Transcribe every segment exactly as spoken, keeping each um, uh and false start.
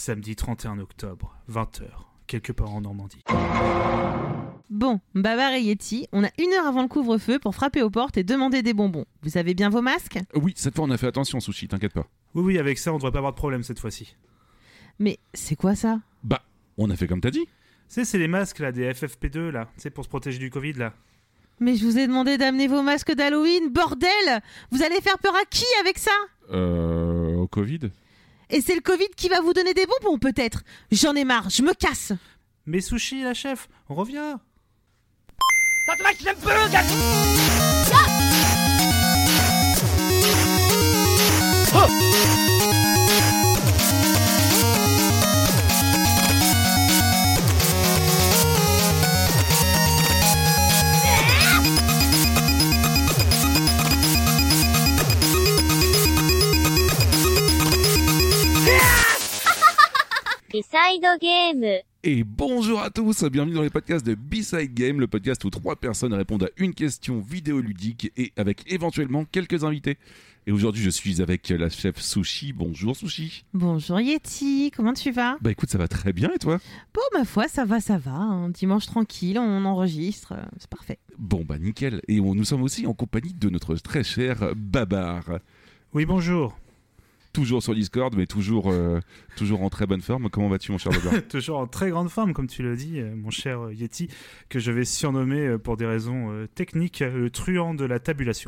samedi trente et un octobre, vingt heures, quelque part en Normandie. Bon, Babar et Yeti, on a une heure avant le couvre-feu pour frapper aux portes et demander des bonbons. Vous avez bien vos masques ? Oui, cette fois on a fait attention, Sushi, t'inquiète pas. Oui, oui, avec ça, on devrait pas avoir de problème cette fois-ci. Mais c'est quoi ça ? Bah, on a fait comme t'as dit. Tu sais, c'est les masques là, des F F P deux là, tu sais, pour se protéger du Covid là. Mais je vous ai demandé d'amener vos masques d'Halloween, bordel ! Vous allez faire peur à qui avec ça ? Euh... Au Covid ? Et c'est le Covid qui va vous donner des bonbons peut-être ? J'en ai marre, je me casse ! Mais Sushi, la chef, on revient. B-Side Game. Et bonjour à tous, bienvenue dans les podcasts de B-Side Game, le podcast où trois personnes répondent à une question vidéoludique et avec éventuellement quelques invités. Et aujourd'hui, je suis avec la chef Sushi. Bonjour Sushi. Bonjour Yeti, comment tu vas ? Bah écoute, ça va très bien et toi ? Bon, ma foi, ça va, ça va. Un dimanche tranquille, on enregistre, euh, c'est parfait. Bon bah nickel. Et on, nous sommes aussi en compagnie de notre très cher Babar. Oui, bonjour. Toujours sur Discord, mais toujours, euh, toujours en très bonne forme. Comment vas-tu, mon cher Babar ? Toujours en très grande forme, comme tu l'as dit, euh, mon cher euh, Yeti, que je vais surnommer euh, pour des raisons euh, techniques euh, le truand de la tabulation.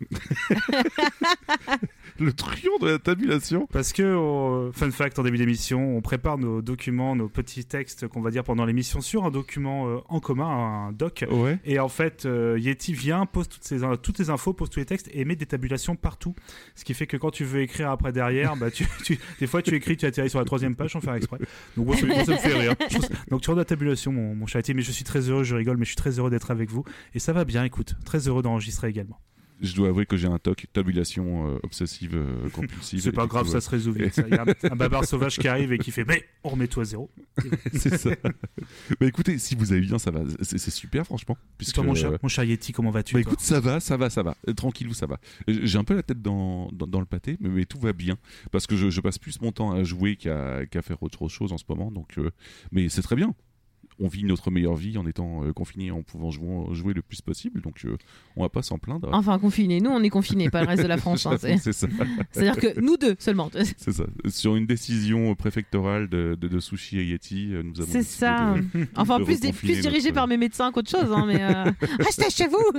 Le truand de la tabulation. Parce que, euh, fun fact, en début d'émission, on prépare nos documents, nos petits textes qu'on va dire pendant l'émission sur un document euh, en commun, un doc. Ouais. Et en fait, euh, Yeti vient, pose toutes, ces, toutes les infos, pose tous les textes et met des tabulations partout. Ce qui fait que quand tu veux écrire après derrière, bah, tu, tu, des fois tu écris, tu atterris sur la troisième page sans faire exprès. Donc moi, ça, moi, ça me fait rire. Je trouve- Donc tu rends la tabulation, mon, mon cher Yeti, mais je suis très heureux, je rigole, mais je suis très heureux d'être avec vous. Et ça va bien, écoute, très heureux d'enregistrer également. Je dois avouer que j'ai un T O C, tabulation euh, obsessive euh, compulsive. C'est pas Et grave, du coup, ça se résout vite. ça. Il y a un, un bavard sauvage qui arrive et qui fait « Mais on remet tout à zéro ». C'est ça. Bah écoutez, si vous allez bien, ça va. C'est, c'est super, franchement. Puisque, Toi, mon cher, euh, mon cher Yeti, comment vas-tu bah toi écoute, ça va, ça va, ça va. Euh, tranquillou, ça va. Euh, J'ai un peu la tête dans, dans, dans le pâté, mais, mais tout va bien. Parce que je, je passe plus mon temps à jouer qu'à, qu'à faire autre chose en ce moment. Donc, euh, mais c'est très bien. On vit notre meilleure vie en étant euh, confiné, en pouvant jouer, jouer le plus possible. Donc, euh, on va pas s'en plaindre. Enfin, confinés, nous on est confinés, pas le reste de la France. hein, c'est... c'est ça. C'est-à-dire que nous deux seulement. C'est ça. Sur une décision préfectorale de, de, de Sushi et Yeti, euh, nous avons C'est décidé ça. de- Enfin, de plus, des- reconfiner plus dirigé notre- par mes médecins qu'autre chose. Hein, mais euh... Restez chez vous.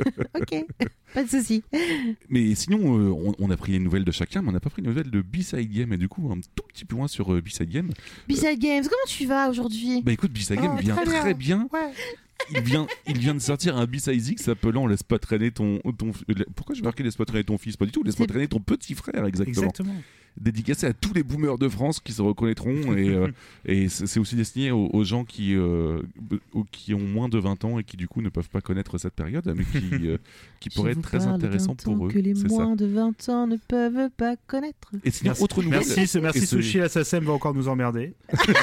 Ok, pas de souci. Mais sinon, euh, on, on a pris les nouvelles de chacun, mais on n'a pas pris les nouvelles de B-Side Game. Et du coup, un tout petit point sur euh, B-Side Game. B-Side Games, comment tu vas aujourd'hui ? Bah écoute, B-Side Game Oh, vient très bien. très bien. Ouais. Il vient, il vient de sortir un B-Side X s'appelant Laisse pas traîner ton, ton... Pourquoi j'ai marqué Laisse pas traîner ton fils ? Pas du tout, Laisse pas C'est- traîner ton petit frère, exactement. Exactement. Dédicacé à tous les boomers de France qui se reconnaîtront. Et, euh, et c'est c'est aussi destiné aux, aux gens qui, euh, aux- qui ont moins de vingt ans et qui du coup ne peuvent pas connaître cette période, mais qui, euh, qui Je pourrait vous être très parle intéressant d'un temps pour eux. que les C'est ça. moins de vingt ans ne peuvent pas connaître. Et sinon, Merci, autre nouvelle. merci, ce- merci Et ce- Sushi, la S A C E M va encore nous emmerder.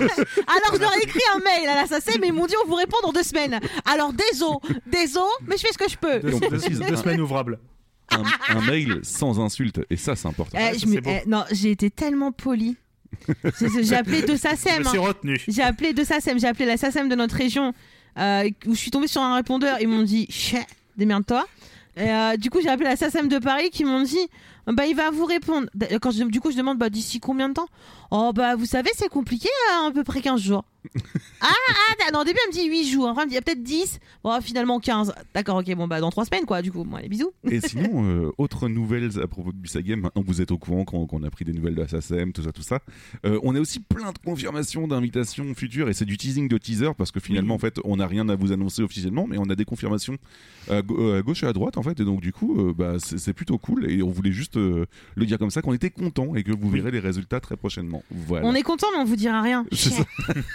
Alors je leur ai écrit un mail à la S A C E M, mais ils m'ont dit on vous répond dans deux semaines. Alors désolé, désolé, mais je fais ce que je peux. Deux, Et on deux- précise, deux hein. semaines ouvrables. un, un mail sans insulte. Et ça, c'est important. Eh, Ouais, je ça, me- c'est beau. eh, non, j'ai été tellement polie. J'ai j'ai appelé de S A C E Je M. me suis hein. retenu. J'ai appelé de S A C E M, j'ai appelé la S A C E M de notre région, euh, où je suis tombée sur un répondeur. Ils m'ont dit chais, démerde-toi. Et, euh, du coup, j'ai appelé la S A C E M de Paris qui m'ont dit bah il va vous répondre. Quand je, du coup, je demande bah d'ici combien de temps ? Oh bah vous savez, c'est compliqué, hein, à peu près quinze jours. ah, ah non, au début elle me dit huit jours, enfin elle me dit peut-être dix. Bon, finalement quinze. D'accord, ok, bon bah dans trois semaines quoi, du coup. Bon, allez, bisous. Et sinon, euh, autre nouvelle à propos de B-Side Game, maintenant vous êtes au courant qu'on, qu'on a pris des nouvelles de la S A C E M, tout ça, tout ça. Euh, on a aussi plein de confirmations d'invitations futures et c'est du teasing de teaser parce que finalement, en fait, on n'a rien à vous annoncer officiellement, mais on a des confirmations à, go- à gauche et à droite, en fait. Et donc, du coup, euh, bah, c'est, c'est plutôt cool et on voulait juste euh, le dire comme ça qu'on était content et que vous Oui. verrez les résultats très prochainement. Voilà. On est content, mais on vous dira rien. C'est ça.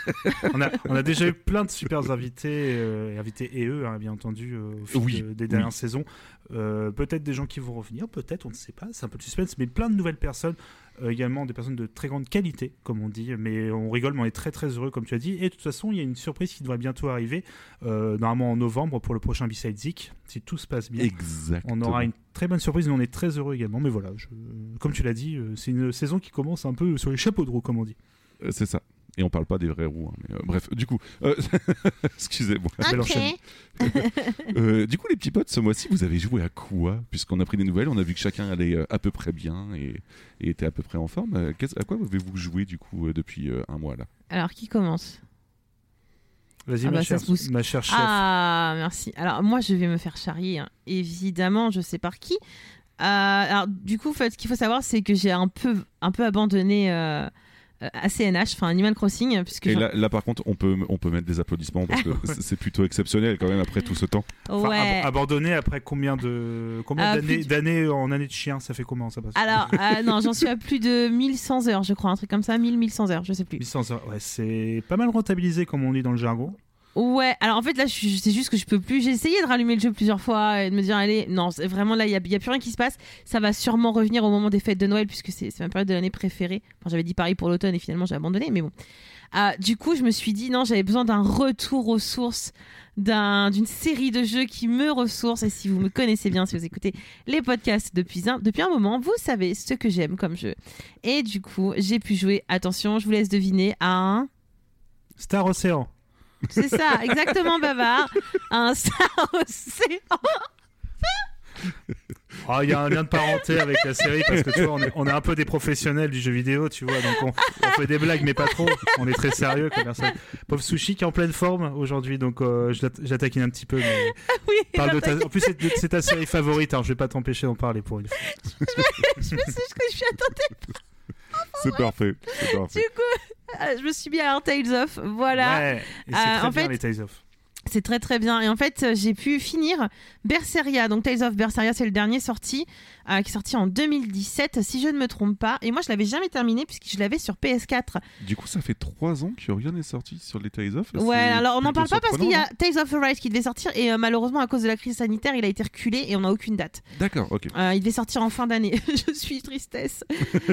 On a, on a déjà eu plein de super invités, euh, invités et eux, hein, bien entendu, euh, au fil Oui, de- des dernières oui. saisons. Euh, peut-être des gens qui vont revenir, peut-être, on ne sait pas, c'est un peu de suspense, mais plein de nouvelles personnes, euh, également des personnes de très grande qualité, comme on dit, mais on rigole, mais on est très très heureux, comme tu as dit, et de toute façon, il y a une surprise qui devrait bientôt arriver, euh, normalement en novembre, pour le prochain B-Side Zik, si tout se passe bien. Exactement. On aura une très bonne surprise, mais on est très heureux également, mais voilà, je- comme tu l'as dit, euh, c'est une saison qui commence un peu sur les chapeaux de roue, comme on dit. Euh, c'est ça. Et on parle pas des vrais roues. Hein, mais, euh, bref, du coup, euh, excusez-moi. Ok. euh, du coup, les petits potes, ce mois-ci, vous avez joué à quoi? Puisqu'on a pris des nouvelles, on a vu que chacun allait euh, à peu près bien et, et était à peu près en forme. Euh, à quoi avez-vous joué du coup euh, depuis euh, un mois là? Alors, qui commence? Vas-y, Ah ma, bah, chère, ça se pousse. ma chère chef. Ah, merci. Alors, moi, je vais me faire charrier, hein. Évidemment, je sais par qui. Euh, alors, du coup, en fait, ce qu'il faut savoir, c'est que j'ai un peu, un peu abandonné euh, A C N H, enfin Animal Crossing. Puisque et j'en- là, là, par contre, on peut, on peut mettre des applaudissements parce que c'est- c'est plutôt exceptionnel quand même après tout ce temps. Enfin, Ouais. ab- abandonné après combien de combien Ah, d'années plus de- d'années en année de chien, ça fait comment ça passe? Alors, euh, non, j'en suis à plus de mille cent heures, je crois, un truc comme ça, mille, mille cent heures, je sais plus. huit cents heures. Ouais, c'est pas mal rentabilisé comme on dit dans le jargon. Ouais, alors en fait là, je suis- c'est juste que je peux plus. J'ai essayé de rallumer le jeu plusieurs fois et de me dire, allez, non, c'est vraiment là, il y a, il y a plus rien qui se passe. Ça va sûrement revenir au moment des fêtes de Noël puisque c'est c'est ma période de l'année préférée. Enfin, j'avais dit pareil pour l'automne et finalement j'ai abandonné, mais bon. Ah, du coup, je me suis dit, non, j'avais besoin d'un retour aux sources, d'un- d'une série de jeux qui me ressource. Et si vous me connaissez bien, si vous écoutez les podcasts depuis un, depuis un moment, vous savez ce que j'aime comme jeu. Et du coup, j'ai pu jouer, attention, je vous laisse deviner, à un. Star Ocean. C'est ça, exactement, Bavard. Un Star Ocean. Ah, il y a un lien de parenté avec la série parce que tu vois, on est, on est un peu des professionnels du jeu vidéo, tu vois, donc on, on fait des blagues mais pas trop. On est très sérieux comme personne. Pauvre Sushi qui est en pleine forme aujourd'hui, donc euh, je l'atta- je la taquine un petit peu. Mais... Oui, Parle de attends, ta... En plus, c'est, c'est ta série favorite, alors je vais pas t'empêcher d'en parler pour une fois. je me suis, je suis attendue. C'est parfait. C'est parfait. Du coup, euh, je me suis mis à un Tales of. Voilà. Ouais, et c'est Euh, très en bien fait- les Tales of. C'est très très bien. Et en fait, euh, j'ai pu finir Berseria. Donc Tales of Berseria, c'est le dernier sorti, euh, qui est sorti en deux mille dix-sept, si je ne me trompe pas. Et moi, je l'avais jamais terminé puisque je l'avais sur P S quatre. Du coup, ça fait trois ans que rien n'est sorti sur les Tales of. Ouais, C'est alors on n'en plutôt parle pas parce qu'il y a surprenant, Tales of Arise qui devait sortir et euh, malheureusement, à cause de la crise sanitaire, il a été reculé et on n'a aucune date. non? D'accord, ok. Euh, il devait sortir en fin d'année. Je suis tristesse.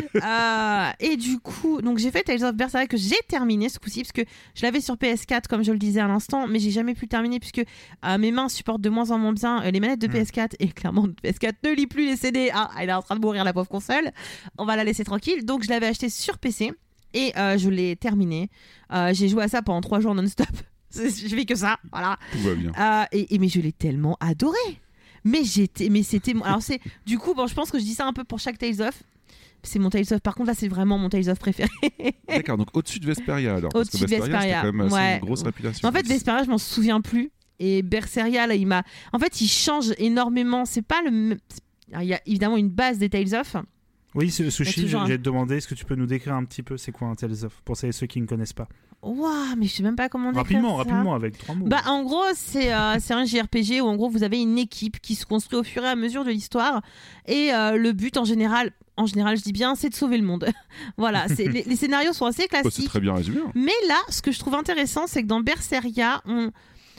Euh, et du coup, donc j'ai fait Tales of Berseria que j'ai terminé ce coup-ci parce que je l'avais sur P S quatre comme je le disais à l'instant, mais j'ai jamais pu le terminer puisque euh, mes mains supportent de moins en moins bien euh, les manettes de Mm. P S quatre et clairement P S quatre ne lit plus les C D. Ah, elle est en train de mourir la pauvre console. On va la laisser tranquille. Donc je l'avais acheté sur P C et euh, je l'ai terminé. Euh, j'ai joué à ça pendant trois jours non-stop. Je fais que ça, voilà. Tout va bien. Euh, et, et mais je l'ai tellement adoré. Mais j'étais, mais c'était, alors c'est, du coup, bon, je pense que je dis ça un peu pour chaque Tales of. C'est mon Tales of. Par contre, là, c'est vraiment mon Tales of préféré. D'accord, donc au-dessus de Vesperia alors. Parce que Au-dessus de Vesperia, c'était Vesperia, quand même assez ouais. une grosse réputation. En fait, Vesperia, je m'en souviens plus. Et Berseria, là, il m'a. En fait, il change énormément. C'est pas le. même- Alors, il y a évidemment une base des Tales of. Oui, ce- Sushi, toujours un- j'ai te demandé, est-ce que tu peux nous décrire un petit peu c'est quoi un Tales of pour ceux ceux qui ne connaissent pas? Waouh, mais je sais même pas comment décrire Rapidement, ça. rapidement, avec trois mots. Bah, en gros, c'est euh, c'est un J R P G où en gros vous avez une équipe qui se construit au fur et à mesure de l'histoire et euh, le but en général, en général je dis bien, c'est de sauver le monde. Voilà, c'est, les, les scénarios sont assez Oh, c'est classiques. très bien résumé. hein. Mais là, ce que je trouve intéressant, c'est que dans Berseria, on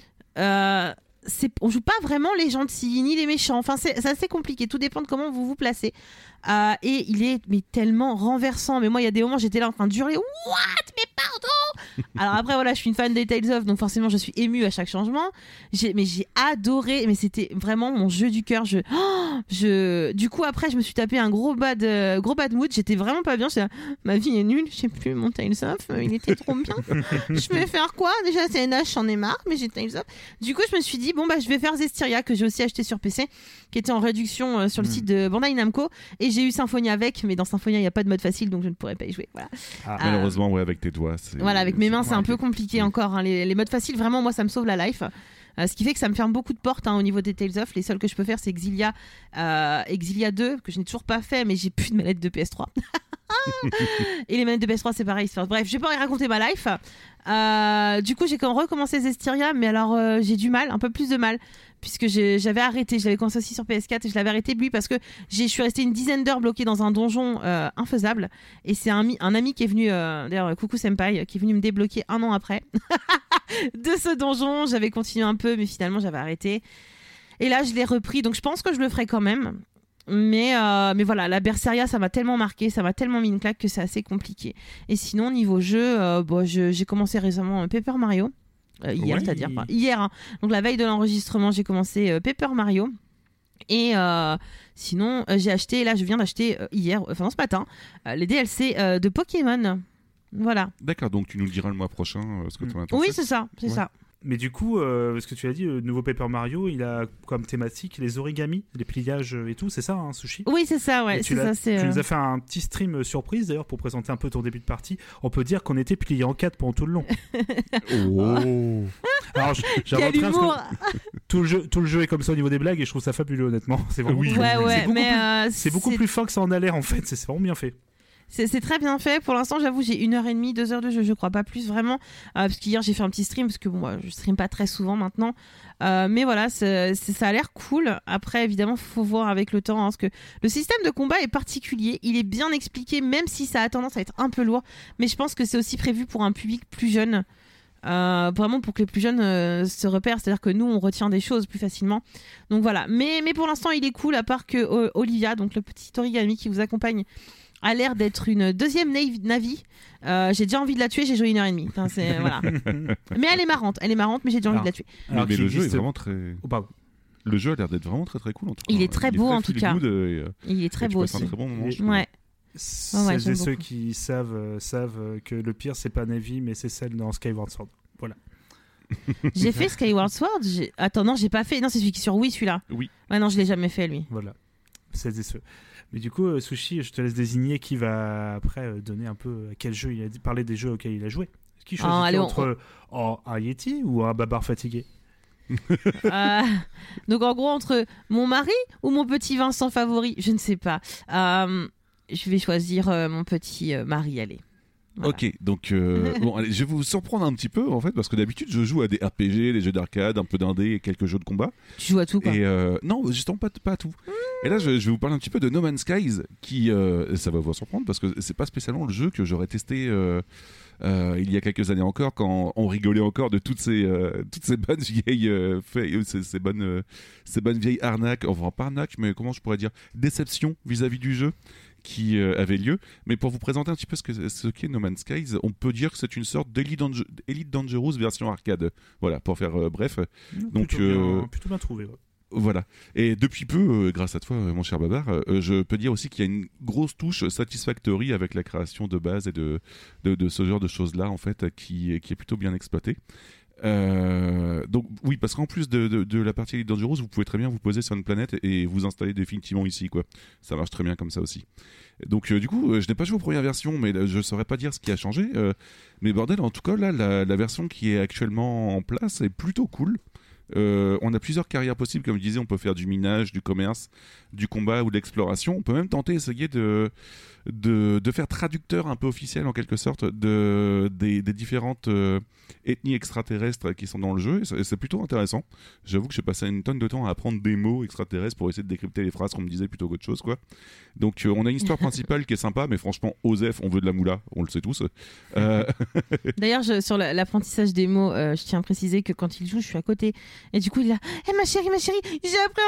euh, c'est, on joue pas vraiment les gentils ni les méchants. Enfin, c'est, c'est assez compliqué. Tout dépend de comment vous vous placez. Euh, et il est mais tellement renversant. Mais moi, il y a des moments, j'étais là en train de hurler. What? Mais pardon! Alors après, voilà, je suis une fan des Tales of, donc forcément, je suis émue à chaque changement. J'ai, mais j'ai adoré. Mais c'était vraiment mon jeu du cœur. Je, oh, je, du coup, après, je me suis tapé un gros bad, euh, gros bad mood. J'étais vraiment pas bien. J'étais là, ma vie est nulle. Je sais plus mon Tales of. Il était trop bien. Je vais faire quoi? Déjà, c'est N H, j'en ai marre. Mais j'ai Tales of. Du coup, je me suis dit, bon, bah, je vais faire Zestiria, que j'ai aussi acheté sur P C, qui était en réduction euh, sur le Mm. site de Bandai Namco. Et j'ai eu Symphonia avec, mais dans Symphonia, il n'y a pas de mode facile, donc je ne pourrais pas y jouer. Voilà, Ah, Ah. Malheureusement, ouais, avec tes doigts. c'est- voilà avec mes mains, c'est un ouais, peu ok. compliqué Oui. encore. hein. Les, les modes faciles, vraiment, moi, ça me sauve la life. Euh, ce qui fait que ça me ferme beaucoup de portes hein, au niveau des Tales of. Les seuls que je peux faire, c'est Exilia, euh, Exilia deux, que je n'ai toujours pas fait, mais j'ai plus de manette de P S trois. Et les manettes de P S trois, c'est pareil. c'est- Bref, je vais pas y raconter ma life. Euh, du coup, j'ai quand recommencé Zestiria, mais alors euh, j'ai du mal, un peu plus de mal, puisque j'ai- j'avais arrêté. Je l'avais commencé aussi sur P S quatre et je l'avais arrêté lui parce que j'ai- je suis restée une dizaine d'heures bloquée dans un donjon euh, infaisable. Et c'est un, mi- un ami qui est venu, euh, d'ailleurs, coucou Senpai, qui est venu me débloquer un an après de ce donjon. J'avais continué un peu, mais finalement, j'avais arrêté. Et là, je l'ai repris, donc je pense que je le ferai quand même. Mais, euh, mais voilà, la Berseria, ça m'a tellement marqué, ça m'a tellement mis une claque que c'est assez compliqué. Et sinon, niveau jeu, euh, bon, je- j'ai commencé récemment euh, Paper Mario. Euh, hier, Oui. c'est-à-dire. Enfin, hier, hein. Donc la veille de l'enregistrement, j'ai commencé euh, Paper Mario. Et euh, sinon, euh, j'ai acheté, là, je viens d'acheter euh, hier, enfin non, ce matin, euh, les D L C euh, de Pokémon. Voilà. D'accord, donc tu nous le diras le mois prochain euh, ce que tu en as pensé. Oui, c'est ça, c'est Ouais. ça. Mais du coup, euh, ce que tu as dit, le nouveau Paper Mario, il a comme thématique les origamis, les pliages et tout, c'est ça, hein, Sushi? Oui, c'est ça, ouais. Et tu, C'est l'as- ça, c'est, tu euh, nous as fait un petit stream euh, surprise d'ailleurs pour présenter un peu ton début de partie. On peut dire qu'on était plié en quatre pendant tout le long. Oh. Alors, j- Quel j'inventerai un, parce humour. que tout le, jeu, tout le jeu est comme ça au niveau des blagues et je trouve ça fabuleux honnêtement. C'est vraiment Oui. Ouais, c'est ouais, beaucoup mais plus- euh, c'est beaucoup plus fin que ça en a l'air en fait. C'est c'est vraiment bien fait. C'est, c'est très bien fait. Pour l'instant, j'avoue, j'ai une heure et demie, deux heures de jeu, je crois pas plus vraiment. Euh, parce qu'hier, j'ai fait un petit stream, parce que bon, moi, je stream pas très souvent maintenant. Euh, mais voilà, c'est, c'est- ça a l'air cool. Après, évidemment, faut voir avec le temps, hein, parce que le système de combat est particulier. Il est bien expliqué, même si ça a tendance à être un peu lourd. Mais je pense que c'est aussi prévu pour un public plus jeune. Euh, vraiment pour que les plus jeunes euh, se repèrent, c'est-à-dire que nous on retient des choses plus facilement, donc voilà, mais, mais pour l'instant il est cool, à part que euh, Olivia, donc le petit origami qui vous accompagne, a l'air d'être une deuxième Navi, Navi. Euh, j'ai déjà envie de la tuer, j'ai joué une heure et demie. Enfin, c'est, voilà. Mais elle est marrante, elle est marrante, mais j'ai déjà envie Alors, de la tuer. Mais, Alors mais qu'il le jeu est existe- vraiment très. Oh, pardon. Le jeu a l'air d'être vraiment très très cool en tout cas. Il est très beau, très en tout feel cas. good, et, euh, Il est très et tu beau passes aussi. un très bon moment. Et- je trouve. Ouais. Celles ouais, et j'aime ceux beaucoup. qui savent euh, savent euh, que le pire c'est pas Navi mais c'est celle dans Skyward Sword. Voilà. J'ai fait Skyward Sword. J'ai... Attends, non, j'ai pas fait. Non, c'est celui qui est sur Wii, celui-là. Oui. Ouais, non, je l'ai jamais fait, lui. Voilà. Celles et ceux. Mais du coup, euh, Sushi, je te laisse désigner qui va après euh, donner un peu euh, à quel jeu il a dit- parler des jeux auxquels il a joué. Qui choisit allez, on- entre oh, un Yeti ou un Babar fatigué? Euh, Donc, en gros, entre mon mari ou mon petit Vincent favori, je ne sais pas. Euh, Je vais choisir euh, mon petit euh, mari, allez. Voilà. Ok, donc euh, bon, allez, je vais vous surprendre un petit peu en fait parce que d'habitude je joue à des R P G, des jeux d'arcade, un peu d'indé et quelques jeux de combat. Tu joues à tout, quoi. Et euh, non, justement pas, pas à tout. Et là, je, je vais vous parler un petit peu de No Man's Skies, qui, euh, ça va vous surprendre parce que c'est pas spécialement le jeu que j'aurais testé euh, euh, il y a quelques années encore, quand on rigolait encore de toutes ces, euh, toutes ces bonnes vieilles, euh, faits, euh, ces, ces bonnes, euh, ces bonnes vieilles arnaques, enfin pas arnaques, mais comment je pourrais dire, déceptions vis-à-vis du jeu qui euh, avait lieu. Mais pour vous présenter un petit peu ce, que, ce qu'est No Man's Skies, on peut dire que c'est une sorte d'Elite Dange- Elite Dangerous version arcade. Voilà, pour faire euh, bref. Donc, plutôt, euh, bien, plutôt bien trouvé. Ouais. Voilà. Et depuis peu, euh, grâce à toi, euh, mon cher Babar, euh, je peux dire aussi qu'il y a une grosse touche Satisfactory avec la création de base et de, de, de ce genre de choses-là, en fait, qui, qui est plutôt bien exploitée. Euh, donc oui, parce qu'en plus de, de, de la partie Elite Dangerous, vous pouvez très bien vous poser sur une planète et vous installer définitivement ici, quoi. Ça marche très bien comme ça aussi. Donc euh, du coup, euh, je n'ai pas joué aux premières versions, mais là, je ne saurais pas dire ce qui a changé. Euh, mais bordel, en tout cas, là, la, la version qui est actuellement en place est plutôt cool. Euh, on a plusieurs carrières possibles, comme je disais, on peut faire du minage, du commerce, du combat ou de l'exploration. On peut même tenter essayer de, de, de faire traducteur un peu officiel en quelque sorte de, des, des différentes euh, ethnies extraterrestres qui sont dans le jeu, et c'est, et c'est plutôt intéressant. J'avoue que j'ai passé une tonne de temps à apprendre des mots extraterrestres pour essayer de décrypter les phrases qu'on me disait plutôt qu'autre chose, quoi. Donc euh, on a une histoire principale qui est sympa, mais franchement, Osef, on veut de la moula, on le sait tous. Euh, D'ailleurs, je- sur la- l'apprentissage des mots, euh, je tiens à préciser que quand il joue, je suis à côté. Et du coup, il a Eh ma chérie, ma chérie, j'ai appris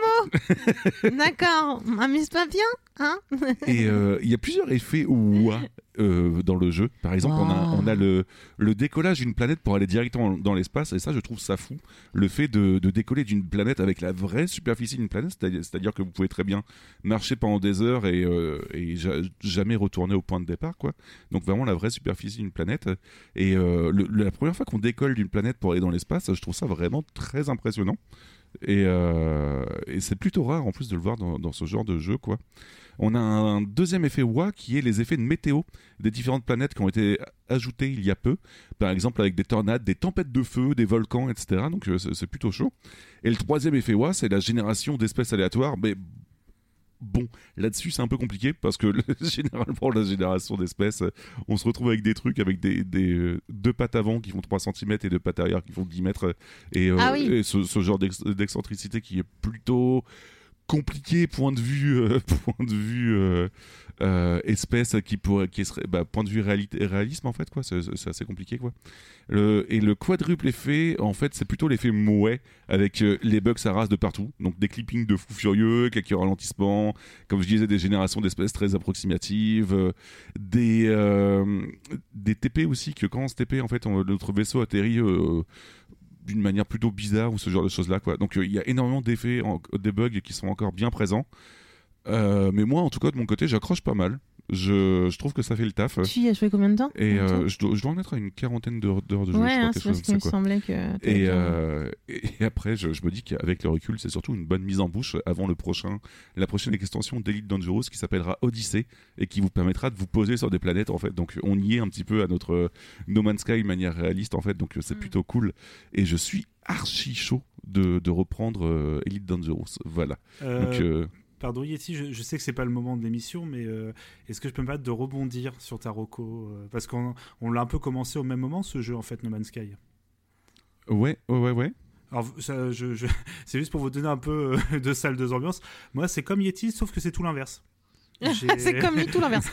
un nouveau mot D'accord, amuse-toi bien, hein Et euh, il y a plusieurs effets ouah euh, dans le jeu. Par exemple, on a, Wow. on a le, le décollage d'une planète pour aller directement dans l'espace, et ça, je trouve ça fou. Le fait de, de décoller d'une planète avec la vraie superficie d'une planète, c'est-à-dire, c'est-à-dire que vous pouvez très bien marcher pendant des heures et, euh, et ja- jamais retourner au point de départ, quoi. Donc vraiment la vraie superficie d'une planète. Et euh, le- la première fois qu'on décolle d'une planète pour aller dans l'espace, je trouve ça vraiment très impressionnant. Et, euh, et c'est plutôt rare en plus de le voir dans, dans ce genre de jeu, quoi. On a un deuxième effet W A qui est les effets de météo des différentes planètes qui ont été ajoutés il y a peu, par exemple avec des tornades, des tempêtes de feu, des volcans, et cetera. Donc euh, c'est, c'est plutôt chaud. Et le troisième effet W A, c'est la génération d'espèces aléatoires, mais bon, là-dessus c'est un peu compliqué parce que généralement la génération d'espèces, on se retrouve avec des trucs avec des, des euh, deux pattes avant qui font trois centimètres et deux pattes arrière qui font dix mètres, et, euh, Ah oui. et ce, ce genre d'ex- d'excentricité qui est plutôt compliqué point de vue euh, point de vue euh, euh, espèce qui pourrait qui serait bah, point de vue réalité, réalisme en fait, quoi. C'est, c'est assez compliqué, quoi. Le, et le quadruple effet, en fait, c'est plutôt l'effet mouet avec euh, les bugs ça rase de partout, donc des clippings de fous furieux, quelques ralentissements, comme je disais, des générations d'espèces très approximatives, euh, des euh, des T P aussi, que quand on se T P, en fait, on- notre vaisseau atterrit euh, d'une manière plutôt bizarre ou ce genre de choses là, quoi. Donc il euh, y a énormément d'effets, en, des bugs qui sont encore bien présents. Euh, mais moi en tout cas de mon côté j'accroche pas mal. Je, je trouve que ça fait le taf. Tu y as joué combien de temps? Et euh, je, dois, je dois en être à une quarantaine d'heures, d'heures de jeu. Ouais, je crois, hein, quelque c'est chose parce qu'il comme me ça, quoi. semblait que. Et, euh, et après, je, je me dis qu'avec le recul, c'est surtout une bonne mise en bouche avant le prochain, la prochaine extension d'Elite Dangerous qui s'appellera Odyssey et qui vous permettra de vous poser sur des planètes en fait. Donc on y est un petit peu à notre No Man's Sky de manière réaliste en fait. Donc c'est mm. plutôt cool. Et je suis archi chaud de, de reprendre euh, Elite Dangerous. Voilà. Euh... Donc euh, Pardon Yeti, je, je sais que c'est pas le moment de l'émission, mais euh, est-ce que je peux me permettre de rebondir sur ta reco euh, parce qu'on on l'a un peu commencé au même moment ce jeu en fait, No Man's Sky. Ouais, ouais, ouais, ouais. Alors ça, je, je... c'est juste pour vous donner un peu euh, de salle de ambiance. Moi, c'est comme Yeti, sauf que c'est tout l'inverse. C'est comme lui, tout l'inverse.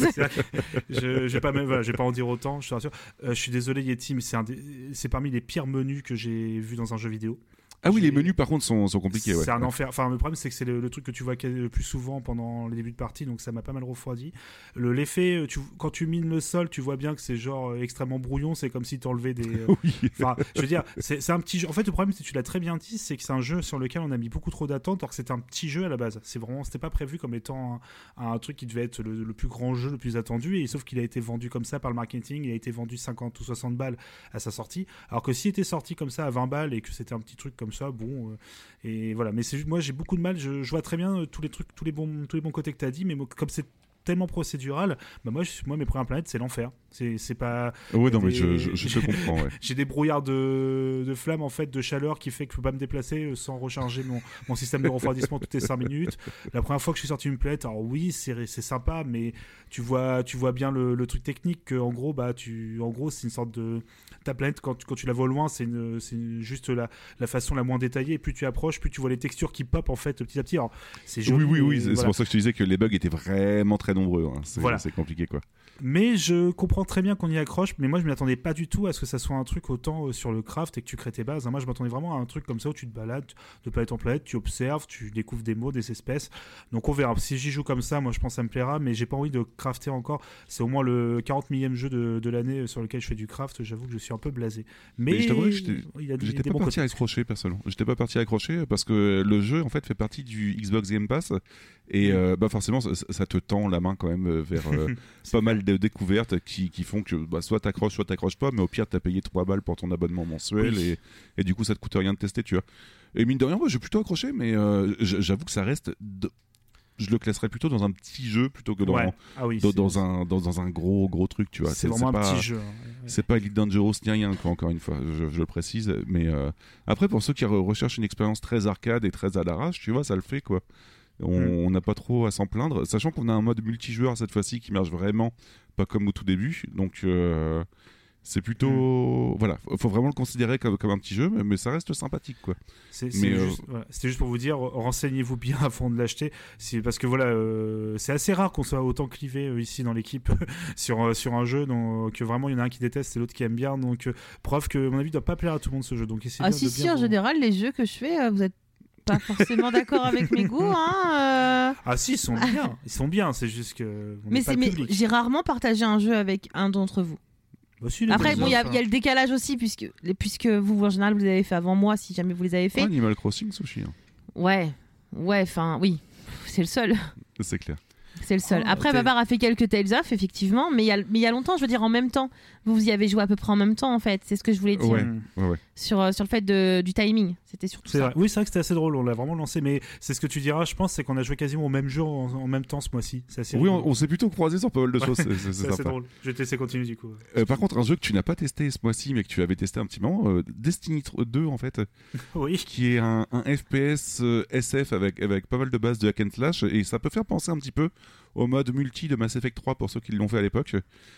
je j'ai pas même, voilà, j'ai pas en dire autant, je te rassure. Euh, je suis désolé Yeti, mais c'est un des... c'est parmi les pires menus que j'ai vu dans un jeu vidéo. Ah oui, les menus par contre sont, sont compliqués. C'est ouais. un enfer. Enfin, le problème, c'est que c'est le, le truc que tu vois le plus souvent pendant les débuts de partie, donc ça m'a pas mal refroidi. Le, l'effet, tu, quand tu mines le sol, tu vois bien que c'est genre extrêmement brouillon, c'est comme si tu enlevais des. Euh... oui. Enfin, je veux dire, c'est, c'est un petit jeu. En fait, le problème, c'est que tu l'as très bien dit, c'est que c'est un jeu sur lequel on a mis beaucoup trop d'attentes, alors que c'était un petit jeu à la base. C'est vraiment, c'était pas prévu comme étant un, un truc qui devait être le, le plus grand jeu, le plus attendu, et sauf qu'il a été vendu comme ça par le marketing, il a été vendu cinquante ou soixante balles à sa sortie, alors que s'il était sorti comme ça à vingt balles et que c'était un petit truc comme ça, bon. Euh, Et voilà, mais c'est juste, moi j'ai beaucoup de mal, je, je vois très bien tous les trucs, tous les bons, tous les bons côtés que tu as dit, mais moi, comme c'est tellement procédural, bah moi, je, moi mes premières planètes c'est l'enfer. C'est, c'est pas. Ouais, non, des... mais je, je, je te comprends. Ouais. J'ai des brouillards de, de flammes en fait, de chaleur qui fait que je peux pas me déplacer sans recharger mon, mon système de refroidissement toutes les cinq minutes. La première fois que je suis sorti d'une planète, alors oui, c'est, c'est sympa, mais tu vois, tu vois bien le, le truc technique que en gros, bah, tu, en gros, c'est une sorte de. Ta planète, quand tu, quand tu la vois au loin, c'est, une, c'est une, juste la, la façon la moins détaillée. Et plus tu approches, plus tu vois les textures qui pop en fait petit à petit. Alors, c'est joli, oui, oui, oui. C'est, voilà. c'est pour ça que je te disais que les bugs étaient vraiment très nombreux. Hein. C'est, voilà. c'est compliqué, quoi. Mais je comprends très bien qu'on y accroche, mais moi je ne m'attendais pas du tout à ce que ça soit un truc autant euh, sur le craft et que tu crées tes bases. Moi je m'attendais vraiment à un truc comme ça où tu te balades de planète en planète, tu observes, tu découvres des mots, des espèces. Donc on verra. Si j'y joue comme ça, moi je pense que ça me plaira, mais j'ai pas envie de crafter encore. C'est au moins le quarante millième jeu de, de l'année sur lequel je fais du craft. J'avoue que je suis un peu blasé. Mais, mais je t'avoue que j'étais, il a des, j'étais des pas bons parti à accrocher personnellement. J'étais pas parti à accrocher parce que le jeu en fait fait partie du Xbox Game Pass. Et euh, bah forcément, ça, ça te tend la main quand même vers euh, pas mal de découvertes qui, qui font que bah, soit t'accroches, soit t'accroches pas, mais au pire, t'as payé trois balles pour ton abonnement mensuel oui. et, et du coup, ça te coûte rien de tester, tu vois. Et mine de rien, moi, j'ai plutôt accroché, mais euh, j'avoue que ça reste. De... Je le classerais plutôt dans un petit jeu plutôt que dans, ouais. ah oui, dans, dans, un, dans, dans un gros, gros truc, tu vois. C'est, c'est vraiment c'est un pas, petit jeu. Hein. C'est pas Elite Dangerous ni rien, quoi, encore une fois, je, je le précise. Mais euh, après, pour ceux qui recherchent une expérience très arcade et très à l'arrache, tu vois, ça le fait, quoi. On n'a mm. pas trop à s'en plaindre, sachant qu'on a un mode multijoueur cette fois-ci qui marche vraiment pas comme au tout début, donc euh, c'est plutôt mm. voilà, faut vraiment le considérer comme, comme un petit jeu, mais, mais ça reste sympathique, quoi. C'est, c'est mais, juste, euh... voilà. C'était juste pour vous dire, renseignez-vous bien avant de l'acheter, c'est parce que voilà, euh, c'est assez rare qu'on soit autant clivé euh, ici dans l'équipe sur euh, sur un jeu, donc que vraiment il y en a un qui déteste et l'autre qui aime bien, donc euh, preuve que à mon avis il doit pas plaire à tout le monde ce jeu, donc essayez ah bien si de si bien en vous... général les jeux que je fais, euh, vous êtes pas forcément d'accord avec mes goûts, hein. Euh... Ah si, ils sont bien, ils sont bien. C'est juste que. On mais pas c'est, mais j'ai rarement partagé un jeu avec un d'entre vous. Bah, si, après, bon, il y, y a le décalage aussi puisque puisque vous en général vous les avez fait avant moi, si jamais vous les avez fait. Oh, Animal Crossing, Sushi. Hein. Ouais, ouais, enfin, oui, c'est le seul. C'est clair. C'est le seul. Oh, Après, Babar a fait quelques Tales of, effectivement, mais il y a, mais il y a longtemps, je veux dire, en même temps. Vous, vous y avez joué à peu près en même temps, en fait. C'est ce que je voulais dire. Ouais, ouais, ouais. Sur, euh, sur le fait de, du timing. C'était surtout c'est ça. Vrai. Oui, c'est vrai que c'était assez drôle. On l'a vraiment lancé, mais c'est ce que tu diras, je pense, c'est qu'on a joué quasiment au même jeu en, en même temps ce mois-ci. C'est assez oui, on, on s'est plutôt croisés sur pas mal de choses. C'est, c'est, c'est, c'est assez drôle. Je vais te laisser continuer, du coup. Euh, par contre, un jeu que tu n'as pas testé ce mois-ci, mais que tu avais testé un petit moment, euh, Destiny deux, en fait. Oui. Qui est un, un F P S euh, S F avec, avec pas mal de bases de hack and slash, et ça peut faire penser un petit peu au mode multi de Mass Effect trois pour ceux qui l'ont fait à l'époque.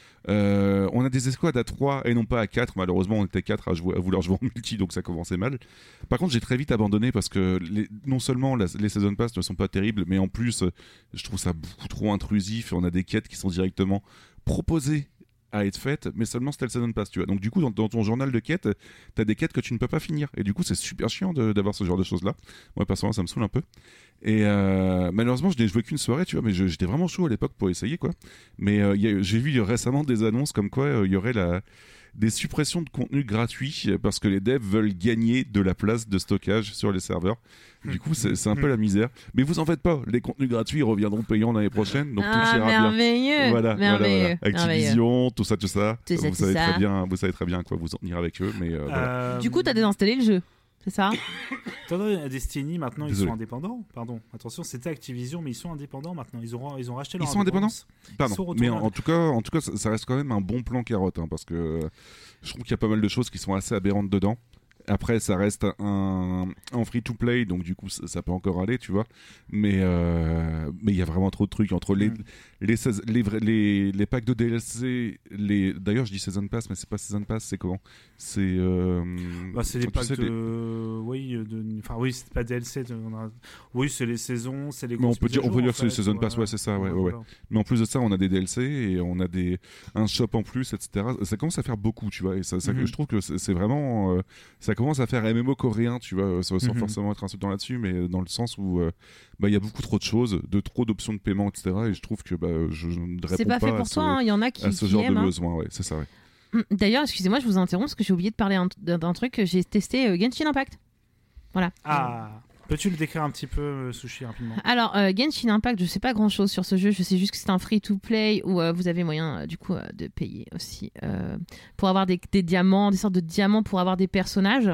Euh, on a des escouades à trois et non pas à quatre. Malheureusement, on était quatre à, jouer, à vouloir jouer en multi, donc ça commençait mal. Par contre, j'ai très vite abandonné parce que les, non seulement la, les Season Pass ne sont pas terribles, mais en plus, je trouve ça beaucoup trop intrusif. On a des quêtes qui sont directement proposées à être faites, mais seulement c'était le Season Pass, tu vois. Donc du coup, dans, dans ton journal de quêtes, t'as des quêtes que tu ne peux pas finir. Et du coup, c'est super chiant de, d'avoir ce genre de choses-là. Moi, personnellement, ça me saoule un peu. Et euh, malheureusement, je n'ai joué qu'une soirée, tu vois, mais je, j'étais vraiment chaud à l'époque pour essayer, quoi. Mais euh, y a, j'ai vu récemment des annonces comme quoi il euh, y aurait la, des suppressions de contenu gratuit parce que les devs veulent gagner de la place de stockage sur les serveurs. Du coup, c'est, c'est un peu la misère. Mais vous en faites pas, les contenus gratuits reviendront payants l'année prochaine, donc ah, tout ira merveilleux. bien. Voilà, merveilleux. voilà, voilà. Activision, tout ça, tout ça. Tout ça, vous tout savez ça. très bien, vous savez très bien à quoi vous en tenir avec eux, mais euh, voilà. Euh, Du coup, t'as désinstallé le jeu, c'est ça? Attends, Destiny maintenant Désolé. ils sont indépendants. Pardon, attention, c'était Activision, mais ils sont indépendants maintenant. Ils ont ils ont racheté leur Ils sont indépendants indépendance. Pardon. sont Mais retournés en, en tout cas, en tout cas, ça, ça reste quand même un bon plan carotte, hein, parce que euh, je trouve qu'il y a pas mal de choses qui sont assez aberrantes dedans. Après, ça reste un, un free-to-play, donc du coup, ça, ça peut encore aller, tu vois. Mais euh, mais il y a vraiment trop de trucs entre les Mm. les, seize- les, vrais- les les packs de D L C. Les d'ailleurs, je dis Season Pass, mais c'est pas Season Pass, c'est comment? C'est euh, Bah, c'est des tu packs sais, de. les- Oui, de... enfin, oui, c'est pas D L C. De... on a- Oui, c'est les saisons, c'est les Mais on grosses peut mises dire à on peut jour, dire en que c'est les fait, Season voilà. Pass, ouais, c'est ça, ouais, ouais, ouais. Voilà. Mais en plus de ça, on a des D L C et on a des un shop en plus, et cetera. Ça commence à faire beaucoup, tu vois. Et ça, ça Mhm. je trouve que c'est, c'est vraiment, euh, ça commence à faire M M O coréen, tu vois, sans, sans Mhm. forcément être insultant là-dessus, mais dans le sens où euh, bah il y a beaucoup trop de choses, de trop d'options de paiement, et cetera. Et je trouve que bah je, je ne réponds C'est pas fait à pour ce, toi, hein. Il y en a qui, à ce qui genre aiment. de hein. besoin, ouais, c'est ça, ouais. Hum, D'ailleurs, excusez-moi, je vous interromps parce que j'ai oublié de parler un- d'un, d'un truc. J'ai testé euh, Genshin Impact. Voilà. Ah, peux-tu le décrire un petit peu, euh, Sushi, rapidement? Alors, euh, Genshin Impact, je sais pas grand chose sur ce jeu. Je sais juste que c'est un free-to-play où euh, vous avez moyen, euh, du coup, euh, de payer aussi euh, pour avoir des, des diamants, des sortes de diamants pour avoir des personnages.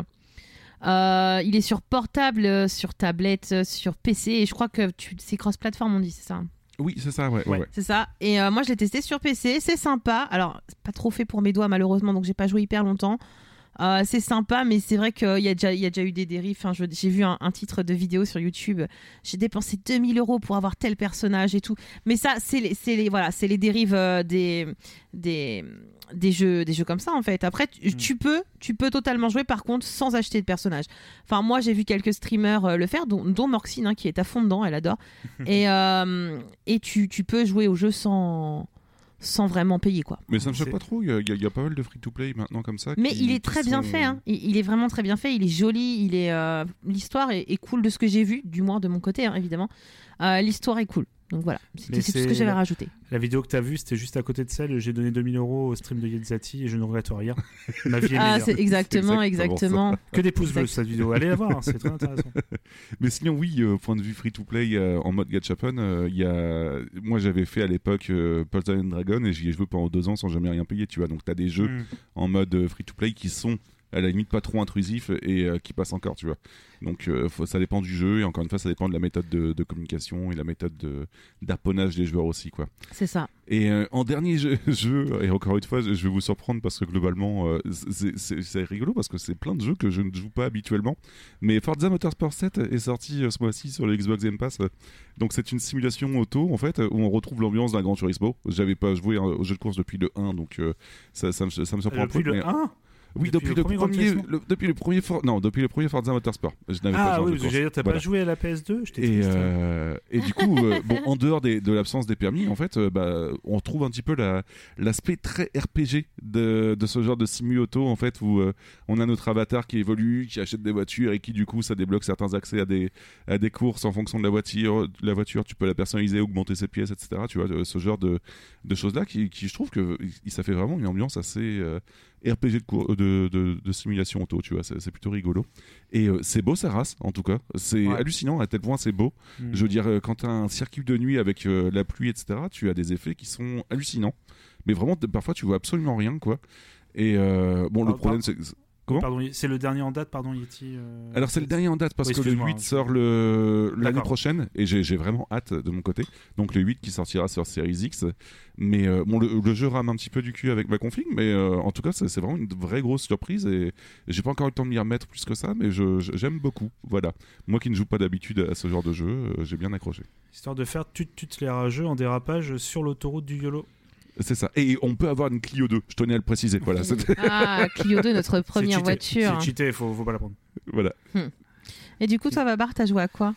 Euh, il est sur portable, euh, sur tablette, euh, sur P C, et je crois que tu... c'est cross-platform, on dit, c'est ça? Oui, c'est ça, ouais, ouais, Ouais. ouais. C'est ça. Et euh, moi, je l'ai testé sur P C. C'est sympa. Alors, c'est pas trop fait pour mes doigts, malheureusement, donc j'ai pas joué hyper longtemps. Euh, c'est sympa, mais c'est vrai qu'il y a déjà, il y a déjà eu des dérives. Enfin, je- j'ai vu un, un titre de vidéo sur YouTube. J'ai dépensé deux mille euros pour avoir tel personnage et tout. Mais ça, c'est les, c'est les, voilà, c'est les dérives euh, des, des, des, jeux, des jeux comme ça, en fait. Après, tu, Mm. tu peux, tu peux totalement jouer, par contre, sans acheter de personnage. Enfin, moi, j'ai vu quelques streamers euh, le faire, dont, dont Morxine, hein, qui est à fond dedans, elle adore. et euh, et tu, tu peux jouer au jeu sans, sans vraiment payer, quoi. Mais ça me choque C'est- pas trop. Il y, a- il y a- il y a pas mal de free-to-play maintenant comme ça. Mais qui- il est qui très bien sont- fait, hein. il, il est vraiment très bien fait, il est joli, il est euh, l'histoire est, est cool de ce que j'ai vu, du moins de mon côté, hein, évidemment. Euh, l'histoire est cool, donc voilà, c'était Mais c'est tout ce c'est- que j'avais rajouté. La vidéo que t'as vue, c'était juste à côté de celle. J'ai donné deux mille euros au stream de Yetzati et je ne regrette rien. Ma vie est Ah, meilleure. c'est exactement, C'est exactement exactement. Que des pouces bleus, Exact. cette vidéo. Allez la voir, hein, c'est très intéressant. Mais sinon, oui, euh, point de vue free-to-play euh, en mode Gachapon, euh, il y a... moi j'avais fait à l'époque euh, Puzzle and Dragon et j'y ai joué pendant deux ans sans jamais rien payer, tu vois. Donc t'as des jeux Mm. en mode euh, free-to-play qui sont à la limite pas trop intrusifs et euh, qui passent encore, tu vois. Donc euh, faut- ça dépend du jeu et encore une fois ça dépend de la méthode de, de communication et la méthode de, d'apponnage des joueurs aussi, quoi. C'est ça. Et euh, en dernier jeu, jeu, et encore une fois, je je vais vous surprendre parce que globalement, euh, c'est- c'est c'est rigolo parce que c'est plein de jeux que je ne joue pas habituellement. Mais Forza Motorsport sept est sorti euh, ce mois-ci sur le Xbox Game Pass. Donc c'est une simulation auto en fait où on retrouve l'ambiance d'un Gran Turismo. J'avais pas joué hein, au jeu de course depuis le un, donc euh, ça, ça, me, ça me surprend un peu. Depuis le mais- un Oui, Depuis depuis, le le premier premier, Gran Turismo le- depuis le premier, For- non, depuis le premier Forza Motorsport. Je n'avais pas Ah joué au oui, jeu de parce que course. j'allais dire, t'as Voilà. pas joué à la P S deux? J'étais Et, triste. euh, et du coup, euh, bon, en dehors des- de l'absence des permis, en fait, euh, bah, on retrouve un petit peu la- l'aspect très R P G de, de ce genre de simu-auto, en fait, où euh, on a notre avatar qui évolue, qui achète des voitures et qui, du coup, ça débloque certains accès à des, à des courses en fonction de la voiture. De la voiture, tu peux la personnaliser, augmenter ses pièces, et cetera. Tu vois, euh, ce genre de, de choses-là qui, qui, je trouve que il- ça fait vraiment une ambiance assez euh, R P G de, cour- de, de, de simulation auto, tu vois, c'est c'est plutôt rigolo. Et euh, c'est beau, sa race, en tout cas. C'est Ouais. hallucinant à tel point c'est beau. Mm. Je veux dire, euh, quand tu as un circuit de nuit avec euh, la pluie, et cetera, tu as des effets qui sont hallucinants. Mais vraiment, t- parfois, tu vois absolument rien, quoi. Et euh, bon, le Ah, problème, par- c'est. Comment Pardon, c'est le dernier en date, pardon, Yeti. euh, Alors, c'est le dernier en date parce Oui, que le excuse-moi, huit hein. sort le... l'année D'accord. prochaine et j'ai j'ai vraiment hâte de mon côté. Donc, le huit qui sortira sur Series X. Mais euh, bon, le, le jeu rame un petit peu du cul avec ma config, mais euh, en tout cas, c'est c'est vraiment une vraie grosse surprise et j'ai pas encore eu le temps de m'y remettre plus que ça, mais je- je- j'aime beaucoup. Voilà. Moi qui ne joue pas d'habitude à ce genre de jeu, euh, j'ai bien accroché. Histoire de faire tut-tut les rageux en dérapage sur l'autoroute du YOLO. C'est ça. Et on peut avoir une Clio deux, je tenais à le préciser. Voilà. c'était- Ah, Clio deux, notre première C'est cheaté. voiture. C'est cheaté, faut, faut pas la prendre. voilà. Et du coup, toi, Babar, t'as joué à quoi?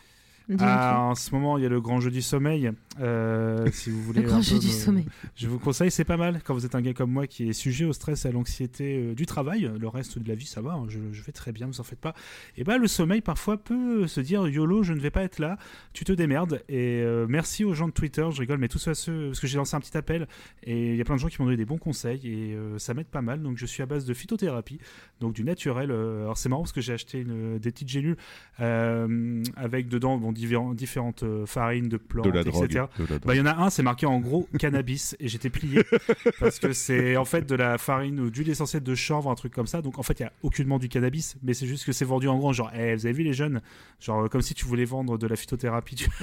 Ah, en ce moment, il y a le grand jeu du sommeil. Euh, si vous voulez le grand jeu me... du sommeil. Je vous conseille, c'est pas mal. Quand vous êtes un gars comme moi qui est sujet au stress et à l'anxiété euh, du travail, le reste de la vie, ça va. Hein, je, je vais très bien, vous en faites pas. Et bah, le sommeil, parfois, peut se dire YOLO, je ne vais pas être là. Tu te démerdes. Et euh, merci aux gens de Twitter. Je rigole, mais tous ceux parce que j'ai lancé un petit appel et il y a plein de gens qui m'ont donné des bons conseils et euh, ça m'aide pas mal. Donc, je suis à base de phytothérapie, donc du naturel. Euh, alors, c'est marrant parce que j'ai acheté une, des petites gélules euh, avec dedans bon, différents, différentes euh, farines de plantes, de la et cetera. drogue, de la drogue. Bah, il y en a un, c'est marqué en gros cannabis et j'étais plié parce que c'est en fait de la farine ou d'huile essentielle de chanvre, un truc comme ça. Donc en fait, il y a aucunement du cannabis, mais c'est juste que c'est vendu en gros. Genre, hey, vous avez vu les jeunes, genre comme si tu voulais vendre de la phytothérapie. Tu...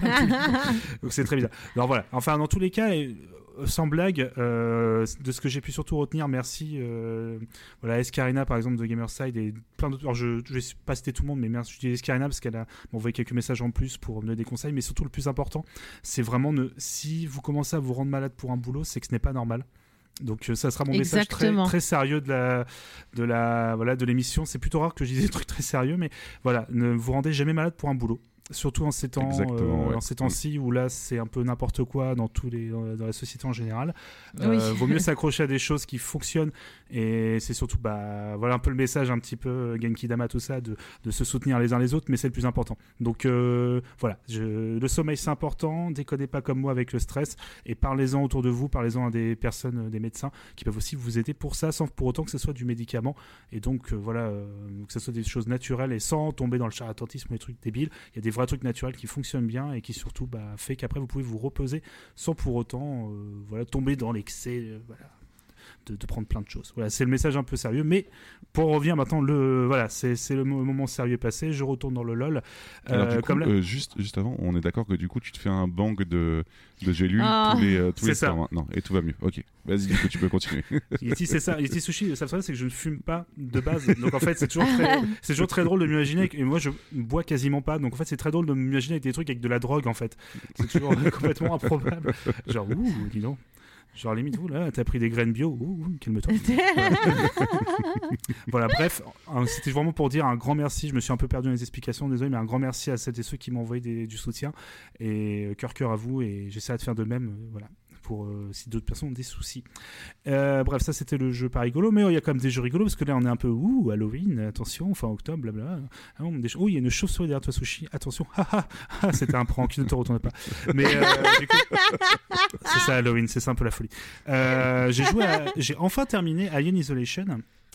Donc c'est très bizarre. Alors voilà. Enfin, dans tous les cas. Et... sans blague, euh, de ce que j'ai pu surtout retenir, merci euh, voilà, Escarina par exemple de Gamerside et plein d'autres. Alors je, je vais pas citer tout le monde, mais merci, je dis Escarina parce qu'elle a m'envoyé quelques messages en plus pour me donner des conseils, mais surtout le plus important, c'est vraiment ne, si vous commencez à vous rendre malade pour un boulot, c'est que ce n'est pas normal. Donc ça sera mon Exactement. message très, très sérieux de la de la voilà de l'émission. C'est plutôt rare que je dise des trucs très sérieux, mais voilà, ne vous rendez jamais malade pour un boulot. Surtout en ces temps, euh, ouais. en ces temps-ci où là c'est un peu n'importe quoi dans tous les dans, dans la société en général. Euh, Oui. Vaut mieux s'accrocher à des choses qui fonctionnent et c'est surtout bah voilà un peu le message un petit peu Genki Dama tout ça de, de se soutenir les uns les autres, mais c'est le plus important. Donc euh, voilà, je, le sommeil c'est important. Déconnez pas comme moi avec le stress et parlez-en autour de vous, parlez-en à des personnes, des médecins qui peuvent aussi vous aider pour ça, sans pour autant que ce soit du médicament. Et donc euh, voilà, euh, que ce soit des choses naturelles et sans tomber dans le charlatanisme ou les trucs débiles. Il y a des vrais trucs naturels qui fonctionnent bien et qui surtout bah, fait qu'après vous pouvez vous reposer sans pour autant euh, voilà, tomber dans l'excès euh, voilà, de, de prendre plein de choses. Voilà, c'est le message un peu sérieux, mais pour revenir maintenant, le, voilà, c'est, c'est le moment sérieux passé, je retourne dans le LOL. Alors, Euh, du coup, comme là... euh, juste, juste avant, on est d'accord que du coup tu te fais un bang de, de gélules Oh. tous les, euh, tous C'est les ça. soirs maintenant et tout va mieux. Ok, vas-y, du coup tu peux continuer. Yeti, c'est ça. Yeti Sushi, ça c'est que je ne fume pas de base. Donc en fait, c'est toujours très, c'est toujours très drôle de m'imaginer. Et moi, je bois quasiment pas. Donc en fait, c'est très drôle de m'imaginer avec des trucs avec de la drogue en fait. C'est toujours complètement improbable. Genre, ouh, dis donc. Genre, limite, vous là, t'as pris des graines bio. Ouh, ouh, calme-toi. Voilà, bref, hein, c'était vraiment pour dire un grand merci. Je me suis un peu perdu dans les explications, désolé, mais un grand merci à celles et ceux qui m'ont envoyé des, du soutien. Et euh, cœur, cœur à vous. Et j'essaierai de faire de même. Euh, voilà. Pour euh, si d'autres personnes ont des soucis. Euh, bref, ça c'était le jeu pas rigolo, mais il oh, y a quand même des jeux rigolos parce que là on est un peu ouh Halloween, attention, fin octobre, blablabla. Ah, bon, des... Oh, il y a une chauve-souris derrière toi, Sushi, attention, c'était un prank, ne te retourne pas. Mais euh, du coup, c'est ça Halloween, c'est ça un peu la folie. Euh, j'ai joué, à... j'ai enfin terminé Alien Isolation.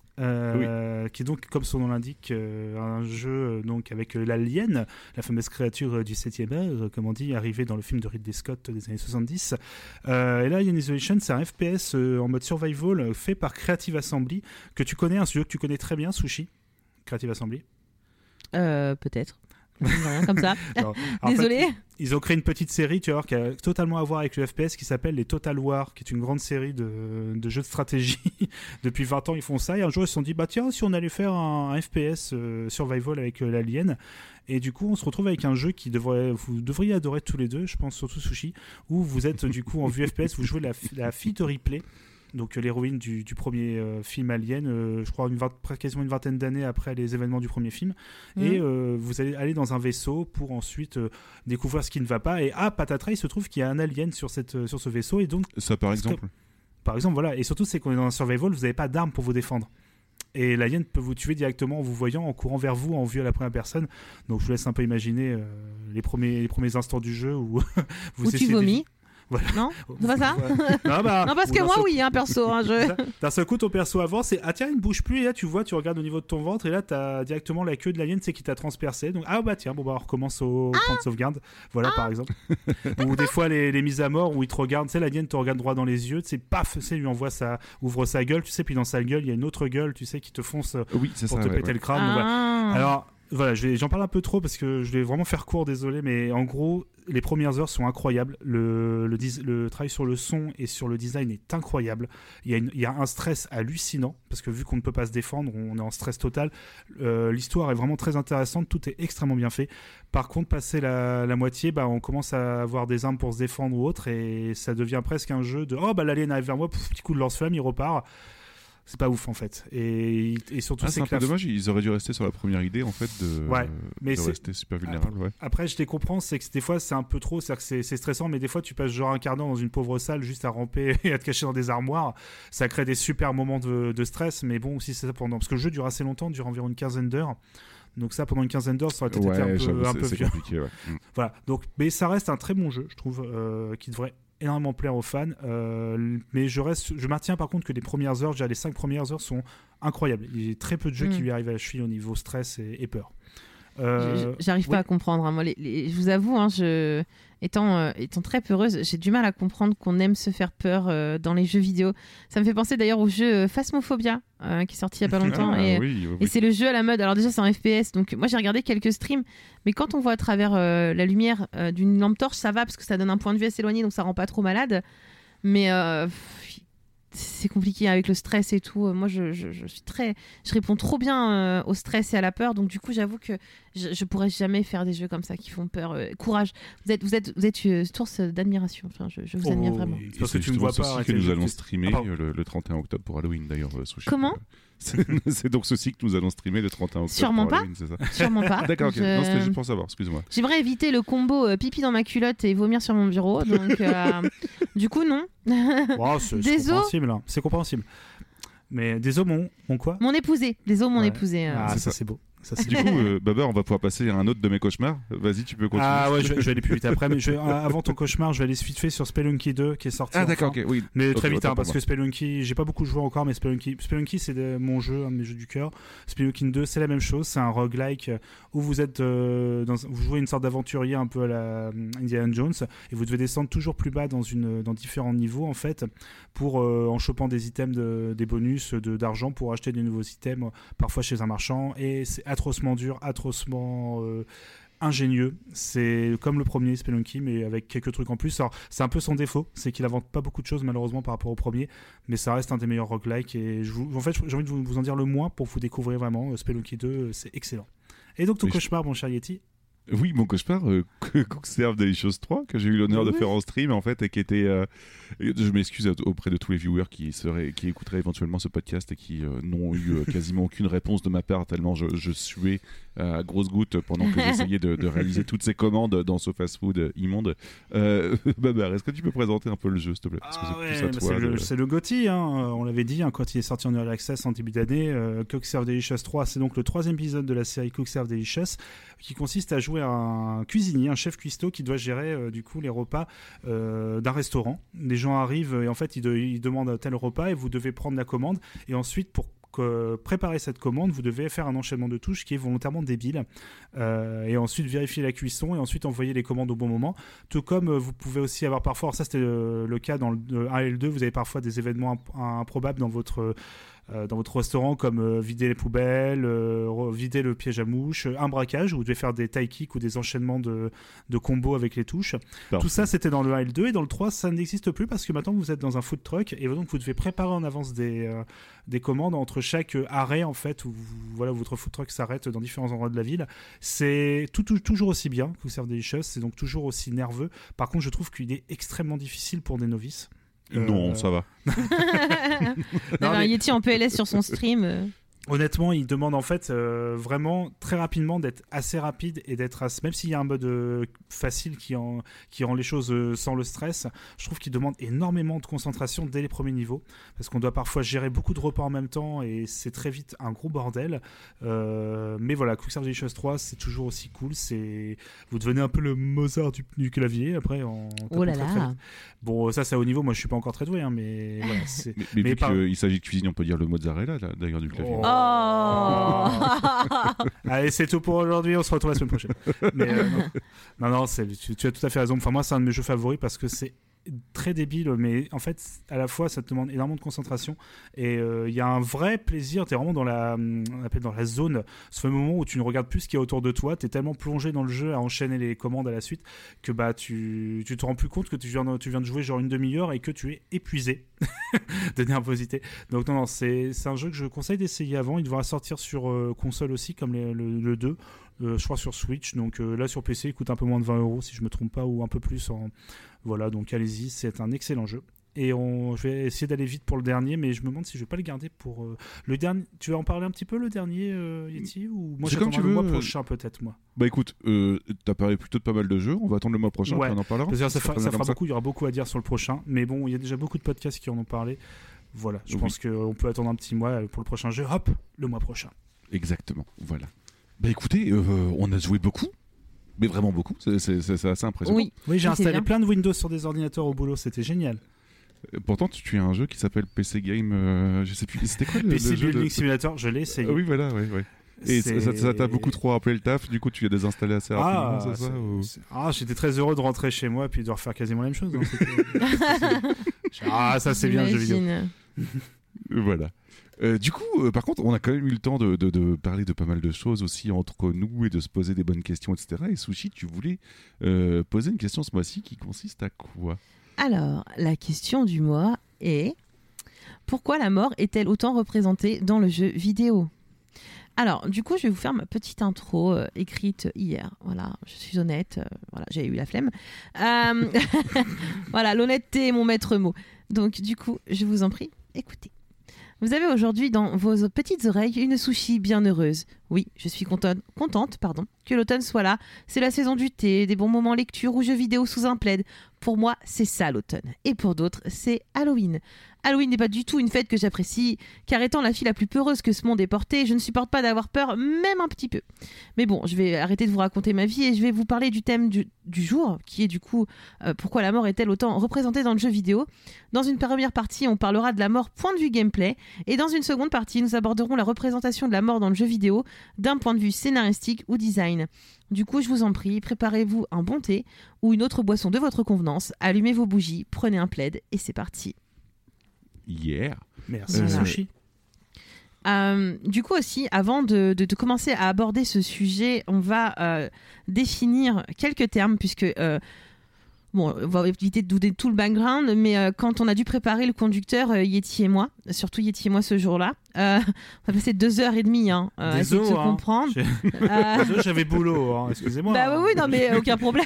Euh, oui. Qui est donc, comme son nom l'indique, euh, un jeu euh, donc avec euh, l'alien, la fameuse créature euh, du septième art, euh, comme on dit, arrivée dans le film de Ridley Scott des années soixante-dix. Euh, et là, Alien Isolation, c'est un F P S euh, en mode survival euh, fait par Creative Assembly, que tu connais, un studio que tu connais très bien, Sushi. Creative Assembly. Euh, peut-être. Rien comme ça. Alors, Désolé. En fait, ils ont créé une petite série, tu vois, qui a totalement à voir avec le F P S, qui s'appelle les Total War, qui est une grande série de, de jeux de stratégie. Depuis vingt ans, ils font ça. Et un jour, ils se sont dit, bah tiens, si on allait faire un, un F P S euh, survival avec euh, l'Alien. Et du coup, on se retrouve avec un jeu qui devrait, vous devriez adorer tous les deux, je pense surtout Sushi, où vous êtes du coup en vue F P S, vous jouez la, la fille de Ripley. Donc euh, l'héroïne du, du premier euh, film Alien, euh, je crois une vingt, quasiment une vingtaine d'années après les événements du premier film, mmh. et euh, vous allez aller dans un vaisseau pour ensuite euh, découvrir ce qui ne va pas, et ah patatras, il se trouve qu'il y a un alien sur, cette, euh, sur ce vaisseau, et donc... Ça par exemple Par exemple, voilà, et surtout c'est qu'on est dans un survival, vous n'avez pas d'armes pour vous défendre. Et l'alien peut vous tuer directement en vous voyant, en courant vers vous, en vue à la première personne. Donc je vous laisse un peu imaginer euh, les, premiers, les premiers instants du jeu où vous où tu vomis. Voilà. Non, c'est pas ça. non, bah, non, parce que moi, seul... oui, hein, perso. Hein, je... D'un seul coup, ton perso avance et ah tiens, il ne bouge plus. Et là, tu vois, tu regardes au niveau de ton ventre et là, tu as directement la queue de l'alien, c'est qui t'a transpercé. Donc, ah bah tiens, bon, bah, on recommence au ah point de sauvegarde. Voilà, ah par exemple. Ou des fois, les, les mises à mort où il te regarde, tu sais, l'alien te regarde droit dans les yeux, tu sais, paf, tu sais, lui envoie sa, ouvre sa gueule, tu sais, puis dans sa gueule, il y a une autre gueule, tu sais, qui te fonce oui, c'est pour ça, te ouais, péter ouais. le crâne. Ah. Donc, voilà. Alors, voilà, je vais, j'en parle un peu trop parce que je vais vraiment faire court, désolé, mais en gros, les premières heures sont incroyables. Le, le, le travail sur le son et sur le design est incroyable. Il y a, une, il y a un stress hallucinant parce que vu qu'on ne peut pas se défendre, on est en stress total. Euh, l'histoire est vraiment très intéressante, tout est extrêmement bien fait. Par contre, passer la, la moitié, bah, on commence à avoir des armes pour se défendre ou autre et ça devient presque un jeu de « Oh, bah l'alien arrive vers moi, pouf, petit coup de lance-flamme, il repart ». c'est pas ouf en fait. Et, et surtout, Ah, c'est c'est un que peu la- dommage, ils auraient dû rester sur la première idée en fait de, Ouais, mais de c'est- rester super vulnérable. Ouais. Après, je les comprends, c'est que des fois c'est un peu trop, c'est-à-dire que c'est, c'est stressant, mais des fois tu passes genre un quart d'heure dans une pauvre salle juste à ramper et à te cacher dans des armoires. Ça crée des super moments de, de stress, mais bon, si c'est ça pendant. Parce que le jeu dure assez longtemps, dure environ une quinzaine d'heures. Donc ça, pendant une quinzaine d'heures, ça aurait peut-être été un Ouais, j'avoue, peu, un c'est, peu c'est violent. compliqué. Ouais. Mm. Voilà. Donc, mais ça reste un très bon jeu, je trouve, euh, qui devrait énormément plaire aux fans. Euh, mais je reste, je maintiens par contre que les premières heures, déjà les cinq premières heures sont incroyables. Il y a très peu de jeux Mm. qui lui arrivent à la cheville au niveau stress et, et peur. Je- Euh, je- J'arrive oui. pas à comprendre. hein. Moi, les- les- je vous avoue, hein, je... étant, euh, étant très peureuse, j'ai du mal à comprendre qu'on aime se faire peur euh, dans les jeux vidéo. Ça me fait penser d'ailleurs au jeu euh, Phasmophobia, euh, qui est sorti il y a pas longtemps. Ah, et oui, oui, et oui. c'est le jeu à la mode. Alors déjà, c'est en F P S. Donc moi, j'ai regardé quelques streams. Mais quand on voit à travers euh, la lumière euh, d'une lampe torche, ça va parce que ça donne un point de vue assez éloigné, donc ça rend pas trop malade. Mais euh, pff, c'est compliqué avec le stress et tout. Euh, Moi, je, je, je suis très, je réponds trop bien euh, au stress et à la peur. Donc du coup, j'avoue que je, je pourrais jamais faire des jeux comme ça qui font peur. Euh, courage. Vous êtes, vous êtes, vous êtes une source d'admiration. Enfin, je, je vous Oh, admire vraiment. oui. Et Parce que c'est tu ne vois justement pas ceci arrêter que le nous jeu. allons Tu- streamer Ah, pardon. euh, le, le trente et un octobre pour Halloween d'ailleurs. euh, Sushi. Comment c'est, c'est donc ceci que nous allons streamer le trente et un octobre Sûrement pour pas. Halloween, c'est ça Sûrement pas. D'accord, ok. Je- Non, c'était juste pour savoir, excuse-moi. J'aimerais éviter le combo euh, pipi dans ma culotte et vomir sur mon bureau. Donc, euh, du coup, non. Oh, c'est, c'est Des os compréhensible. hein. C'est compréhensible. Mais des os, mon, mon quoi Mon épousé. Les os, mon Ouais. épousé. euh. Ah, c'est ça, ça. c'est beau. Ça, c'est Du coup, euh, Babar, on va pouvoir passer à un autre de mes cauchemars. Vas-y, tu peux continuer. Ah ouais, je vais, je vais aller plus vite après, mais je vais- avant ton cauchemar, je vais aller vite fait sur Spelunky deux qui est sorti. Ah, d'accord, enfin. ok, oui. Mais Ok, très vite, autant hein, pour parce moi. que Spelunky, j'ai pas beaucoup joué encore, mais Spelunky, Spelunky c'est de- mon jeu, un de mes jeux du cœur. Spelunky deux, c'est la même chose, c'est un roguelike euh, où vous êtes euh, dans, vous jouez une sorte d'aventurier un peu à la euh, Indiana Jones et vous devez descendre toujours plus bas dans une dans différents niveaux en fait pour euh, en chopant des items de, des bonus de d'argent pour acheter des nouveaux items euh, parfois chez un marchand et c'est atrocement dur, atrocement euh, ingénieux. C'est comme le premier Spelunky, mais avec quelques trucs en plus. Alors, c'est un peu son défaut, c'est qu'il invente pas beaucoup de choses malheureusement par rapport au premier, mais ça reste un des meilleurs roguelikes. Et je vous, en fait, j'ai envie de vous, vous en dire le moins pour vous découvrir vraiment. Spelunky deux, euh, c'est excellent. Et donc ton Oui, je- cauchemar, mon cher Yeti. Oui, mon cauchemar, euh, Cook Serve Delicious trois, que j'ai eu l'honneur de Oui. faire en stream, en fait, et qui était... euh, je m'excuse auprès de tous les viewers qui, seraient, qui écouteraient éventuellement ce podcast et qui euh, n'ont eu euh, quasiment aucune réponse de ma part, tellement je, je suais euh, à grosses gouttes pendant que j'essayais de, de réaliser toutes ces commandes dans ce fast-food immonde. Euh, Babar, est-ce que tu peux présenter un peu le jeu, s'il te plaît? Parce que Ah c'est ouais, plus à bah toi. c'est, le, de- c'est le G O T Y, hein, on l'avait dit hein, quand il est sorti en Early Access en début d'année. Euh, Cook Serve Delicious trois, c'est donc le troisième épisode de la série Cook Serve Delicious qui consiste à jouer à un cuisinier, un chef cuistot qui doit gérer euh, du coup les repas euh, d'un restaurant. Les gens arrivent et en fait ils, de- ils demandent tel repas et vous devez prendre la commande et ensuite pour que- préparer cette commande, vous devez faire un enchaînement de touches qui est volontairement débile euh, et ensuite vérifier la cuisson et ensuite envoyer les commandes au bon moment. Tout comme euh, vous pouvez aussi avoir parfois, alors ça c'était euh, le cas dans le euh, un et le deux, vous avez parfois des événements imp- improbables dans votre euh, dans votre restaurant comme euh, vider les poubelles, euh, re- vider le piège à mouche, un braquage où vous devez faire des tie kicks ou des enchaînements de, de combos avec les touches. Parfait. Tout ça c'était dans le un et le deux et dans le trois ça n'existe plus parce que maintenant vous êtes dans un food truck et donc vous devez préparer en avance des, euh, des commandes entre chaque euh, arrêt en fait où vous- voilà, votre food truck s'arrête dans différents endroits de la ville. C'est tout, tout- toujours aussi bien que Serve Delicious, c'est donc toujours aussi nerveux. Par contre je trouve qu'il est extrêmement difficile pour des novices. Non, Euh, ça va. Il y avait un mais- Yeti en P L S sur son stream. euh. Honnêtement, il demande en fait euh, vraiment très rapidement d'être assez rapide et d'être assez... même s'il y a un mode euh, facile qui, en... qui rend les choses euh, sans le stress, je trouve qu'il demande énormément de concentration dès les premiers niveaux parce qu'on doit parfois gérer beaucoup de repas en même temps et c'est très vite un gros bordel. Euh, mais voilà, Cook Serve Delicious trois, c'est toujours aussi cool. C'est vous devenez un peu le Mozart du, du clavier après. En... Oh là très, très là. vite. Bon, ça c'est au niveau. Moi, je suis pas encore très doué, hein, mais voilà. C'est... Mais, mais Mais vu par- qu'il s'agit de cuisine, on peut dire le mozzarella, là, d'ailleurs, du clavier. Oh. Oh Allez, c'est tout pour aujourd'hui. On se retrouve la semaine prochaine. Mais, euh, non, non, non, c'est, tu, tu as tout à fait raison. Enfin, moi, c'est un de mes jeux favoris parce que c'est très débile, mais en fait, à la fois, ça te demande énormément de concentration et il euh, y a un vrai plaisir. T'es vraiment dans la, on appelle dans la zone. Ce moment où tu ne regardes plus ce qu'il y a autour de toi. T'es tellement plongé dans le jeu à enchaîner les commandes à la suite que bah tu, tu te rends plus compte que tu viens, de, tu viens de jouer genre une demi-heure et que tu es épuisé de nervosité. Donc non, non, c'est, c'est un jeu que je conseille d'essayer avant. Il devra sortir sur euh, console aussi, comme les- le, le deux. Euh, je crois sur Switch. Donc euh, là, sur P C, il coûte un peu moins de vingt euros, si je me trompe pas, ou un peu plus. En... Voilà, donc allez-y, c'est un excellent jeu. Et on, je vais essayer d'aller vite pour le dernier, mais je me demande si je vais pas le garder pour euh, le dernier. Tu vas en parler un petit peu le dernier, euh, Yeti, ou moi C'est comme j'attends tu le veux. mois prochain peut-être moi. Bah écoute, euh, t'as parlé plutôt de pas mal de jeux, on va attendre le mois prochain, Ouais. puis on en parlera. Parce que ça, Ça fera, fait ça comme fera ça. beaucoup, il y aura beaucoup à dire sur le prochain, mais bon, il y a déjà beaucoup de podcasts qui en ont parlé. Voilà, je Oui. pense qu'on peut attendre un petit mois pour le prochain jeu. Hop, le mois prochain. Exactement, voilà. Bah écoutez, euh, on a joué beaucoup, mais vraiment beaucoup, c'est, c'est, c'est, c'est assez impressionnant. Oui. Oui, j'ai Oui, c'est installé bien. plein de Windows sur des ordinateurs au boulot, c'était génial. Euh, Pourtant, tu, tu as un jeu qui s'appelle P C Game, euh, je sais plus, c'était quoi le, P le C jeu de... Building Simulator, je l'ai essayé. Ah oui, voilà, ouais, ouais. Et C'est- ça, ça t'a beaucoup trop rappelé le taf, du coup tu l'as désinstallé assez rapidement, Ah, c'est ça c'est- ou... c'est- ah, j'étais très heureux de rentrer chez moi et puis de refaire quasiment la même chose. hein, c'était- c'était- ah, ça c'est bien le jeu vidéo. J'imagine. Euh, Voilà. Euh, du coup, euh, par contre, on a quand même eu le temps de, de, de parler de pas mal de choses aussi entre nous et de se poser des bonnes questions, et cetera. Et Sushi, tu voulais euh, poser une question ce mois-ci qui consiste à quoi? Alors, la question du mois est pourquoi la mort est-elle autant représentée dans le jeu vidéo? Alors, du coup, je vais vous faire ma petite intro euh, écrite hier. Voilà, je suis honnête. euh, voilà, j'ai eu la flemme. Euh, voilà, l'honnêteté est mon maître mot. Donc, du coup, je vous en prie, écoutez. Vous avez aujourd'hui dans vos petites oreilles une Sushi bien heureuse. Oui, je suis contente, contente pardon, que l'automne soit là. C'est la saison du thé, des bons moments lecture ou jeux vidéo sous un plaid. Pour moi, c'est ça l'automne. Et pour d'autres, c'est Halloween. Halloween n'est pas du tout une fête que j'apprécie, car étant la fille la plus peureuse que ce monde ait portée, je ne supporte pas d'avoir peur, même un petit peu. Mais bon, je vais arrêter de vous raconter ma vie et je vais vous parler du thème du, du jour, qui est du coup euh, pourquoi la mort est-elle autant représentée dans le jeu vidéo. Dans une première partie, on parlera de la mort point de vue gameplay, et dans une seconde partie, nous aborderons la représentation de la mort dans le jeu vidéo d'un point de vue scénaristique ou design. Du coup, je vous en prie, préparez-vous un bon thé ou une autre boisson de votre convenance, allumez vos bougies, prenez un plaid et c'est parti. Yeah. Merci, Euh, Sushi. Euh, du coup aussi, avant de, de- de commencer à aborder ce sujet, on va euh, définir quelques termes puisque euh, bon, on va éviter de donner tout le background, mais euh, quand on a dû préparer le conducteur euh, Yeti et moi, surtout Yeti et moi ce jour-là, euh, on a passé deux heures et demie hein, euh, à essayer de se Désolé, hein. comprendre. J'ai- Euh, Désolé, J'avais boulot, hein, excusez-moi. Bah oui, oui, non, mais aucun problème.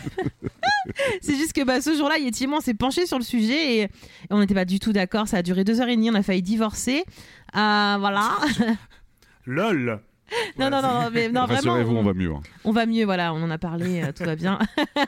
C'est juste que bah, ce jour-là, Yeti et moi, on s'est penché sur le sujet et, et on n'était pas du tout d'accord. Ça a duré deux heures et demie, on a failli divorcer. Euh, voilà. LOL. non, non, non, mais non, vraiment. Rassurez-vous, on, on va mieux. hein. on va mieux, voilà, on en a parlé, euh, tout va bien.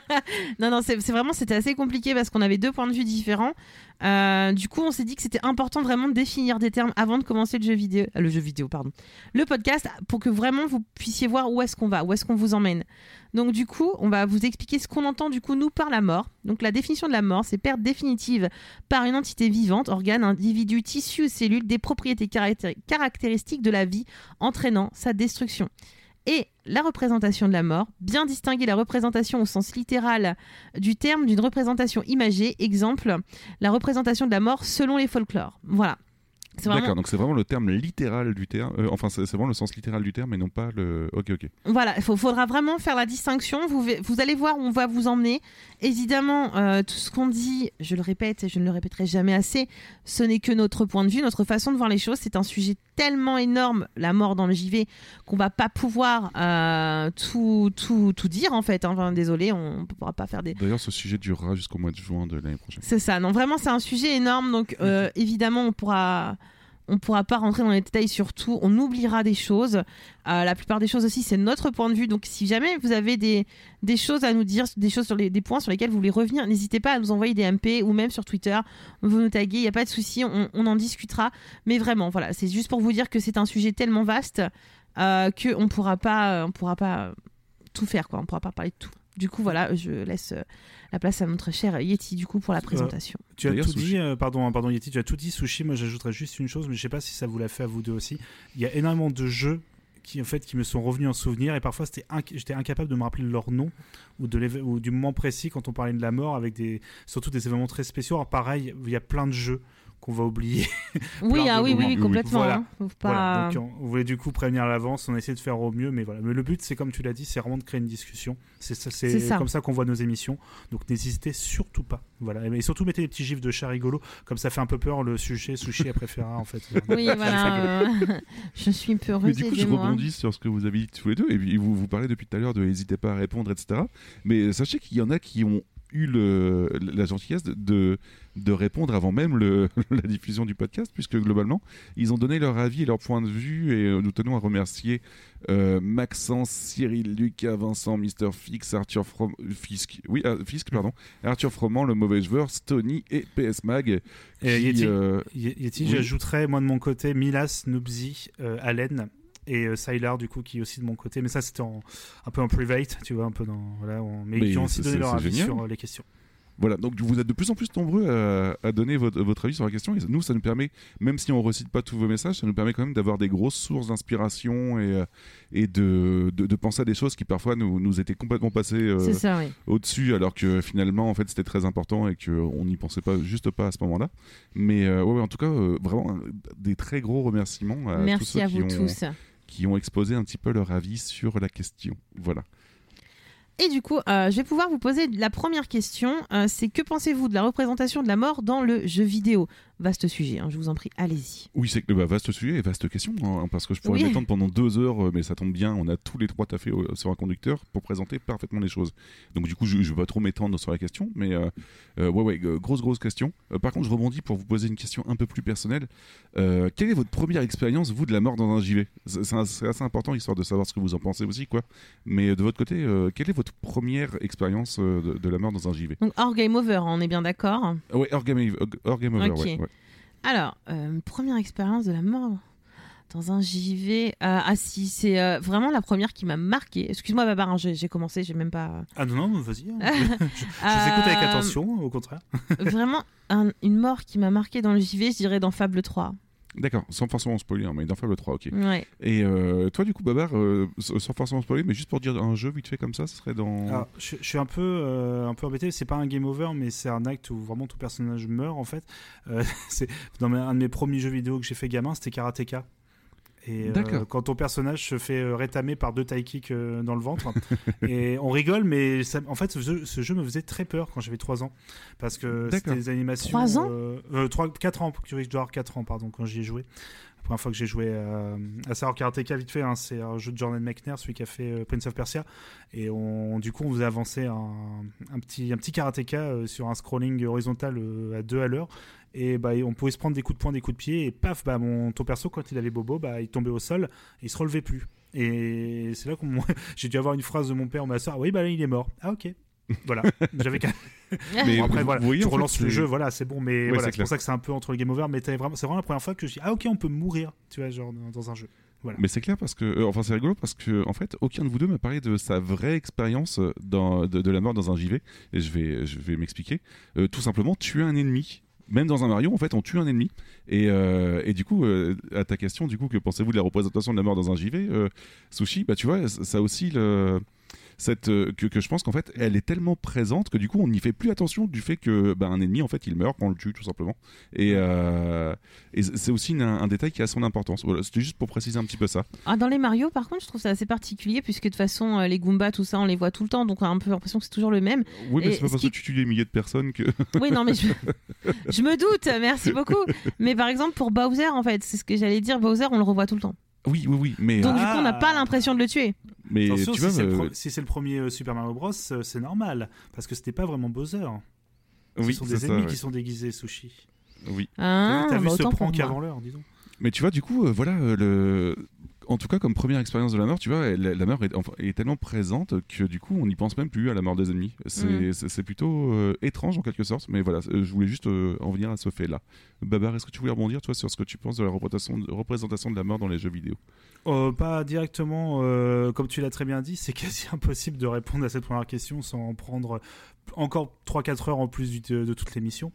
non, non, c'est c'est vraiment, c'était assez compliqué parce qu'on avait deux points de vue différents. Euh, du coup, on s'est dit que c'était important vraiment de définir des termes avant de commencer le jeu vidéo, euh, le jeu vidéo, pardon, le podcast, pour que vraiment vous puissiez voir où est-ce qu'on va, où est-ce qu'on vous emmène. Donc du coup, on va vous expliquer ce qu'on entend du coup nous par la mort. Donc la définition de la mort, c'est perte définitive par une entité vivante, organe, individu, tissu ou cellule des propriétés caractéri- caractéristiques de la vie, entraînant sa destruction. Et la représentation de la mort, bien distinguer la représentation au sens littéral du terme d'une représentation imagée. Exemple, la représentation de la mort selon les folklores. Voilà. C'est vraiment... D'accord, donc c'est vraiment le terme littéral du terme. euh, enfin, c'est, c'est vraiment le sens littéral du terme et non pas le. Ok, ok. Voilà, il faudra vraiment faire la distinction. Vous, ve- vous allez voir où on va vous emmener. Évidemment, euh, tout ce qu'on dit, je le répète et je ne le répéterai jamais assez, ce n'est que notre point de vue, notre façon de voir les choses. C'est un sujet tellement énorme, la mort dans le J V, qu'on va pas pouvoir euh, tout, tout, tout dire en fait. hein. Enfin, désolé, on ne pourra pas faire des... D'ailleurs, ce sujet durera jusqu'au mois de juin de l'année prochaine. C'est ça, non, vraiment, c'est un sujet énorme. Donc, euh, évidemment, on pourra... On pourra pas rentrer dans les détails sur tout, on oubliera des choses. Euh, la plupart des choses aussi, c'est notre point de vue. Donc, si jamais vous avez des, des choses à nous dire, des choses sur les, des points sur lesquels vous voulez revenir, n'hésitez pas à nous envoyer des M P ou même sur Twitter. Vous nous taguez, il n'y a pas de souci, on, on en discutera. Mais vraiment, voilà, c'est juste pour vous dire que c'est un sujet tellement vaste euh, qu'on ne pourra pas, on pourra pas tout faire, quoi. On ne pourra pas parler de tout. Du coup, voilà, je laisse euh, la place à notre cher Yeti, du coup, pour la présentation. Tu as D'ailleurs, tout Sushi- dit, euh, pardon, pardon Yeti, tu as tout dit, Sushi. Moi, j'ajouterais juste une chose, mais je sais pas si ça vous l'a fait à vous deux aussi. Il y a énormément de jeux qui, en fait, qui me sont revenus en souvenir et parfois, c'était inc- j'étais incapable de me rappeler leur nom ou, de l'éve- ou du moment précis quand on parlait de la mort, avec des, surtout des événements très spéciaux. Alors, pareil, il y a plein de jeux qu'on va oublier. Oui, plein ah de oui, oui, moments. oui, complètement. Voilà. hein. Faut Voilà, pas... donc on, on voulait du coup prévenir à l'avance, on a essayé de faire au mieux, mais voilà. Mais le but, c'est comme tu l'as dit, c'est vraiment de créer une discussion. C'est ça, c'est, C'est ça. comme ça qu'on voit nos émissions. Donc n'hésitez surtout pas. Voilà. Et, et surtout mettez des petits gifs de chat rigolo, comme ça fait un peu peur le sujet Sushi après préférera en fait. Oui, voilà. euh, je suis Mais peureuse, du coup, je aidez-moi. rebondis sur ce que vous avez dit tous les deux, et puis vous, vous parlez depuis tout à l'heure de n'hésitez pas à répondre, et cetera. Mais sachez qu'il y en a qui ont eu le, la gentillesse de, de, de répondre avant même le, la diffusion du podcast, puisque globalement, ils ont donné leur avis et leur point de vue, et euh, nous tenons à remercier euh, Maxence, Cyril, Lucas, Vincent, Mister Fix, Arthur From... Fisk, oui, euh, Fisk, pardon, Arthur Froment, Le Mauvais Joueur, Stony et P S Mag. Et qui, Yeti, euh, Yeti oui. j'ajouterais, moi de mon côté, Milas, Noobsy, euh, Allen et euh, Sylar, du coup, qui est aussi de mon côté. Mais ça, c'était en, un peu en private, tu vois, un peu dans. Voilà, on, mais, Mais qui ont aussi c'est- donné c'est- leur c'est avis génial. sur euh, les questions. Voilà, donc vous êtes de plus en plus nombreux à, à donner votre, votre avis sur la question. Et nous, ça nous permet, même si on ne recite pas tous vos messages, ça nous permet quand même d'avoir des grosses sources d'inspiration et, euh, et de, de, de penser à des choses qui parfois nous, nous étaient complètement passées euh, C'est ça, oui. au-dessus, alors que finalement, en fait, c'était très important et qu'on n'y pensait pas, juste pas à ce moment-là. Mais euh, ouais, ouais, en tout cas, euh, vraiment euh, des très gros remerciements à tous Merci ceux à qui vous ont, tous. qui ont exposé un petit peu leur avis sur la question. Voilà. Et du coup, euh, je vais pouvoir vous poser la première question. Euh, c'est que pensez-vous de la représentation de la mort dans le jeu vidéo ? Vaste sujet, hein, je vous en prie, allez-y. Oui, c'est que bah, vaste sujet et vaste question, hein, parce que je pourrais Oui. m'étendre pendant deux heures, euh, mais ça tombe bien, on a tous les trois taffés euh, sur un conducteur pour présenter parfaitement les choses. Donc du coup, je ne vais pas trop m'étendre sur la question, mais euh, euh, ouais, ouais, euh, grosse, grosse question. Euh, par contre, je rebondis pour vous poser une question un peu plus personnelle. Euh, quelle est votre première expérience, vous, de la mort dans un J V ? C'est c'est un- c'est assez important, histoire de savoir ce que vous en pensez aussi, quoi. Mais euh, de votre côté, euh, quelle est votre première expérience euh, de, de la mort dans un J V ? Donc, hors game over, on est bien d'accord ? Ah ouais, hors game, hors game over, Ok. ouais, ouais. Alors, euh, première expérience de la mort dans un J V. Euh, ah si, c'est euh, vraiment la première qui m'a marqué. Excuse-moi, Babar, hein, j'ai j'ai commencé, j'ai même pas. Ah non, non, vas-y. hein. je je vous écoute avec Euh, attention, au contraire. Vraiment, un- une mort qui m'a marqué dans le J V, je dirais dans Fable trois. D'accord, sans forcément spoiler, hein, mais dans Fable trois, ok. Ouais. Et euh, toi, du coup, Babar, euh, sans forcément spoiler, mais juste pour dire un jeu vite fait comme ça, ce serait dans. Alors, je, je suis un peu, euh, un peu embêté. C'est pas un game over, mais c'est un acte où vraiment tout personnage meurt en fait. Euh, c'est dans mes- un de mes premiers jeux vidéo que j'ai fait gamin, c'était Karateka. Et euh, D'accord. quand ton personnage se fait euh, rétamer par deux taille kicks euh, dans le ventre, et on rigole, mais ça- en fait, ce jeu, ce jeu me faisait très peur quand j'avais trois ans, parce que D'accord. c'était des animations. Trois ans euh, euh, trois- quatre ans, je dois avoir quatre ans, pardon, quand j'y ai joué. La première fois que j'ai joué euh, à savoir Karateka, vite fait, hein, c'est un jeu de Jordan Mechner, celui qui a fait euh, Prince of Persia, et on, du coup, on faisait avancer un, un petit, un petit Karateka euh, sur un scrolling horizontal euh, à deux à l'heure. Et bah, on pouvait se prendre des coups de poing, des coups de pied, et paf, bah, mon, ton perso, quand il avait bobo, bah, il tombait au sol et il se relevait plus. Et c'est là que j'ai dû avoir une phrase de mon père ou ma soeur. Ah oui, bah là, il est mort. Ah ok. Voilà. J'avais qu'à- Mais Bon, après, vous- voilà, vous voyez, tu en fait, relances le c'est- jeu, voilà, c'est bon. Mais Ouais, voilà, c'est c'est clair. pour ça que c'est un peu entre le game over. Mais t'avais vraiment, c'est vraiment la première fois que je dis ah ok, on peut mourir, tu vois, genre dans, dans un jeu. Voilà. Mais c'est clair parce que, euh, enfin, c'est rigolo parce que, en fait, aucun de vous deux m'a parlé de sa vraie expérience euh, dans, de, de la mort dans un J V. Et je vais, je vais m'expliquer. Euh, tout simplement, tuer un ennemi. Même dans un Mario, en fait, on tue un ennemi. Et, euh, et du coup, euh, à ta question, du coup, que pensez-vous de la représentation de la mort dans un J V, euh, Sushi, bah tu vois, ça aussi le. Cette, euh, que, que je pense qu'en fait elle est tellement présente que du coup on n'y fait plus attention du fait que bah, un ennemi en fait il meurt quand on le tue tout simplement et, euh, et c'est aussi une- un détail qui a son importance. Voilà, c'était juste pour préciser un petit peu ça. Ah, dans les Mario, par contre, je trouve ça assez particulier, puisque de toute façon, euh, les Goombas, tout ça, on les voit tout le temps, donc on a un peu l'impression que c'est toujours le même. Oui, mais Et c'est pas ce parce qui- que tu tues des milliers de personnes que Oui, non, mais je, je me doute, merci beaucoup. Mais par exemple, pour Bowser, en fait, c'est ce que j'allais dire, Bowser, on le revoit tout le temps. oui oui oui mais Donc, euh, du coup, on n'a Ah. pas l'impression de le tuer. mais Attention, tu si vois c'est le, euh, pro- si c'est le premier euh, Super Mario Bros, euh, c'est normal. Parce que c'était pas vraiment Bowser. oui, Ce sont c'est des ça, ennemis ouais. qui sont déguisés, Sushi. Oui. Ah, T'as vu bah, ce autant pour prank moi. avant l'heure, dis donc. Mais tu vois, du coup, euh, voilà, euh, le... en tout cas, comme première expérience de la mort, tu vois, la, la mort est, enfin, est tellement présente que du coup, on n'y pense même plus à la mort des ennemis. C'est Mm. c'est- c'est plutôt euh, étrange en quelque sorte, mais voilà, euh, je voulais juste euh, en venir à ce fait-là. Babar, est-ce que tu voulais rebondir, toi, sur ce que tu penses de la représentation de, représentation de la mort dans les jeux vidéo ? Euh, pas directement, euh, comme tu l'as très bien dit, c'est quasi impossible de répondre à cette première question sans en prendre encore trois quatre heures en plus du- de, de toute l'émission.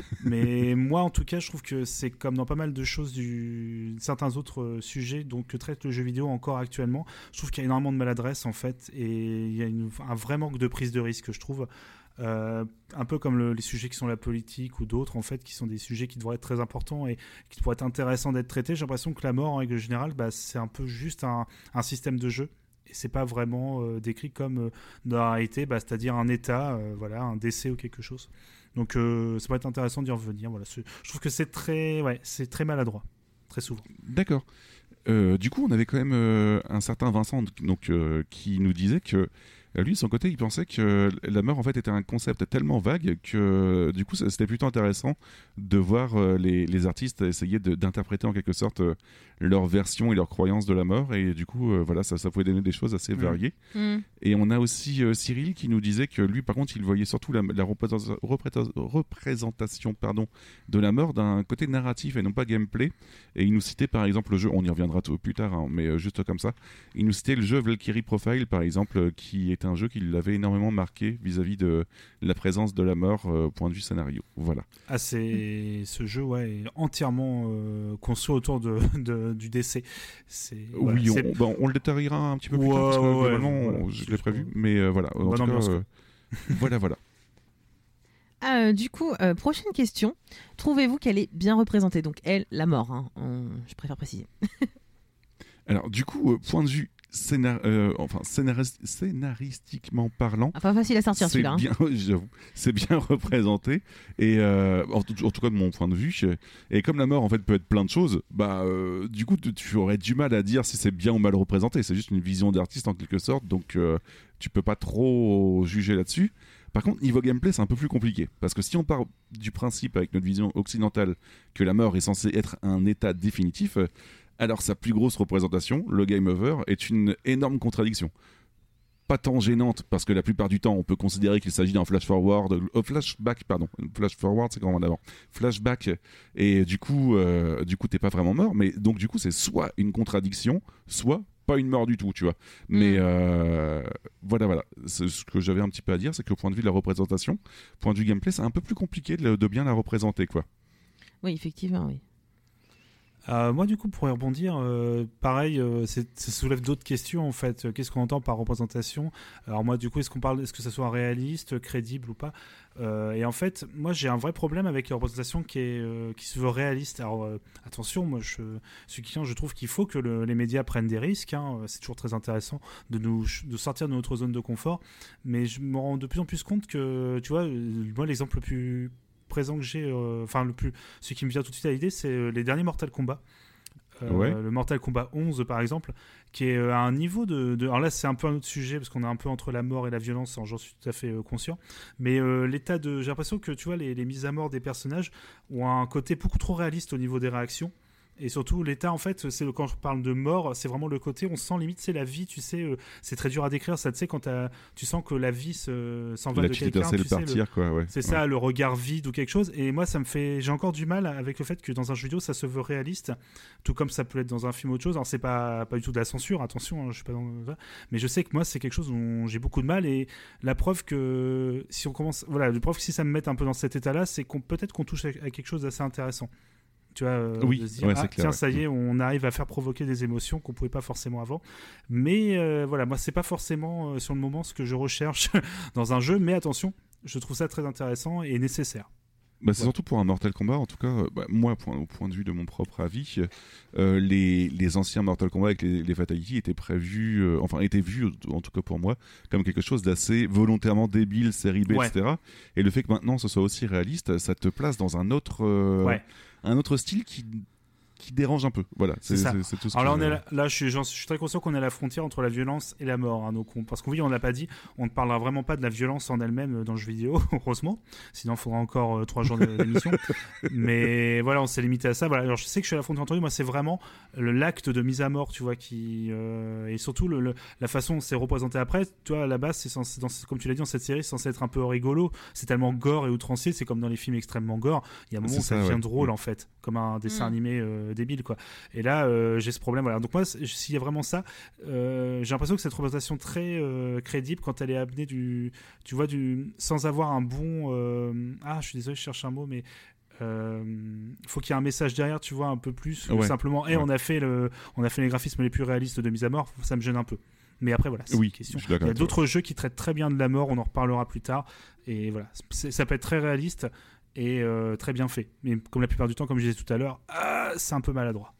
Mais moi, en tout cas, je trouve que c'est comme dans pas mal de choses, du, certains autres euh, sujets donc, que traite le jeu vidéo encore actuellement. Je trouve qu'il y a énormément de maladresse en fait, et il y a une- un vrai manque de prise de risque, je trouve. Euh, un peu comme le- les sujets qui sont la politique ou d'autres en fait, qui sont des sujets qui devraient être très importants et qui pourraient être intéressants d'être traités. J'ai l'impression que la mort en règle générale, bah, c'est un peu juste un, un système de jeu et c'est pas vraiment euh, décrit comme euh, dans la réalité, bah, c'est-à-dire un état, euh, voilà, un décès ou quelque chose. Donc euh, ça pourrait être intéressant d'y revenir. Voilà. C'est- je trouve que c'est très, ouais, c'est très maladroit, très souvent. D'accord. Euh, du coup, on avait quand même euh, un certain Vincent donc, euh, qui nous disait que Euh, Lui, de son côté, il pensait que la mort en fait était un concept tellement vague que du coup, ça- c'était plutôt intéressant de voir euh, les, les artistes essayer de- d'interpréter en quelque sorte euh, leur version et leur croyance de la mort. Et du coup, euh, voilà, ça, ça pouvait donner des choses assez Mhm. variées. Mm. Et on a aussi euh, Cyril qui nous disait que lui, par contre, il voyait surtout la, la représenta- représenta- représentation pardon, de la mort d'un côté narratif et non pas gameplay. Et il nous citait par exemple le jeu, on y reviendra tout- plus tard, hein, mais euh, juste comme ça, il nous citait le jeu Valkyrie Profile par exemple, euh, qui est un jeu qui l'avait énormément marqué vis-à-vis de la présence de la mort euh, point de vue scénario. Voilà. Ah, c'est ce jeu, ouais, est entièrement euh, construit autour de, de- du décès. C'est voilà, oui, on, c'est- bah, on le détaillera un petit peu plus Ouais, tard parce que ouais, ouais, globalement, voilà. on- je C'est l'ai prévu, pas- mais euh, voilà. En Bonne tout cas, ambiance, quoi. euh, voilà, voilà. Ah, euh, du coup, euh, prochaine question. Trouvez-vous qu'elle est bien représentée? Donc, elle, la mort, hein, on- je préfère préciser. Alors, du coup, euh, point de vue scénar- euh, enfin, scénaris- scénaristiquement parlant, Enfin, facile à sortir c'est celui-là. hein. bien, j'avoue, c'est bien représenté. Et euh, en, tout, en tout cas, de mon point de vue, je- et comme la mort en fait peut être plein de choses, bah, euh, du coup, tu, tu aurais du mal à dire si c'est bien ou mal représenté. C'est juste une vision d'artiste en quelque sorte, donc euh, tu peux pas trop juger là-dessus. Par contre, niveau gameplay, c'est un peu plus compliqué. Parce que si on part du principe, avec notre vision occidentale, que la mort est censée être un état définitif, euh, alors sa plus grosse représentation, le game over, est une énorme contradiction. Pas tant gênante, parce que la plupart du temps, on peut considérer qu'il s'agit d'un flash forward, euh, flashback, pardon. Flash forward, c'est quand même d'avant. Flashback, et du coup, euh, du coup, t'es pas vraiment mort, mais donc du coup, c'est soit une contradiction, soit pas une mort du tout, tu vois. Mais Mm. euh, voilà, voilà. C'est ce que j'avais un petit peu à dire, c'est qu'au point de vue de la représentation, point de vue gameplay, c'est un peu plus compliqué de, de bien la représenter, quoi. Oui, effectivement, oui. Euh, moi, du coup, pour y rebondir, euh, pareil, euh, c'est- ça soulève d'autres questions en fait. Euh, Qu'est-ce qu'on entend par représentation? Alors moi, du coup, est-ce qu'on parle, est-ce que ça soit réaliste, crédible ou pas? Euh, Et en fait, moi, j'ai un vrai problème avec la représentation qui est, euh, qui se veut réaliste. Alors euh, attention, moi, je suis client, je trouve qu'il faut que le- les médias prennent des risques. hein. C'est toujours très intéressant de nous, de sortir de notre zone de confort. Mais je me rends de plus en plus compte que, tu vois, euh, moi, l'exemple le plus présent que j'ai, euh, enfin le plus, ce qui me vient tout de suite à l'idée, c'est euh, les derniers Mortal Kombat. Euh, Ouais. Le Mortal Kombat onze par exemple, qui est euh, à un niveau de, de- alors là c'est un peu un autre sujet parce qu'on est un peu entre la mort et la violence, hein, j'en suis tout à fait euh, conscient, mais euh, l'état de, j'ai l'impression que tu vois les, les mises à mort des personnages ont un côté beaucoup trop réaliste au niveau des réactions. Et surtout, l'état, en fait, c'est le- quand je parle de mort, c'est vraiment le côté, on sent limite, c'est la vie, tu sais, euh, c'est très dur à décrire, ça, tu sais, quand t'as- tu sens que la vie se, s'envole La de petite quelqu'un, étincelle tu sais, le- partir, quoi, ouais. c'est Ouais. ça, le regard vide ou quelque chose. Et moi, ça me fait. J'ai encore du mal avec le fait que dans un jeu vidéo, ça se veut réaliste, tout comme ça peut être dans un film ou autre chose. Alors, c'est pas, pas du tout de la censure, attention, hein, je suis pas dans. Mais je sais que moi, c'est quelque chose dont j'ai beaucoup de mal. Et la preuve que si on commence. Voilà, la preuve que si ça me met un peu dans cet état-là, c'est qu'on peut-être qu'on touche à, à quelque chose d'assez intéressant. Tu vois, euh, Oui, de se dire, ouais, ah, c'est clair, tiens, ouais. ça y est, on arrive à faire provoquer des émotions qu'on pouvait pas forcément avant. Mais euh, voilà, moi, c'est pas forcément euh, sur le moment ce que je recherche dans un jeu. Mais attention, je trouve ça très intéressant et nécessaire. Bah, c'est Ouais. surtout pour un Mortal Kombat, en tout cas, euh, bah, moi, point- au point de vue de mon propre avis, euh, les, les anciens Mortal Kombat avec les, les Fatalities étaient prévus, euh, enfin, étaient vus, en tout cas pour moi, comme quelque chose d'assez volontairement débile, série B, Ouais. et cetera. Et le fait que maintenant ce soit aussi réaliste, ça te place dans un autre, euh, Ouais. un autre style qui, qui dérange un peu. Voilà, c'est C'est ça. c'est- c'est tout ce Alors là, que on est là, là, je, suis, j'en- je suis très conscient qu'on est à la frontière entre la violence et la mort. hein, donc on- parce qu'on oui, on l'a pas dit, on ne parlera vraiment pas de la violence en elle-même euh, dans le jeu vidéo, heureusement. Sinon, il faudra encore euh, trois jours de- d'émission. Mais voilà, on s'est limité à ça. Voilà. Alors je sais que je suis à la frontière entre eux. Moi, c'est vraiment le- l'acte de mise à mort, tu vois, qui euh, et surtout le, le- la façon dont c'est représenté après. Tu vois, à la base, c'est censé, dans, comme tu l'as dit dans cette série, c'est censé être un peu rigolo. C'est tellement gore et outrancier. C'est comme dans les films extrêmement gore. Il y a un moment C'est où ça, ça, devient ouais. drôle Mm. en fait, comme un dessin Mm. animé euh, débile, quoi. Et là, euh, j'ai ce problème. Voilà. Donc moi, c'est- s'il y a vraiment ça, euh, j'ai l'impression que cette représentation très euh, crédible quand elle est amenée du, tu vois, du, sans avoir un bon. euh, ah, je suis désolé, je cherche un mot, mais euh, faut qu'il y ait un message derrière, tu vois, un peu plus que Ouais. simplement. Et Ouais. on a fait le, on a fait les graphismes les plus réalistes de mise à mort. Ça me gêne un peu. Mais après, voilà, c'est Oui, une question. je suis d'accord Il y a avec toi. d'autres jeux qui traitent très bien de la mort. On en reparlera plus tard. Et voilà, c'est- ça peut être très réaliste et euh, très bien fait. Mais comme la plupart du temps, comme je disais tout à l'heure, ah, c'est un peu maladroit.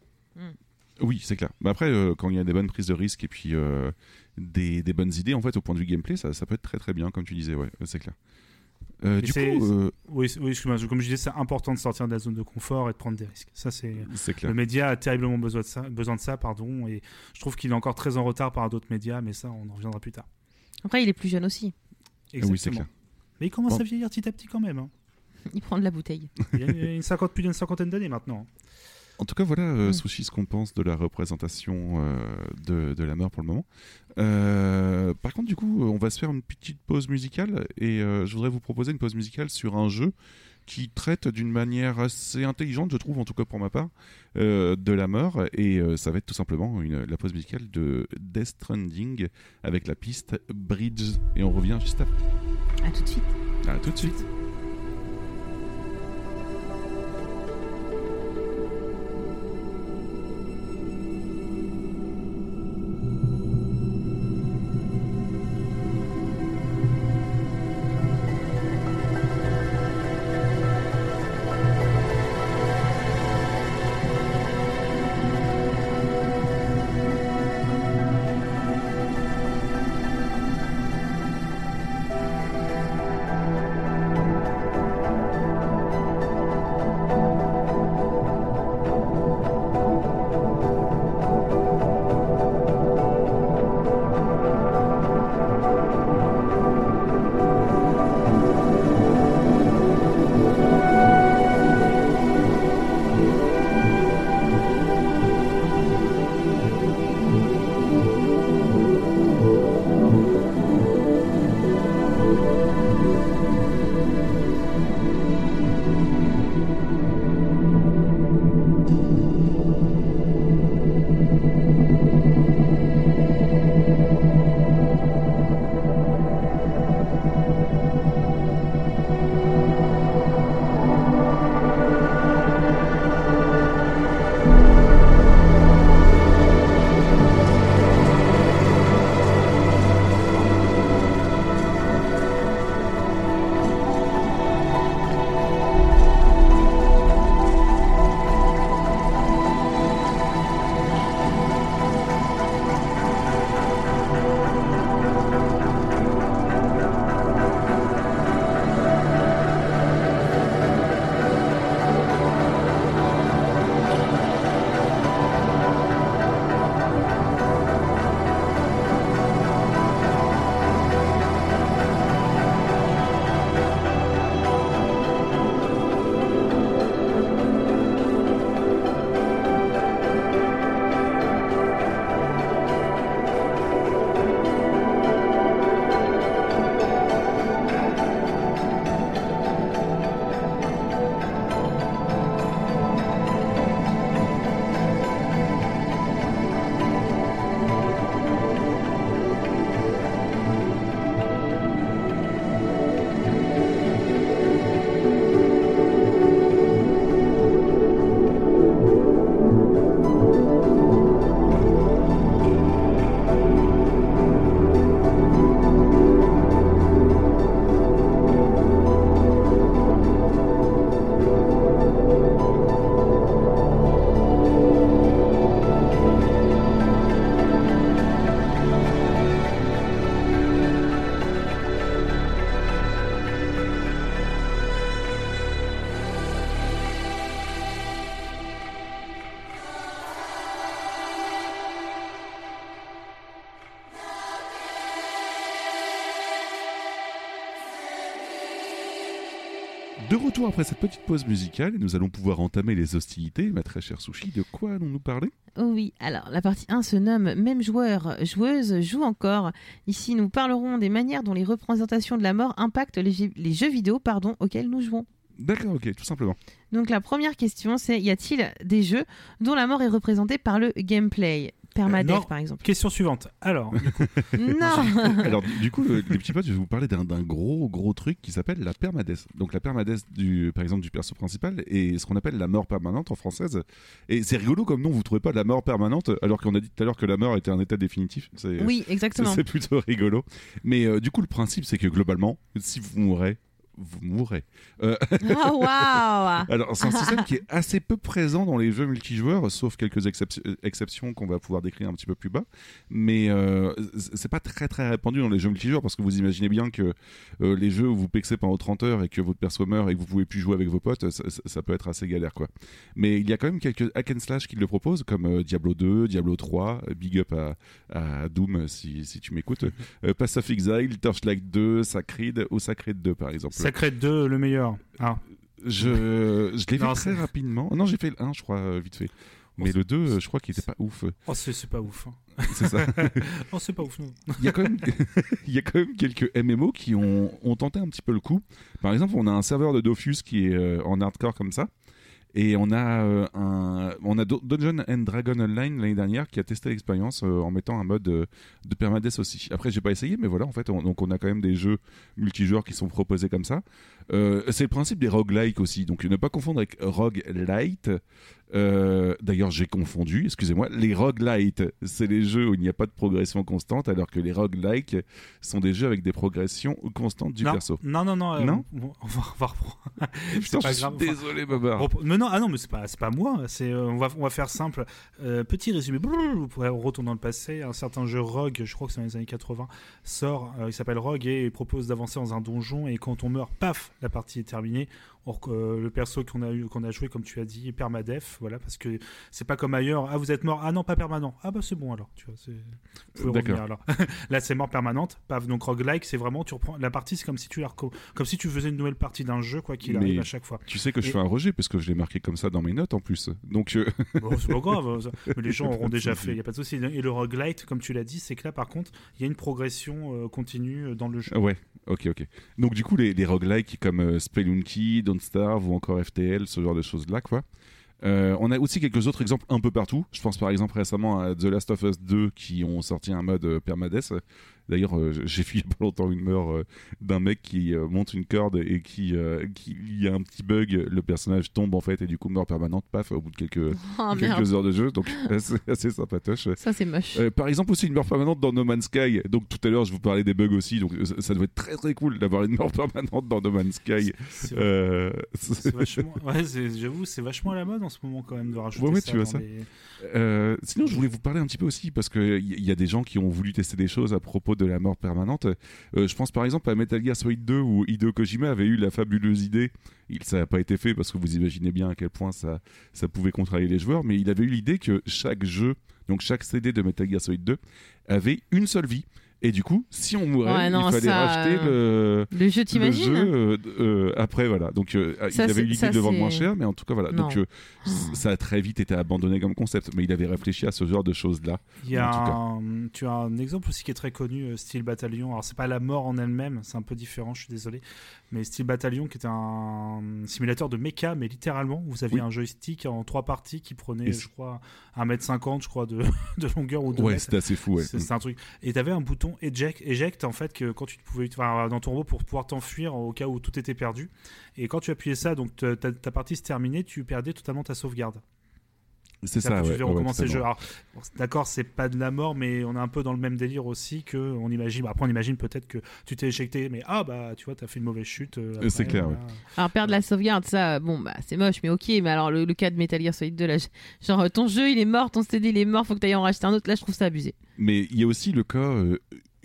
Oui, c'est clair. Mais après, euh, quand il y a des bonnes prises de risque et puis euh, des, des bonnes idées, en fait, au point de vue gameplay, ça, ça peut être très très bien, comme tu disais, ouais, c'est clair. Euh, Et du c'est- coup, euh, Oui, c'est- oui, excuse-moi, comme je disais, c'est important de sortir de la zone de confort et de prendre des risques. Ça, c'est c'est clair. le média a terriblement besoin de ça, besoin de ça, pardon. Et je trouve qu'il est encore très en retard par d'autres médias, mais ça, on en reviendra plus tard. Après, il est plus jeune aussi. Exactement. Oui, c'est clair. Mais il commence Bon. à vieillir petit à petit quand même. Hein. Il prend de la bouteille. Il y a une cinquante, plus d'une cinquantaine d'années maintenant. En tout cas, voilà, euh, Mm. Sushi, ce qu'on pense de la représentation euh, de, de la mort pour le moment. Euh, par contre, du coup, on va se faire une petite pause musicale et euh, je voudrais vous proposer une pause musicale sur un jeu qui traite d'une manière assez intelligente, je trouve, en tout cas pour ma part, euh, de la mort. Et euh, ça va être tout simplement une, la pause musicale de Death Stranding avec la piste Bridge. Et on revient juste après. À tout de suite. À tout de suite. De retour après cette petite pause musicale, nous allons pouvoir entamer les hostilités. Ma très chère Sushi, de quoi allons-nous parler ? Oh oui, alors la partie un se nomme « Même joueur, joueuse, joue encore ». Ici, nous parlerons des manières dont les représentations de la mort impactent les, jeux- les jeux vidéo pardon, auxquels nous jouons. D'accord, ok, tout simplement. Donc la première question, c'est y a-t-il des jeux dont la mort est représentée par le gameplay ? Permadeath, Euh, non. par exemple. Question suivante. Alors, du coup, Non. Alors, du- du coup, le- les petits potes, je vais vous parler d'un d'un gros, gros truc qui s'appelle la permadeath. Donc, la permadeath, du, par exemple, du perso principal est ce qu'on appelle la mort permanente en française. Et c'est rigolo comme nom, vous trouvez pas de la mort permanente alors qu'on a dit tout à l'heure que la mort était un état définitif. C'est, Oui, c'est, exactement. c'est plutôt rigolo. Mais euh, du coup, le principe, c'est que globalement, si vous mourrez, vous mourrez. Euh... Oh, waouh. Alors, c'est un système qui est assez peu présent dans les jeux multijoueurs, sauf quelques excep- exceptions qu'on va pouvoir décrire un petit peu plus bas. Mais euh, c'est pas très très répandu dans les jeux multijoueurs parce que vous imaginez bien que euh, les jeux où vous pexez pendant trente heures et que votre perso meurt et que vous pouvez plus jouer avec vos potes, ça, ça peut être assez galère, quoi. Mais il y a quand même quelques hack and slash qui le proposent, comme euh, Diablo deux, Diablo trois, big up à, à Doom si, si tu m'écoutes, mm-hmm. euh, Path of Exile, Torchlight deux, Sacred ou Sacred deux par exemple. Sacred deux, le meilleur. Ah. Je, je l'ai vu Non, très c'est- rapidement. Non, j'ai fait le un, je crois, euh, vite fait. Mais le deux, je crois qu'il était pas ouf. Oh, c'est, c'est pas ouf. hein. C'est ça. Oh, c'est pas ouf, non. Il y a quand même, il y a quand même quelques M M O qui ont, ont tenté un petit peu le coup. Par exemple, on a un serveur de Dofus qui est euh, en hardcore comme ça. Et on a, euh, un, on a Do- Dungeon and Dragon Online l'année dernière qui a testé l'expérience euh, en mettant un mode euh, de permadeath aussi. Après, j'ai pas essayé, mais voilà, en fait, on, donc on a quand même des jeux multijoueurs qui sont proposés comme ça. Euh, c'est le principe des roguelikes aussi, donc ne pas confondre avec roguelite. Euh, d'ailleurs, j'ai confondu, excusez-moi. Les roguelites, c'est les jeux où il n'y a pas de progression constante, alors que les roguelikes sont des jeux avec des progressions constantes du non, perso. non, non, non. euh, Non on, on va, on va reprendre. Putain, pas je suis grave. désolé, Babar. Repre- Mais non, ah non, mais c'est pas, c'est pas moi. C'est, euh, on va, on va faire simple. Euh, petit résumé. Brrr, vous pourrez retourner dans le passé. Un certain jeu Rogue, je crois que c'est dans les années quatre-vingts, sort. Euh, il s'appelle Rogue et il propose d'avancer dans un donjon. Et quand on meurt, paf, la partie est terminée. Or, euh, le perso qu'on a eu, qu'on a joué, comme tu as dit, permadef, voilà, parce que c'est pas comme ailleurs. Ah, vous êtes mort. Ah non, pas permanent. Ah bah c'est bon alors. Tu vois, c'est... Vous pouvez D'accord. revenir alors. Là, c'est mort permanente. Paf. Donc roguelike, c'est vraiment tu reprends la partie, c'est comme si tu la reco- comme si tu faisais une nouvelle partie d'un jeu, quoi qu'il Mais- arrive à chaque fois. Tu sais que je Et- fais un rejet parce que je l'ai marqué comme ça dans mes notes en plus. Donc, euh, Bon, c'est pas grave, ça. Mais les gens auront déjà fait, il n'y a pas de souci. Et le roguelite, comme tu l'as dit, c'est que là, par contre, il y a une progression euh, continue dans le jeu. ouais, ok, ok. Donc, du coup, les, les roguelikes comme euh, Spelunky, Don't Starve ou encore F T L, ce genre de choses-là, quoi. Euh, on a aussi quelques autres exemples un peu partout. Je pense par exemple récemment à The Last of Us deux qui ont sorti un mode euh, permadeath. D'ailleurs, euh, j'ai vu il y a pas longtemps une meurtre euh, d'un mec qui euh, monte une corde et qui, euh, qui il y a un petit bug, le personnage tombe en fait et du coup meurt permanente, paf, au bout de quelques, Oh merde. quelques heures de jeu. Donc c'est assez sympatoche. Ça, c'est moche. Euh, par exemple aussi une mort permanente dans No Man's Sky. Donc tout à l'heure je vous parlais des bugs aussi. Donc ça, ça doit être très très cool d'avoir une mort permanente dans No Man's Sky. C'est, c'est- Euh, c'est vachement... ouais, c'est- j'avoue, c'est vachement à la mode en ce moment quand même de rajouter Ouais, ouais, ça. tu vois dans ça. les- Euh, sinon, je voulais vous parler un petit peu aussi parce qu'il y, y a des gens qui ont voulu tester des choses à propos de la mort permanente. Euh, je pense par exemple à Metal Gear Solid deux où Hideo Kojima avait eu la fabuleuse idée. Il, ça n'a pas été fait parce que vous imaginez bien à quel point ça, ça pouvait contrarier les joueurs, mais il avait eu l'idée que chaque jeu, donc chaque C D de Metal Gear Solid deux, avait une seule vie. Et du coup, si on mourait, Ouais, non, il fallait ça, racheter le. Le jeu, Le t'imagines jeu euh, euh, après voilà donc euh, Ça, il avait c'est- eu l'idée ça, de le vendre c'est- moins cher mais en tout cas voilà Non. donc euh, c- ça a très vite été abandonné comme concept mais il avait réfléchi à ce genre de choses là. Il y a En tout cas. un... Tu as un exemple aussi qui est très connu, euh, Steel Battalion. Alors, c'est pas la mort en elle-même, c'est un peu différent, je suis désolé. Mais Steel Battalion, qui était un simulateur de mecha, mais littéralement, vous aviez Oui. un joystick en trois parties qui prenait, Et je c'est- crois, un mètre cinquante, je crois, de, de longueur ou deux Ouais mètres. c'était assez fou ouais. C'est, c'est un truc. Et tu avais un bouton eject, eject en fait que quand tu pouvais enfin, dans ton robot pour pouvoir t'enfuir au cas où tout était perdu. Et quand tu appuyais ça, donc ta, ta- ta partie se terminait, tu perdais totatalement ta sauvegarde. C'est C'est-à-dire ça que ouais. tu devais ouais, recommencer le jeu. totalement. Alors, bon, c'est- d'accord, c'est pas de la mort, mais on est un peu dans le même délire aussi que on imagine. Après, on imagine peut-être que tu t'es éjecté, mais ah bah tu vois, t'as fait une mauvaise chute. euh, après, c'est clair, voilà. Alors, perdre la sauvegarde, ça, bon, bah, c'est moche, mais ok. Mais alors, le, le cas de Metal Gear Solid deux, là, je- genre, ton jeu, il est mort, ton C D, il est mort, faut que t'ailles en racheter un autre. Là, je trouve ça abusé. Mais il y a aussi le cas euh,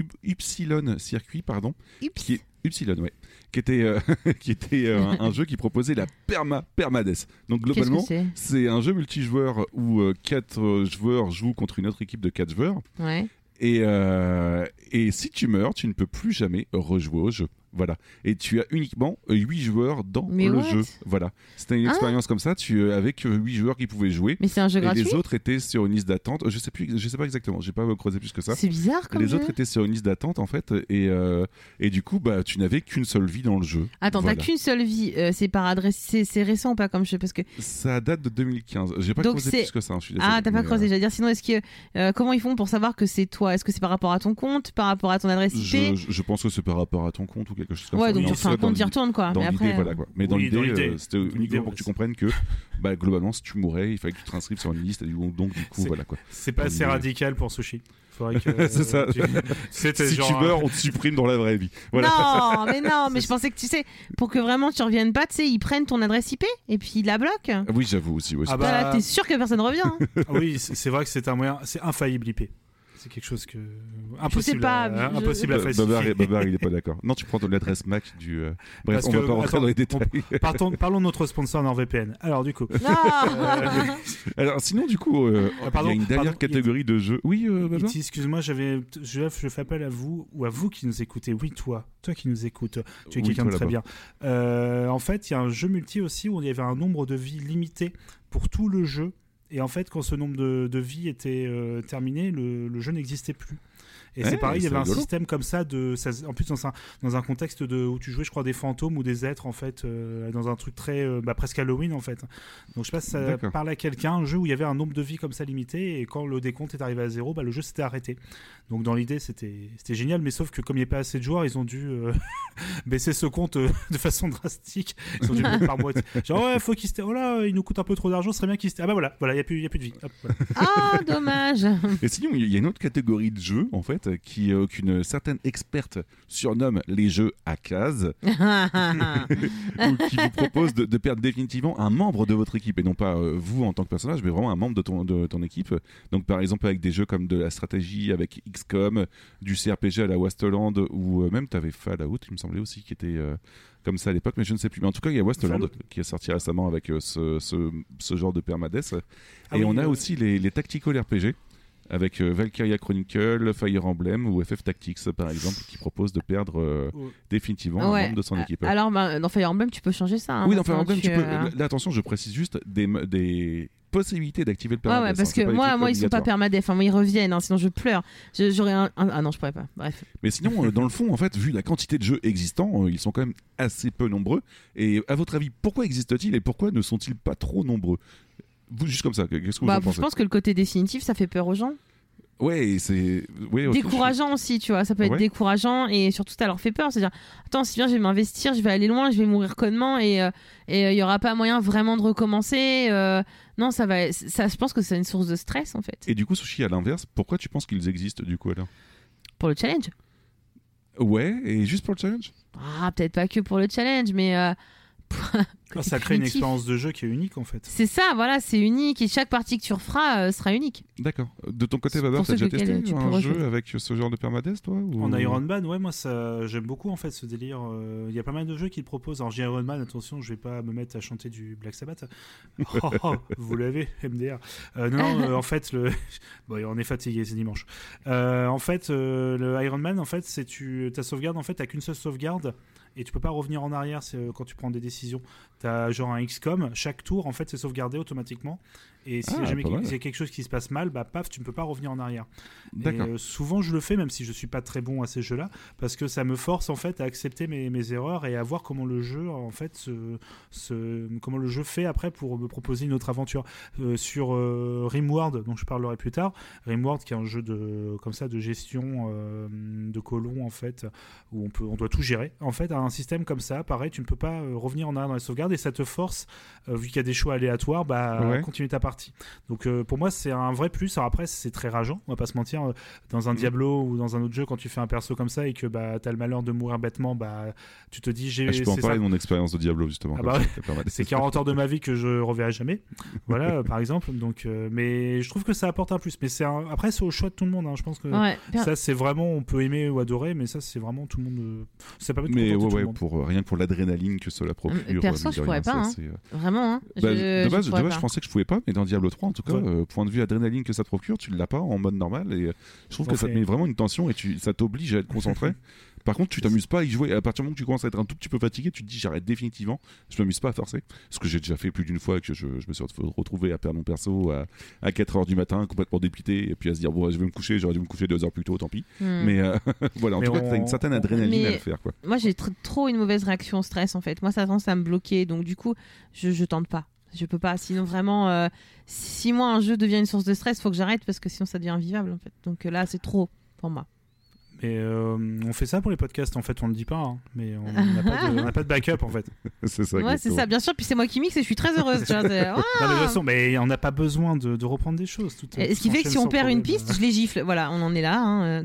Upsilon Circuit pardon Oups. qui est Upsilon ouais qui était euh, qui était euh, un, un jeu qui proposait la perma permadeath. Donc Qu'est-ce que globalement c'est c'est un jeu multijoueur où euh, quatre euh, joueurs jouent contre une autre équipe de quatre joueurs. Ouais. Et, euh, et si tu meurs, tu ne peux plus jamais rejouer au jeu. Voilà. Et tu as uniquement huit joueurs dans Mais le what jeu. Voilà. C'était une Ah. expérience comme ça, tu, euh, avec huit joueurs qui pouvaient jouer. Mais c'est un jeu Et gratuit. les autres étaient sur une liste d'attente. Je sais plus, je sais pas exactement. J'ai pas creusé plus que ça. C'est bizarre comme Les jeu. autres étaient sur une liste d'attente en fait, et, euh, et du coup, bah, tu n'avais qu'une seule vie dans le jeu. Attends, Voilà. t'as qu'une seule vie. euh, c'est par adresse. C'est, c'est récent ou pas comme jeu parce que Ça date de deux mille quinze. J'ai pas Donc creusé c'est- plus que ça. Je suis désolé, ah, t'as pas mais, creusé. euh, J'allais dire sinon, est-ce que euh, comment ils font pour savoir que c'est toi? Est-ce que c'est par rapport à ton compte, par rapport à ton adresse I P? Je, je pense que c'est par rapport à ton compte ou quelque quelque chose comme Ouais, ça. donc Mais tu en refais un soi, dans compte, t'y l'idée- retournes quoi. Dans Mais l'idée, après, voilà quoi. Mais dans Oui, dans l'idée, l'idée. euh, c'était Dans uniquement l'idée, pour ouais, que tu c'est- comprennes que bah, globalement, si tu mourais, il fallait que tu te réinscrives sur une liste. Et donc, donc, du coup, C'est- voilà quoi. C'est pas Dans assez l'idée. radical pour Sushi. Faudrait que, C'est ça. tu- C'était Si genre tu un- meurs, on te supprime dans la vraie vie. Voilà. Non, mais non, mais je pensais que tu sais, pour que vraiment tu reviennes pas, tu sais, ils prennent ton adresse I P et puis ils la bloquent. Ah oui, j'avoue aussi. Ouais, Ah c'est- bah, Voilà, t'es sûr que personne revient. hein. Ah oui, c'est c'est vrai que c'est un moyen, c'est infaillible I P. C'est quelque chose que impossible, pas, à, je- impossible à Ba- falsifier. Babar, Babar, il est pas d'accord. Non, tu prends ton l'adresse Mac du. euh, Bref, Parce on que- va pas rentrer attends, dans les détails. Partons- parlons de notre sponsor NordVPN. Alors du coup, Non. Alors, sinon, du coup, euh, Ah, pardon, il y a une dernière pardon, catégorie de jeux. Oui, euh, Babar. Iti, excuse-moi, j'avais, je, je fais appel à vous ou à vous qui nous écoutez. Oui, toi, toi qui nous écoutes, tu es Oui, quelqu'un de toi, très là-bas. bien. Euh, en fait, il y a un jeu multi aussi où il y avait un nombre de vies limité pour tout le jeu. Et en fait, quand ce nombre de, de vies était euh, terminé, le, le jeu n'existait plus. Et Eh, c'est pareil, il y c'est avait un rigolo. système comme ça, de, ça, en plus dans un, dans un contexte de, où tu jouais, je crois, des fantômes ou des êtres, en fait, euh, dans un truc très, euh, bah, presque Halloween, en fait. Donc je sais pas si ça D'accord. parle à quelqu'un, un jeu où il y avait un nombre de vies comme ça limité, et quand le décompte est arrivé à zéro, bah, le jeu s'était arrêté. Donc dans l'idée, c'était, c'était génial, mais sauf que comme il n'y a pas assez de joueurs, ils ont dû euh, baisser ce compte euh, de façon drastique. Ils ont dû le mettre par moitié. Genre, ouais, faut qu'il se... Oh là, il nous coûte un peu trop d'argent, ce serait bien qu'il se... Ah bah voilà, voilà, il n'y a, plus- il y a plus de vie. Hop, voilà. Ah, dommage. Et sinon, il y a une autre catégorie de jeux, en fait, qui, euh, qu'une certaine experte surnomme les jeux à cases, ou qui vous propose de, de perdre définitivement un membre de votre équipe, et non pas euh, vous en tant que personnage, mais vraiment un membre de ton, de ton équipe. Donc, par exemple, avec des jeux comme de la stratégie, avec X COM, du C R P G à la Wasteland, ou euh, même tu avais Fallout, il me semblait aussi, qui était euh, comme ça à l'époque, mais je ne sais plus. Mais en tout cas, il y a Wasteland Fallout. qui est sorti récemment avec euh, ce, ce, ce genre de permadeath. Ah et oui, on a euh, aussi les, les tactical R P G. Avec euh, Valkyria Chronicle, Fire Emblem ou F F Tactics par exemple, qui proposent de perdre euh, Ouais. définitivement un Ouais. membre de son équipe. Alors, bah, dans Fire Emblem, tu peux changer ça. hein, oui, dans Fire maintenant, Emblem, tu peux. euh, Là, attention, je précise juste des, des possibilités d'activer le Ouais, permadeath. ouais, parce hein, c'est que pas des moi, trucs moi ils sont pas obligatoires. permadef. Enfin, moi, ils reviennent, hein, sinon je pleure. Je- J'aurais un, un- Ah non, je pourrais pas. Bref. Mais sinon, euh, dans le fond, en fait, vu la quantité de jeux existants, euh, ils sont quand même assez peu nombreux. Et à votre avis, pourquoi existent-ils et pourquoi ne sont-ils pas trop nombreux? Vous, juste comme ça, qu'est-ce que vous Bah, en je pensez? pense que le côté définitif, ça fait peur aux gens. Ouais, et c'est. Ouais, ok, Décourageant aussi, tu vois. Ça peut être Ouais. décourageant et surtout, ça leur fait peur. C'est-à-dire, attends, si bien je vais m'investir, je vais aller loin, je vais mourir connement et euh, et il y aura pas moyen vraiment de recommencer. euh, non, ça va. Ça, je pense que c'est une source de stress en fait. je- Et du coup, Sushi, à l'inverse, pourquoi tu penses qu'ils existent du coup alors? Pour le challenge. Ouais, et juste pour le challenge? Ah, peut-être pas que pour le challenge, mais. euh, Ah, ça crée une punitif. expérience de jeu qui est unique en fait. C'est ça, voilà, c'est unique et chaque partie que tu referas euh, sera unique. D'accord. De ton côté, Pour Babar, t'as ceux déjà que lequel testé tu peux un jeu rejouer. avec ce genre de permadeath, toi ou... En Iron Man, ouais, moi ça, j'aime beaucoup en fait ce délire. euh, Il y a pas mal de jeux qui le proposent. Alors, j'ai Iron Man, attention, je vais pas me mettre à chanter du Black Sabbath. Oh, oh, vous l'avez, M D R. Euh, non, non, euh, en fait, le... bon, on est fatigué, c'est dimanche. Euh, en fait, euh, le Iron Man, en fait, c'est tu, ta sauvegarde, en fait, t'as qu'une seule sauvegarde. Et tu peux pas revenir en arrière c'est, euh, quand tu prends des décisions. T'as genre un X COM, chaque tour en fait c'est sauvegardé automatiquement. Et si Ah, jamais pas mal. il y a quelque chose qui se passe mal, bah paf, tu ne peux pas revenir en arrière. Et, D'accord. euh, souvent je le fais, même si je suis pas très bon à ces jeux-là, parce que ça me force en fait à accepter mes, mes erreurs et à voir comment le jeu en fait se, se- comment le jeu fait après pour me proposer une autre aventure. Euh, sur euh, Rimworld, dont je parlerai plus tard, Rimworld qui est un jeu de comme ça de gestion euh, de colons en fait, où on peut on doit tout gérer. En fait, un système comme ça, pareil, tu ne peux pas euh, revenir en arrière dans les sauvegardes et ça te force, euh, vu qu'il y a des choix aléatoires, bah Ouais. à continuer ta partie. Donc euh, pour moi c'est un vrai plus. Alors après c'est très rageant, on va pas se mentir. euh, Dans un Mhm. Diablo ou dans un autre jeu, quand tu fais un perso comme ça et que bah t'as le malheur de mourir bêtement, bah tu te dis j'ai. Ah, je peux en c'est parler ça. de mon expérience de Diablo justement. Ah comme bah ça, ouais. c'est permadeath. C'est quarante heures de ma vie que je reverrai jamais. Voilà, euh, par exemple. Donc, euh, mais je trouve que ça apporte un plus. Mais c'est un... après, c'est au choix de tout le monde. hein. Je pense que Ouais. bien- ça, c'est vraiment, on peut aimer ou adorer, mais ça, c'est vraiment tout le monde. euh, Ça permet de Mais contenter ouais, tout le ouais, monde. pour, euh, rien que pour l'adrénaline que cela procure. Euh, perso, mine je de pourrais rien, pas, c'est hein. assez, euh, Vraiment. Hein. Bah, je, de je base, de pourrais base pas. je pensais que je pouvais pas, mais dans Diablo trois, en tout cas, Ouais. euh, point de vue adrénaline que ça te procure, tu l'as pas en mode normal. Et euh, je trouve Bon, que ça te c'est- met vraiment une tension et tu, ça t'oblige à être concentré. Par contre, tu t'amuses pas à y jouer. À partir du moment que tu commences à être un tout petit peu fatigué, tu te dis j'arrête définitivement. Je m'amuse pas à forcer. Ce que j'ai déjà fait plus d'une fois, que je, je me suis retrouvé à perdre mon perso à, à quatre heures du matin, complètement dépité, et puis à se dire bon, je vais me coucher, j'aurais dû me coucher deux heures plus tôt, tant pis. Hmm. Mais euh, voilà, en Mais tout cas, on- t'as une certaine adrénaline Mais- à le faire, quoi. Moi, j'ai tr- trop une mauvaise réaction au stress en fait. Moi, ça a tendance à me bloquer. Donc, du coup, je, je tente pas. Je peux pas. Sinon, vraiment, euh, si moi un jeu devient une source de stress, faut que j'arrête parce que sinon ça devient invivable en fait. Donc euh, là, c'est trop pour moi. Mais euh, on fait ça pour les podcasts, en fait, on le dit pas, hein, mais on n'a pas, de- on n'a pas de backup en fait. C'est ça. Ouais, c'est exactement. ça, bien sûr. Puis c'est moi qui mixe et je suis très heureuse. Tu vois, c'est- Non, mais de toute façon, mais on n'a pas besoin de, de reprendre des choses. Tout, Et tout ce qui fait que s'enchaîne si on sans perd une problème. piste, je les gifle. Voilà, on en est là. Hein.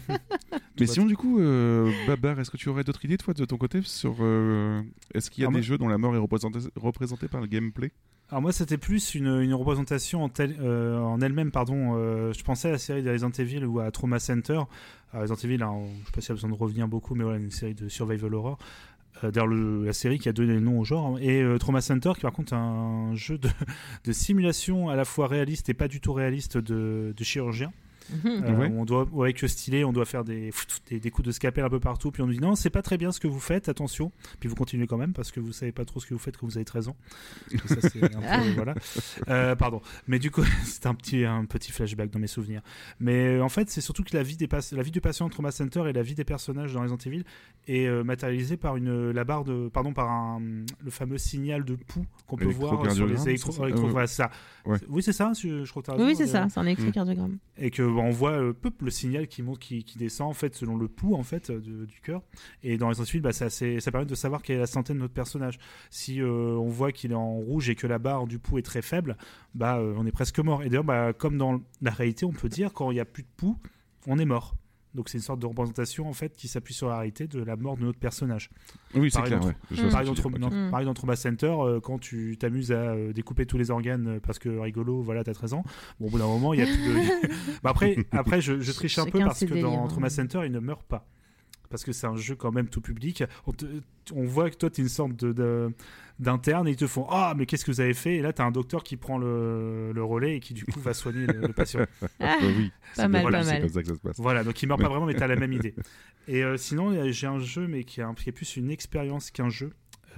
Mais sinon, du coup, euh, Babar, est-ce que tu aurais d'autres idées, toi, de ton côté, sur euh, est-ce qu'il y a Ah, des moi- jeux dont la mort est représentée, représentée par le gameplay? Alors moi, c'était plus une, une représentation en, tel- euh, en elle-même, pardon. Euh, je pensais à la série de Resident Evil ou à Trauma Center. Alors, Resident Evil, hein, je sais pas s'il y a besoin de revenir beaucoup, mais voilà, une série de survival horror. Euh, D'ailleurs, le- la série qui a donné le nom au genre. hein. Et euh, Trauma Center, qui par contre est un jeu de, de simulation à la fois réaliste et pas du tout réaliste de, de chirurgien. Euh, Ouais. On doit, avec le stylet, on doit faire des, des, des coups de scalpel un peu partout. Puis on nous dit non, c'est pas très bien ce que vous faites, attention. Puis vous continuez quand même parce que vous savez pas trop ce que vous faites quand vous avez treize ans. Donc ça, c'est un peu, voilà. Euh, pardon. Mais du coup, c'est un petit, un petit flashback dans mes souvenirs. Mais euh, en fait, c'est surtout que la vie, des pas- la vie du patient en Trauma Center et la vie des personnages dans Resident Evil est euh, matérialisée par une, la barre de, pardon, par un, le fameux signal de pouls qu'on peut voir sur les Électrocardiogramme, électro. c'est ça électro- Euh, voilà, ça. ouais. Oui, c'est ça. Je, je crois que t'as raison, Oui, c'est euh, ça. C'est un électrocardiogramme. et que bah, on voit euh, peu, le signal qui monte, qui, qui descend en fait selon le pouls en fait de- du cœur. Et dans Resident Evil, bah, ça, c'est- ça permet de savoir quelle est la santé de notre personnage. Si euh, on voit qu'il est en rouge et que la barre du pouls est très faible, bah euh, on est presque mort. Et d'ailleurs, bah, comme dans la réalité, on peut dire quand il n'y a plus de pouls, on est mort. Donc c'est une sorte de représentation en fait qui s'appuie sur la réalité de la mort de notre personnage. Oui, c'est Pareil clair. dans- Ouais. Je Mm. vois ce Pareil que dans, tu veux Tra- dire, ok. dans- Mm. pareil dans Trauma Center, euh, quand tu t'amuses à euh, découper tous les organes euh, parce que rigolo, voilà, t'as treize ans. Bon, au bout d'un moment, il y a plus de. Bah, après, après, je, je triche un peu Chacun parce ses que délires, dans hein. Trauma Center, il ne meurt pas. Parce que c'est un jeu quand même tout public. On, te- on voit que toi, tu es une sorte de, de- d'interne et ils te font ah, mais qu'est-ce que vous avez fait? Et là, tu as un docteur qui prend le, le relais et qui, du coup, va soigner le, le patient. Ah, Bah oui, c'est mal, comme- pas c'est mal. comme ça que ça se passe. Voilà, donc il meurt pas Ouais. vraiment, mais tu as la même idée. Et euh, sinon, euh, j'ai un jeu, mais qui, est un- qui est plus une expérience qu'un jeu.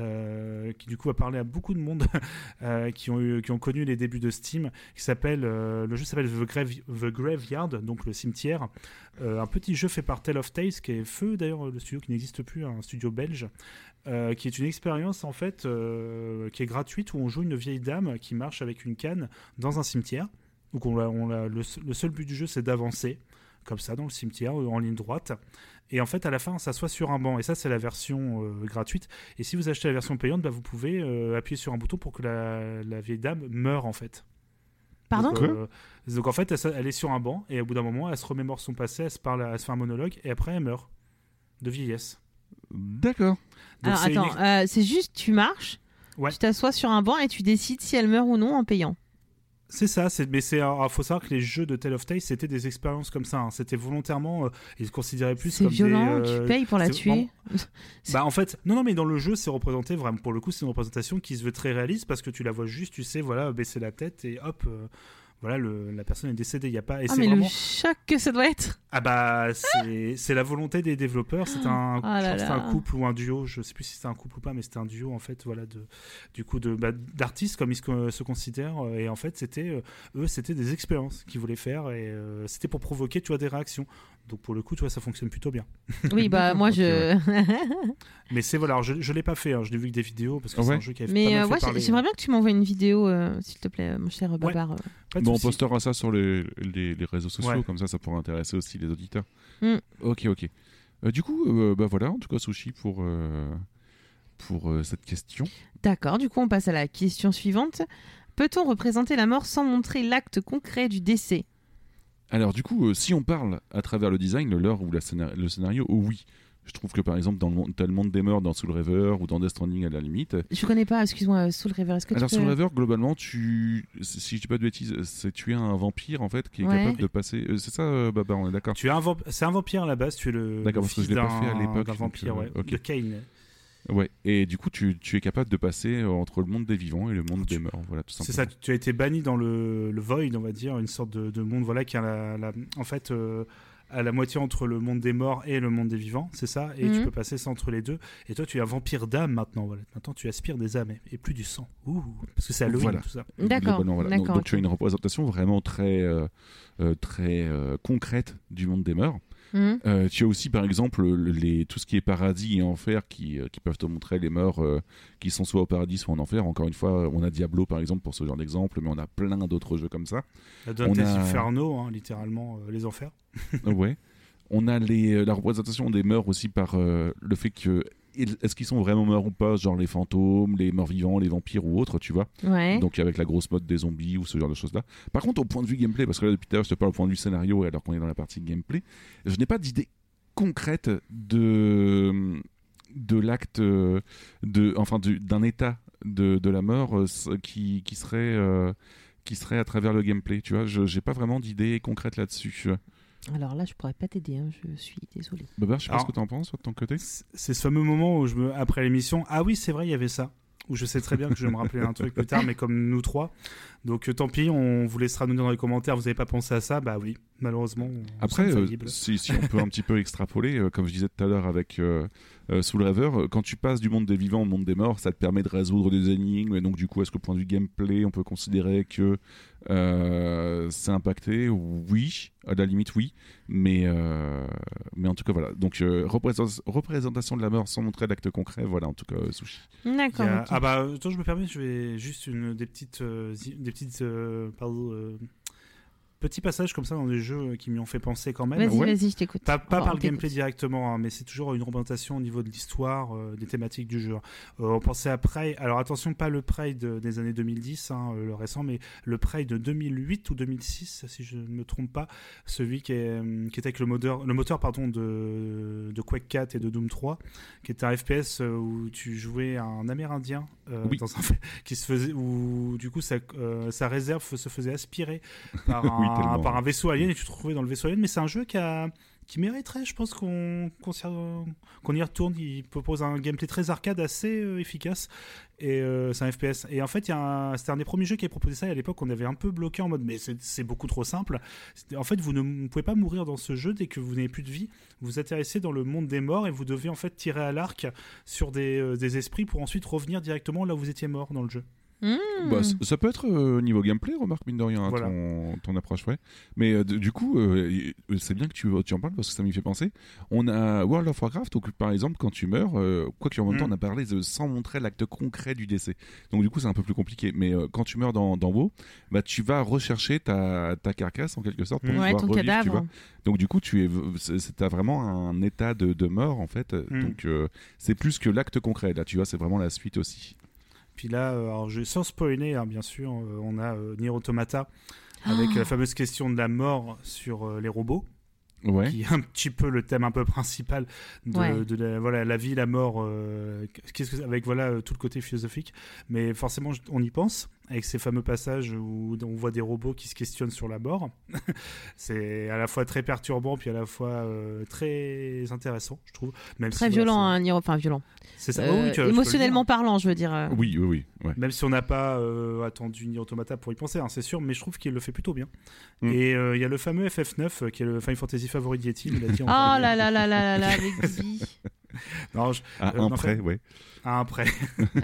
euh, qui du coup a parlé à beaucoup de monde euh, qui, ont eu, qui ont connu les débuts de Steam, qui s'appelle euh, le jeu s'appelle The, Grave- The Graveyard, donc le cimetière. Euh, un petit jeu fait par Tale of Tales, qui est Feu d'ailleurs, le studio qui n'existe plus, un studio belge, euh, qui est une expérience en fait euh, qui est gratuite où on joue une vieille dame qui marche avec une canne dans un cimetière. Donc on l'a- on l'a- le, le seul but du jeu c'est d'avancer comme ça dans le cimetière en ligne droite. Et en fait, à la fin, on s'assoit sur un banc. Et ça, c'est la version euh, gratuite. Et si vous achetez la version payante, bah, vous pouvez euh, appuyer sur un bouton pour que la, la vieille dame meure, en fait. Pardon donc, euh, donc, en fait, elle, se- elle est sur un banc. Et au bout d'un moment, elle se remémore son passé, elle se, parle, elle se fait un monologue. Et après, elle meurt. De vieillesse. D'accord. Donc, Alors c'est une attends, ex- euh, c'est juste tu marches, Ouais. tu t'assois sur un banc et tu décides si elle meurt ou non en payant. C'est ça, c'est, mais c'est, il faut savoir que les jeux de Tale of Tales, c'était des expériences comme ça. hein. C'était volontairement, euh, ils se considéraient plus C'est comme violent, des... euh, tu payes pour la c'est tuer. vraiment- Bah en fait, non non mais dans le jeu c'est représenté vraiment pour le coup c'est une représentation qui se veut très réaliste parce que tu la vois juste, tu sais voilà baisser la tête et hop euh, voilà le, la personne est décédée, il y a pas et Ah c'est mais vraiment le choc que ça doit être. ah bah c'est c'est la volonté des développeurs, c'est un Ah je là crois que c'était là. un couple ou un duo, je sais plus si c'était un couple ou pas mais c'était un duo en fait voilà de du coup de bah, d'artistes comme ils se, se considèrent euh, et en fait c'était euh, eux c'était des expériences qu'ils voulaient faire et euh, c'était pour provoquer tu vois des réactions. Donc pour le coup, tu vois, ça fonctionne plutôt bien. Oui, bah moi Ok, je. Mais c'est voilà, alors, je je l'ai pas fait, hein, je n'ai vu que des vidéos parce que Ah c'est ouais. un jeu qui avait Mais pas mal euh, fait ouais, parler. j'aimerais bien que tu m'envoies une vidéo, euh, s'il te plaît, mon cher Babar. euh. Pas de Bon, on souci. postera ça sur les, les, les réseaux sociaux, Ouais. comme ça, ça pourra intéresser aussi les auditeurs. Mm. Ok, ok. Euh, du coup, euh, bah voilà, en tout cas, Sushi pour, euh, pour euh, cette question. D'accord, du coup on passe à la question suivante. Peut-on représenter la mort sans montrer l'acte concret du décès? Alors, du coup, euh, si on parle à travers le design, le lore ou la scénar- le scénario, oh oui. Je trouve que par exemple, dans le, monde- t'as le monde des morts dans Soul River ou dans Death Stranding à la limite. Je connais pas, excuse-moi, Soul River, est-ce que Alors, tu peux... Soul River, globalement, tu, si je dis pas de bêtises, c'est tu es un vampire en fait qui est Ouais. capable de passer. euh, c'est ça, euh, Baba, on est d'accord. Tu es un vamp- c'est un vampire à la base, tu es le, D'accord, le parce que fils je l'ai pas d'un fait à l'époque, d'un donc, vampire, euh, ouais, ok. de Kane. Ouais. Et du coup, tu, tu es capable de passer euh, entre le monde des vivants et le monde Tu- des morts. Voilà, tout C'est simplement. ça, tu as été banni dans le, le Void, on va dire, une sorte de, de monde voilà, qui a la, la- en fait euh, à la moitié entre le monde des morts et le monde des vivants, c'est ça, et Mhm. tu peux passer ça entre les deux. Et toi, tu es un vampire d'âme maintenant, voilà. Maintenant, tu aspires des âmes et, et plus du sang. Ouh, parce que c'est Halloween, Voilà. tout ça. D'accord, Globalement, voilà. Donc, d'accord, donc tu as ok. une représentation vraiment très, euh, euh, très euh, concrète du monde des morts. Mhm. Euh, tu as aussi, par exemple, le- les, tout ce qui est paradis et enfer qui, euh, qui peuvent te montrer les morts euh, qui sont soit au paradis, soit en enfer. Encore une fois, on a Diablo, par exemple, pour ce genre d'exemple, mais on a plein d'autres jeux comme ça. La Dante's On a- Inferno, hein, littéralement, euh, les enfers. Euh, ouais. on a les, la représentation des morts aussi par euh, le fait que est-ce qu'ils sont vraiment morts ou pas, genre les fantômes, les morts vivants, les vampires ou autres, tu vois. Ouais. Donc avec la grosse mode des zombies ou ce genre de choses là. Par contre, au point de vue gameplay, parce que là depuis tout à l'heure je te parle au point de vue scénario alors qu'on est dans la partie gameplay, je n'ai pas d'idée concrète de de l'acte de enfin du, d'un état de, de la mort euh, qui qui serait euh, qui serait à travers le gameplay, tu vois. Je j'ai pas vraiment d'idée concrète là-dessus. Alors là, je pourrais pas t'aider, hein, je suis désolée. Bobert, je sais pas Alors, ce que t'en penses, toi, de ton côté. C'est ce fameux moment où je me, après l'émission, ah oui, c'est vrai, il y avait ça. Où je sais très bien que je vais me rappeler un truc plus tard, mais comme nous trois. Donc euh, tant pis, on vous laissera nous dire dans les commentaires, vous n'avez pas pensé à ça. Bah oui, malheureusement. Après, euh, si, si on peut un petit peu extrapoler, euh, comme je disais tout à l'heure avec euh, euh, Soul River, euh, quand tu passes du monde des vivants au monde des morts, ça te permet de résoudre des énigmes. Et donc du coup, est-ce qu'au point de vue gameplay, on peut considérer que euh, c'est impacté ? Oui, à la limite oui. Mais, euh, mais en tout cas, voilà. Donc euh, représent- représentation de la mort sans montrer d'acte concret, voilà, en tout cas, euh, Sushi. D'accord. A... Okay. Ah bah, attends, je me permets, je vais juste une des petites, euh, des petites, euh, pardon, euh, petits passages comme ça dans des jeux qui m'y ont fait penser quand même. Vas-y, ouais. vas-y, je t'écoute. Pas, pas enfin, par le gameplay directement, hein, mais c'est toujours une représentation au niveau de l'histoire, euh, des thématiques du jeu. Euh, on pensait à Prey, alors attention, pas le Prey de, des années deux mille dix, hein, le récent, mais le Prey de deux mille huit ou deux mille six, si je ne me trompe pas, celui qui, est, qui était avec le moteur, le moteur pardon, de, de Quake quatre et de Doom trois, qui était un F P S où tu jouais un Amérindien euh, oui. dans un, qui se faisait, où du coup sa, euh, sa réserve se faisait aspirer par un, oui, par un vaisseau alien et tu te retrouvais dans le vaisseau alien, mais c'est un jeu qui a qui mériterait, je pense, qu'on, qu'on, qu'on y retourne. Il propose un gameplay très arcade, assez euh, efficace, et euh, c'est un F P S. Et en fait, il y a un, c'était un des premiers jeux qui avait proposé ça, et à l'époque, on avait un peu bloqué en mode, mais c'est, c'est beaucoup trop simple. C'était, en fait, vous ne vous pouvez pas mourir dans ce jeu dès que vous n'avez plus de vie. Vous atterrissez dans le monde des morts, et vous devez en fait tirer à l'arc sur des, euh, des esprits pour ensuite revenir directement là où vous étiez mort dans le jeu. Mmh. Bah, c- ça peut être euh, niveau gameplay, remarque mine de rien, Voilà. ton, ton approche, ouais. Mais euh, d- du coup, euh, c'est bien que tu, tu en parles parce que ça m'y fait penser. On a World of Warcraft, donc, par exemple, quand tu meurs, euh, quoi qu'il en même temps, Mm. on a parlé de, sans montrer l'acte concret du décès. Donc du coup, c'est un peu plus compliqué. Mais euh, quand tu meurs dans, dans WoW, bah, tu vas rechercher ta, ta carcasse en quelque sorte pour Mm. Ouais, pouvoir ton revivre, tu cadavre. vois. Donc du coup, tu es, c'est, c'est- t'as vraiment un état de, de mort en fait. Mm. Donc euh, c'est plus que l'acte concret. Là, tu vois, c'est vraiment la suite aussi. Puis là, euh, alors, je, sans spoiler, hein, bien sûr, euh, on a euh, Nier Automata avec Oh. la fameuse question de la mort sur euh, les robots, Ouais. qui est un petit peu le thème un peu principal de, Ouais. de la, voilà, la vie, la mort, euh, qu'est-ce que, avec voilà, euh, tout le côté philosophique. Mais forcément, on y pense, avec ces fameux passages où on voit des robots qui se questionnent sur la mort. C'est à la fois très perturbant, puis à la fois euh, très intéressant, je trouve. Même Très si, violent, voilà, hein, Nier- enfin violent. c'est, c'est ça. Euh, Oh oui, tu- je peux le dire. émotionnellement parlant, je veux dire. euh. Oui, oui, oui. Ouais. Même si on n'a pas euh, attendu Nier Automata pour y penser, hein, c'est sûr, mais je trouve qu'il le fait plutôt bien. Mm. Et il euh, y a le fameux F F neuf, euh, qui est le Final Fantasy favori de Yeti. Il a dit Oh encore là hier. là là là là là, avec Bibi. Non, je- À Euh, un en près, fait- ouais. à un prêt.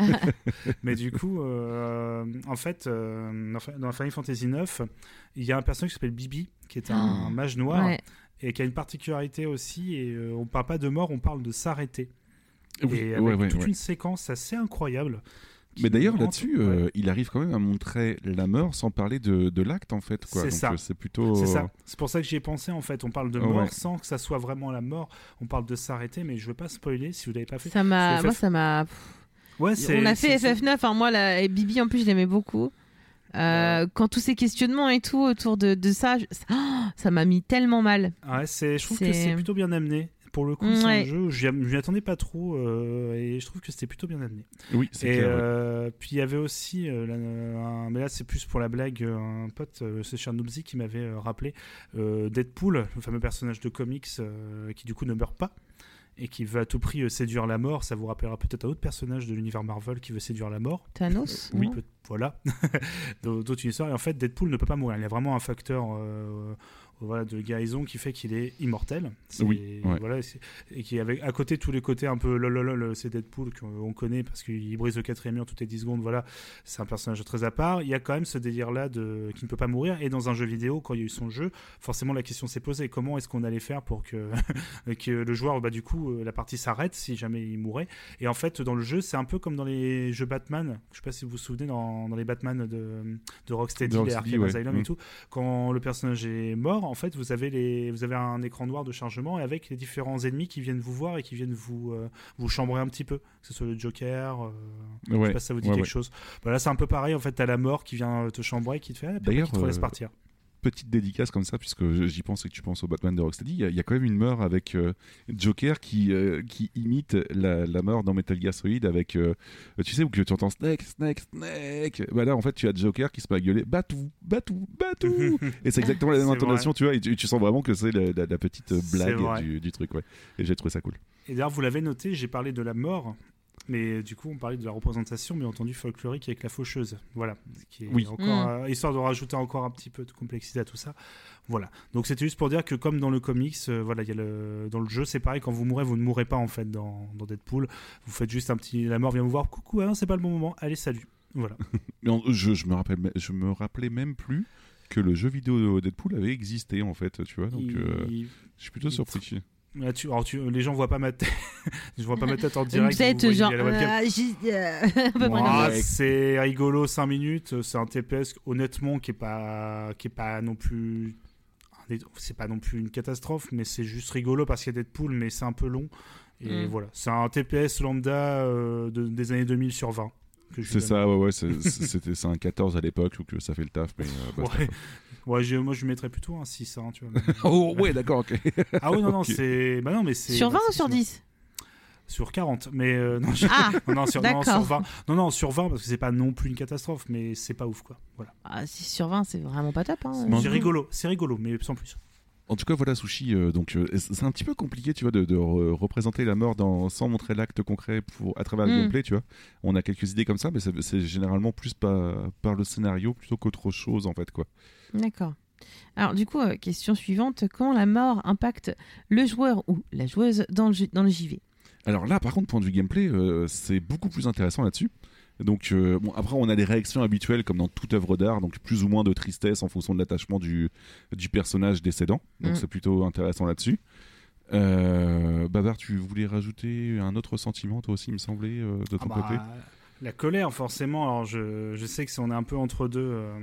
Mais du coup, euh, en fait, euh, dans Fi- dans Final Fantasy neuf, il y a un personnage qui s'appelle Bibi, qui est un Oh. mage noir, Ouais. et qui a une particularité aussi, et euh, on parle pas de mort, on parle de s'arrêter. Oui, et ouais, avec ouais, toute ouais. une séquence assez incroyable. qui Mais d'ailleurs rentre- là-dessus, ouais. euh, il arrive quand même à montrer la mort sans parler de, de l'acte en fait. Quoi. C'est Donc ça. euh, c'est plutôt. C'est ça. C'est pour ça que j'y ai pensé en fait. On parle de Oh, mort ouais. sans que ça soit vraiment la mort. On parle de s'arrêter, mais je veux pas spoiler si vous l'avez pas fait. Ça m'a, C'est moi F F ça m'a. Ouais, c'est, On a fait c'est- F F neuf, hein, moi là, et Bibi en plus je l'aimais beaucoup. Euh, quand tous ces questionnements et tout autour de, de ça, je- ça, oh, ça m'a mis tellement mal. Ouais, c'est. Je trouve C'est- que c'est plutôt bien amené. Pour le coup, Mm, c'est ouais. un jeu où je m'y attendais pas trop euh, et je trouve que c'était plutôt bien amené. Oui, c'est Et clair. ouais. euh, puis il y avait aussi, euh, la- un- mais là c'est plus pour la blague, euh, un pote, euh, c'est Chernobyl qui m'avait euh, rappelé euh, Deadpool, le fameux personnage de comics euh, qui du coup ne meurt pas et qui veut à tout prix euh, séduire la mort. Ça vous rappellera peut-être un autre personnage de l'univers Marvel qui veut séduire la mort. Thanos. Oui, non peut- voilà. D'autres histoires. Et en fait, Deadpool ne peut pas mourir. Il y a vraiment un facteur euh, voilà, de guérison qui fait qu'il est immortel. C'est- Oui, ouais. Voilà, c'est- et qui avec à côté tous les côtés un peu lololol, c'est Deadpool qu'on connaît parce qu'il brise le quatrième mur toutes les dix secondes. Voilà, c'est un personnage très à part. Il y a quand même ce délire-là de qui ne peut pas mourir. Et dans un jeu vidéo, quand il y a eu son jeu, forcément la question s'est posée comment est-ce qu'on allait faire pour que que le joueur, bah du coup, euh, la partie s'arrête si jamais il mourait. Et en fait, dans le jeu, c'est un peu comme dans les jeux Batman. Je sais pas si vous vous souvenez dans, dans les Batman de, de Rocksteady, De les Rocksteady, Arkham ouais. Asylum Mm. et tout. Quand le personnage est mort, en fait, vous avez, les, vous avez un écran noir de chargement et avec les différents ennemis qui viennent vous voir et qui viennent vous, euh, vous chambrer un petit peu. Que ce soit le Joker, euh, Ouais, je sais pas si ça vous dit ouais, quelque ouais. chose. Bah, là, c'est un peu pareil. En fait, t'as la mort qui vient te chambrer, qui te fait, ah, puis après, D'ailleurs, qui te laisse euh, partir. Petite dédicace comme ça, puisque j'y pense et que tu penses au Batman de Rocksteady, il y, a- il y a quand même une mort avec euh, Joker qui, euh, qui imite la, la mort dans Metal Gear Solid avec, euh, tu sais, où que tu entends Snake, Snake, Snake. Bah là, en fait, tu as Joker qui se met à gueuler Batou, Batou, Batou. Et c'est exactement la même C'est intonation, tu vois, et tu, tu sens vraiment que c'est la, la- la petite C'est blague vrai. du, du truc, ouais. Et j'ai trouvé ça cool. Et d'ailleurs, vous l'avez noté, j'ai parlé de la mort, mais du coup, on parlait de la représentation, bien entendu, folklorique avec la faucheuse. Voilà. Qui est Oui. encore, Mm. euh, histoire de rajouter encore un petit peu de complexité à tout ça. Voilà. Donc, c'était juste pour dire que, comme dans le comics, euh, voilà, il y a le... dans le jeu, c'est pareil, quand vous mourrez, vous ne mourrez pas, en fait, dans, dans Deadpool. Vous faites juste un petit. La mort vient vous voir, coucou, ah non, c'est pas le bon moment, allez, salut. Voilà. Mais en- je, je, me rappelle, je me rappelais même plus que le jeu vidéo Deadpool avait existé, en fait, tu vois, donc Il- euh, je suis plutôt il- surpris. Là, tu... Alors, tu... les gens voient pas ma tête. Je vois pas ma tête en Vous direct. êtes vous voyez genre. à la webcam. euh, j'ai- euh, à peu près comme Ah, ça. c'est rigolo, cinq minutes. C'est un T P S, honnêtement, qui est pas, qui est pas non plus. C'est pas non plus une catastrophe, mais c'est juste rigolo parce qu'il y a Deadpool, mais c'est un peu long. Et Mm. voilà. C'est un T P S lambda euh, de- des années deux mille sur vingt. que je C'est donne. ça, ouais, ouais, c'est- c'était c'est un quatorze à l'époque, donc euh, ça fait le taf, mais euh, bah, c'est Ouais, pas ouais j'ai- moi je mettrais plutôt un six, hein, tu vois. grave. Oh, ouais, d'accord, ok. Ah oui, non, non, Ok. c'est. Bah non, mais c'est. Sur bah, vingt ou c'est- sur c'est- dix? Sur quarante. Mais euh, non, je- Ah, non, non, sur, non, d'accord. sur vingt. Non, non, sur vingt, parce que c'est pas non plus une catastrophe, mais c'est pas ouf, quoi. Voilà. ah, six sur vingt, c'est vraiment pas top. Hein. Non. C'est rigolo, c'est rigolo, mais sans plus. En tout cas, voilà, Sushi, euh, donc euh, c'est un petit peu compliqué, tu vois, de, de re- représenter la mort dans, sans montrer l'acte concret pour, à travers le Mm. gameplay, tu vois. On a quelques idées comme ça, mais c'est c'est généralement plus par, par le scénario plutôt qu'autre chose, en fait, quoi. D'accord. Alors, du coup, euh, question suivante. Comment la mort impacte le joueur ou la joueuse dans le, jeu- dans le J V? Alors là, par contre, point de vue gameplay, euh, c'est beaucoup plus intéressant là-dessus. Donc, euh, bon, après, on a des réactions habituelles comme dans toute œuvre d'art, donc plus ou moins de tristesse en fonction de l'attachement du, du personnage décédant. Donc, Mm. c'est plutôt intéressant là-dessus. Euh, Babar, tu voulais rajouter un autre sentiment, toi aussi, il me semblait, euh, de ton Ah bah, côté. la colère, forcément. Alors, je, je sais que si on est un peu entre deux, euh,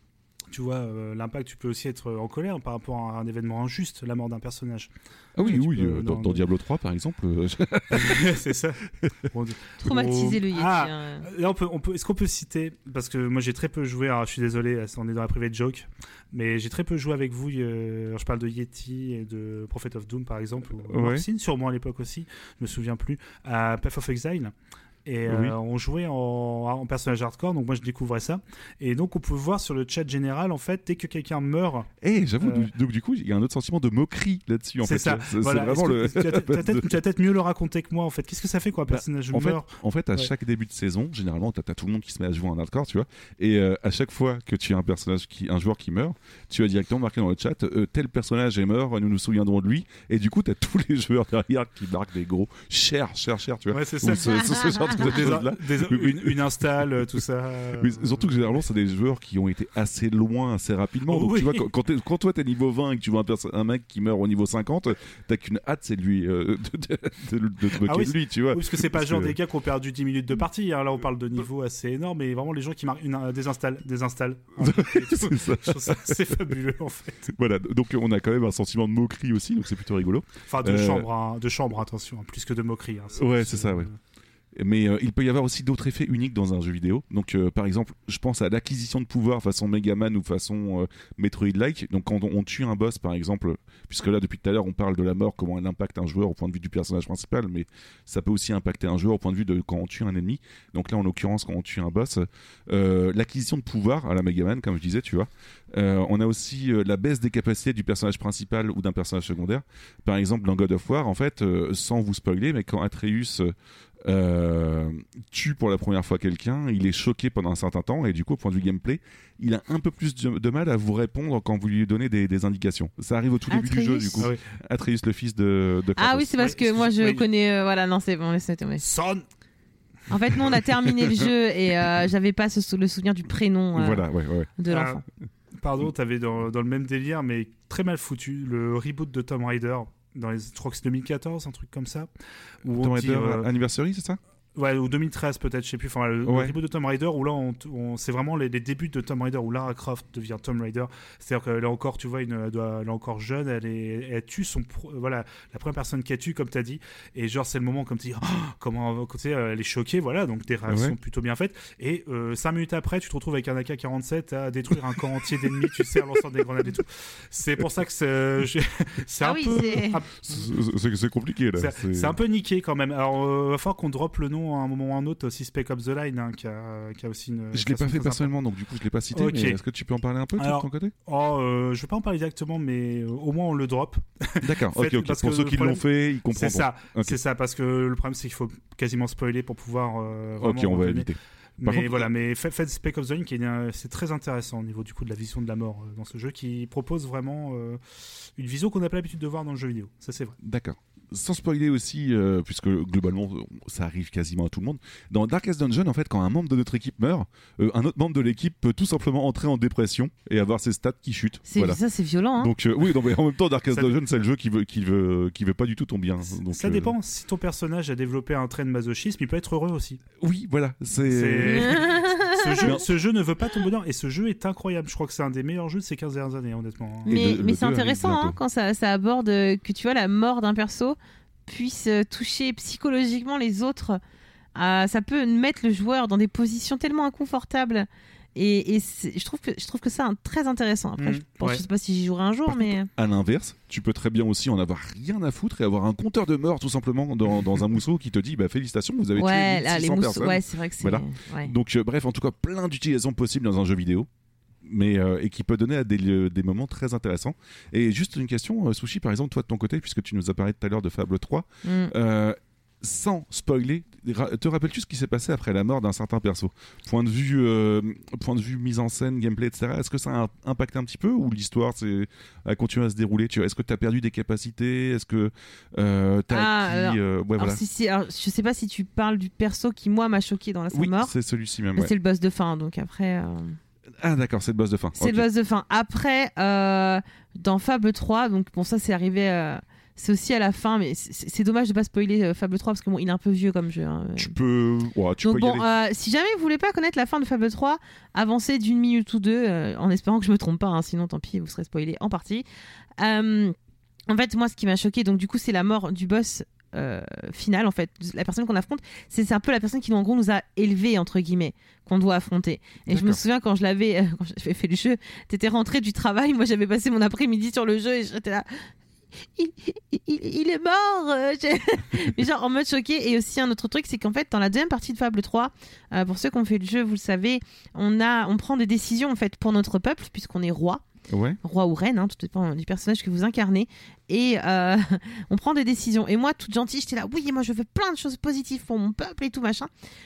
tu vois, euh, l'impact, tu peux aussi être en colère par rapport à un événement injuste, la mort d'un personnage. Ah oui, tu oui, peux- euh, dans, dans- dans Diablo trois, par exemple. euh, C'est ça. Bon, Traumatiser le Yeti. Ah, hein. Là, on peut, on peut, est-ce qu'on peut citer, parce que moi j'ai très peu joué, alors je suis désolé, là, on est dans la private joke, mais j'ai très peu joué avec vous. euh, alors, je parle de Yeti et de Prophet of Doom par exemple, ou Ouais. Morcine, sûrement à l'époque aussi, je me souviens plus, à Path of Exile. Et euh, Oui. on jouait en, en personnage hardcore, donc moi je découvrais ça. Et donc on peut voir sur le chat général, en fait, dès que quelqu'un meurt, Eh, j'avoue, Euh. donc, donc, du coup, il y a un autre sentiment de moquerie là-dessus, en c'est fait. ça. C'est Voilà. c'est vraiment Est-ce le. que- tu vas peut-être- tu vas peut-être- tu vas peut-être mieux le raconter que moi, en fait. Qu'est-ce que ça fait quand un Bah, personnage En fait, meurt en fait, à Ouais. chaque début de saison, généralement, t'as as tout le monde qui se met à jouer en hardcore, tu vois. Et euh, à chaque fois que tu as un personnage qui, un joueur qui meurt, tu as directement marqué dans le chat euh, tel personnage est mort, nous nous souviendrons de lui. Et du coup, t'as tous les joueurs derrière qui marquent des gros cher, cher, cher, tu vois. Ouais, c'est Ou ça. ce, ce- ce genre de Des- choses-là. des- Oui. une, une install, euh, tout ça. euh, Mais surtout que généralement, c'est des joueurs qui ont été assez loin assez rapidement. Oh Donc, oui. tu vois, quand, quand, t'es- quand toi t'es niveau vingt et que tu vois un, perso- un mec qui meurt au niveau cinquante, t'as qu'une hâte, c'est de lui euh, de, de- de- de te moquer Ah oui, de lui, tu vois. Oui, parce que c'est pas Parce genre que- des gars qui ont perdu dix minutes de partie. hein. Là, on parle de niveau assez énorme, mais vraiment les gens qui marquent une, un- des installs, des installs. C'est ça. Je trouve ça assez fabuleux en fait. Voilà, donc on a quand même un sentiment de moquerie aussi, donc c'est plutôt rigolo. Enfin, de Euh, chambre, hein, de chambre, attention, hein, plus que de moquerie. hein. Ouais, c'est ça, ouais. Mais euh, il peut y avoir aussi d'autres effets uniques dans un jeu vidéo. Donc, euh, par exemple, je pense à l'acquisition de pouvoir façon Megaman ou façon euh, Metroid-like. Donc, quand on, on tue un boss, par exemple, puisque là, depuis tout à l'heure, on parle de la mort, comment elle impacte un joueur au point de vue du personnage principal, mais ça peut aussi impacter un joueur au point de vue de quand on tue un ennemi. Donc là, en l'occurrence, quand on tue un boss, euh, l'acquisition de pouvoir à la Megaman, comme je disais, tu vois. Euh, on a aussi euh, la baisse des capacités du personnage principal ou d'un personnage secondaire. Par exemple, dans God of War, en fait, euh, sans vous spoiler, mais quand Atreus euh, tue pour la première fois quelqu'un, il est choqué pendant un certain temps et du coup, au point de vue gameplay, il a un peu plus de, de mal à vous répondre quand vous lui donnez des, des indications. Ça arrive au tout début du jeu, Atreus du coup. Ah oui. Atreus, le fils de, de Ah Kratos. oui, c'est parce Oui, que moi je excuse- oui. connais. euh, voilà, non, c'est bon, laisse tomber. Son. En fait, nous on a terminé le jeu et euh, j'avais pas ce sou- le souvenir du prénom euh, Voilà, ouais, ouais. de Ah, l'enfant. Pardon, t'avais dans, dans le même délire, mais très mal foutu, le reboot de Tomb Raider. Dans les, je crois que c'est deux mille quatorze, un truc comme ça. Où Tomb on dit, Raider euh, Anniversary, c'est ça? Ouais, ou deux mille treize peut-être, je sais plus. Enfin, le, Ouais. le reboot de Tomb Raider où là, on, on- c'est vraiment les, les débuts de Tomb Raider où Lara Croft devient Tomb Raider. C'est-à-dire qu'elle est encore, tu vois, une, elle, doit- elle est encore jeune, elle, est, elle tue son, pro- voilà, la première personne qu'elle tue, comme t'as dit. Et genre, c'est le moment comme tu dis, oh, comment, tu sais, elle est choquée, voilà, donc des réactions Ouais. plutôt bien faites. Et euh, cinq minutes après, tu te retrouves avec un A K quarante-sept à détruire un camp entier d'ennemis, tu sais, en lançant des grenades et tout. C'est pour ça que c'est, j'ai- c'est Ah un oui, peu, c'est- un- C'est- C'est c'est compliqué là. c'est C'est- c'est un peu niqué quand même. Alors, euh, va falloir qu'on drop le nom à un moment ou à un autre, aussi Spec Ops The Line, hein, qui, a, qui a aussi une. Je l'ai pas fait personnellement, donc du coup je l'ai pas cité. Ok. Mais est-ce que tu peux en parler un peu toi, Alors, de ton côté? Oh, euh, je vais pas en parler directement, mais euh, au moins on le drop. D'accord. Faites- Ok, ok. parce Pour que ceux le qui problème- l'ont fait, ils comprendront. C'est ça, Ok. c'est ça, parce que le problème c'est qu'il faut quasiment spoiler pour pouvoir. Euh, Ok, vraiment on va donner. éviter. Mais Par contre- voilà, mais fa- faites Spec Ops The Line, qui est un- c'est très intéressant au niveau du coup de la vision de la mort euh, dans ce jeu, qui propose vraiment euh, une vision qu'on n'a pas l'habitude de voir dans le jeu vidéo. Ça c'est vrai. D'accord. Sans spoiler aussi, euh, puisque globalement ça arrive quasiment à tout le monde, dans Darkest Dungeon, en fait, quand un membre de notre équipe meurt, euh, un autre membre de l'équipe peut tout simplement entrer en dépression et avoir ses stats qui chutent. C'est, Voilà. Ça, c'est violent. Hein. Donc euh, oui, non, mais en même temps, Darkest Ça- Dungeon, c'est le jeu qui veut, qui veut, qui veut pas du tout ton bien. Donc, ça euh, dépend. Si ton personnage a développé un trait de masochisme, il peut être heureux aussi. Oui, voilà. C'est. C'est- ce, jeu, Mais- ce jeu ne veut pas ton bonheur et ce jeu est incroyable. Je crois que c'est un des meilleurs jeux de ces quinze dernières années, honnêtement. Et Mais, le- mais le c'est deux arrive intéressant hein, bientôt. quand ça, ça aborde euh, que tu vois la mort d'un perso puisse euh, toucher psychologiquement les autres. Euh, ça peut mettre le joueur dans des positions tellement inconfortables. Et, et c'est- je, trouve que, je trouve que ça est très intéressant. Après, Mmh, je, pense, ouais. je sais pas si j'y jouerai un jour, Par mais. À l'inverse, tu peux très bien aussi en avoir rien à foutre et avoir un compteur de mort tout simplement dans, dans un mousseau qui te dit bah, félicitations, vous avez Ouais, tué là, les mille six cents mousses. personnes. Ouais, c'est vrai que c'est. Voilà. Ouais. Donc euh, bref, en tout cas, plein d'utilisations possibles dans un jeu vidéo. Mais, euh, et qui peut donner à des, lieux- des moments très intéressants. Et juste une question, euh, Sushi, par exemple, toi de ton côté, puisque tu nous as parlé tout à l'heure de Fable trois, Mm. euh, sans spoiler, ra- te rappelles-tu ce qui s'est passé après la mort d'un certain perso? Point de vue, euh, point de vue mise en scène, gameplay, et cetera. Est-ce que ça a impacté un petit peu ou l'histoire c'est, a continué à se dérouler? Tu vois, est-ce que tu as perdu des capacités? Est-ce que euh, tu as Ah, acquis... alors- euh, ouais, Alors, voilà. si, si, alors, je sais pas si tu parles du perso qui, moi, m'a choqué dans la sa Oui, mort. c'est celui-ci même. Mais Ouais. c'est le boss de fin, donc après. euh, Ah d'accord, c'est le boss de fin. C'est Ok. le boss de fin. Après, euh, dans Fable trois, donc bon, ça c'est arrivé. euh, C'est aussi à la fin, mais c'est c'est dommage de pas spoiler euh, Fable trois parce que bon, il est un peu vieux comme jeu. hein. Tu peux, ouais, tu Donc peux y bon, aller. euh, si jamais vous voulez pas connaître la fin de Fable trois, avancez d'une minute ou deux, euh, en espérant que je me trompe pas, hein, sinon tant pis, vous serez spoilé en partie. Euh, en fait, moi, ce qui m'a choqué, donc du coup, c'est la mort du boss euh, final. En fait, la personne qu'on affronte, c'est c'est un peu la personne qui, en gros, nous a élevés entre guillemets, qu'on doit affronter. Et je me D'accord. souviens quand je l'avais, euh, quand j'avais fait le jeu, t'étais rentré du travail, moi j'avais passé mon après-midi sur le jeu et j'étais là. Il, il, il est mort euh, j'ai- mais genre en mode choqué. Et aussi un autre truc, c'est qu'en fait dans la deuxième partie de Fable trois, euh, pour ceux qui ont fait le jeu, vous le savez, on, a, on prend des décisions en fait pour notre peuple puisqu'on est roi Ouais. roi ou reine, hein, tout dépend du personnage que vous incarnez, et euh, on prend des décisions. Et moi, toute gentille, j'étais là, oui, moi je veux plein de choses positives pour mon peuple et tout machin.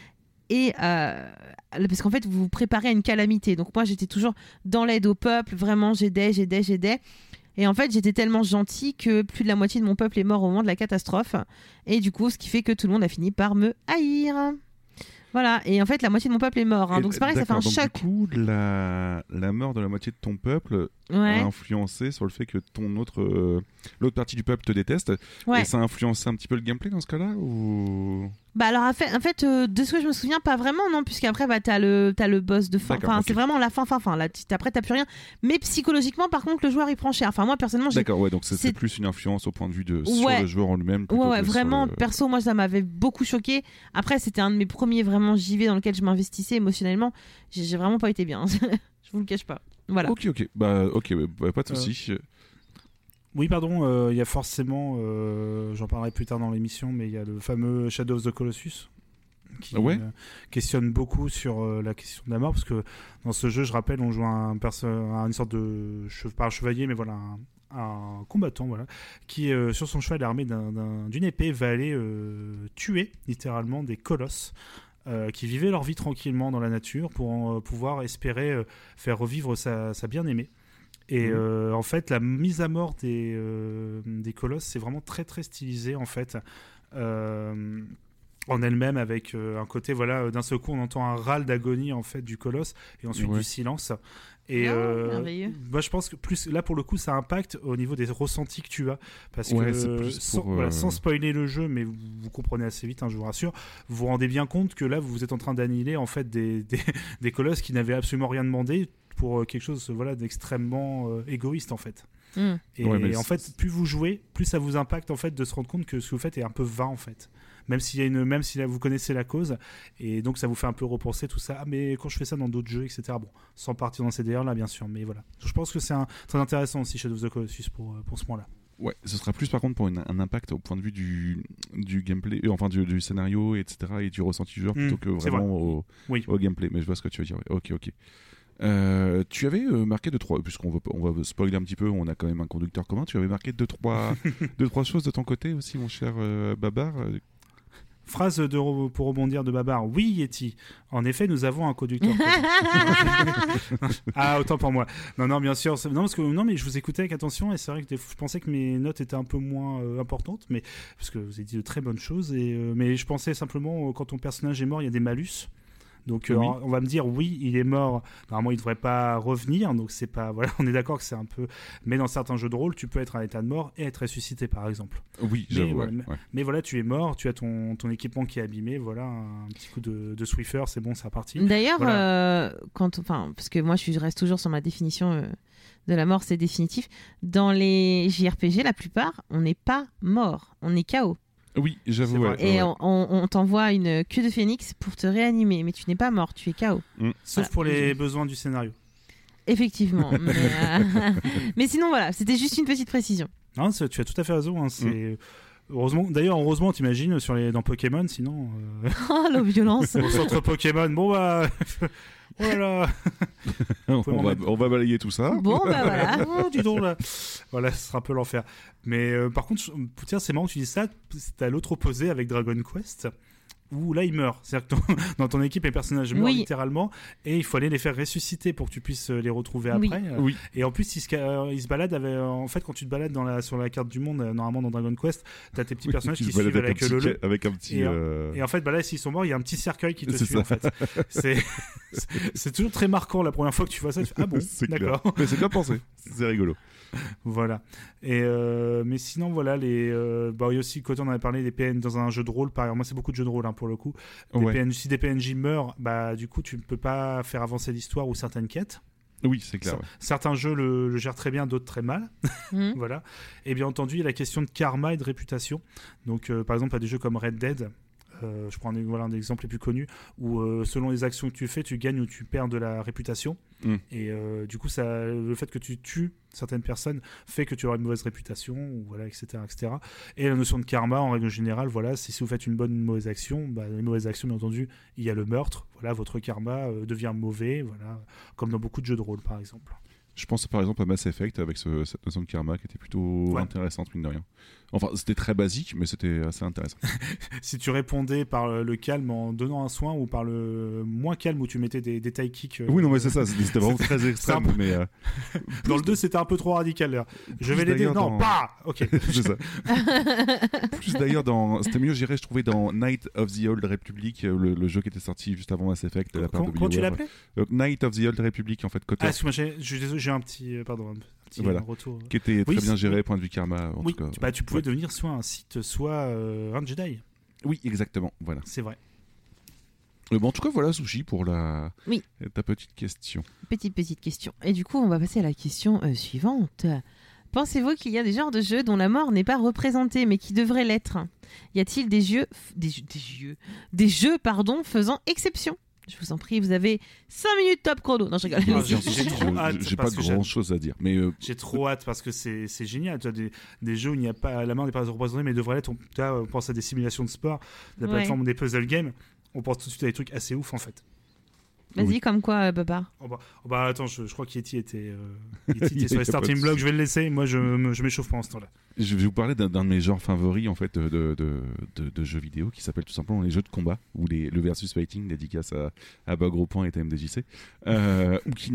Et euh, parce qu'en fait, vous vous préparez à une calamité. Donc moi, j'étais toujours dans l'aide au peuple, vraiment, j'aidais, j'aidais, j'aidais. Et en fait, j'étais tellement gentille que plus de la moitié de mon peuple est mort au moment de la catastrophe. Et du coup, ce qui fait que tout le monde a fini par me haïr. Voilà, et en fait, la moitié de mon peuple est mort. hein. Et- Donc c'est pareil, ça fait un d'accord, donc, choc. Du coup, la, la mort de la moitié de ton peuple Ouais. a influencé sur le fait que ton autre, euh, l'autre partie du peuple te déteste. Ouais. Et ça a influencé un petit peu le gameplay dans ce cas-là ou... Bah alors en fait, en fait euh, de ce que je me souviens pas vraiment non, puisqu'après bah t'as le t'as le boss de fin, D'accord, enfin ok. c'est vraiment la fin fin fin là, t- après t'as plus rien, mais psychologiquement par contre le joueur il prend cher, enfin moi personnellement j'ai D'accord, ouais, donc c'est, c'est c'est- plus une influence au point de vue de sur Ouais. le joueur en lui-même. plutôt ouais, ouais que sur vraiment le- perso moi ça m'avait beaucoup choqué. Après c'était un de mes premiers vraiment J V dans lequel je m'investissais émotionnellement, j'ai, j'ai vraiment pas été bien. Je vous le cache pas. Voilà. Ok, ok, bah ok, bah, bah, pas de Euh, souci. Oui, pardon, euh, il y a forcément, euh, j'en parlerai plus tard dans l'émission, mais il y a le fameux Shadow of the Colossus qui Ouais. euh, questionne beaucoup sur euh, la question de la mort, parce que dans ce jeu, je rappelle, on joue un perso- un- une sorte de, che- pas un chevalier, mais voilà, un, un combattant, voilà, qui euh, sur son cheval armé d'un, d'un- d'une épée va aller euh, tuer littéralement des colosses. Euh, qui vivaient leur vie tranquillement dans la nature pour euh, pouvoir espérer euh, faire revivre sa, sa bien-aimée. Et Mhm. euh, en fait, la mise à mort des, euh, des colosses, c'est vraiment très très stylisé en fait. Euh, en elle-même, avec euh, un côté, voilà, d'un seul coup, on entend un râle d'agonie en fait du colosse, et ensuite Ouais. du silence. Et Oh, euh, merveilleux. moi, je pense que plus là pour le coup, ça impacte au niveau des ressentis que tu as, parce Ouais, que c'est plus sans, pour, euh, voilà, sans spoiler le jeu, mais vous, vous comprenez assez vite, hein, je vous rassure, vous vous rendez bien compte que là, vous êtes en train d'annihiler en fait des, des, des colosses qui n'avaient absolument rien demandé pour euh, quelque chose, voilà, d'extrêmement euh, égoïste en fait. Mm. Et, Ouais, mais en c'est- fait, plus vous jouez, plus ça vous impacte en fait de se rendre compte que ce que vous faites est un peu vain en fait. Même s'il y a une, même si là vous connaissez la cause, et donc ça vous fait un peu repenser tout ça. Ah, mais quand je fais ça dans d'autres jeux, et cetera. Bon, sans partir dans ces délires là, bien sûr, mais voilà. Je pense que c'est un, très intéressant aussi Shadow of the Colossus pour pour ce point-là. Ouais, ce sera plus par contre pour une- un impact au point de vue du, du gameplay, euh, enfin du, du scénario, et cetera, et du ressenti du joueur, Mm, plutôt que c'est vraiment au, Oui. au gameplay. Mais je vois ce que tu veux dire. Ouais. Ok, ok. Euh, tu avais euh, marqué deux trois, puisqu'on va, on va spoiler un petit peu, on a quand même un conducteur commun. Tu avais marqué deux trois, deux trois choses de ton côté aussi, mon cher euh, Babar. euh, Phrase de re- pour rebondir de Babar. Oui, Yeti. En effet, nous avons un conducteur. Ah, autant pour moi. Non, non, bien sûr. c'est- Non, parce que non, mais je vous écoutais avec attention et c'est vrai que des fois, je pensais que mes notes étaient un peu moins euh, importantes, mais parce que vous avez dit de très bonnes choses. Et euh, mais je pensais simplement euh, quand ton personnage est mort, il y a des malus. Donc euh, Oui. on va me dire oui, il est mort. Normalement, il devrait pas revenir. Donc c'est pas voilà, on est d'accord que c'est un peu. Mais dans certains jeux de rôle, tu peux être en état de mort et être ressuscité, par exemple. Oui, Mais j'avoue. voilà, ouais, ouais. Mais voilà, tu es mort, tu as ton, ton équipement qui est abîmé. Voilà, un petit coup de, de Swiffer, c'est bon, c'est reparti. D'ailleurs, Voilà. euh, quand, enfin, parce que moi, je suis- je reste toujours sur ma définition euh, de la mort, c'est définitif. Dans les J R P G, la plupart, on n'est pas mort, on est K O. Oui, j'avoue. C'est ouais, vrai. ouais, Et ouais. on, on- on t'envoie une queue de phénix pour te réanimer, mais tu n'es pas mort, tu es K O. Sauf Voilà. pour les besoins du scénario. Effectivement. mais, euh, mais sinon, voilà, c'était juste une petite précision. Non, c'est- tu as tout à fait raison. Hein, c'est... Heureusement, d'ailleurs, heureusement, t'imagines sur les dans Pokémon, sinon euh, Oh, la violence. au centre Pokémon, bon bah, voilà. on, pouvez m'en va, mettre- on va balayer tout ça. Bon, bah voilà. Oh, dis donc là. Voilà, ce sera un peu l'enfer. Mais euh, par contre, je- tiens, c'est marrant que tu dis ça. C'est à l'autre opposé avec Dragon Quest. Où là il meurt, c'est-à-dire que ton- dans ton équipe les personnages meurent Oui. littéralement et il faut aller les faire ressusciter pour que tu puisses euh, les retrouver Oui. après. Euh, Oui. Et en plus, ils se, ca- ils se baladent avec, en fait, quand tu te balades dans la, sur la carte du monde, euh, normalement dans Dragon Quest, t'as tes petits personnages Tu qui te balades suivent avec un le petit le. ca- avec un petit. Et, euh, Et en fait, bah là, s'ils sont morts, il y a un petit cercueil qui te C'est suit ça. en fait. C'est, c'est- c'est toujours très marquant la première fois que tu vois ça. Tu fais, ah bon, c'est clair. d'accord. Mais c'est bien pensé. C'est rigolo. Voilà. Et euh, mais sinon, voilà, les, euh, bah, il y a aussi, quand on avait parlé des P N dans un jeu de rôle, par exemple, moi c'est beaucoup de jeux de rôle hein, pour le coup. Des Ouais. P N J, si des P N J meurent, bah du coup, tu ne peux pas faire avancer l'histoire ou certaines quêtes. Oui, c'est clair. Cer- Certains jeux le, le gèrent très bien, d'autres très mal. Mhm. Voilà. Et bien entendu, il y a la question de karma et de réputation. Donc, euh, par exemple, à des jeux comme Red Dead, euh, je prends un, voilà, un des exemples les plus connus, où euh, selon les actions que tu fais, tu gagnes ou tu perds de la réputation. Mm. Et euh, du coup, ça, le fait que tu tues certaines personnes fait que tu auras une mauvaise réputation, ou voilà, et cetera, et cetera. Et la notion de karma, en règle générale, voilà, c'est si vous faites une bonne ou une mauvaise action, bah, les mauvaises actions, bien entendu, il y a le meurtre. Voilà, votre karma euh, devient mauvais, voilà, comme dans beaucoup de jeux de rôle, par exemple. Je pense par exemple à Mass Effect avec ce- cette notion de karma qui était plutôt Ouais. intéressante, mine de rien. Enfin, c'était très basique, mais c'était assez intéressant. Si tu répondais par le calme en donnant un soin ou par le moins calme où tu mettais des détails kicks. euh, Oui, non, mais c'est ça, c'était c'était vraiment très extrême. c'est un peu- Mais euh, Dans le deux, c'était un peu trop radical. Là. Je Plus vais l'aider. d'ailleurs Non, dans- pas Ok. c'est ça. Plus d'ailleurs, dans... c'était mieux, j'irais, je trouvais, dans Night of the Old Republic, euh, le, le jeu qui était sorti juste avant Mass Effect de la part Comment, de comment tu BioWare. l'appelais Donc, Night of the Old Republic, en fait, côté Ah, excuse-moi, j'ai, je suis désolé, j'ai un petit. euh, Pardon, un petit Voilà. euh, retour. qui était très Oui, bien c'est- géré, point de vue karma, en Oui, tout cas. tu, bah, tu pouvais Ouais. devenir soit un Sith, soit euh, un Jedi. Oui, exactement, voilà. C'est vrai. Euh, bon, en tout cas, voilà, Sushi, pour la... Oui. ta petite question. Petite, petite question. Et du coup, on va passer à la question euh, suivante. Pensez-vous qu'il y a des genres de jeux dont la mort n'est pas représentée, mais qui devraient l'être? Y a-t-il des jeux, des, jeux- des jeux, des jeux, pardon, faisant exception? Je vous en prie, vous avez cinq minutes top chrono. Non, je rigole. Ah, j'ai- j'ai trop hâte, J'ai pas parce que j'ai- grand-chose à dire, mais... euh, J'ai trop hâte parce que c'est, c'est génial. Tu as des, des jeux où il n'y a pas, la main n'est pas représentée, mais devrait l'être. On, tu vois, on pense à des simulations de sport, de la Ouais. plateforme des puzzle games. On pense tout de suite à des trucs assez ouf en fait. Vas-y, Oui. comme quoi, euh, Babar? Oh bah, oh bah attends, je, je crois qu'Yeti était, euh, Yeti Il y était a sur les pas de starting souci. blocks. Je vais le laisser. Moi, je, me- je m'échauffe pendant ce temps-là. Je vais vous parler d'un d'un de mes genres favoris en fait de, de, de, de- de jeux vidéo qui s'appelle tout simplement les jeux de combat ou les, le versus fighting, dédicace à, à Bas Gros Point et T M D J C, euh, ou qui, n-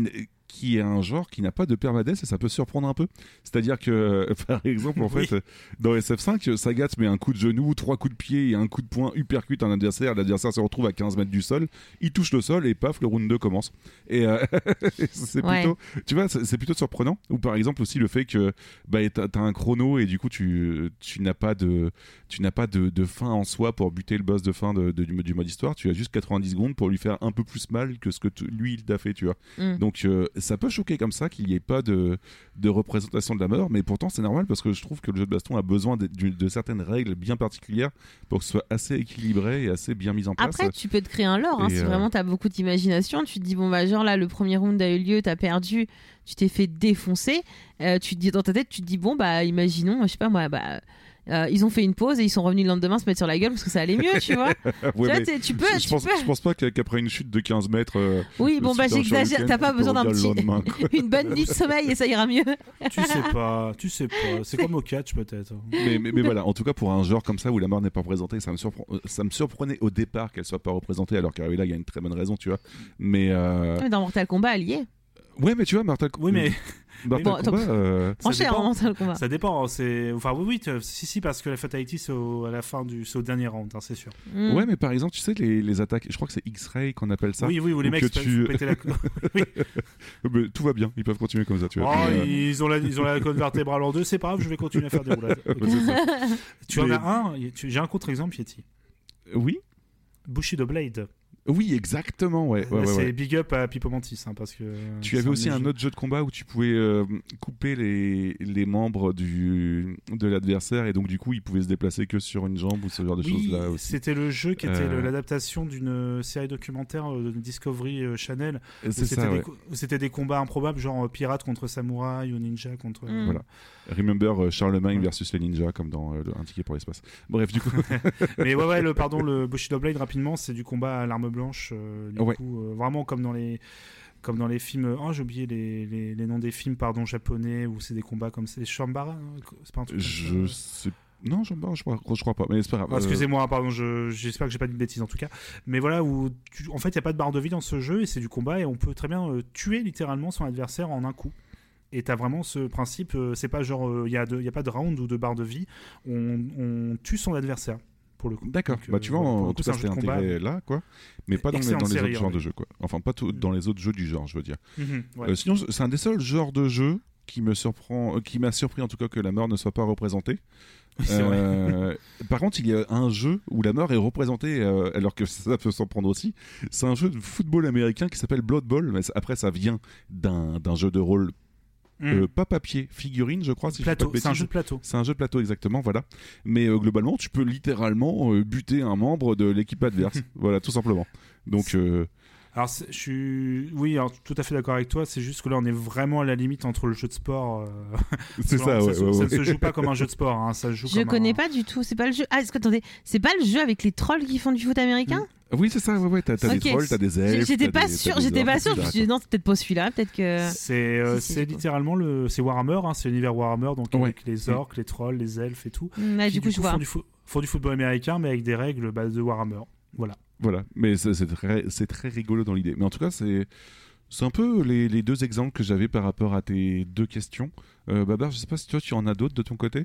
qui est un genre qui n'a pas de permadeath et ça peut surprendre un peu. C'est-à-dire que, par exemple, en Oui. fait, dans S F cinq, Sagat met un coup de genou, trois coups de pied et un coup de poing uppercut un adversaire. L'adversaire se retrouve à quinze mètres du sol, il touche le sol et paf, le round deux commence. Et euh, c'est Ouais. plutôt, tu vois, c'est, c'est plutôt surprenant. Ou par exemple aussi le fait que bah, t'as, t'as un chrono et du coup tu, tu n'as pas de, tu n'as pas de, de fin en soi pour buter le boss de fin de, de- du, du mode histoire. Tu as juste quatre-vingt-dix secondes pour lui faire un peu plus mal que ce que tu- lui il t'a fait, tu vois. Mm. Donc euh, ça peut choquer comme ça qu'il n'y ait pas de, de représentation de la mort, mais pourtant c'est normal parce que je trouve que le jeu de baston a besoin de, de- de certaines règles bien particulières pour que ce soit assez équilibré et assez bien mis en place. Après, tu peux te créer un lore, hein, Et, si euh, vraiment t'as beaucoup d'imagination. Tu te dis, bon, bah, genre là, le premier round a eu lieu, t'as perdu, tu t'es fait défoncer. Euh, tu te dis, dans ta tête, tu te dis, bon, bah, imaginons, je sais pas moi, bah. euh, ils ont fait une pause et ils sont revenus le lendemain se mettre sur la gueule parce que ça allait mieux, tu vois. Ouais, Tu vois, mais t'es- tu peux, je, tu pense, peux. je pense pas qu'a- qu'après une chute de quinze mètres. euh, Oui, bon, si bah, t'es en j'exagère. shuriken, T'as pas tu peux besoin d'un revenir le petit. lendemain, quoi. Une bonne nuit de sommeil et ça ira mieux. Tu sais pas, tu sais pas. C'est comme au catch peut-être. mais, mais, mais voilà, en tout cas pour un genre comme ça où la mort n'est pas représentée, ça me, surprend, euh, ça me surprenait au départ qu'elle soit pas représentée, alors qu'arrivé là il y a une très bonne raison, tu vois. Mais euh... Mais dans Mortal Kombat, elle y est. ouais, mais tu vois, Mortal, Oui, mais Mortal Bon, Kombat, euh, Prends Ça cher, dépend. hein, Mortal Kombat. ça dépend. C'est enfin oui, oui, tu- si si parce que la fatality c'est au- à la fin du, c'est au dernier round, hein, c'est sûr. Mm. ouais, mais par exemple, tu sais les, les attaques, je crois que c'est X-Ray qu'on appelle ça. Oui, oui, où les Ou mecs que se tu- font péter la. Oui. Mais tout va bien, ils peuvent continuer comme ça, tu Oh, vois. Mais, euh, ils ont la, ils ont la colonne vertébrale en deux, c'est pas grave, je vais continuer à faire des roulades. Ok. c'est ça. Tu en Mais- as un. y- tu- J'ai un contre-exemple, Yeti. Oui, Bushido Blade. oui, exactement, ouais. ouais, Là, ouais, c'est ouais. big up à Pipo Mantis, hein, parce que. Tu c'est avais de aussi mes un jeux. autre jeu de combat où tu pouvais euh, couper les, les membres du, de l'adversaire et donc du coup il pouvait se déplacer que sur une jambe ou ce genre de Oui, choses-là aussi. c'était le jeu qui était Euh. le- l'adaptation d'une série documentaire euh, de Discovery euh, Channel. Et où c'est C'était ça, des, ouais. co- où c'était des combats improbables, genre euh, pirate contre samouraï ou ninja contre. Mm. Voilà. Remember euh, Charlemagne Ouais. versus les ninjas comme dans euh, le- Un ticket pour l'espace. Bref, du coup, Mais ouais, ouais, le, pardon, le Bushido Blade, rapidement, c'est du combat à l'arme blanche. euh, du Ouais. coup, euh, vraiment comme dans les. Comme dans les films. Oh, j'ai oublié les, les, les noms des films, pardon, japonais, où c'est des combats comme c'est. Shambara hein, c'est pas un truc comme je ça. sais. Non, je, je, crois, je crois pas, mais c'est pas grave. Ah, excusez-moi, pardon, je- j'espère que j'ai pas dit de bêtises en tout cas. Mais voilà, où tu- en fait, il n'y a pas de barre de vie dans ce jeu et c'est du combat et on peut très bien euh, tuer littéralement son adversaire en un coup. Et t'as vraiment ce principe, euh, c'est pas genre, il n'y a, de- y a pas de round ou de barre de vie, on, on tue son adversaire pour le coup. D'accord. Donc, Bah euh, tu vois, voilà, pour en le tout coup, cas, c'est un c'était jeu de combat. intégré là, quoi. Mais pas dans, les- Excellente dans les série, autres genres ouais. de jeux, quoi. Enfin, pas tout- dans les autres jeux du genre, je veux dire. Mhm, ouais. Euh, sinon, c'est un des seuls genres de jeux qui me surprend, euh, qui m'a surpris en tout cas que la mort ne soit pas représentée. C'est vrai. Euh, par contre, il y a un jeu où la mort est représentée, euh, alors que ça peut s'en prendre aussi. C'est un jeu de football américain qui s'appelle Blood Bowl, mais ça- après ça vient d'un d'un jeu de rôle, Mhm. euh, pas papier, figurine, je crois. Si je dis pas Plateau, de c'est un bêtises. jeu de plateau. C'est un jeu de plateau exactement, voilà. Mais euh, globalement, tu peux littéralement euh, buter un membre de l'équipe adverse, voilà, tout simplement. Donc, euh, Alors, c'est- je suis, oui, alors, tout à fait d'accord avec toi. C'est juste que là, on est vraiment à la limite entre le jeu de sport. euh, c'est ça, ouais, se, ouais, ça ouais. ne se joue pas comme un jeu de sport. Hein, ça se joue Je comme connais un- pas du tout. C'est pas le jeu. Ah, est-ce que attendez, c'est pas le jeu avec les trolls qui font du foot américain Oui, c'est ça, ouais, ouais. T'as t'as Ok. des trolls, t'as des J'ai- elfes. J'étais t'as pas des- sûre. t'as des J'étais pas orques, sûre. Je me suis dit non, c'est peut-être pas celui-là. Peut-être que. C'est euh, Si, si, c'est du coup. littéralement le, c'est Warhammer, hein, c'est l'univers Warhammer, donc Ouais. avec les orques, les trolls, les elfes et tout. Mm, ouais, qui, du coup, je font vois. du, fo- font du football américain, mais avec des règles bah, de Warhammer. Voilà. Voilà, mais c'est c'est très, c'est très rigolo dans l'idée. Mais en tout cas, c'est c'est un peu les, les deux exemples que j'avais par rapport à tes deux questions. Euh, Babar, je sais pas si toi tu en as d'autres de ton côté.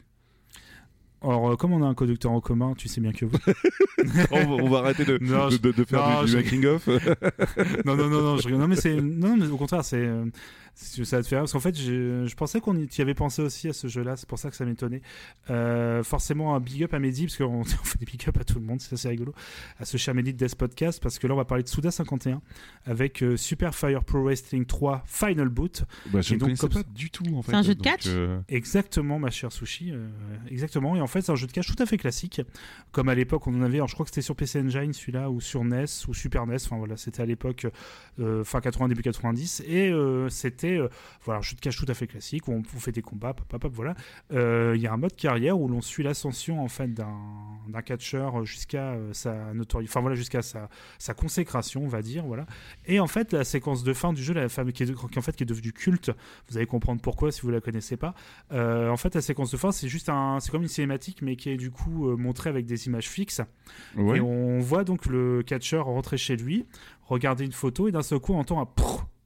Alors, euh, comme on a un conducteur en commun, tu sais bien que vous. on, va, on va arrêter de, Non, de, de- de faire non, du, du je- making of. non, non, non, non, je... non, mais c'est, non, mais au contraire, c'est, euh, c'est- ça va te faire, parce qu'en fait, je, je pensais qu'on y, y avait pensé aussi à ce jeu-là, c'est pour ça que ça m'étonnait. Euh, forcément, un big up à Mehdi, parce qu'on on fait des big up à tout le monde, c'est assez rigolo, à ce cher Mehdi de Death Podcast, parce que là, on va parler de Suda cinquante et un, avec euh, Super Fire Pro Wrestling trois Final Boot. Bah, je Et ne donc, connaissais comme pas du tout en fait. C'est un jeu de donc, catch euh, Exactement, ma chère Sushi, euh, exactement. Et en fait, c'est un jeu de cache tout à fait classique, comme à l'époque on en avait. Alors, je crois que c'était sur P C Engine celui-là, ou sur N E S, ou Super N E S. Enfin voilà, c'était à l'époque euh, fin quatre-vingts, début quatre-vingt-dix, et euh, c'était euh, voilà, un jeu de cache tout à fait classique où on, on fait des combats, pop, pop, pop, voilà. Euh, Il y a un mode carrière où l'on suit l'ascension en fait d'un d'un catcheur jusqu'à euh, sa notoriété, enfin voilà, jusqu'à sa sa consécration, on va dire, voilà. Et en fait, la séquence de fin du jeu, la femme qui est, qui, en fait, qui est devenue culte, vous allez comprendre pourquoi si vous la connaissez pas. Euh, en fait, la séquence de fin, c'est juste un, c'est comme une cinématique, mais qui est du coup euh, montrée avec des images fixes. ouais. Et on voit donc le catcheur rentrer chez lui, regarder une photo, et d'un seul coup, on entend un prrr,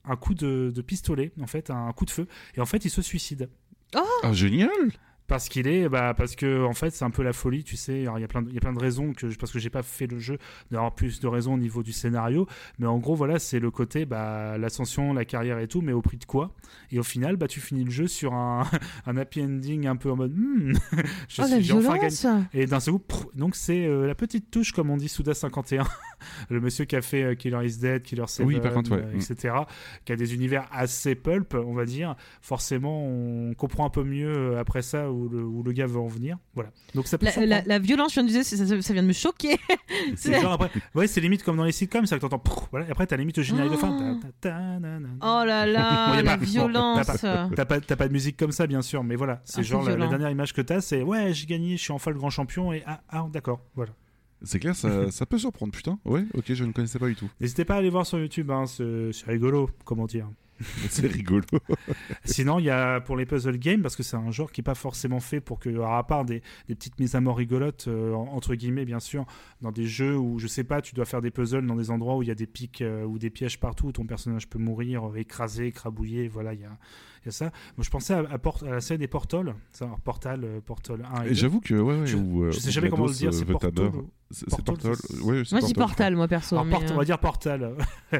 un coup de, de pistolet, en fait, un coup de feu, et en fait, il se suicide. Oh Ah, génial. Parce qu'il est, bah, parce que en fait, c'est un peu la folie, tu sais. Alors, il y a plein, de, il y a plein de raisons que, parce que j'ai pas fait le jeu, d'avoir plus de raisons au niveau du scénario. Mais en gros, voilà, c'est le côté, bah, l'ascension, la carrière et tout, mais au prix de quoi ? Et au final, bah, tu finis le jeu sur un, un happy ending un peu en mode, hmm, je Oh, suis la j'ai enfin gagné. violence. Et d'un seul coup, pff, donc c'est euh, la petite touche, comme on dit, Suda cinquante et un, le monsieur qui a fait euh, Killer is Dead, Killer seven, Oui, par contre, ouais. euh, et cetera, qui a des univers assez pulp, on va dire. Forcément, on comprend un peu mieux euh, après ça où le, où le gars veut en venir. Voilà. Donc ça peut La, la, la violence, je viens de dire, ça, ça, ça vient de me choquer. c'est genre après, ouais, c'est limite comme dans les sitcoms, c'est que t'entends, pff, voilà, et après t'as limite le générique de fin. Ta, ta, ta, na, na. Oh là là, Bon, y a la pas- violence. Bon, t'as, pas, t'as, pas, t'as pas de musique comme ça, bien sûr, mais voilà, c'est Ah, genre c'est la, la violent. dernière image que t'as, c'est ouais, j'ai gagné, je suis enfin le grand champion, et ah, ah d'accord, voilà. C'est clair, ça, ça peut surprendre, putain. Ouais, ok, je ne connaissais pas du tout. N'hésitez pas à aller voir sur YouTube, hein, c'est, c'est rigolo, comment dire. C'est rigolo. Sinon, il y a pour les puzzle games, parce que c'est un genre qui n'est pas forcément fait pour que, alors à part des, des petites mises à mort rigolotes, euh, entre guillemets, bien sûr, dans des jeux où, je sais pas, tu dois faire des puzzles dans des endroits où il y a des pics euh, ou des pièges partout, où ton personnage peut mourir, euh, écrasé, écrabouillé, voilà, il y a, il y a ça. Moi, je pensais à, à, Port- à la série des Portal, ça, alors, Portal, euh, Portal un et Et deux. j'avoue que, ouais, ouais. Je- ou, euh, je sais ou jamais comment le GLaDOS, dire, c'est euh, Portal Vetaber. ou- C'est c'est Portal, Portal. c'est- Ouais, c'est Moi, je dis Portal. Portal, moi, perso. Alors, mais, Port- euh, on va dire Portal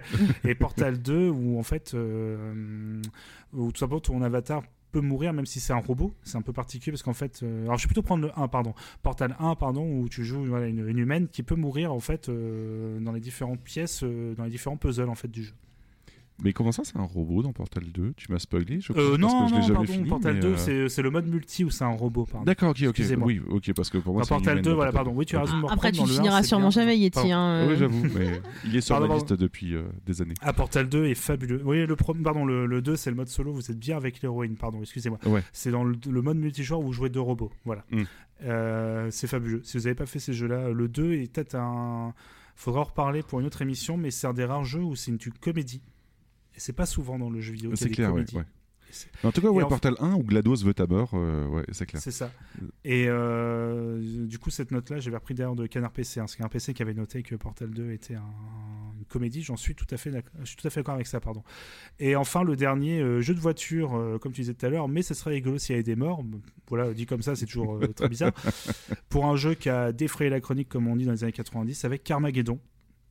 et Portal deux où en fait euh, où tout simplement ton avatar peut mourir même si c'est un robot, c'est un peu particulier parce qu'en fait euh, alors je vais plutôt prendre le un pardon, Portal un pardon où tu joues voilà, une, une humaine qui peut mourir en fait euh, dans les différentes pièces euh, dans les différents puzzles en fait du jeu. Mais comment ça, c'est un robot dans Portal deux? Tu m'as spoilé, je crois, Euh, parce non que je l'ai non jamais pardon, fini. Portal mais, deux euh, c'est, c'est le mode multi où c'est un robot pardon. D'accord, ok, ok. Excusez-moi. Oui, ok, parce que pour moi, Dans c'est une Portal humaine deux dans voilà Portal. pardon oui tu as raison de me Après, reprendre tu dans le un, finiras c'est sûrement bien. jamais, Yeti. Pardon. Hein, Oui, euh. j'avoue, mais il est sur Pardon, ma pardon. liste depuis euh, des années. Ah, Portal deux est fabuleux. Oui, le, pro- pardon, le, le deux, c'est le mode solo. Vous êtes bien avec l'héroïne, pardon, excusez-moi. Ouais. C'est dans le, le mode multijoueur où vous jouez deux robots. Voilà. Mm. Euh, c'est fabuleux. Si vous n'avez pas fait ces jeux-là, le deux est peut-être un. Faudra en reparler pour une autre émission, mais c'est un des rares jeux où c'est une, une comédie. Et c'est pas souvent dans le jeu vidéo qu'il y a C'est des clair, ouais. comédies. ouais. En tout cas, ouais, en- Portal un ou GLaDOS Vetaber, euh, ouais, c'est clair. C'est ça. Et euh, du coup, cette note-là, j'avais repris d'ailleurs de Canard P C. Hein, c'est un P C qui avait noté que Portal deux était un- une comédie. J'en suis tout à fait d'accord. Je suis tout à fait d'accord avec ça, pardon. Et enfin, le dernier euh, jeu de voiture, euh, comme tu disais tout à l'heure, mais ce serait rigolo s'il y avait des morts. Voilà, dit comme ça, c'est toujours euh, très bizarre. Pour un jeu qui a défrayé la chronique, comme on dit dans les années quatre-vingt-dix, avec Carmageddon,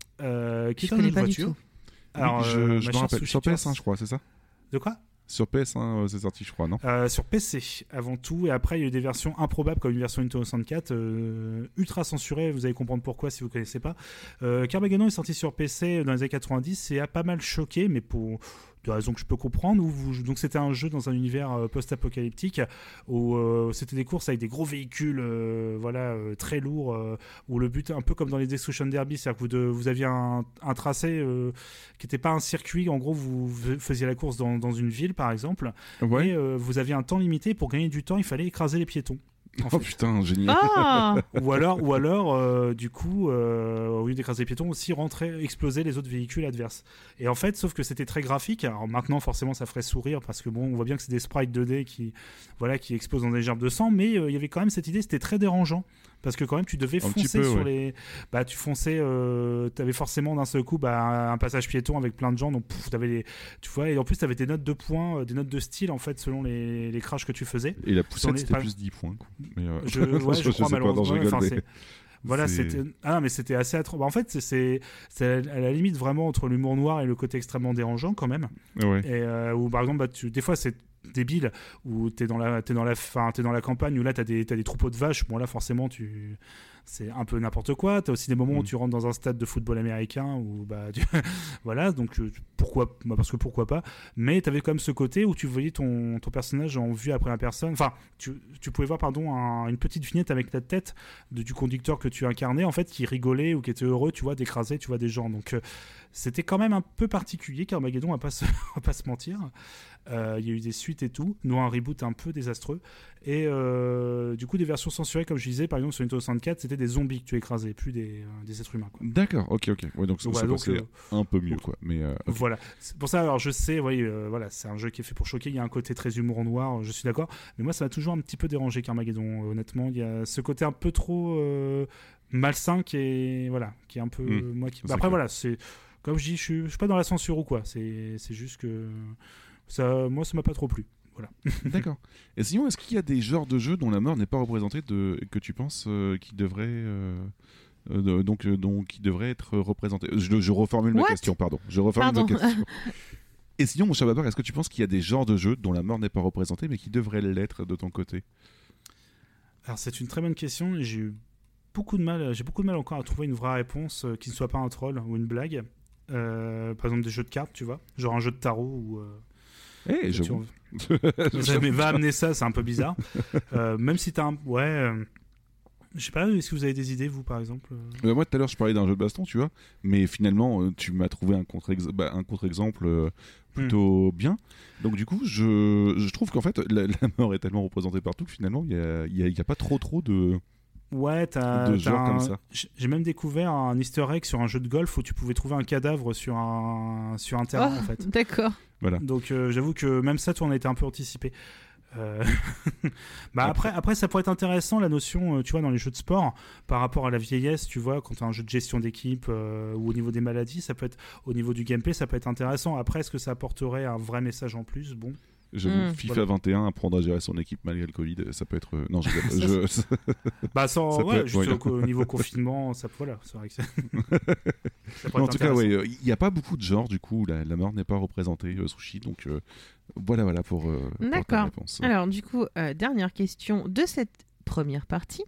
euh, qui Je est un jeu connais de pas du voiture. tout. Alors, Oui, je, euh, je ma me chère rappelle. Sushi Sur P S un, Tours- je crois, c'est ça? De quoi? Sur P S un, euh, c'est sorti, je crois, non? Euh, sur P C avant tout, et après il y a eu des versions improbables comme une version Nintendo soixante-quatre euh, ultra censurée, vous allez comprendre pourquoi si vous connaissez pas. Euh, Carmageddon est sorti sur P C dans les années quatre-vingt-dix et a pas mal choqué, mais pour de raisons que je peux comprendre. Où vous, donc c'était un jeu dans un univers euh, post-apocalyptique où euh, c'était des courses avec des gros véhicules, euh, voilà, euh, très lourds, euh, où le but un peu comme dans les Destruction Derby, c'est-à-dire que vous, de, vous aviez un, un tracé euh, qui n'était pas un circuit. En gros, vous faisiez la course dans, dans une ville par exemple. Ouais. Et euh, vous aviez un temps limité. Pour gagner du temps, il fallait écraser les piétons. En Oh fait. putain, génial. Ah Ou alors, ou alors euh, du coup, euh, au lieu d'écraser les piétons, aussi rentrer, exploser les autres véhicules adverses. Et en fait, sauf que c'était très graphique. Alors maintenant, forcément, ça ferait sourire parce que bon, on voit bien que c'est des sprites deux D qui, voilà, qui explosent dans des gerbes de sang. Mais euh, il y avait quand même cette idée, c'était très dérangeant. Parce que quand même, tu devais Un petit foncer peu, sur ouais. les... Bah, tu fonçais... Euh... Tu avais forcément d'un seul coup bah, un passage piéton avec plein de gens. Donc, pouf, t'avais les... Tu vois, et en plus, tu avais des notes de points, euh, des notes de style, en fait, selon les, les crashs que tu faisais. Et la Dans poussette, les- c'était enfin, plus dix points. Quoi. Mais, euh, Je, ouais, je, je crois sais pas, non, malheureusement. je rigole, Enfin, mais c'est- Voilà, c'est- c'était... Ah non, mais c'était assez atroce. Bah, en fait, c'est, c'est, c'est à la limite vraiment entre l'humour noir et le côté extrêmement dérangeant, quand même. Ouais. Et euh, où, par exemple, bah, tu... des fois, c'est débile, où t'es dans la, t'es dans la, fin, t'es dans la campagne, où là, t'as des, t'as des troupeaux de vaches. Bon, là, forcément, tu... c'est un peu n'importe quoi. T'as aussi des moments Mm. où tu rentres dans un stade de football américain, où, bah, tu... voilà, donc, euh, pourquoi... Bah, parce que pourquoi pas. Mais t'avais quand même ce côté où tu voyais ton, ton personnage en vue après la personne. Enfin, tu, tu pouvais voir, pardon, un- une petite vignette avec la tête de, du conducteur que tu incarnais, en fait, qui rigolait ou qui était heureux, tu vois, d'écraser, tu vois, des gens. Donc, euh, c'était quand même un peu particulier, Carmageddon, on va pas se, on va pas se mentir. Euh, Il y a eu des suites et tout, nous un reboot un peu désastreux. Et euh, du coup, des versions censurées, comme je disais, par exemple sur Nintendo soixante-quatre, c'était des zombies que tu écrasais, plus des, euh, des êtres humains. Quoi. D'accord, ok, ok. Ouais, donc ça, Donc, ça voilà, donc, passait euh, un peu mieux, quoi. Mais euh, ok. Voilà. C'est pour ça, alors je sais, oui, euh, voilà, c'est un jeu qui est fait pour choquer. Il y a un côté très humour noir, je suis d'accord. Mais moi, ça m'a toujours un petit peu dérangé, Carmageddon. euh, honnêtement, il y a ce côté un peu trop euh, malsain qui est, voilà, qui est un peu Mm. moi qui. C'est Bah, après, clair. voilà, c'est comme je dis, je suis, je suis pas dans la censure ou quoi. C'est, c'est juste que ça, moi, ça m'a pas trop plu. Voilà. D'accord. Et sinon, est-ce qu'il y a des genres de jeux dont la mort n'est pas représentée de... que tu penses euh, qui devraient euh... euh, donc, euh, donc qui devraient être représentés? Je, je reformule What ma question, pardon. Je reformule Pardon. ma question. Et sinon, mon cher Babar, est-ce que tu penses qu'il y a des genres de jeux dont la mort n'est pas représentée mais qui devraient l'être de ton côté? Alors c'est une très bonne question. Et j'ai eu beaucoup de mal. J'ai beaucoup de mal encore à trouver une vraie réponse euh, qui ne soit pas un troll ou une blague. Euh, par exemple des jeux de cartes, tu vois, genre un jeu de tarot ou. Euh... Eh, je tu... mais va amener ça, c'est un peu bizarre. euh, même si t'as un, ouais. Euh... Je sais pas, est-ce que vous avez des idées, vous, par exemple euh, Moi, tout à l'heure, je parlais d'un jeu de baston, tu vois, mais finalement, euh, tu m'as trouvé un contre-ex- bah, un contre-exemple euh, plutôt mm. bien. Donc, du coup, je, je trouve qu'en fait, la, la mort est tellement représentée partout que finalement, il n'y a, y a, y a pas trop trop de... Ouais, t'as, de t'as genre un... comme ça. J'ai même découvert un easter egg sur un jeu de golf où tu pouvais trouver un cadavre sur un, sur un terrain, oh, en fait. D'accord. Voilà. Donc, euh, j'avoue que même ça, tu en a été un peu anticipé. Euh... bah après, après, ça pourrait être intéressant la notion, tu vois, dans les jeux de sport, par rapport à la vieillesse, tu vois, quand tu as un jeu de gestion d'équipe euh, ou au niveau des maladies, ça peut être, au niveau du gameplay, ça peut être intéressant. Après, est-ce que ça apporterait un vrai message en plus? Bon. J'avoue, mmh. FIFA voilà. vingt et un, apprendre à gérer son équipe malgré le Covid, ça peut être. Non, je. je... bah, sans. Ça Ouais, peut... juste ouais. au niveau confinement, ça. Voilà, c'est vrai que ça. ça non, en tout cas, il ouais, n'y a pas beaucoup de genres, du coup, la, la mort n'est pas représentée, euh, Sushi, donc euh, voilà, voilà pour, euh, pour ta réponse. Alors, du coup, euh, dernière question de cette première partie.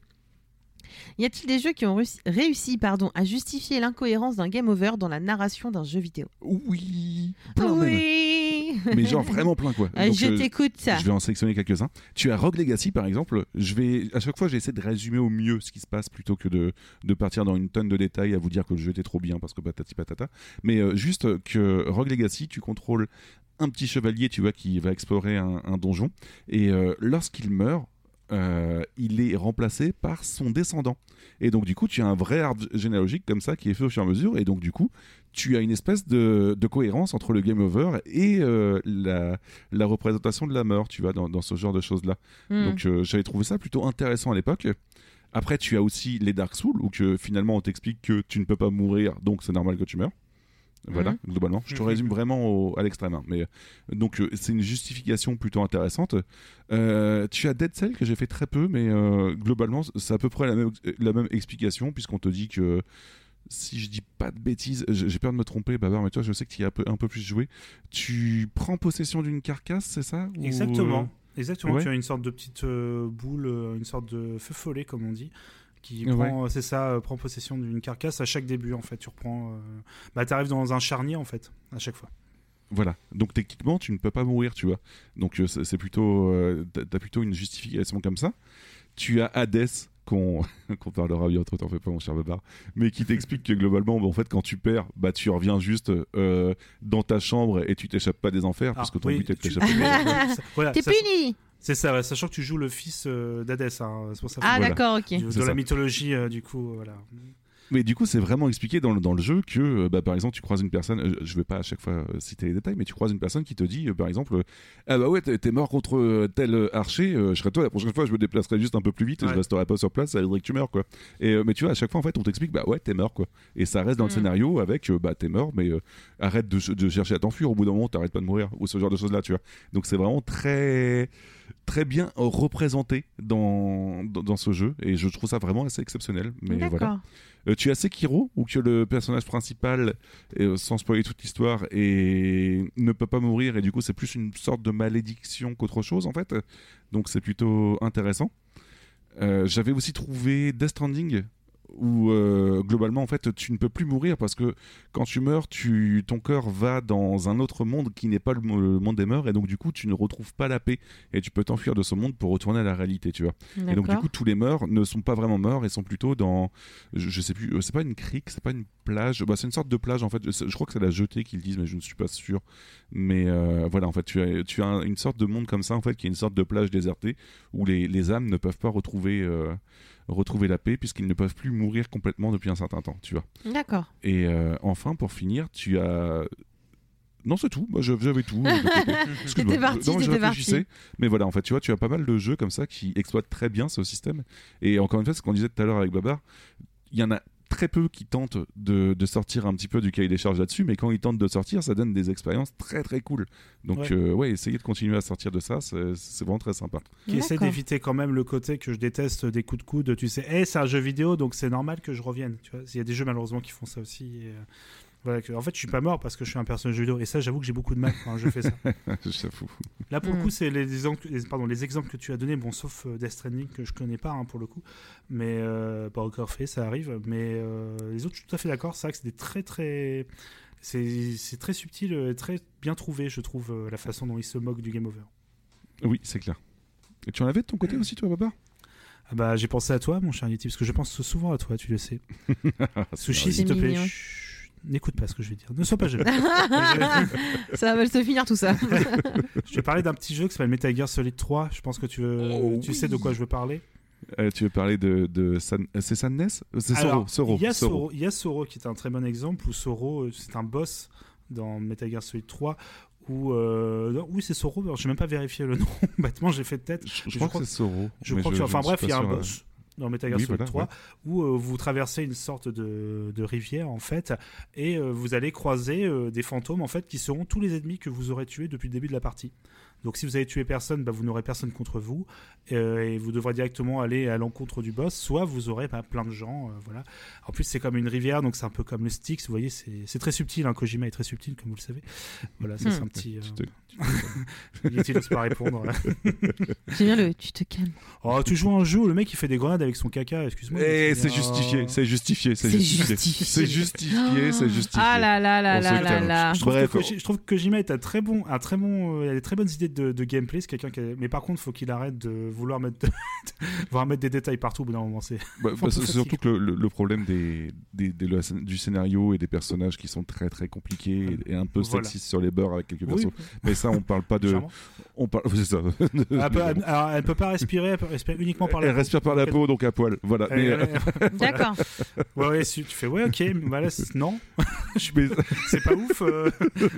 Y a-t-il des jeux qui ont réussi, réussi pardon, à justifier l'incohérence d'un game over dans la narration d'un jeu vidéo? Oui, plein oui. même. Mais genre vraiment plein quoi. Euh, Donc, je euh, t'écoute ça. Je vais en sélectionner quelques-uns. Tu as Rogue Legacy par exemple. Je vais à chaque fois j'essaie de résumer au mieux ce qui se passe plutôt que de, de partir dans une tonne de détails à vous dire que le jeu était trop bien parce que patati patata. Mais euh, juste que Rogue Legacy, tu contrôles un petit chevalier, tu vois, qui va explorer un, un donjon et euh, lorsqu'il meurt, Euh, il est remplacé par son descendant. Et donc, du coup, tu as un vrai arbre généalogique comme ça qui est fait au fur et à mesure. Et donc, du coup, tu as une espèce de, de cohérence entre le game over et euh, la, la représentation de la mort, tu vois, dans, dans ce genre de choses-là. Mm. Donc, euh, j'avais trouvé ça plutôt intéressant à l'époque. Après, tu as aussi les Dark Souls où que, finalement, on t'explique que tu ne peux pas mourir, donc c'est normal que tu meurs. Voilà, mmh. globalement. Je te résume vraiment au, à l'extrême. Hein. Mais, donc, euh, c'est une justification plutôt intéressante. Euh, tu as Dead Cell que j'ai fait très peu, mais euh, globalement, c'est à peu près la même, la même explication, puisqu'on te dit que, si je dis pas de bêtises, j'ai peur de me tromper, Babar, mais toi, je sais que tu y as un peu, un peu plus joué. Tu prends possession d'une carcasse, c'est ça? Exactement. Ou... Exactement. Ouais. Tu as une sorte de petite euh, boule, une sorte de feu follet, comme on dit. Qui ouais. prend, c'est ça, euh, prend possession d'une carcasse à chaque début en fait. Tu reprends, euh... bah t'arrives dans un charnier en fait à chaque fois. Voilà. Donc techniquement tu ne peux pas mourir, tu vois. Donc euh, c'est plutôt, euh, t'as plutôt une justification comme ça. Tu as Hades qu'on qu'on parlera bientôt, t'en fais pas mon cher Babar, mais qui t'explique que globalement, bah, en fait, quand tu perds, bah tu reviens juste euh, dans ta chambre et tu t'échappes pas des enfers ah, parce que ton oui, but est de tu... t'échapper. voilà, T'es puni. C'est ça, ouais, sachant que tu joues le fils euh, d'Hadès, hein, c'est pour ça. Ah voilà. d'accord, ok. De, de la mythologie, euh, du coup, voilà. Mais du coup, c'est vraiment expliqué dans le, dans le jeu que, bah, par exemple, tu croises une personne, euh, je vais pas à chaque fois euh, citer les détails, mais tu croises une personne qui te dit, euh, par exemple, euh, ah bah ouais, t'es mort contre euh, tel archer, euh, je serais toi, la prochaine fois, je me déplacerai juste un peu plus vite, ouais. Et je resterai pas sur place, ça aiderait que tu meurs, quoi. Et, euh, mais tu vois, à chaque fois, en fait, on t'explique, bah ouais, t'es mort, quoi. Et ça reste dans mmh. le scénario avec, euh, bah t'es mort, mais euh, arrête de, de chercher à t'enfuir, au bout d'un moment, t'arrêtes pas de mourir, ou ce genre de choses-là, tu vois. Donc c'est vraiment très, très bien représenté dans, dans, dans ce jeu, et je trouve ça vraiment assez exceptionnel. Mais voilà. Euh, tu as Sekiro, où que le personnage principal, euh, sans spoiler toute l'histoire, et ne peut pas mourir, et du coup c'est plus une sorte de malédiction qu'autre chose en fait. Donc c'est plutôt intéressant. Euh, J'avais aussi trouvé Death Stranding, où euh, globalement en fait tu ne peux plus mourir parce que quand tu meurs, tu, ton corps va dans un autre monde qui n'est pas le, le monde des morts, et donc du coup tu ne retrouves pas la paix et tu peux t'enfuir de ce monde pour retourner à la réalité, tu vois. Et donc du coup tous les morts ne sont pas vraiment morts et sont plutôt dans, je, je sais plus, c'est pas une crique, c'est pas une plage, bah, c'est une sorte de plage en fait, je crois que c'est la jetée qu'ils disent mais je ne suis pas sûr, mais euh, voilà en fait tu as, tu as une sorte de monde comme ça en fait qui est une sorte de plage désertée où les, les âmes ne peuvent pas retrouver euh, retrouver la paix puisqu'ils ne peuvent plus mourir complètement depuis un certain temps, tu vois. D'accord. Et euh, enfin, pour finir, tu as... Non, c'est tout. Moi, j'avais tout. T'étais parti, non, je t'étais parti. Mais voilà, en fait, tu vois, tu as pas mal de jeux comme ça qui exploitent très bien ce système. Et encore une fois, ce qu'on disait tout à l'heure avec Babar, il y en a très peu qui tentent de, de sortir un petit peu du cahier des charges là-dessus, mais quand ils tentent de sortir, ça donne des expériences très très cool. Donc Ouais. euh, ouais, essayez de continuer à sortir de ça, c'est, c'est vraiment très sympa. Qui essaie D'accord. d'éviter quand même le côté que je déteste des coups de coude. Tu sais, hey, c'est un jeu vidéo, donc c'est normal que je revienne. Tu vois, il y a des jeux malheureusement qui font ça aussi. Et, euh, voilà, que- en fait, je suis pas mort parce que je suis un personnage de jeu vidéo. Et ça, j'avoue que j'ai beaucoup de mal quand je fais ça. J'avoue. Là, pour le Mm. coup, c'est les exemples, les- pardon, les exemples que tu as donnés, bon, sauf euh, Death Stranding que je connais pas hein, pour le coup, mais euh, pas encore fait, ça arrive. Mais euh, les autres, je suis tout à fait d'accord. C'est vrai que c'est des très très, c'est c'est très subtil, et très bien trouvé, je trouve, euh, la façon dont ils se moquent du game over. Oui, c'est clair. Et tu en avais de ton côté aussi, toi, Babar? Ah bah, j'ai pensé à toi, mon cher Yeti, parce que je pense souvent à toi, tu le sais. Sushi, C'est s'il te plaît, mignon. chut, n'écoute pas ce que je vais dire. Ne sois pas gêné. Ça va mal se finir tout ça. Je vais parler d'un petit jeu qui s'appelle Metal Gear Solid trois. Je pense que tu, veux, Oh, tu oui. sais de quoi je veux parler. Euh, tu veux parler de, de San... euh, c'est Sadness? Euh, C'est Soro. Alors, Soro. Il y a Soro. Soro, il y a Soro qui est un très bon exemple où Soro, euh, c'est un boss dans Metal Gear Solid trois. Où, euh, non, oui, c'est Soro. Alors, je n'ai même pas vérifié le nom. Bêtement, j'ai fait de tête. Je, je Je crois crois que c'est Soro. Je mais crois que, enfin je ne bref, suis il y a pas un sûr, boss dans Metal Gear Oui, Solid voilà, trois ouais. où euh, vous traversez une sorte de, de rivière en fait et euh, vous allez croiser euh, des fantômes en fait qui seront tous les ennemis que vous aurez tués depuis le début de la partie. Donc si vous avez tué personne, bah, vous n'aurez personne contre vous euh, et vous devrez directement aller à l'encontre du boss, soit vous aurez bah, plein de gens. Euh, voilà. En plus c'est comme une rivière, donc c'est un peu comme le Styx, vous voyez, c'est, c'est très subtil, hein. Kojima est très subtil comme vous le savez. Voilà, ça, c'est Hmm. un petit... Euh... Tu te- Yeti n'ose pas répondre. J'aime bien le tu te calmes. Oh, tu joues à un jeu où le mec il fait des grenades avec son caca, excuse-moi. Eh, mais c'est bien- justifié, c'est justifié, c'est C'est justifié. justifié. C'est justifié, c'est justifié. Ah là là là On là se là calme. là. Je trouve, Bref, que Koji- je trouve que Kojima est un très bon, un très bon, euh, il a des très bonnes idées de, de gameplay. C'est quelqu'un qui, a- mais par contre, faut qu'il arrête de vouloir mettre, de, vouloir mettre des détails partout au bout d'un moment. C'est Bah, Faut bah, un c'est peu surtout fatigué. que le, le- le problème des, des, des- le- du scénario et des personnages qui sont très très compliqués et, et un peu Voilà. sexistes sur les bords avec quelques oui, persos. Mais ça, on parle pas de. légèrement. On parle. C'est ça. Elle peut, elle, alors, elle peut pas respirer, elle peut respirer uniquement par la Elle peau. respire par la Donc, peau, donc à poil. Voilà. elle- Mais, elle- euh, elle- voilà. D'accord. Ouais, ouais, si tu fais ouais, ok, mais voilà, c'est- non, mais c'est pas ouf. euh.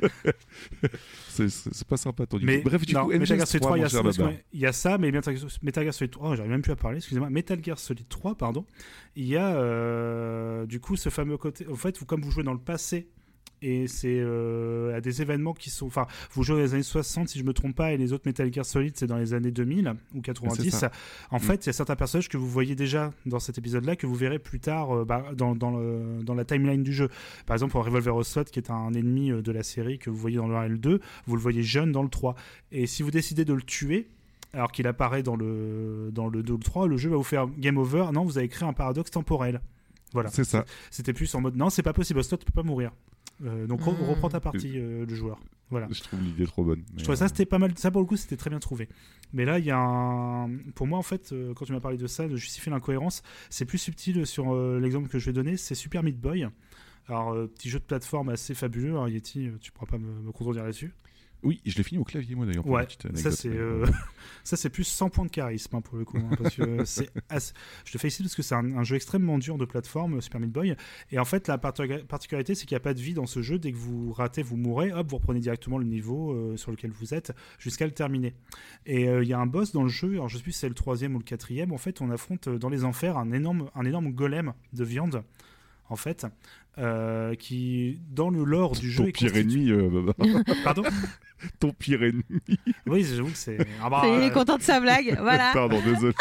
c'est, c'est, c'est pas sympa ton Mais idée. Bref, du non, coup, Metal Gear Solid trois, il y a mon cher ça, Babar. excuse-moi, il y a ça, mais Metal Metal Gear Solid trois, oh, j'arrive même plus à parler, excusez-moi. Metal Gear Solid trois, pardon. Il y a euh, du coup ce fameux côté. En fait, vous, comme vous jouez dans le passé. Et c'est euh, à des événements qui sont... Enfin, vous jouez dans les années soixante, si je me trompe pas, et les autres Metal Gear Solid, c'est dans les années deux mille ou quatre-vingt-dix. C'est ça. En Mm. fait, il y a certains personnages que vous voyez déjà dans cet épisode-là, que vous verrez plus tard euh, bah, dans, dans, le, dans la timeline du jeu. Par exemple, pour Revolver Ocelot, qui est un ennemi euh, de la série que vous voyez dans le un et le deux, vous le voyez jeune dans le trois. Et si vous décidez de le tuer, alors qu'il apparaît dans le, dans le deux ou le trois, le jeu va vous faire game over. Non, vous avez créé un paradoxe temporel. Voilà. C'est ça. C'était plus en mode non, c'est pas possible, Ocelot ne peut pas mourir. Euh, donc re- Mm. reprends ta partie, euh, le joueur. Voilà. Je trouve l'idée trop bonne. Je Mais, trouvais ça euh, c'était pas mal, ça pour le coup c'était très bien trouvé. Mais là il y a un, pour moi en fait euh, quand tu m'as parlé de ça, de justifier l'incohérence, c'est plus subtil sur euh, l'exemple que je vais donner, c'est Super Meat Boy. Alors euh, petit jeu de plateforme assez fabuleux. Alors Yeti, euh, tu pourras pas me, me contredire là-dessus. Oui, je l'ai fini au clavier, moi d'ailleurs. pour Ouais, une petite ça anecdote, c'est mais, euh, ça c'est plus cent points de charisme hein, pour le coup hein, parce que euh, c'est assez... je te félicite parce que c'est un, un jeu extrêmement dur de plateforme euh, Super Meat Boy et en fait la partic- particularité c'est qu'il n'y a pas de vie dans ce jeu. Dès que vous ratez vous mourrez, hop vous reprenez directement le niveau euh, sur lequel vous êtes jusqu'à le terminer. Et il euh, y a un boss dans le jeu, alors je sais plus si c'est le troisième ou le quatrième, en fait on affronte euh, dans les enfers un énorme, un énorme golem de viande en fait euh, qui dans le lore du jeu Ton est pire constitu- ennemi, euh, Baba. Pardon. Ton pire ennemi. Oui j'avoue que c'est ah bah, Il euh, est content de sa blague. Voilà. Pardon, désolé.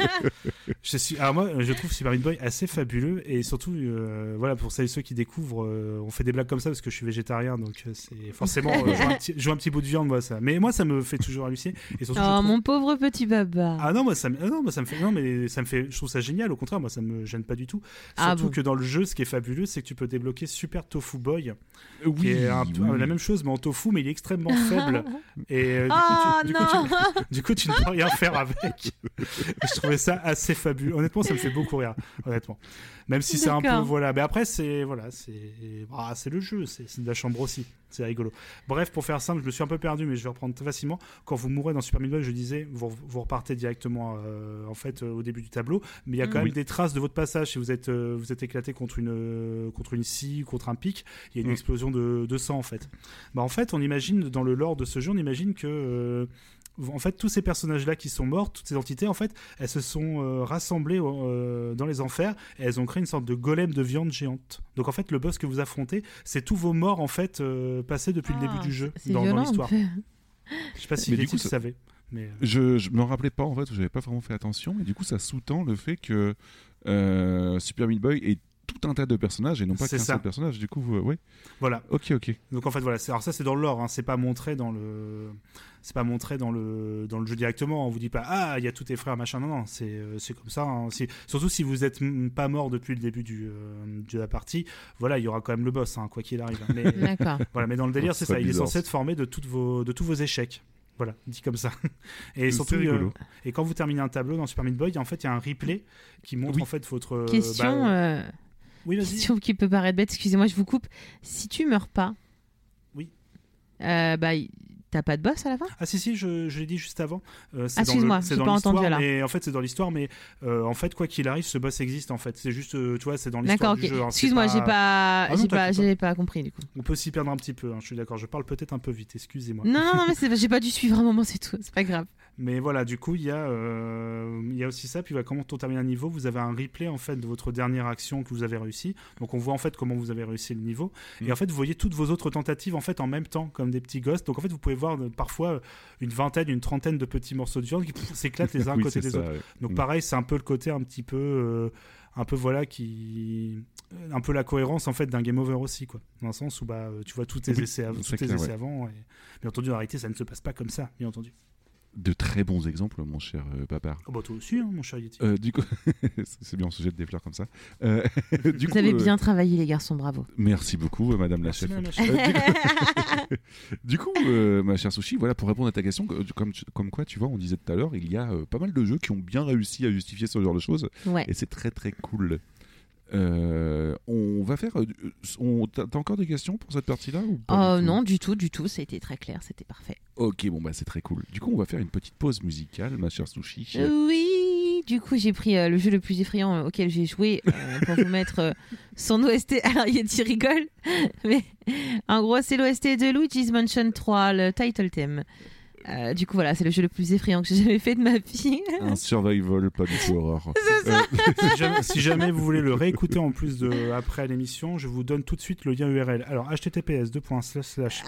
Je suis, alors moi, je trouve Super Meat Boy assez fabuleux et surtout, euh, voilà, pour celles et ceux qui découvrent, euh, on fait des blagues comme ça parce que je suis végétarien, donc euh, c'est forcément euh, jouer, un petit, jouer un petit bout de viande, moi ça. Mais moi, ça me fait toujours halluciner et surtout. je Oh trouve- mon pauvre petit baba. Ah non, moi ça, me... ah non, moi ça me fait, non mais ça me fait, je trouve ça génial. Au contraire, moi ça me gêne pas du tout. Ah Surtout bon. que dans le jeu, ce qui est fabuleux, c'est que tu peux débloquer Super Tofu Boy, Oui, qui est un- oui, oui. la même chose mais en tofu, mais il est extrêmement faible. Et euh, du, Oh coup, tu, du, coup, tu, non. du coup, tu ne peux rien faire avec. Je trouvais ça assez fabuleux. Honnêtement, ça me fait beaucoup rire. Honnêtement, même si c'est un peu D'accord. voilà. Mais après, c'est voilà, c'est ah, c'est le jeu, c'est c'est de la chambre aussi. C'est rigolo. Bref, pour faire simple, je me suis un peu perdu, mais je vais reprendre très facilement. Quand vous mourrez dans Super Meat Boy, je disais, vous, vous repartez directement euh, en fait euh, au début du tableau, mais il y a quand Mm. même Oui. des traces de votre passage. Si vous êtes euh, vous êtes éclaté contre une euh, contre une scie, contre un pic, il y a une Mm. explosion de, de sang en fait. Bah en fait, on imagine dans le lore de ce jeu, on imagine que euh, en fait, tous ces personnages-là qui sont morts, toutes ces entités, en fait, elles se sont euh, rassemblées euh, dans les enfers et elles ont créé une sorte de golem de viande géante. Donc, en fait, le boss que vous affrontez, c'est tous vos morts, en fait, euh, passés depuis Ah, le début du jeu, c'est dans, violent, dans l'histoire. un peu. Je sais pas si Mais du Yeti coup, le ça- savait. Mais... euh, Je, je me rappelais pas en fait, j'avais pas vraiment fait attention, et du coup ça sous-tend le fait que euh, Super Meat Boy est tout un tas de personnages et non pas C'est qu'un ça. seul personnage. Du coup, euh, ouais. Voilà. Ok, ok. Donc en fait voilà, c'est- alors ça c'est dans le lore, hein, c'est pas montré dans le, c'est pas montré dans le dans le jeu directement. On vous dit pas ah il y a tous tes frères machin, non non, c'est euh, c'est comme ça. Hein. Si- surtout si vous êtes mm, pas mort depuis le début du euh, de la partie, voilà il y aura quand même le boss hein, quoi qu'il arrive. hein. Mais D'accord. voilà, mais dans le délire Ce c'est serait ça, il est bizarre. censé être formé de toutes vos de tous vos échecs. Voilà, dit comme ça. Et C'est surtout, rigolo. euh, et quand vous terminez un tableau dans Super Meat Boy, en fait, il y a un replay qui montre Oui. en fait votre. euh, Question, bah, euh, Oui, vas-y. question qui peut paraître bête, excusez-moi, je vous coupe. Si tu meurs pas, Oui. euh, bah, y- t'as pas de boss à la fin? Ah si si, je, je l'ai dit juste avant. Euh, c'est Ah, dans excuse-moi, le- c'est j'ai dans pas entendu, l'histoire, alors. mais en fait c'est dans l'histoire, mais euh, en fait quoi qu'il arrive, ce boss existe en fait. C'est juste, euh, tu vois, c'est dans l'histoire D'accord, du ok. jeu. hein, c'est Excuse-moi, j'ai pas, Ah non, j'ai pas, t'inquiète pas. j'ai pas compris du coup. On peut s'y perdre un petit peu. hein, je suis d'accord. Je parle peut-être un peu vite. Excusez-moi. Non, non, non, mais c'est- j'ai pas dû suivre un moment, c'est tout. C'est pas grave. Mais voilà, du coup, il y a, euh, il y a aussi ça. Puis, bah, comment on termine un niveau, vous avez un replay en fait de votre dernière action que vous avez réussi. Donc, on voit en fait comment vous avez réussi le niveau. Mm. Et en fait, vous voyez toutes vos autres tentatives en fait en même temps, comme des petits ghosts. Donc, en fait, vous pouvez voir euh, parfois euh, une vingtaine, une trentaine de petits morceaux de viande qui pff, s'éclatent les uns à Oui, côté c'est des ça, autres. ouais. Donc, Mm. pareil, c'est un peu le côté un petit peu, euh, un peu voilà qui, un peu la cohérence en fait d'un game over aussi, quoi. Dans le sens où bah, euh, tu vois tous tes Oui, essais, av- c'est tous tes clair, essais ouais. avant. Et... Bien entendu, en réalité, ça ne se passe pas comme ça, bien entendu. De très bons exemples, mon cher euh, Papard. Oh, bah, toi aussi, hein, mon cher Yeti. Euh, du coup, c'est bien, on se jette des fleurs comme ça. Euh, du Vous coup, avez euh, bien travaillé, les garçons, bravo. Merci beaucoup, euh, Madame la Merci, chef. madame la chef. Euh, du coup, du coup, euh, ma chère Sushi, voilà, pour répondre à ta question, euh, comme, tu- comme quoi, tu vois, on disait tout à l'heure, il y a euh, pas mal de jeux qui ont bien réussi à justifier ce genre de choses, Ouais. et c'est très très cool. Euh, on va faire. euh, on- T'as t'as encore des questions pour cette partie-là ou pas Oh du tout non, du tout, du tout. Ça a été très clair, c'était parfait. Ok, bon bah c'est très cool. Du coup, on va faire une petite pause musicale, ma chère Sushi. Oui, du coup, j'ai pris euh, le jeu le plus effrayant euh, auquel j'ai joué euh, pour vous mettre euh, son O S T. Alors, Yeti rigole, mais en gros, c'est l'O S T de Luigi's Mansion trois, le title theme. Euh, du coup, voilà, c'est le jeu le plus effrayant que j'ai jamais fait de ma vie. Un survival, pas du tout horreur. C'est ça. Euh, si, jamais, si jamais vous voulez le réécouter en plus de après l'émission, je vous donne tout de suite le lien U R L. Alors H T T P S deux points slash slash.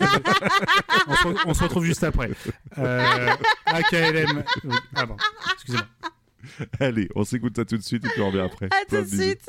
on, se, on se retrouve juste après. Euh, A K L M. oui, Ah bon, excusez-moi. Allez, on s'écoute ça tout de suite et puis on revient après. À tout Plein de bisous. suite.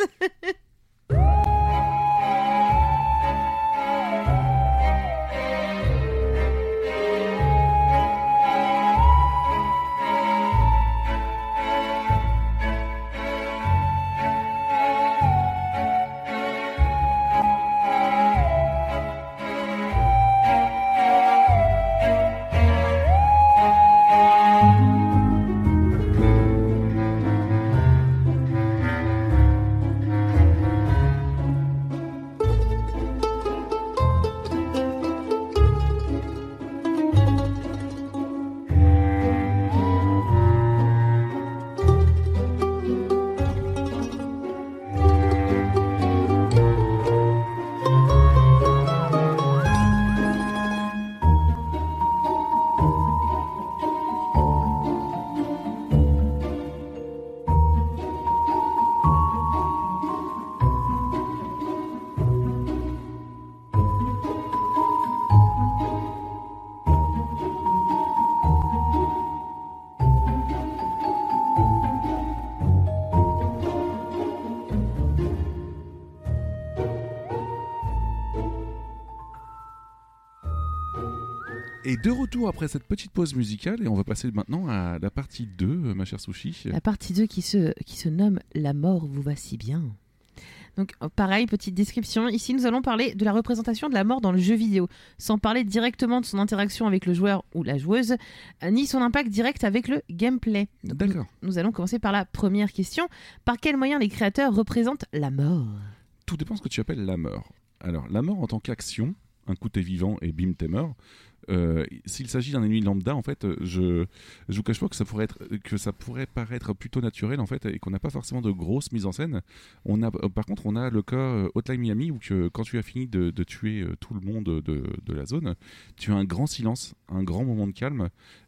Et de retour après cette petite pause musicale, et on va passer maintenant à la partie deux, euh, ma chère Sushi. La partie deux qui se, qui se nomme La mort vous va si bien. Donc, euh, pareil, petite description. Ici, nous allons parler de la représentation de la mort dans le jeu vidéo, sans parler directement de son interaction avec le joueur ou la joueuse, euh, ni son impact direct avec le gameplay. Donc, nous, D'accord. nous allons commencer par la première question. Par quels moyens les créateurs représentent la mort? Tout dépend de ce que tu appelles la mort. Alors, la mort en tant qu'action, un coup t'es vivant et bim t'es mort. Euh, s'il s'agit d'un ennemi lambda, en fait, je je vous cache pas que ça pourrait être que ça pourrait paraître plutôt naturel en fait et qu'on n'a pas forcément de grosses mises en scène. On a euh, par contre on a le cas euh, Hotline Miami où que quand tu as fini de, de tuer euh, tout le monde de, de la zone, tu as un grand silence, un grand moment de calme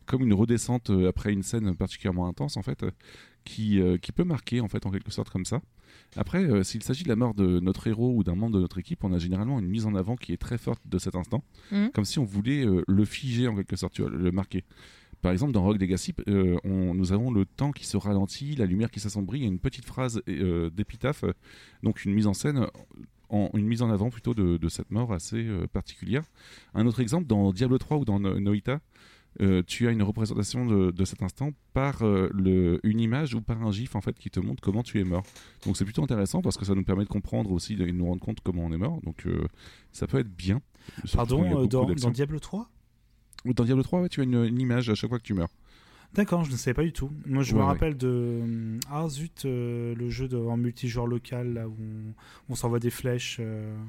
comme une redescente euh, après une scène particulièrement intense en fait, euh, qui, euh, qui peut marquer en fait en quelque sorte comme ça. Après, euh, s'il s'agit de la mort de notre héros ou d'un membre de notre équipe, on a généralement une mise en avant qui est très forte de cet instant, Mmh. comme si on voulait euh, le figer en quelque sorte, tu vois, le marquer. Par exemple, dans Rogue Legacy, euh, on, nous avons le temps qui se ralentit, la lumière qui s'assombrit, et une petite phrase euh, d'épitaphe, euh, donc une mise en scène, en, une mise en avant plutôt de, de cette mort assez euh, particulière. Un autre exemple, dans Diablo trois ou dans no- Noita, euh, tu as une représentation de, de cet instant par euh, le, une image ou par un gif en fait qui te montre comment tu es mort. Donc c'est plutôt intéressant parce que ça nous permet de comprendre aussi et de nous rendre compte comment on est mort. Donc euh, ça peut être bien. Surtout Pardon, quand il y a euh, beaucoup dans, d'action. dans Diablo trois? Dans Diablo trois, ouais, tu as une, une image à chaque fois que tu meurs. D'accord, je ne savais pas du tout. Moi, je Ouais, me ouais. rappelle de. Ah zut, euh, le jeu de, en multijoueur local, là où on, on s'envoie des flèches. euh,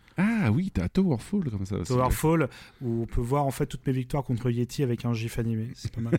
Ah oui, t'as Towerfall comme ça aussi. Towerfall, où on peut voir en fait toutes mes victoires contre Yeti avec un gif animé. C'est pas mal.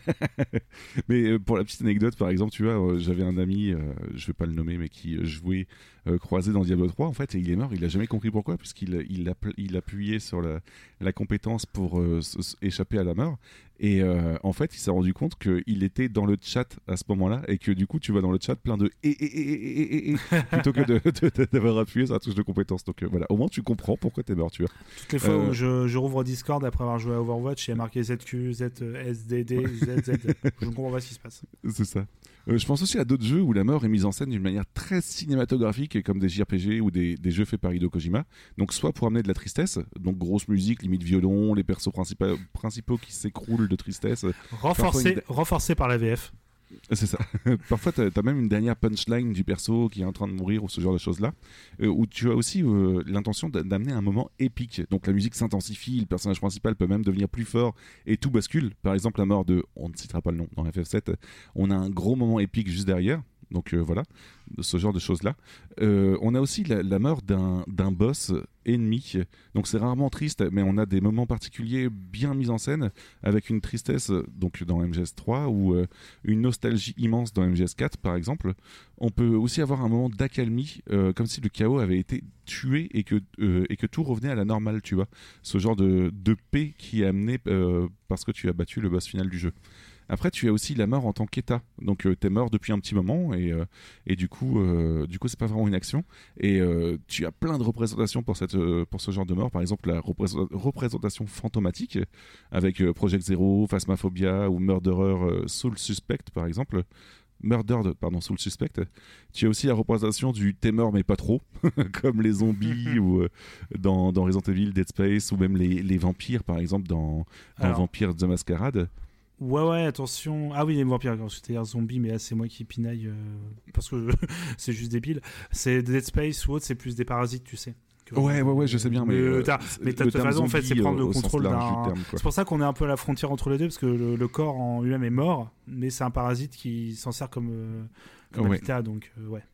Mais euh, pour la petite anecdote, par exemple, tu vois, euh, j'avais un ami, euh, je vais pas le nommer, mais qui euh, jouait euh, croisé dans Diablo trois, en fait, et il est mort, il a jamais compris pourquoi, puisqu'il il, a, il appuyait sur la, la compétence pour euh, s- s- échapper à la mort, et euh, en fait, il s'est rendu compte qu'il était dans le chat à ce moment-là, et que du coup, tu vas dans le chat plein de et, et, et, et, et, et, et plutôt que de, de- de- d'avoir appuyé sur la touche de compétence. Donc euh, voilà, au moins tu comprends pourquoi t'es mort, tu vois. Toutes les fois Euh, où je, je rouvre Discord après avoir joué à Overwatch, il y a marqué Z Q, Z, euh, S D D, Z Z. Je ne comprends pas ce qui se passe. C'est ça. Euh, je pense aussi à d'autres jeux où la mort est mise en scène d'une manière très cinématographique, comme des J R P G ou des, des jeux faits par Hideo Kojima. Donc soit pour amener de la tristesse, donc grosse musique, limite violon, les persos principaux, principaux qui s'écroulent de tristesse. Renforcé, Parfois renforcé par la V F. C'est ça. Parfois, t'as as même une dernière punchline du perso qui est en train de mourir ou ce genre de choses-là, euh, où tu as aussi euh, l'intention d'a- d'amener un moment épique. Donc la musique s'intensifie, le personnage principal peut même devenir plus fort et tout bascule. Par exemple, la mort de, on ne citera pas le nom, dans F F sept, on a un gros moment épique juste derrière. Donc euh, voilà, ce genre de choses-là. Euh, on a aussi la, la mort d'un d'un boss ennemi. Donc c'est rarement triste, mais on a des moments particuliers bien mis en scène, avec une tristesse donc dans M G S trois ou euh, une nostalgie immense dans M G S quatre par exemple. On peut aussi avoir un moment d'accalmie, euh, comme si le chaos avait été tué et que, euh, et que tout revenait à la normale, tu vois. Ce genre de, de paix qui est amené euh, parce que tu as battu le boss final du jeu. Après, tu as aussi la mort en tant qu'état. Donc, euh, t'es mort depuis un petit moment et, euh, et du coup, euh, du coup, c'est pas vraiment une action. Et euh, tu as plein de représentations pour, cette, euh, pour ce genre de mort. Par exemple, la représent- représentation fantomatique avec euh, Project Zero, Phasmophobia ou Murderer euh, Soul Suspect, par exemple. Murdered, pardon, Soul Suspect. Tu as aussi la représentation du t'es mort mais pas trop, comme les zombies ou euh, dans, dans Resident Evil, Dead Space ou même les, les vampires, par exemple, dans, dans Alors. Vampire the Masquerade. Ouais, ouais, attention. Ah oui, les vampires, c'est-à-dire zombies, mais là, c'est moi qui pinaille euh, parce que c'est juste débile. C'est Dead Space ou autre, c'est plus des parasites, tu sais. Que- Ouais, ouais, ouais, je sais bien, mais. euh, t'as- c'est- mais t'as le tout à fait terme raison, en fait, c'est zombie, prendre euh, le au sens contrôle large du d'un. terme, quoi. C'est pour ça qu'on est un peu à la frontière entre les deux, parce que le, le corps en lui-même est mort, mais c'est un parasite qui s'en sert comme, euh, comme Ouais. habitat, donc euh, ouais.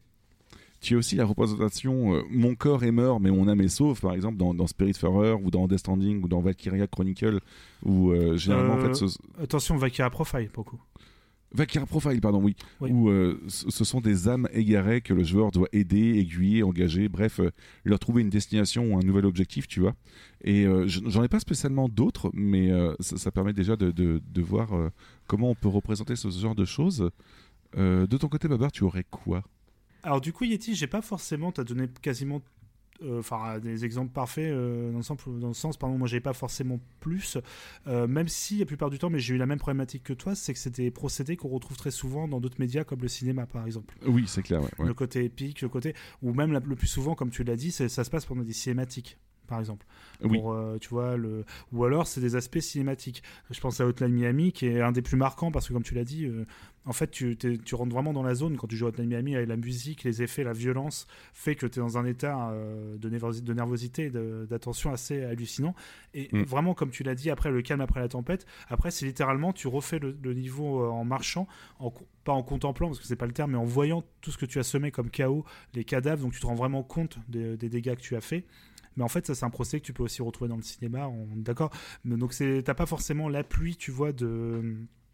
Tu as aussi la représentation euh, mon corps est mort, mais mon âme est sauve, par exemple, dans, dans Spiritfarer ou dans Death Stranding ou dans Valkyria Chronicle, où euh, généralement, en Euh, fait, ce... Attention, Valkyria Profile, pour le coup. Valkyria Profile, pardon, oui, Oui. où euh, ce ce sont des âmes égarées que le joueur doit aider, aiguiller, engager, bref, euh, leur trouver une destination ou un nouvel objectif, tu vois. Et euh, je- j'en ai pas spécialement d'autres, mais euh, ça, ça permet déjà de, de, de voir euh, comment on peut représenter ce genre de choses. Euh, de ton côté, Babar, tu aurais quoi? Alors du coup, Yeti, j'ai pas forcément, t'as donné quasiment, euh, enfin des exemples parfaits euh, dans le sens, dans le sens, pardon, moi j'ai pas forcément plus, euh, même si la plupart du temps, mais j'ai eu la même problématique que toi, c'est que c'est des procédés qu'on retrouve très souvent dans d'autres médias comme le cinéma par exemple. Oui, c'est clair, ouais. ouais. Le côté épique, le côté, ou même la- le plus souvent, comme tu l'as dit, c'est- ça se passe pendant des cinématiques. Par exemple, Oui. pour, euh, tu vois, le... ou alors c'est des aspects cinématiques. Je pense à Hotline Miami qui est un des plus marquants parce que comme tu l'as dit, euh, en fait tu, t'es- tu rentres vraiment dans la zone quand tu joues à Hotline Miami avec la musique, les effets, la violence fait que tu es dans un état euh, de, nervosi- de nervosité et de- d'attention assez hallucinant. Et Mm. vraiment comme tu l'as dit, après le calme après la tempête, après c'est littéralement tu refais le, le niveau euh, en marchant, en, co- pas en contemplant parce que c'est pas le terme, mais en voyant tout ce que tu as semé comme chaos, les cadavres, donc tu te rends vraiment compte des, des dégâts que tu as fait. Mais en fait, ça, c'est un procès que tu peux aussi retrouver dans le cinéma, on... d'accord. Mais donc, c'est... t'as pas forcément l'appui, tu vois, de...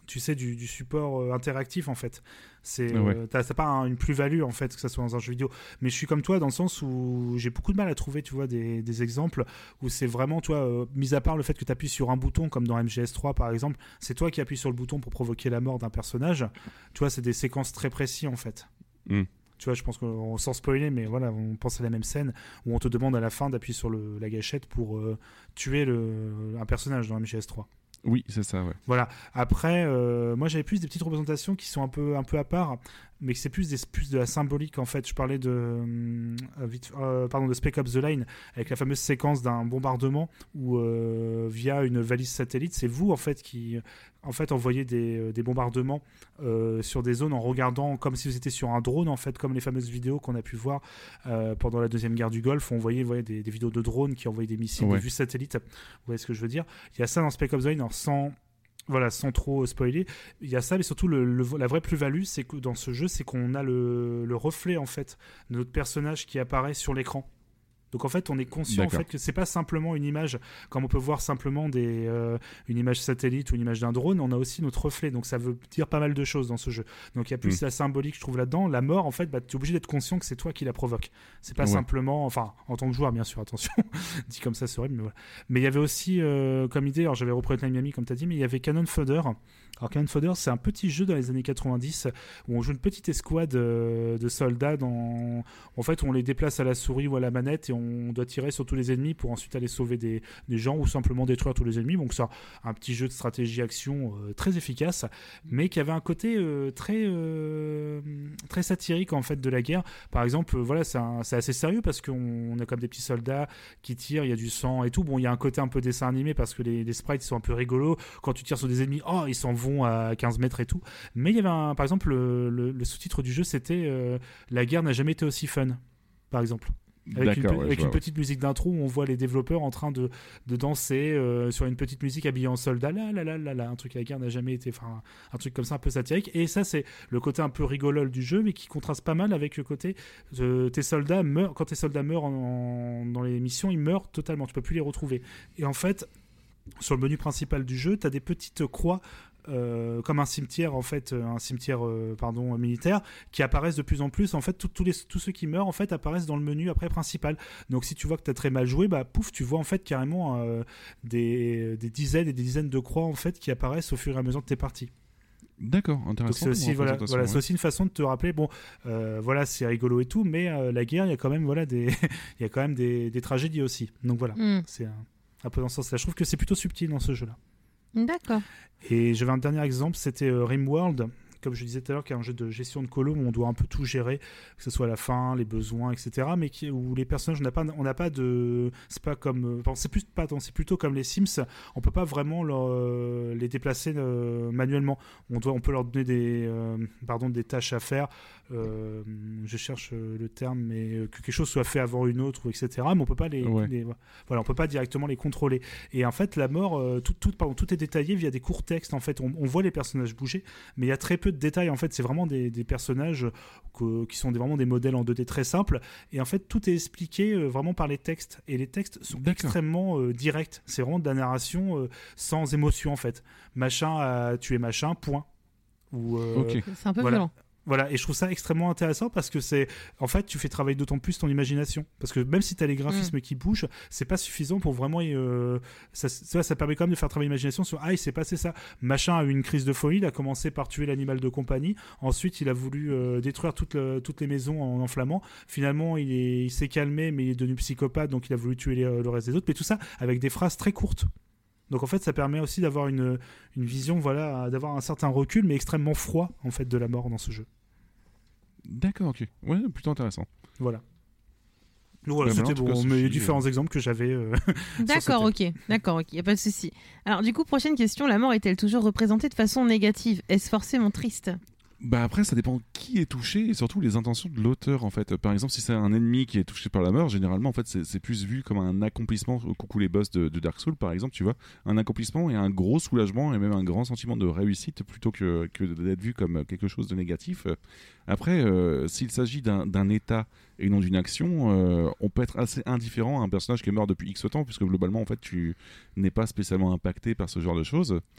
tu sais, du, du support euh, interactif en fait. C'est, euh, Ouais. t'as, t'as pas un- une plus-value en fait, que ça soit dans un jeu vidéo. Mais je suis comme toi dans le sens où j'ai beaucoup de mal à trouver, tu vois, des, des exemples où c'est vraiment, toi, euh, mis à part le fait que tu appuies sur un bouton, comme dans M G S trois par exemple, c'est toi qui appuies sur le bouton pour provoquer la mort d'un personnage. Tu vois, c'est des séquences très précises en fait. Mm. Tu vois, je pense qu'on sans spoiler, mais voilà, on pense à la même scène où on te demande à la fin d'appuyer sur le, la gâchette pour euh, tuer le, un personnage dans M G S trois. Oui, c'est ça, ouais. Voilà. Après, euh, moi j'avais plus des petites représentations qui sont un peu, un peu à part, mais que c'est plus, des, plus de la symbolique en fait. Je parlais de, euh, vite, euh, pardon, de Spec Ops The Line avec la fameuse séquence d'un bombardement où euh, via une valise satellite, c'est vous en fait qui en fait envoyez des, des bombardements euh, sur des zones en regardant comme si vous étiez sur un drone en fait, comme les fameuses vidéos qu'on a pu voir euh, pendant la deuxième guerre du Golfe. On voyait, voyait des, des vidéos de drones qui envoyaient des missiles Ouais. de vue satellite. Vous voyez ce que je veux dire? Il y a ça dans Spec Ops The Line, alors sans Voilà, sans trop spoiler, il y a ça, mais surtout le, le, la vraie plus-value, c'est que dans ce jeu, c'est qu'on a le, le reflet en fait de notre personnage qui apparaît sur l'écran. Donc en fait, on est conscient en D'accord. fait que c'est pas simplement une image, comme on peut voir simplement des, euh, une image satellite ou une image d'un drone. On a aussi notre reflet, donc ça veut dire pas mal de choses dans ce jeu. Donc il y a plus Mm. la symbolique, je trouve là-dedans. La mort, en fait, bah, tu es obligé d'être conscient que c'est toi qui la provoque. C'est pas Ouais. simplement, enfin, en tant que joueur, bien sûr, attention, dit comme ça, c'est horrible, mais voilà. Mais il y avait aussi euh, comme idée, alors j'avais repris Hotline Miami comme tu as dit, mais il y avait Cannon Fodder. Alors Cannon Fodder, c'est un petit jeu dans les années quatre-vingt-dix où on joue une petite escouade euh, de soldats dans... En fait, on les déplace à la souris ou à la manette et on doit tirer sur tous les ennemis pour ensuite aller sauver des, des gens ou simplement détruire tous les ennemis. Donc c'est un, un petit jeu de stratégie-action euh, très efficace, mais qui avait un côté euh, très, euh, très satirique en fait de la guerre. Par exemple, euh, voilà, c'est, un- c'est assez sérieux parce qu'on on a comme des petits soldats qui tirent, il y a du sang et tout. Bon, il y a un côté un peu dessin animé parce que les, les sprites sont un peu rigolos. Quand tu tires sur des ennemis, oh, ils s'en vont à quinze mètres et tout. Mais il y avait un, par exemple, le, le- le sous-titre du jeu, c'était euh, La guerre n'a jamais été aussi fun, par exemple. Avec, une, D'accord, pe- ouais, avec je une vois, ouais. petite musique d'intro où on voit les développeurs en train de, de danser euh, sur une petite musique habillée en soldat, là là là là là, un truc la guerre n'a jamais été, enfin un truc comme ça un peu satirique. Et ça c'est le côté un peu rigolol du jeu, mais qui contraste pas mal avec le côté euh, tes soldats meurent, quand tes soldats meurent en- en- dans les missions, ils meurent totalement, tu peux plus les retrouver. Et en fait, sur le menu principal du jeu, tu as des petites croix. Euh, comme un cimetière en fait, euh, un cimetière euh, pardon militaire qui apparaissent de plus en plus en fait. Tous les tous ceux qui meurent en fait apparaissent dans le menu après principal. Donc si tu vois que t'as très mal joué, bah pouf, tu vois en fait carrément euh, des, des dizaines et des dizaines de croix en fait qui apparaissent au fur et à mesure de tes parties. D'accord, Donc intéressant. c'est aussi comme voilà, représentation, voilà c'est ouais. aussi une façon de te rappeler bon euh, voilà c'est rigolo et tout, mais euh, la guerre il y a quand même voilà des il y a quand même des, des tragédies aussi. Donc voilà, Hmm. c'est un, un peu dans ce sens-là. Je trouve que c'est plutôt subtil dans ce jeu-là. D'accord. Et j'avais un dernier exemple, c'était euh, Rimworld, comme je disais tout à l'heure, qui est un jeu de gestion de colo où on doit un peu tout gérer, que ce soit la faim, les besoins, et cetera. Mais qui, où les personnages, on n'a pas, on n'a pas de, c'est pas comme, euh, pardon, c'est plus, pardon, c'est plutôt comme les Sims. On peut pas vraiment leur, euh, les déplacer euh, manuellement. On doit, on peut leur donner des, euh, pardon, des tâches à faire. Euh, je cherche euh, le terme, mais euh, que quelque chose soit fait avant une autre, ou et cetera. Mais on peut pas les, Ouais. les- voilà, on peut pas directement les contrôler. Et en fait, la mort, euh, tout, tout, pardon, tout est détaillé via des courts textes. En fait, on, on voit les personnages bouger, mais il y a très peu de détails. En fait, c'est vraiment des, des personnages que- qui sont des, vraiment des modèles en deux D très simples. Et en fait, tout est expliqué euh, vraiment par les textes. Et les textes sont D'accord. extrêmement euh, directs. C'est vraiment de la narration euh, sans émotion, en fait. Machin a tué machin, point. Ou, euh, Ok. C'est un peu Voilà. violent. Voilà, et je trouve ça extrêmement intéressant parce que c'est, en fait, tu fais travailler d'autant plus ton imagination. Parce que même si tu as les graphismes qui bougent, c'est pas suffisant pour vraiment. Euh, ça, ça, ça permet quand même de faire travailler l'imagination sur ah, il s'est passé ça. Machin a eu une crise de folie, il a commencé par tuer l'animal de compagnie. Ensuite, il a voulu euh, détruire toute le- toutes les maisons en enflammant. Finalement, il, est, il s'est calmé, mais il est devenu psychopathe, donc il a voulu tuer les- le reste des autres. Mais tout ça avec des phrases très courtes. Donc en fait, ça permet aussi d'avoir une, une vision, voilà, d'avoir un certain recul, mais extrêmement froid en fait de la mort dans ce jeu. D'accord, ok. Ouais, plutôt intéressant. Voilà. Donc voilà, Bah, c'était en tout bon, cas, mais il y a Sophie, différents exemples que j'avais. euh, D'accord, ce ok. D'accord, ok. Y a pas de souci. Alors, du coup, prochaine question. La mort est-elle toujours représentée de façon négative? Est-ce forcément triste? Bah après, ça dépend qui est touché et surtout les intentions de l'auteur en fait. Par exemple, si c'est un ennemi qui est touché par la mort, généralement en fait c'est, c'est plus vu comme un accomplissement. Coucou les boss de, de Dark Souls par exemple, tu vois, un accomplissement et un gros soulagement et même un grand sentiment de réussite plutôt que, que d'être vu comme quelque chose de négatif. Après, euh, s'il s'agit d'un, d'un état et non d'une action, euh, on peut être assez indifférent à un personnage qui est mort depuis X temps puisque globalement en fait tu n'es pas spécialement impacté par ce genre de choses.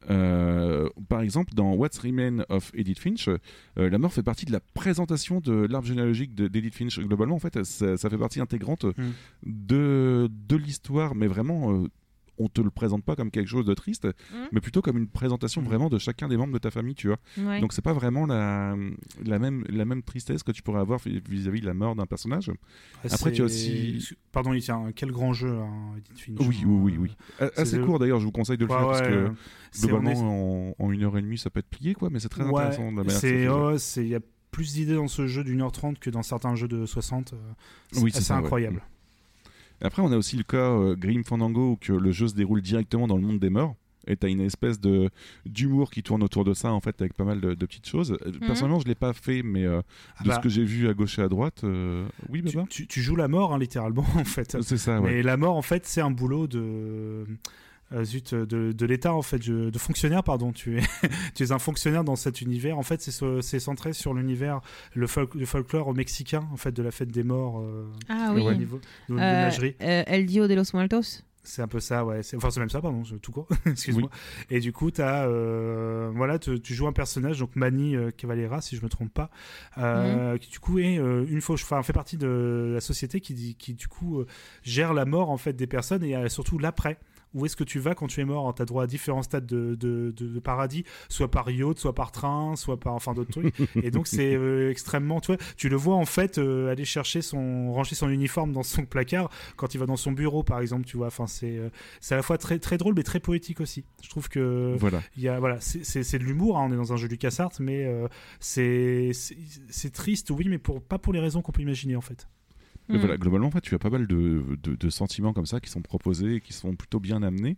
Euh, par exemple, dans What's Remain of Edith Finch, euh, la mort fait partie de la présentation de l'arbre généalogique de, d'Edith Finch. Globalement, en fait, ça, ça fait partie intégrante mm. de, de l'histoire, mais vraiment, euh, on te le présente pas comme quelque chose de triste, mm. mais plutôt comme une présentation mm. vraiment de chacun des membres de ta famille, tu vois. Ouais. Donc, c'est pas vraiment la, la, même, la même tristesse que tu pourrais avoir vis-à-vis de la mort d'un personnage. Ah, Après, tu as aussi... Pardon, il tient quel grand jeu, hein, Edith Finch. Oui, oui, oui. oui. C'est assez de... court, d'ailleurs, je vous conseille de le ouais, faire, ouais, parce que... Globalement, est... en, en une heure et demie, ça peut être plié, quoi, mais c'est très ouais, intéressant. Il c'est, oh, c'est... y a plus d'idées dans ce jeu d'une heure trente que dans certains jeux de soixante. C'est, oui, c'est, c'est ça, incroyable. Ouais. Après, on a aussi le cas euh, Grim Fandango, où que le jeu se déroule directement dans le monde des morts. Et tu as une espèce de, d'humour qui tourne autour de ça, en fait, avec pas mal de, de petites choses. Mm-hmm. Personnellement, je ne l'ai pas fait, mais euh, de bah, ce que j'ai vu à gauche et à droite, euh... oui, Baba tu, tu, tu joues la mort, hein, littéralement, en fait. C'est ça, ouais. Mais la mort, en fait, c'est un boulot de... Euh, zut, de, de l'État, en fait, je, de fonctionnaire, pardon. Tu es, tu es un fonctionnaire dans cet univers. En fait, c'est, c'est centré sur l'univers, le, fol- le folklore mexicain, en fait, de la fête des morts. Euh, ah oui. Au niveau de, de euh, l'imagerie. Euh, El Dio de los Muertos. C'est un peu ça, ouais. C'est, enfin, c'est même ça, pardon, tout court. Excuse-moi. Oui. Et du coup, t'as, euh, voilà, tu, tu joues un personnage, donc Manny euh, Cavalera, si je me trompe pas, euh, mm-hmm. qui du coup est euh, une fauche, enfin, fait partie de la société qui, qui du coup euh, gère la mort en fait des personnes et euh, surtout l'après. Où est-ce que tu vas quand tu es mort? Tu as droit à différents stades de, de, de, de paradis, soit par yacht, soit par train, soit par enfin d'autres trucs. Et donc c'est euh, extrêmement, tu vois, tu le vois en fait euh, aller chercher son, ranger son uniforme dans son placard quand il va dans son bureau par exemple, tu vois. Enfin c'est, euh, c'est à la fois très très drôle mais très poétique aussi. Je trouve que voilà, il y a voilà, c'est, c'est, c'est de l'humour. Hein, on est dans un jeu LucasArts, mais euh, c'est, c'est c'est triste, oui, mais pour pas pour les raisons qu'on peut imaginer en fait. Mais mmh. voilà, globalement, en fait, tu as pas mal de, de, de sentiments comme ça qui sont proposés et qui sont plutôt bien amenés.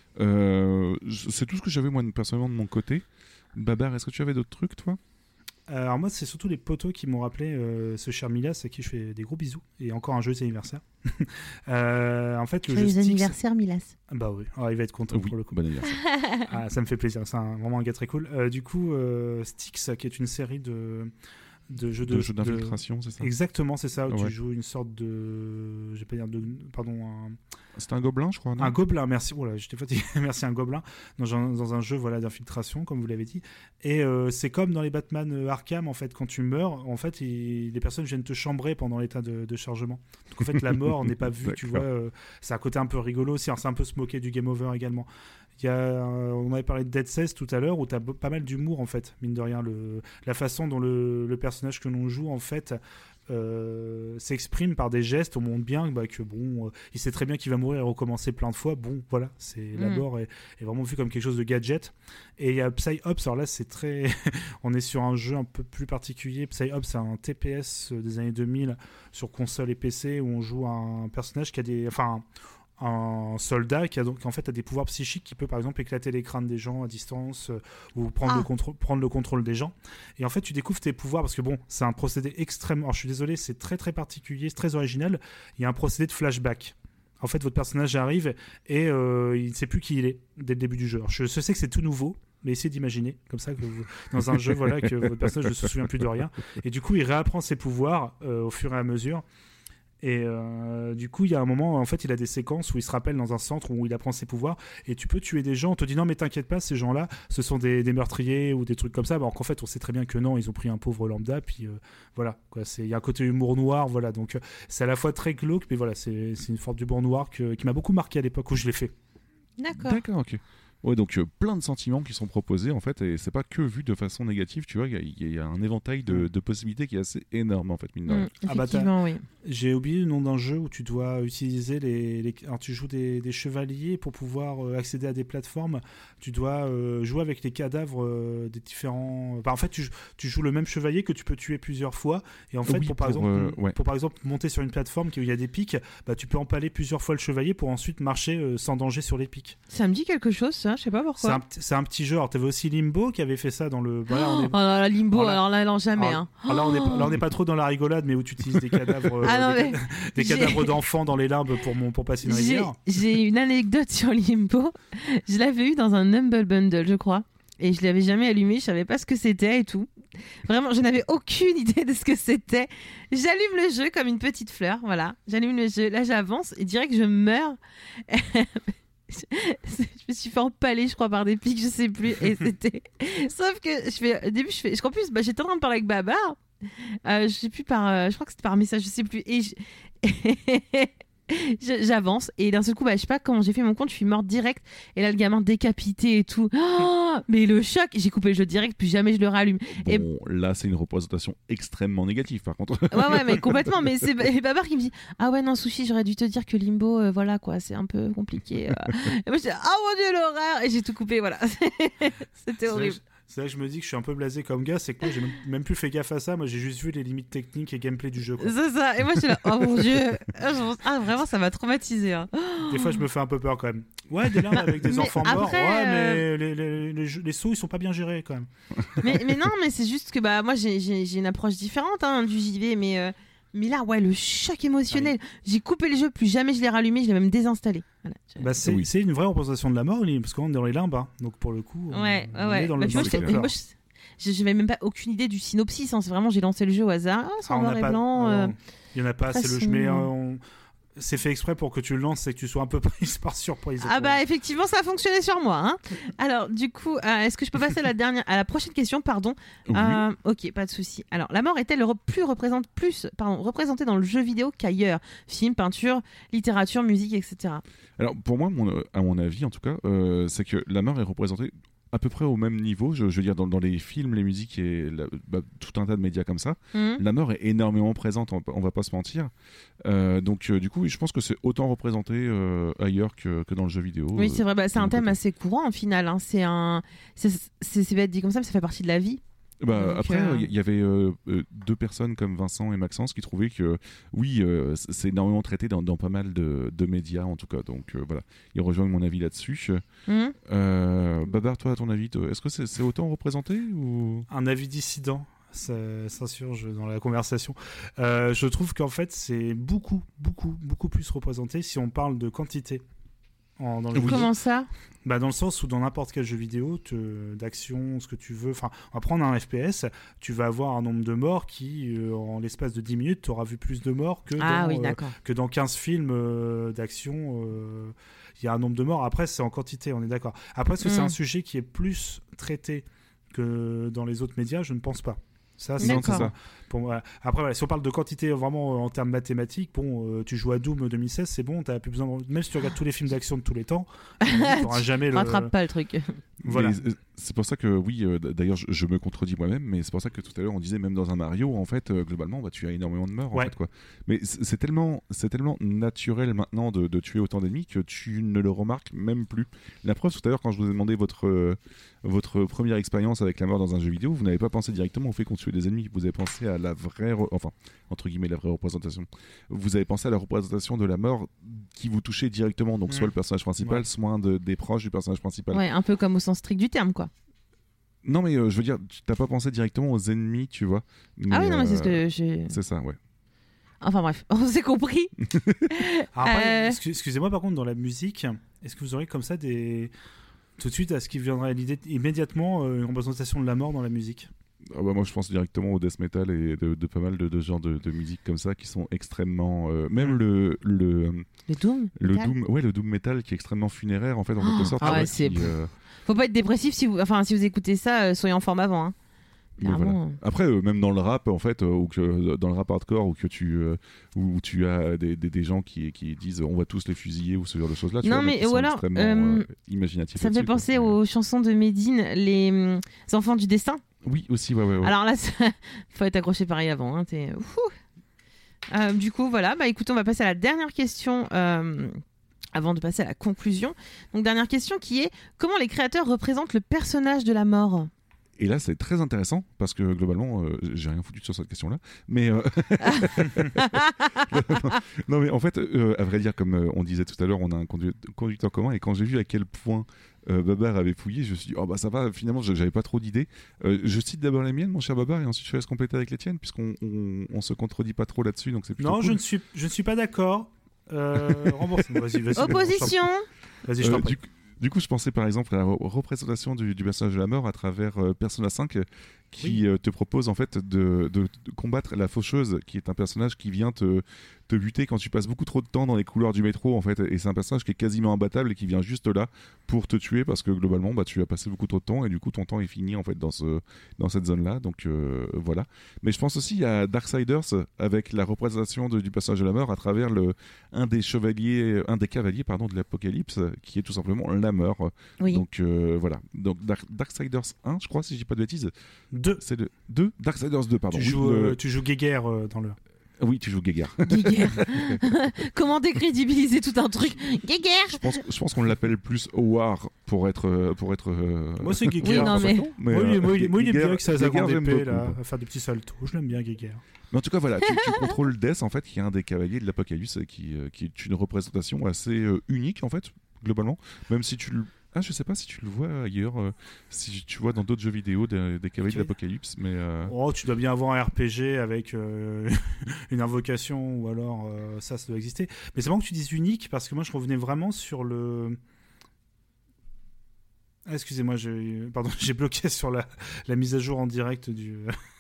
Euh, c'est tout ce que j'avais, moi, personnellement, de mon côté. Babar, est-ce que tu avais d'autres trucs, toi ? Alors, moi, c'est surtout les potos qui m'ont rappelé euh, ce cher Milas, à qui je fais des gros bisous. Et encore un joyeux anniversaire. euh, en fait, le joyeux jeu anniversaire, Milas. Bah oui, alors, il va être content oui, pour le coup. Bon anniversaire. Ah, ça me fait plaisir, c'est un, vraiment un gars très cool. Euh, du coup, euh, Styx, qui est une série de... de jeux de, de jeux d'infiltration, de... c'est ça? Exactement, c'est ça, où ouais. tu joues une sorte de... Je vais pas dire de... Pardon, un... C'était un gobelin, je crois, non? Un gobelin, merci. Oh là, j'étais fatigué. Merci, un gobelin. Dans un, dans un jeu voilà, d'infiltration, comme vous l'avez dit. Et euh, c'est comme dans les Batman euh, Arkham, en fait, quand tu meurs, en fait, il... les personnes viennent te chambrer pendant l'état de, de chargement. Donc, en fait, la mort n'est pas vue, tu vois. Euh, c'est un côté un peu rigolo aussi. C'est un peu se moquer du game over également. Il y a, euh, on avait parlé de Dead seize tout à l'heure, où tu as b- pas mal d'humour, en fait, mine de rien. Le, la façon dont le, le personnage que l'on joue, en fait, euh, s'exprime par des gestes. On montre bien bah, que, bon, euh, il sait très bien qu'il va mourir et recommencer plein de fois. Bon, voilà, c'est, mmh. la mort est, est vraiment vue comme quelque chose de gadget. Et il y a Psy-Ops, alors là, c'est très... on est sur un jeu un peu plus particulier. Psy-Ops, c'est un T P S des années deux mille sur console et P C, où on joue un personnage qui a des... Enfin... un soldat qui a donc en fait a des pouvoirs psychiques qui peut par exemple éclater les crânes des gens à distance euh, ou prendre, ah. le contrôle, prendre le contrôle des gens. Et en fait tu découvres tes pouvoirs parce que bon c'est un procédé extrêmement, alors je suis désolé, c'est très très particulier, c'est très original. Il y a un procédé de flashback. En fait votre personnage arrive et euh, il ne sait plus qui il est dès le début du jeu. Alors, je, je sais que c'est tout nouveau, mais essayez d'imaginer comme ça que vous, dans un jeu voilà que votre personnage ne se souvient plus de rien et du coup il réapprend ses pouvoirs euh, au fur et à mesure. Et euh, du coup, il y a un moment, en fait, il a des séquences où il se rappelle dans un centre où il apprend ses pouvoirs et tu peux tuer des gens. On te dit non, mais t'inquiète pas, ces gens-là, ce sont des, des meurtriers ou des trucs comme ça. Alors qu'en fait, on sait très bien que non, ils ont pris un pauvre lambda. Puis euh, voilà, quoi. C'est, il y a un côté humour noir, voilà. Donc euh, c'est à la fois très glauque, mais voilà, c'est, c'est une forme d'humour noir que, qui m'a beaucoup marqué à l'époque où je l'ai fait. D'accord. D'accord, ok. Ouais, donc euh, plein de sentiments qui sont proposés en fait, et c'est pas que vu de façon négative, tu vois, il y, y a un éventail de, de possibilités qui est assez énorme en fait, mine de rien. Mmh, effectivement, ah bah oui. J'ai oublié le nom d'un jeu où tu dois utiliser les, les... alors tu joues des, des chevaliers pour pouvoir euh, accéder à des plateformes. Tu dois euh, jouer avec les cadavres euh, des différents. Enfin, en fait, tu, tu joues le même chevalier que tu peux tuer plusieurs fois. Et en fait, oui, pour, par pour, exemple, euh, ouais. pour par exemple monter sur une plateforme où il y a des pics, bah, tu peux empaler plusieurs fois le chevalier pour ensuite marcher euh, sans danger sur les pics. Ça me dit quelque chose, ça. Je sais pas pourquoi. C'est un, c'est un petit jeu. Alors, t'avais aussi Limbo qui avait fait ça dans le. Voilà, on est... Oh là là, Limbo. Alors là, alors là non, jamais. Alors, hein. alors là, on est, là, on n'est pas trop dans la rigolade, mais où tu utilises des cadavres. Ah non, des, mais... des cadavres d'enfants dans les limbes pour, mon, pour passer une rivière. J'ai, j'ai une anecdote sur Limbo. Je l'avais eu dans un Humble Bundle, je crois. Et je l'avais jamais allumé, je savais pas ce que c'était et tout. Vraiment, je n'avais aucune idée de ce que c'était. J'allume le jeu comme une petite fleur, voilà. J'allume le jeu, là j'avance et direct je meurs. je me suis fait empaler, je crois, par des pics, je sais plus. Et c'était. Sauf que je fais. Au début, je fais. En plus, bah, j'étais en train de parler avec Babar. Euh, je sais plus par. Euh, je crois que c'était par message, je sais plus. Et je... j'avance et d'un seul coup, bah, je sais pas comment j'ai fait mon compte, je suis morte direct. Et là, le gamin décapité et tout. Oh, mais le choc, j'ai coupé le jeu direct, puis jamais je le rallume. Bon, et... là, c'est une représentation extrêmement négative, par contre. Ouais, ouais, mais complètement. Mais c'est Babar qui me dit ah ouais, non, Sushi, j'aurais dû te dire que Limbo, euh, voilà quoi, c'est un peu compliqué. Euh... et moi, je dis ah mon dieu, l'horreur. Et j'ai tout coupé, voilà. C'était horrible. C'est là que je me dis que je suis un peu blasé comme gars, c'est que moi j'ai même, même plus fait gaffe à ça, moi j'ai juste vu les limites techniques et gameplay du jeu. Quoi. C'est ça, et moi je suis là, oh mon dieu, ah vraiment ça m'a traumatisé. Hein. Des fois je me fais un peu peur quand même. Ouais, des larmes avec des enfants après, morts, ouais, euh... mais les, les, les, les, les sauts ils sont pas bien gérés quand même. mais, mais non, mais c'est juste que bah, moi j'ai, j'ai, j'ai une approche différente hein, du J V, mais, euh, mais là, ouais, le choc émotionnel, ah oui. J'ai coupé le jeu, plus jamais je l'ai rallumé, je l'ai même désinstallé. Voilà. Bah c'est, oui. c'est une vraie représentation de la mort, parce qu'on est dans les limbes, hein. Donc pour le coup, ouais, on, ouais, on est dans bah, le, dans moi, je n'avais même pas aucune idée du synopsis. Hein. C'est vraiment, j'ai lancé le jeu au hasard. Ah, c'est en noir et blanc. Il euh... n'y en a pas. C'est le mais euh, on... c'est fait exprès pour que tu le lances et que tu sois un peu prise par surprise. Ah bah effectivement, ça a fonctionné sur moi. Hein. Alors du coup, euh, est-ce que je peux passer à la dernière, à la prochaine question, pardon. Oui. Euh, ok, pas de souci. Alors, la mort est-elle re- plus représente plus, pardon, représentée dans le jeu vidéo qu'ailleurs, film, peinture, littérature, musique, et cetera. Alors pour moi, mon, à mon avis en tout cas, euh, c'est que la mort est représentée à peu près au même niveau, je, je veux dire dans, dans les films, les musiques et la, bah, tout un tas de médias comme ça, mmh. La mort est énormément présente, on, on va pas se mentir. Euh, donc euh, du coup, je pense que c'est autant représenté euh, ailleurs que, que dans le jeu vidéo. Oui, c'est vrai, bah, c'est un thème côté. assez courant en final. Hein. C'est un, c'est, c'est, c'est bête dit comme ça, mais ça fait partie de la vie. Bah, Donc, après, il euh... y avait euh, deux personnes comme Vincent et Maxence qui trouvaient que oui, euh, c'est énormément traité dans, dans pas mal de, de médias en tout cas. Donc euh, voilà, ils rejoignent mon avis là-dessus. Mmh. Euh, Babar, toi, à ton avis, toi, est-ce que c'est, c'est autant représenté ou... Un avis dissident ça s'insurge dans la conversation. Euh, je trouve qu'en fait, c'est beaucoup, beaucoup, beaucoup plus représenté si on parle de quantité. En, dans le Comment ça bah dans le sens où dans n'importe quel jeu vidéo te, d'action, ce que tu veux, enfin on va prendre un F P S, tu vas avoir un nombre de morts qui euh, en l'espace de dix minutes tu auras vu plus de morts que, ah, dans, oui, euh, que dans quinze films euh, d'action, il euh, y a un nombre de morts, après c'est en quantité, on est d'accord. Après est-ce que mm. c'est un sujet qui est plus traité que dans les autres médias? Je ne pense pas. Ça, c'est, c'est ça. Bon, voilà. Après, voilà, si on parle de quantité vraiment euh, en termes mathématiques, bon, euh, tu joues à Doom deux mille seize, c'est bon, t'as plus besoin. De... Même si tu regardes tous les films d'action de tous les temps, tu n'auras jamais le. Rattrape pas le truc. Voilà. Mais c'est pour ça que oui, euh, d'ailleurs, je, je me contredis moi-même, mais c'est pour ça que tout à l'heure on disait même dans un Mario, en fait, euh, globalement, bah, tu as énormément de morts, ouais. en fait, quoi. Mais c'est, c'est tellement, c'est tellement naturel maintenant de, de tuer autant d'ennemis que tu ne le remarques même plus. La preuve, tout à l'heure, quand je vous ai demandé votre euh, votre première expérience avec la mort dans un jeu vidéo, vous n'avez pas pensé directement au fait qu'on tuait des ennemis. Vous avez pensé à la vraie, re... enfin, entre guillemets, la vraie représentation. Vous avez pensé à la représentation de la mort qui vous touchait directement, donc mmh. soit le personnage principal, ouais. soit un de, des proches du personnage principal. Ouais, un peu comme au sens strict du terme, quoi. Non, mais euh, je veux dire, tu n'as pas pensé directement aux ennemis, tu vois. Mais, ah oui, non, mais c'est ce que j'ai... C'est ça, ouais. Enfin bref, on s'est compris. Après, euh... excusez-moi, par contre, dans la musique, est-ce que vous aurez comme ça des... tout de suite à ce qui viendrait à l'idée immédiatement euh, une représentation de la mort dans la musique? Ah bah moi je pense directement au death metal et de, de pas mal de, de genres de, de musique comme ça qui sont extrêmement euh, même le le le doom le doom ouais le doom metal qui est extrêmement funéraire en fait en quelque oh, sorte. Ah ouais, c'est... Qui, euh... faut pas être dépressif si vous enfin si vous écoutez ça euh, soyez en forme avant hein. Voilà. Après, euh, même dans le rap, en fait, euh, ou que dans le rap hardcore, où que tu, euh, où tu as des, des, des gens qui, qui disent on va tous les fusiller ou ce genre de choses-là. Tu non, vois, mais ou alors, euh, imaginatif. Ça me fait penser quoi. aux chansons de Medine, les euh, enfants du destin. Oui, aussi, ouais, ouais. ouais. Alors là, il faut être accroché pareil avant. Hein, t'es... Euh, du coup, voilà. Bah, écoute, on va passer à la dernière question. Euh... Avant de passer à la conclusion. Donc, dernière question qui est comment les créateurs représentent le personnage de la mort? Et là, c'est très intéressant parce que globalement, euh, j'ai rien foutu sur cette question-là. Mais euh... non, mais en fait, euh, à vrai dire, comme euh, on disait tout à l'heure, on a un condu- conducteur commun. Et quand j'ai vu à quel point euh, Babar avait fouillé, je me suis dit, oh bah ça va. Finalement, j'avais pas trop d'idées. Euh, je cite d'abord les miennes, mon cher Babar, et ensuite je laisse compléter avec les tiennes, puisqu'on on, on se contredit pas trop là-dessus. Donc c'est plutôt non, cool. je ne suis, je ne suis pas d'accord. Euh, rembourse-moi. Vas-y, vas-y. Opposition. Vas-y, je t'en prie. Du coup, je pensais par exemple à la représentation du, du personnage de la mort à travers euh, Persona cinq, qui Oui. euh, te propose en fait de, de, de combattre la faucheuse, qui est un personnage qui vient te, te buter quand tu passes beaucoup trop de temps dans les couloirs du métro en fait, et c'est un personnage qui est quasiment imbattable et qui vient juste là pour te tuer parce que globalement bah, tu as passé beaucoup trop de temps et du coup ton temps est fini en fait dans, ce, dans cette zone là, donc euh, voilà. Mais je pense aussi il y a Darksiders avec la représentation de, du passage de la mort à travers le, un des chevaliers, un des cavaliers pardon, de l'Apocalypse qui est tout simplement la mort. Oui. Donc euh, voilà, donc Dark, Darksiders un je crois si je dis pas de bêtises. Deux. C'est le deux Darksiders deux pardon. Tu Oui, joues, le- euh, tu joues Guéguerre euh, dans le. oui, tu joues Guéguerre. Guéguerre. Comment décrédibiliser tout un truc? Guéguerre. Je pense, je pense qu'on l'appelle plus War pour être euh, pour être. euh, Moi, c'est Guéguerre. Oui, non, mais- mais, Moi, il est- euh, moi, il est- moi, il est bien Guéguerre- avec sa Guéguerre, grande j'aime épée, beaucoup, là, quoi. à faire des petits saltos. Je l'aime bien, Guéguerre. Mais en tout cas, voilà, tu, tu contrôles Death en fait, qui est un des cavaliers de l'Apocalypse, qui euh, qui est une représentation assez euh, unique en fait, globalement. Même si tu le ah, je sais pas si tu le vois ailleurs, euh, si tu vois dans d'autres jeux vidéo des, des cavaliers Ok. de l'Apocalypse, mais euh, Oh, tu dois bien avoir un R P G avec euh, une invocation ou alors euh, ça, ça doit exister. Mais c'est marrant que tu dises unique parce que moi je revenais vraiment sur le. Ah, excusez-moi, j'ai... Pardon, j'ai bloqué sur la, la mise à jour en direct du.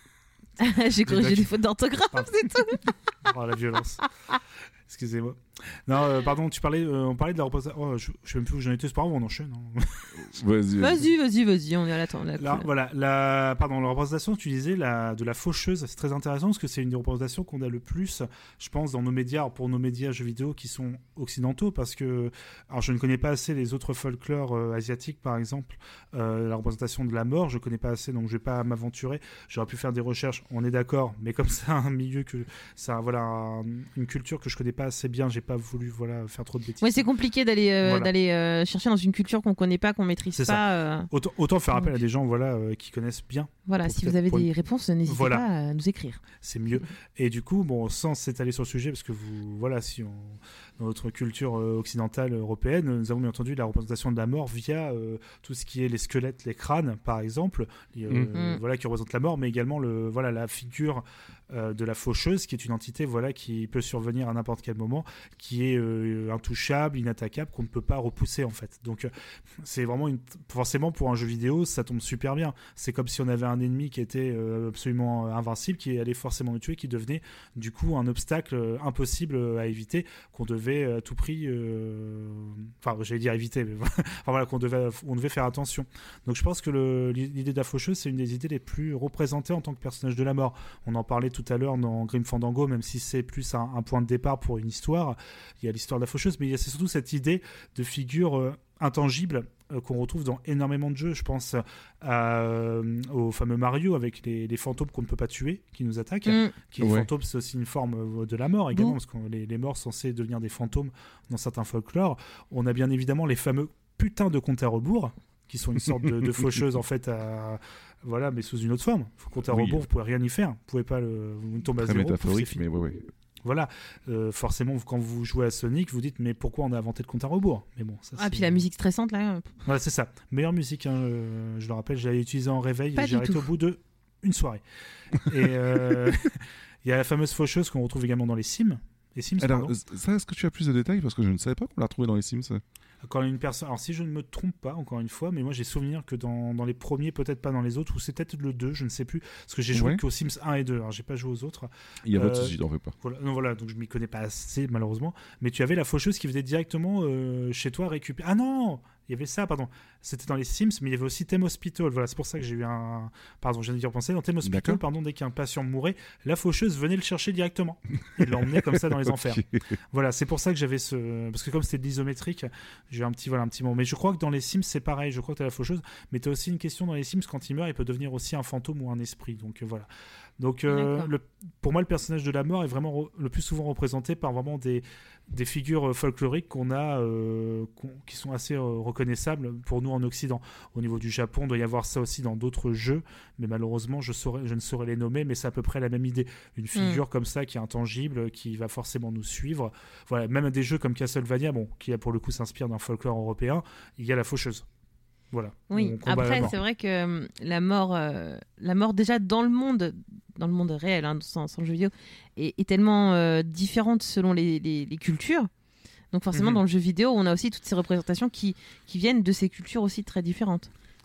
J'ai corrigé des fautes d'orthographe, Pardon. c'est tout. Oh, la violence. Excusez-moi. Non, euh, pardon, tu parlais, euh, on parlait de la représentation. Oh, je, je sais même plus où j'en étais, c'est pas grave, on enchaîne. hein. vas-y. Vas-y, vas-y, vas-y, on est à l'attente. La... Là, voilà, la, pardon, la représentation, tu disais, la, de la faucheuse, c'est très intéressant parce que c'est une des représentations qu'on a le plus, je pense, dans nos médias, pour nos médias jeux vidéo qui sont occidentaux, parce que, alors je ne connais pas assez les autres folklores euh, asiatiques, par exemple, euh, la représentation de la mort, je connais pas assez, donc je vais pas m'aventurer. J'aurais pu faire des recherches, on est d'accord, mais comme c'est un milieu que, c'est un- voilà, un- une culture que je connais pas assez bien, j'ai pas voulu, voilà, faire trop de bêtises. Ouais, c'est compliqué d'aller euh, Voilà. d'aller euh, chercher dans une culture qu'on connaît pas, qu'on maîtrise C'est ça. pas. euh, Autant, autant faire appel Donc. à des gens, voilà, euh, qui connaissent bien. Voilà, Pour si peut-être vous avez pour- des réponses, n'hésitez Voilà. pas à nous écrire. C'est mieux. Et du coup, bon, sans s'étaler sur le sujet, parce que vous, voilà, si on, dans notre culture euh, occidentale européenne, nous avons bien entendu la représentation de la mort via euh, tout ce qui est les squelettes, les crânes, par exemple, et, euh, Mhm. voilà, qui représentent la mort, mais également le, voilà, la figure euh, de la faucheuse, qui est une entité, voilà, qui peut survenir à n'importe quel moment, qui est euh, intouchable, inattaquable, qu'on ne peut pas repousser en fait. Donc, euh, c'est vraiment une, forcément pour un jeu vidéo, ça tombe super bien. C'est comme si on avait un ennemi qui était euh, absolument euh, invincible, qui allait forcément le tuer, qui devenait du coup un obstacle euh, impossible euh, à éviter, qu'on devait euh, à tout prix, euh, enfin j'allais dire éviter, mais enfin voilà, qu'on devait, on devait faire attention. Donc je pense que le- l'idée de la faucheuse, c'est une des idées les plus représentées en tant que personnage de la mort. On en parlait tout à l'heure dans Grim Fandango, même si c'est plus un, un point de départ pour une histoire. Il y a l'histoire de la faucheuse, mais il y a c'est surtout cette idée de figure euh, intangible euh, qu'on retrouve dans énormément de jeux. Je pense à, euh, au fameux Mario avec les, les fantômes qu'on ne peut pas tuer, qui nous attaquent. Mm. Qui est Ouais. fantôme, c'est aussi une forme euh, de la mort également, Bon. parce que les, les morts sont censés devenir des fantômes dans certains folklores. On a bien évidemment les fameux putains de comptes à rebours, qui sont une sorte de, de faucheuse en fait, à, voilà, mais sous une autre forme. Compte à Oui. rebours, vous pouvez rien y faire. Vous pouvez pas le, vous tombez à Très zéro. pouf, métaphorique, c'est fini. mais ouais, ouais. Voilà, euh, forcément, quand vous jouez à Sonic, vous dites mais pourquoi on a inventé le compte à rebours? Mais bon, ça, Ah, c'est- puis la musique stressante là. euh, Voilà, c'est ça. Meilleure musique, hein, euh, je le rappelle, j'avais utilisé en réveil, Pas et j'ai du arrêté tout. au bout de une soirée. Et euh, il y a la fameuse faucheuse qu'on retrouve également dans les Sims. Les Sims, Alors, pardon. euh, ça, est-ce que tu as plus de détails parce que je ne savais pas qu'on l'a retrouvé dans les Sims. Quand une personne, alors si je ne me trompe pas, encore une fois, mais moi j'ai souvenir que dans, dans les premiers, peut-être pas dans les autres, ou c'est peut-être le deux, je ne sais plus, parce que j'ai joué Ouais. qu'aux Sims un et deux, alors j'ai pas joué aux autres. Il y a pas de Euh, souci, t'en fais pas. Voilà, non, voilà, donc je m'y connais pas assez malheureusement, mais tu avais la faucheuse qui venait directement euh, chez toi récupérer. Ah non, il y avait ça, pardon. C'était dans les Sims, mais il y avait aussi Theme Hospital. Voilà, c'est pour ça que j'ai eu un. Pardon, je viens d'y repenser. Dans Theme Hospital, D'accord. pardon, dès qu'un patient mourait, la faucheuse venait le chercher directement et l'emmenait comme ça dans les enfers. Ok. Voilà, c'est pour ça que j'avais ce. Parce que comme c'était de l'isométrique, j'ai eu un petit, voilà, un petit moment. Mais je crois que dans les Sims, c'est pareil. Je crois que tu as la faucheuse, mais tu as aussi une question dans les Sims quand il meurt, il peut devenir aussi un fantôme ou un esprit. Donc euh, voilà. Donc, euh, D'accord. le, pour moi, le personnage de la mort est vraiment re- le plus souvent représenté par vraiment des, des figures euh, folkloriques qu'on a, euh, qu'on- qui sont assez euh, reconnaissables pour nous en Occident. Au niveau du Japon, il doit y avoir ça aussi dans d'autres jeux, mais malheureusement, je, saurais, je ne saurais les nommer, mais c'est à peu près la même idée. Une figure comme ça qui est intangible, qui va forcément nous suivre. Voilà, même des jeux comme Castlevania, bon, qui pour le coup s'inspire d'un folklore européen, il y a la faucheuse. Voilà. Oui, On combat la après, mort. c'est vrai que euh, la mort, euh, la mort déjà dans le monde, dans le monde réel, hein, sans, sans le jeu vidéo, est, est tellement euh, différente selon les, les- les cultures. Donc forcément, Mhm. dans le jeu vidéo, on a aussi toutes ces représentations qui, qui viennent de ces cultures aussi très différentes.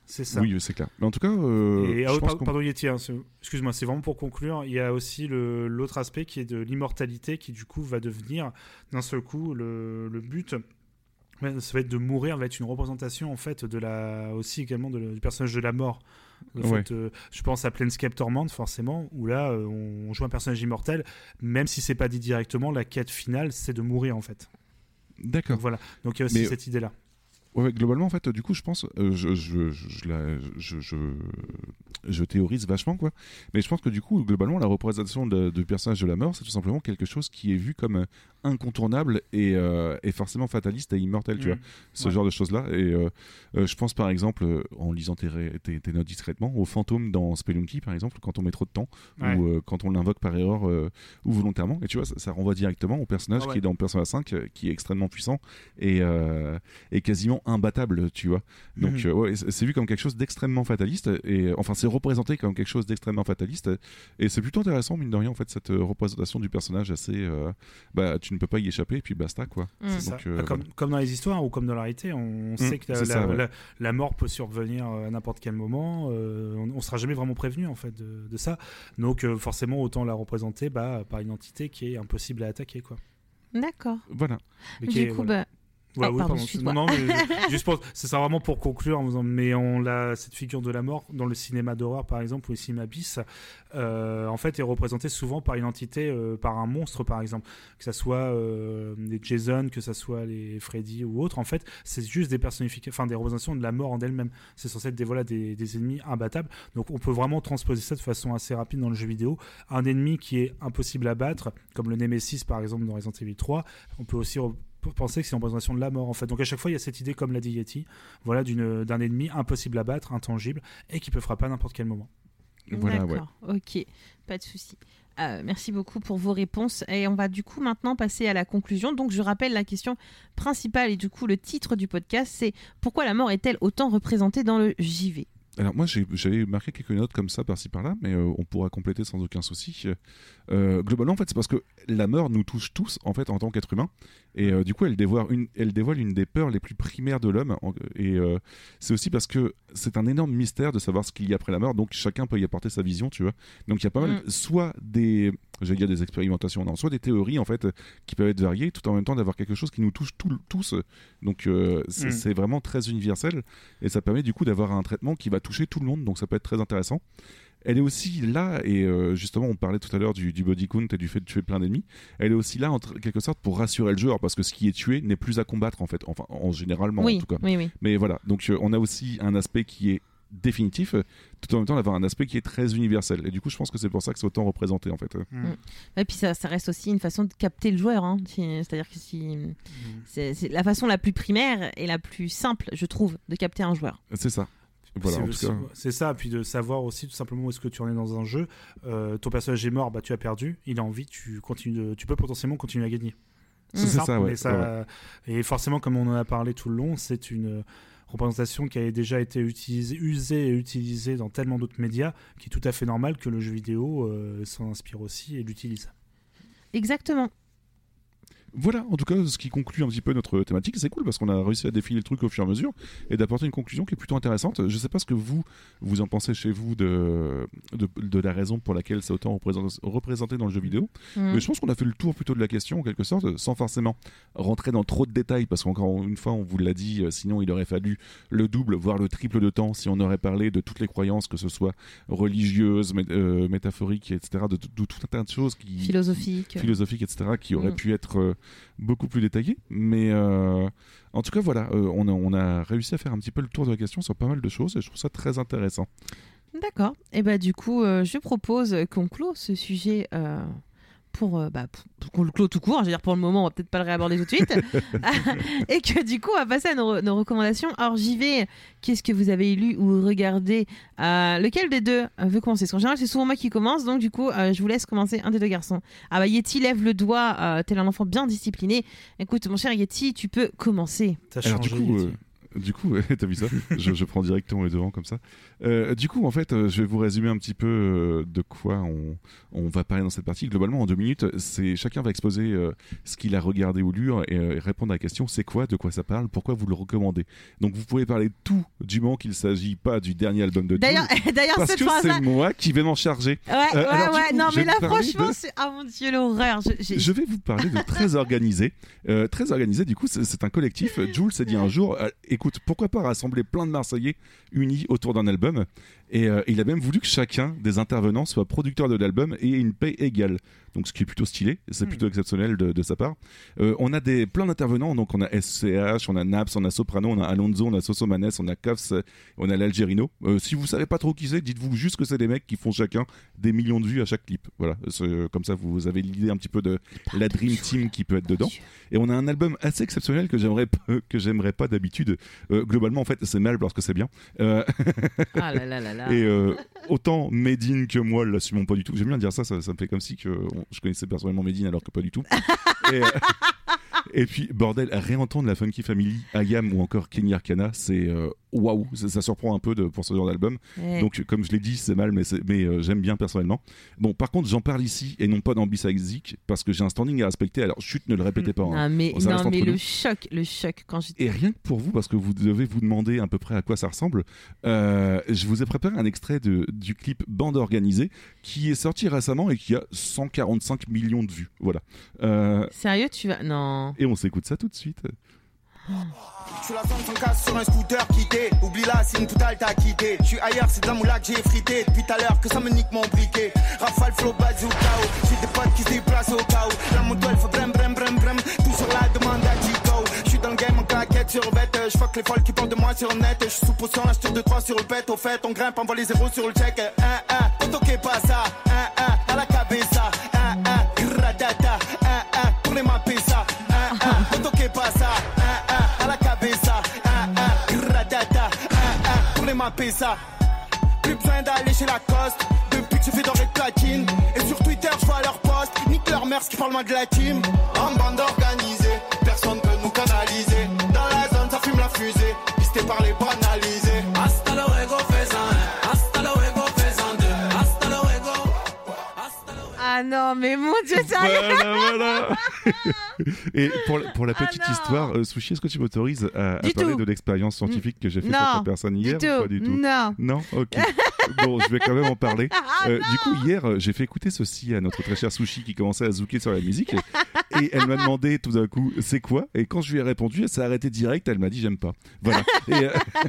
C'est ça. Oui, c'est clair. Mais en tout cas, euh, et, je ah, pense pardon, qu'on- pardon Yeti, hein, c'est- excuse-moi, c'est vraiment pour conclure. Il y a aussi le, l'autre aspect qui est de l'immortalité, qui du coup va devenir d'un seul coup le, le but. Ouais, ça va être de mourir, va être une représentation en fait de la aussi également de, du personnage de la mort. En Ouais. fait, euh, je pense à Planescape Torment forcément, où là euh, on joue un personnage immortel, même si c'est pas dit directement, la quête finale c'est de mourir en fait. D'accord. Donc voilà. Donc il y a aussi Mais- cette idée là. Ouais, ouais, globalement, en fait, du coup, je pense, euh, je, je, je, je, la- je, je, je théorise vachement, quoi. Mais je pense que du coup, globalement, la représentation de- du personnage de la mort, c'est tout simplement quelque chose qui est vu comme euh, incontournable et, euh, et forcément fataliste et immortel, tu Mmh. vois. Ce Ouais. genre de choses-là. Et euh, euh, je pense, par exemple, euh, en lisant tes, ré- tes, tes notes discrètement, au fantôme dans Spelunky, par exemple, quand on met trop de temps, Ouais. ou euh, quand on l'invoque par erreur euh, ou volontairement. Et tu vois, ça, ça renvoie directement au personnage Ah ouais. qui est dans Persona cinq, euh, qui est extrêmement puissant et, euh, et quasiment imbattable, tu vois. Donc, Mhm. euh, ouais, c'est c'est vu comme quelque chose d'extrêmement fataliste, et enfin, c'est représenté comme quelque chose d'extrêmement fataliste, et c'est plutôt intéressant, mine de rien, en fait, cette euh, représentation du personnage assez. Euh, bah, tu ne peux pas y échapper, et puis basta, quoi. Mm. C'est Donc, ça. euh, Ah, comme, comme dans les histoires ou comme dans la réalité, on sait que la, c'est la, ça, ouais. la- la mort peut survenir à n'importe quel moment. euh, on, on sera jamais vraiment prévenu en fait de, de ça. Donc euh, forcément, autant la représenter bah, par une entité qui est impossible à attaquer, quoi. D'accord. Voilà. Mais qui Du est- coup, voilà. bah, Ouais, Oh, oui, pardon, pardon. excuse-moi. Non, non, mais je- juste pour, ce sera vraiment pour conclure, en faisant- mais on l'a, cette figure de la mort dans le cinéma d'horreur, par exemple, ou le cinéma bis, euh, en fait, est représentée souvent par une entité, euh, par un monstre, par exemple, que ça soit euh, les Jason, que ça soit les Freddy ou autres. En fait, c'est juste des personnifications, enfin des représentations de la mort en elle-même. C'est censé être des voilà des, des ennemis imbattables. Donc, on peut vraiment transposer ça de façon assez rapide dans le jeu vidéo. Un ennemi qui est impossible à battre, comme le Nemesis, par exemple, dans Resident Evil trois. On peut aussi re- penser que c'est une représentation de la mort en fait. Donc à chaque fois il y a cette idée, comme l'a dit Yeti, voilà, d'une, d'un ennemi impossible à battre, intangible et qui peut frapper à n'importe quel moment. Voilà, ouais. d'accord. Ok, pas de souci. Euh, merci beaucoup pour vos réponses. Et on va du coup maintenant passer à la conclusion. Donc je rappelle la question principale et du coup le titre du podcast, c'est pourquoi la mort est-elle autant représentée dans le J V ? Alors moi j'ai- j'avais marqué quelques notes comme ça par-ci par-là, mais euh, on pourra compléter sans aucun souci. Euh, globalement en fait c'est parce que la mort nous touche tous en fait en tant qu'être humain, et euh, du coup elle dévoile, une, elle dévoile une des peurs les plus primaires de l'homme, en- et euh, c'est aussi parce que c'est un énorme mystère de savoir ce qu'il y a après la mort, donc chacun peut y apporter sa vision, tu vois. Donc il y a pas mal, Mm. soit des, j'allais dire des expérimentations, non, soit des théories en fait qui peuvent être variées, tout en même temps d'avoir quelque chose qui nous touche tout- tous. Donc euh, c'est Mm. c'est vraiment très universel. Et ça permet du coup d'avoir un traitement qui va toucher tout le monde, donc ça peut être très intéressant. Elle est aussi là, et euh, justement on parlait tout à l'heure du, du body count et du fait de tuer plein d'ennemis, elle est aussi là en tr- quelque sorte pour rassurer le joueur, parce que ce qui est tué n'est plus à combattre en fait, enfin en généralement oui, en tout cas. oui, oui. Mais voilà, donc euh, on a aussi un aspect qui est définitif, euh, tout en même temps d'avoir un aspect qui est très universel. Et du coup je pense que c'est pour ça que c'est autant représenté en fait. Et puis ça, ça reste aussi une façon de capter le joueur. Hein. Si- C'est-à-dire que si... c'est, c'est la façon la plus primaire et la plus simple, je trouve, de capter un joueur. C'est ça. Voilà, c'est, en tout c'est- cas. c'est ça, puis de savoir aussi tout simplement où est-ce que tu en es dans un jeu. Euh, ton personnage est mort, bah tu as perdu. Il a envie, tu continues, de- tu peux potentiellement continuer à gagner. C'est simple, ça, ouais. mais ça- Et forcément, comme on en a parlé tout le long, c'est une représentation qui a déjà été utilisée, usée et utilisée dans tellement d'autres médias, qui est tout à fait normal que le jeu vidéo euh, s'en inspire aussi et l'utilise. Exactement. Voilà, en tout cas, ce qui conclut un petit peu notre thématique, c'est cool parce qu'on a réussi à défiler le truc au fur et à mesure et d'apporter une conclusion qui est plutôt intéressante. Je sais pas ce que vous, vous en pensez chez vous de, de, de la raison pour laquelle c'est autant représent- représenté dans le jeu vidéo. Mm. Mais je pense qu'on a fait le tour plutôt de la question en quelque sorte, sans forcément rentrer dans trop de détails, parce qu'encore une fois, on vous l'a dit, euh, sinon il aurait fallu le double, voire le triple de temps si on aurait parlé de toutes les croyances, que ce soit religieuses, mé- euh, métaphoriques, et cetera, de, de- de tout un tas de choses qui, Philosophique. philosophiques, et cetera, qui auraient Mm. pu être euh, beaucoup plus détaillées. Mais euh, en tout cas, voilà, euh, on, a, on a réussi à faire un petit peu le tour de la question sur pas mal de choses, et je trouve ça très intéressant. D'accord. Et bah du coup, euh, je propose qu'on clôt ce sujet euh, pour, euh, bah, pour, pour qu'on le clôt tout court. Je veux dire, pour le moment, on va peut-être pas le réaborder tout de suite. Et que du coup, on va passer à nos, nos recommandations. Alors, j'y vais. Qu'est-ce que vous avez lu ou regardé euh, Lequel des deux euh, veut commencer? Parce qu'en général, c'est souvent moi qui commence. Donc, du coup, euh, je vous laisse commencer un des deux garçons. Ah bah, Yeti lève le doigt, euh, tel un enfant bien discipliné. Écoute, mon cher Yeti, tu peux commencer. T'as Alors changé, du coup, Yeti. euh, Du coup, ouais, t'as vu ça je, je prends directement les devants comme ça. Euh, du coup, en fait, euh, je vais vous résumer un petit peu euh, de quoi on, on va parler dans cette partie. Globalement, en deux minutes, c'est chacun va exposer euh, ce qu'il a regardé ou lu et, euh, et répondre à la question c'est quoi, de quoi ça parle, pourquoi vous le recommandez. Donc, vous pouvez parler de tout du moment qu'il ne s'agit pas du dernier album de D'ailleurs, Jules, d'ailleurs parce cette que phrase-là... c'est moi qui vais m'en charger. Ouais, Euh, ouais, alors, du ouais. coup, non, je mais vais là, vous parler franchement, de- c'est... Ah mon Dieu, l'horreur. Je, j'ai- Je vais vous parler de Très Organisé. Euh, très Organisé, du coup, c'est, c'est un collectif. Jules s'est dit un jour, euh, écoute, pourquoi pas rassembler plein de Marseillais unis autour d'un album. Et euh, il a même voulu que chacun des intervenants soit producteur de l'album et ait une paye égale. Donc ce qui est plutôt stylé, c'est plutôt exceptionnel de, de sa part. Euh, on a des, plein d'intervenants, donc on a S C H, on a Naps, on a Soprano, on a Alonso, on a Sosomanes, on a Kafs, on a l'Algerino. Euh, si vous savez pas trop qui c'est, dites-vous juste que c'est des mecs qui font chacun des millions de vues à chaque clip. Voilà, c'est, comme ça vous avez l'idée un petit peu de la Dream Team qui peut être dedans. Et on a un album assez exceptionnel que j'aimerais peu- que j'aimerais pas d'habitude. Euh, globalement, en fait, c'est mal parce que c'est bien. Euh, Ah là là là là. et euh, autant Medine que moi l'assumons pas du tout. J'aime bien dire ça, ça, ça me fait comme si que on- je connaissais personnellement Medine alors que pas du tout. et, euh, et puis bordel, à réentendre la Funky Family, Ayam ou encore Kenny Arcana, c'est euh, waouh, ça, ça surprend un peu de, pour ce genre d'album. Ouais. Donc comme je l'ai dit, c'est mal, mais, c'est, mais euh, j'aime bien personnellement. Bon, par contre, j'en parle ici et non pas dans Bissaizik parce que j'ai un standing à respecter. Alors chut, ne le répétez pas. hein. Non mais, Ça reste non, mais entre le nous. choc, le choc quand j'ai... Et rien que pour vous, parce que vous devez vous demander à peu près à quoi ça ressemble, euh, je vous ai préparé un extrait de, du clip Bande Organisée qui est sorti récemment et qui a cent quarante-cinq millions de vues. Voilà. Euh, Sérieux, tu vas... Non. et on s'écoute ça tout de suite. Je suis la zone sans casse sur un scooter quitté. Oublie là, c'est une poutale t'as quitté. Je suis ailleurs, c'est de la moula que j'ai frité. Depuis tout à l'heure que ça me nique mon briquet. Rafale, flow, bazooka. J'ai des potes qui se déplacent au cas où. La moto elle fait brem brem brem brem. Toujours la demande à Chico. Je suis dans le game en claquette sur bête. Je fuck les folles qui parlent de moi sur le net. Je suis sous potion, là je tire deux trois sur le pet. Au fait, on grimpe, envoie les zéros sur le check. Un un, on toque pas ça. Un un, à la cabeza. Un un, gratata. Un un, tournez ma pesa. Un un, on toque pas ça. À la cabeza, ah ah, gratata, ah ah, tournez ma pesa. Plus besoin d'aller chez Lacoste, depuis que j'ai fait doré de platine. Et sur Twitter, je vois leurs posts, nique leur mère, qui parle moins de la team. En bande organisée, personne peut nous canaliser. Dans la zone, ça fume la fusée, pisté par les banalisés. Hasta luego, fais un, hasta luego, fais un deux, hasta luego, hasta luego. Ah non, mais mon Dieu, sérieux. Voilà, voilà. Et pour, la- pour la petite Ah non. histoire, euh, Sushi, est-ce que tu m'autorises à, à Du parler tout. de l'expérience scientifique que j'ai fait Non. sur ta personne hier Du ou tout. pas du tout? Non. Non, ok. Bon, je vais quand même en parler. Ah Euh, du coup, hier, euh, j'ai fait écouter ceci à notre très chère Sushi qui commençait à zouker sur la musique. Et, et elle m'a demandé tout d'un coup, c'est quoi? Et quand je lui ai répondu, elle s'est arrêtée direct. Elle m'a dit, j'aime pas. Voilà. Et, euh,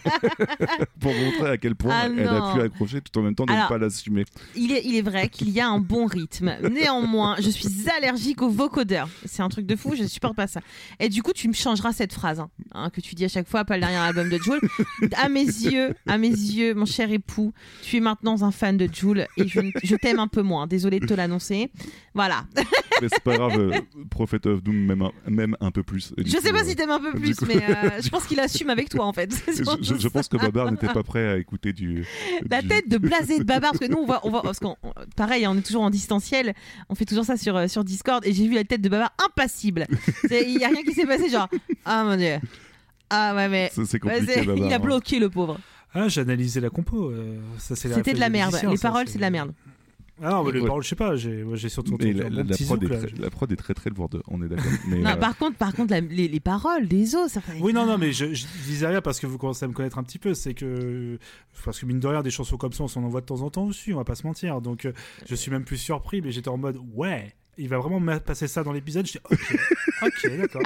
pour montrer à quel point Ah elle a non. pu accrocher tout en même temps de Alors, ne pas l'assumer. Il est, il est vrai qu'il y a un bon rythme. Néanmoins, je suis allergique aux vocodeurs. C'est un truc de fou, je supporte pas ça. Et du coup, tu me changeras cette phrase hein, hein, que tu dis à chaque fois, pas le dernier album de Jul. À mes yeux, à mes yeux, mon cher époux, tu es maintenant un fan de Jul et je, je t'aime un peu moins. Désolée de te l'annoncer. Voilà. Mais c'est pas grave, euh, Prophet of Doom, même un, même un peu plus. Et du Je coup, sais pas euh, si t'aimes un peu du plus, coup- mais euh, je pense qu'il assume avec toi en fait. je, je- je pense que Babar n'était pas prêt à écouter du. La du- tête de blasé de Babar, parce que nous on voit, on voit parce qu'on, pareil, on est toujours en distanciel, on fait toujours ça sur, euh, sur Discord, et j'ai vu la tête de Babar impassible. C'est- Il y a rien qui s'est passé, genre ah mon dieu, ah ouais mais C'est, c'est ouais, compliqué, c'est- Babar. il a hein. bloqué le pauvre. Ah, j'ai analysé la compo. euh, ça, c'est les C'était de la réflexes merde, musiciens, les ça, paroles c'est de la merde. Ah non, mais les Ouais. paroles, je sais pas. J'ai, moi, j'ai surtout Mais entendu la, un la- bon la petit prod zouk, est là. très, la prod est très très lourde, on est d'accord. Mais, Non, euh, par contre, par contre la- les, les paroles des os, ça fait... Oui, non, non, mais je, je disais rien parce que vous commencez à me connaître un petit peu. C'est que. Parce que mine de rien, des chansons comme ça, on s'en envoie de temps en temps aussi, on va pas se mentir. Donc, euh, je suis même plus surpris, mais j'étais en mode, ouais, il va vraiment me passer ça dans l'épisode. J'étais, ok, ok, d'accord.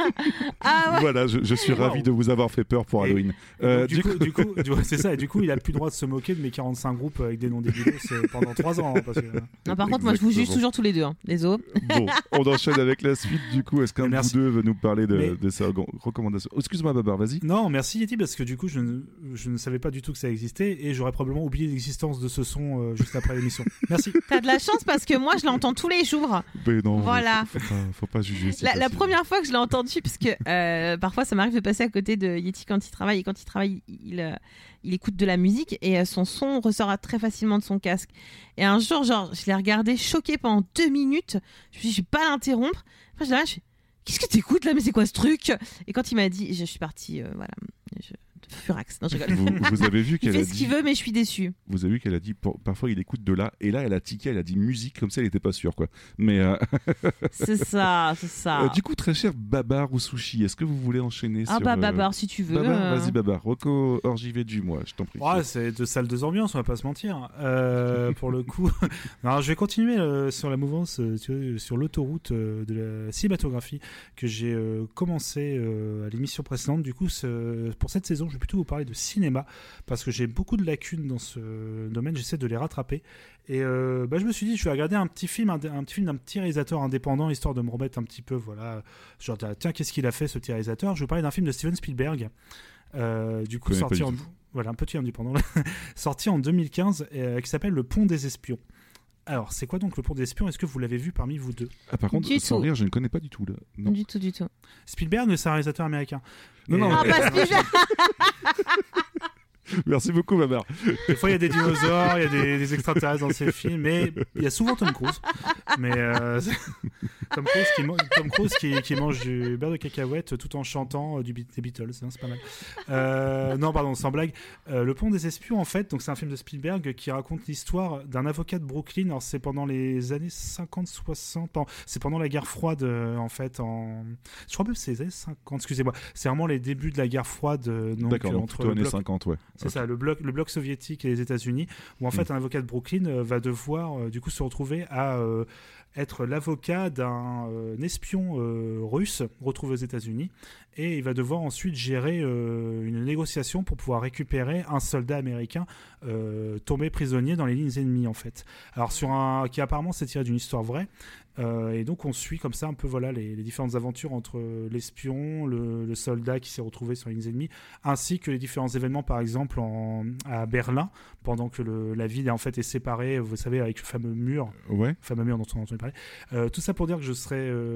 Ah ouais. Voilà, je, je suis Wow. ravi de vous avoir fait peur pour Et- Halloween. Et Euh, donc, du, coup, du coup, du- c'est ça. Et du coup, il a plus le droit de se moquer de mes quarante-cinq groupes avec des noms débilos euh, pendant trois ans. hein, parce que, Non, par contre, moi je vous juge Exactement. toujours tous les deux, hein, les os. Bon, on enchaîne avec la suite. Du coup, est-ce qu'un de vous Merci. deux veut nous parler de, Mais- de sa re- recommandation? Oh, excuse-moi, Babar, vas-y. Non, merci Yeti, parce que du coup, je ne, je ne savais pas du tout que ça existait et j'aurais probablement oublié l'existence de ce son euh, juste après l'émission. Merci. T'as de la chance parce que moi je l'entends tous les jours. Mais non, Voilà. faut, faut pas, faut pas juger. si La, la facile. première fois que je l'ai entendu, parce que euh, parfois ça m'arrive de passer à côté de Yeti quand il travaille, et quand il travaille, il, euh, il écoute de la musique et euh, son son ressort très facilement de son casque. Et un jour, genre, je l'ai regardé choqué pendant deux minutes. Je me suis dit, je vais pas l'interrompre. Après, je, là, je fais, qu'est-ce que t'écoutes là, mais c'est quoi ce truc? Et quand il m'a dit, je suis partie, euh, voilà, je... furax. Non, je rigole. Vous, vous avez vu Il qu'elle fait a ce dit. qu'il veut, mais je suis déçue. Vous avez vu qu'elle a dit pour- parfois il écoute de là et là elle a tiqué, elle a dit musique comme ça elle était pas sûre quoi. Mais euh, C'est ça, c'est ça. euh, du coup très cher Babar ou Sushi, est-ce que vous voulez enchaîner Ah sur bah euh, Babar si tu veux. Babar, euh. vas-y Babar, Rocco hors J V du mois, je t'en prie. Ouais, c'est deux salles, deux ambiances, on va pas se mentir. Euh, pour le coup, alors, je vais continuer euh, sur la mouvance, euh, tu vois, sur l'autoroute euh, de la cinématographie que j'ai euh, commencé euh, à l'émission précédente. Du coup, ce- pour cette saison, je vais plutôt vous parler de cinéma parce que j'ai beaucoup de lacunes dans ce domaine. J'essaie de les rattraper. Et euh, bah, je me suis dit, je vais regarder un petit film, un, un petit film d'un petit réalisateur indépendant, histoire de me remettre un petit peu, voilà, genre tiens, qu'est-ce qu'il a fait ce petit réalisateur. Je vais vous parler d'un film de Steven Spielberg. Euh, du coup, connais pas sorti du en, tout. voilà, un petit indépendant, sorti en deux mille quinze, euh, qui s'appelle Le Pont des Espions. Alors, c'est quoi donc Le Pont des Espions? Est-ce que vous l'avez vu parmi vous deux? Ah par contre Du sans tout. rire je ne connais pas du tout là. Non. Du tout, du tout. Spielberg, c'est un réalisateur américain. Non, Et- non, Ah mais- bah Spielberg. Merci beaucoup Babar. Des fois, il y a des dinosaures, il y a des, des extraterrestres dans ces films, mais il y a souvent Tom Cruise. Mais euh, Tom Cruise, qui, man- Tom Cruise qui, qui mange du beurre de cacahuète tout en chantant euh, du, Be- des Beatles, hein, c'est pas mal. Euh, non, pardon, sans blague. Euh, Le Pont des Espions, en fait, donc c'est un film de Spielberg qui raconte l'histoire d'un avocat de Brooklyn. Alors, c'est pendant les années cinquante soixante, en- c'est pendant la guerre froide, euh, en fait. En... Je crois même que c'est les années cinquante, excusez-moi. C'est vraiment les débuts de la guerre froide. euh, donc, D'accord, euh, donc entre plutôt le années bloc- cinquante ouais. c'est Ok. ça, le bloc, le bloc soviétique et les États-Unis, où en fait Mm. un avocat de Brooklyn euh, va devoir euh, du coup se retrouver à euh, être l'avocat d'un euh, espion euh, russe retrouvé aux États-Unis, et il va devoir ensuite gérer euh, une négociation pour pouvoir récupérer un soldat américain euh, tombé prisonnier dans les lignes ennemies en fait. Alors sur un qui apparemment s'est tiré d'une histoire vraie. Euh, et donc on suit comme ça un peu voilà les, les différentes aventures entre l'espion, le, le soldat qui s'est retrouvé sur les lignes ennemies, ainsi que les différents événements par exemple en, à Berlin pendant que le, la ville en fait est séparée, vous savez, avec le fameux mur, Ouais. le fameux mur dont on a entendu parler. Euh, tout ça pour dire que je serais,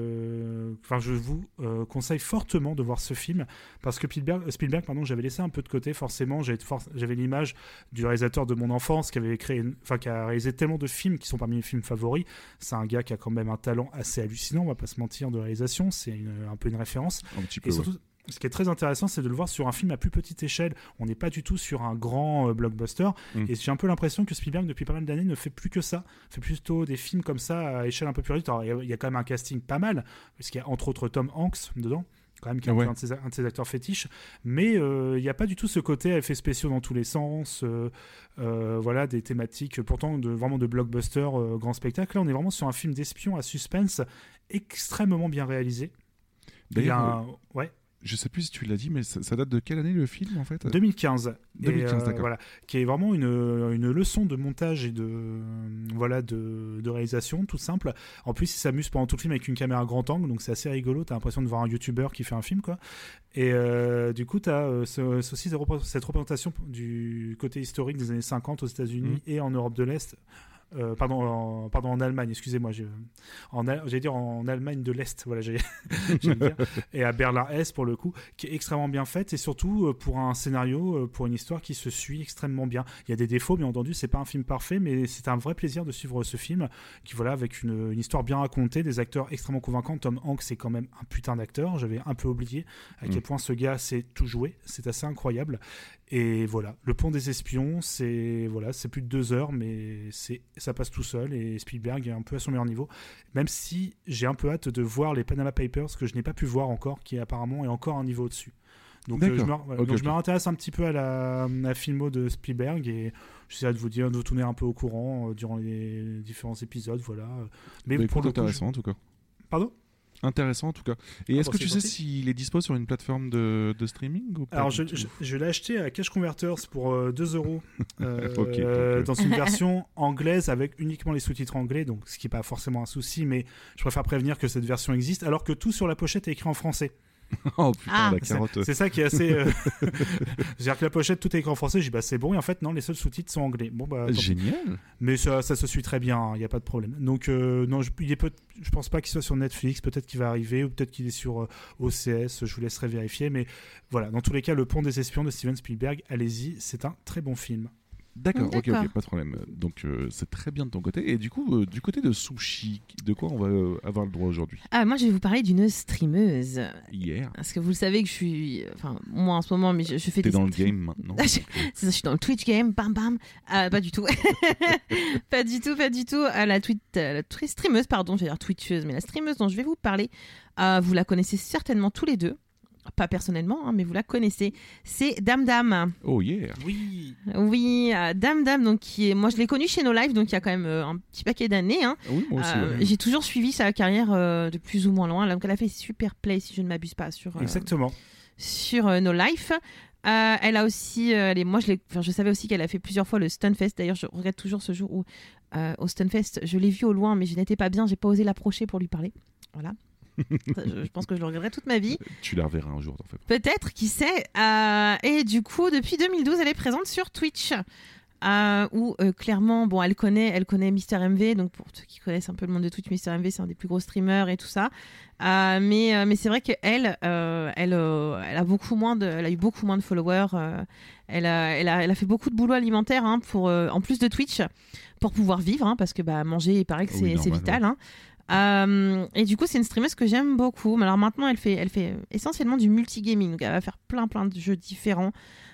euh, enfin je vous euh, conseille fortement de voir ce film parce que Spielberg, Spielberg pardon, j'avais laissé un peu de côté forcément, j'avais, for- j'avais l'image du réalisateur de mon enfance qui avait créé, enfin qui a réalisé tellement de films qui sont parmi mes films favoris. C'est un gars qui a quand même un talent assez hallucinant, on va pas se mentir, de réalisation, c'est une- un peu une référence. Un petit peu. Et ouais. surtout, ce qui est très intéressant, c'est de le voir sur un film à plus petite échelle. On n'est pas du tout sur un grand euh, blockbuster. Mm. Et j'ai un peu l'impression que Spielberg, depuis pas mal d'années, ne fait plus que ça. Fait plutôt des films comme ça à échelle un peu plus réduite. Alors, il y a- il y a quand même un casting pas mal, parce qu'il y a entre autres Tom Hanks dedans, quand même, qui est un, Ah ouais. peu un, de ses, un de ses acteurs fétiches. Mais euh, il n'y a pas du tout ce côté effets spéciaux dans tous les sens. euh, euh, voilà, des thématiques pourtant de, vraiment de blockbuster, euh, grand spectacle. Là, on est vraiment sur un film d'espion à suspense extrêmement bien réalisé. Il y a D'ailleurs, un- ouais. je sais plus si tu l'as dit, mais ça, ça date de quelle année le film en fait? deux mille quinze. deux mille quinze, Et, euh, d'accord. Voilà, qui est vraiment une, une leçon de montage et de, euh, voilà, de, de réalisation, tout simple. En plus, il s'amuse pendant tout le film avec une caméra grand angle, donc c'est assez rigolo. T'as l'impression de voir un YouTuber qui fait un film, quoi. Et euh, du coup, t'as euh, ce, ce- aussi cette repré- cette représentation du côté historique des années cinquante aux États-Unis et en Europe de l'Est. Euh, pardon, en, pardon, en Allemagne, excusez-moi, j'ai, en, Al- j'allais dire en Allemagne de l'Est, voilà, j'ai, j'allais dire, et à Berlin-Est pour le coup, qui est extrêmement bien faite, et surtout euh, pour un scénario, euh, pour une histoire qui se suit extrêmement bien. Il y a des défauts, bien entendu, c'est pas un film parfait, mais c'est un vrai plaisir de suivre ce film, qui voilà, avec une, une histoire bien racontée, des acteurs extrêmement convaincants. Tom Hanks, c'est quand même un putain d'acteur, j'avais un peu oublié à quel Mm. point ce gars sait tout jouer, c'est assez incroyable. Et voilà, Le Pont des Espions, c'est voilà, c'est plus de deux heures, mais c'est ça passe tout seul. Et Spielberg est un peu à son meilleur niveau. Même si j'ai un peu hâte de voir les Panama Papers que je n'ai pas pu voir encore, qui apparemment est encore un niveau au-dessus. Donc, euh, je, me, D'accord. voilà, Ok, donc ok. je me réintéresse un petit peu à la, à la filmo de Spielberg et j'essaierai de vous dire, de vous tourner un peu au courant euh, durant les différents épisodes, voilà. Mais Bah, pour écoute, le coup, intéressant en tout cas. je- Pardon. Intéressant en tout cas. Et Ah, est-ce bah, que c'est tu sais gentil. s'il est dispo sur une plateforme de, de streaming ou pas Alors, du je, tout je, je l'ai acheté à Cash Converters pour euh, deux euros euh, Ok, euh, donc, dans une version anglaise avec uniquement les sous-titres anglais, donc ce qui n'est pas forcément un souci, mais je préfère prévenir que cette version existe, alors que tout sur la pochette est écrit en français. Oh putain, Ah. la C'est, carotte. c'est ça qui est assez. euh, C'est-à-dire que la pochette, tout est écrit en français, je dis bah c'est bon, et en fait, non, les seuls sous-titres sont anglais. Bon, bah. tant pis. Génial. Mais ça, ça se suit très bien, il n'y a pas de problème. Donc, euh, non, je, il est peut, je pense pas qu'il soit sur Netflix, peut-être qu'il va arriver, ou peut-être qu'il est sur euh, O C S, je vous laisserai vérifier. Mais voilà, dans tous les cas, Le Pont des Espions de Steven Spielberg, allez-y, c'est un très bon film. D'accord, ok, D'accord. ok, pas de problème. Donc euh, c'est très bien de ton côté. Et du coup, euh, du côté de Sushi, de quoi on va euh, avoir le droit aujourd'hui? Ah, moi, je vais vous parler d'une streameuse. Hier. Parce que vous le savez que je suis. Enfin, moi en ce moment, mais je, je fais T'es des. dans le streams. game maintenant. Ah, je- C'est ça, je suis dans le Twitch game, bam bam. Euh, pas du tout. pas du tout, pas du tout. Euh, la, tweet, euh, la twi- streameuse, pardon, je vais dire twitcheuse, mais la streameuse dont je vais vous parler, euh, vous la connaissez certainement tous les deux. Pas personnellement, hein, mais vous la connaissez. C'est Dame Dame. Oh yeah. Oui. Oui, euh, Dame Dame, donc qui est. Moi, je l'ai connue chez No Life, donc il y a quand même euh, un petit paquet d'années. Hein. Ah oui, moi aussi. Euh, ouais. J'ai toujours suivi sa carrière euh, de plus ou moins loin. Donc, elle a fait Super Play, si je ne m'abuse pas, sur. euh, Exactement. sur euh, No Life. Euh, elle a aussi, euh, elle est- moi je, l'ai- enfin, je savais aussi qu'elle a fait plusieurs fois le Stunfest. D'ailleurs, je regrette toujours ce jour où euh, au Stunfest, je l'ai vue au loin, mais je n'étais pas bien, j'ai pas osé l'approcher pour lui parler. Voilà. Ça, je, je pense que je le regretterai toute ma vie. Tu la reverras un jour, t'en fais pas. Peut-être, qui sait. Euh, et du coup, depuis deux mille douze, elle est présente sur Twitch. Euh, où euh, clairement, bon, elle connaît, elle connaît Mister M V, donc pour ceux qui connaissent un peu le monde de Twitch, Mister M V, c'est un des plus gros streamers et tout ça. Euh, mais, euh, mais c'est vrai qu'elle, euh, elle, euh, elle a beaucoup moins de, elle a eu beaucoup moins de followers. euh, elle, a, elle, a, elle a fait beaucoup de boulot alimentaire hein, pour, euh, en plus de Twitch, pour pouvoir vivre, hein, parce que bah, manger, il paraît que c'est Oui, c'est normal, vital. Hein. Euh, et du coup, c'est une streameuse que j'aime beaucoup. Mais alors maintenant, elle fait, elle fait essentiellement du multigaming. Donc, elle va faire plein, plein de jeux différents.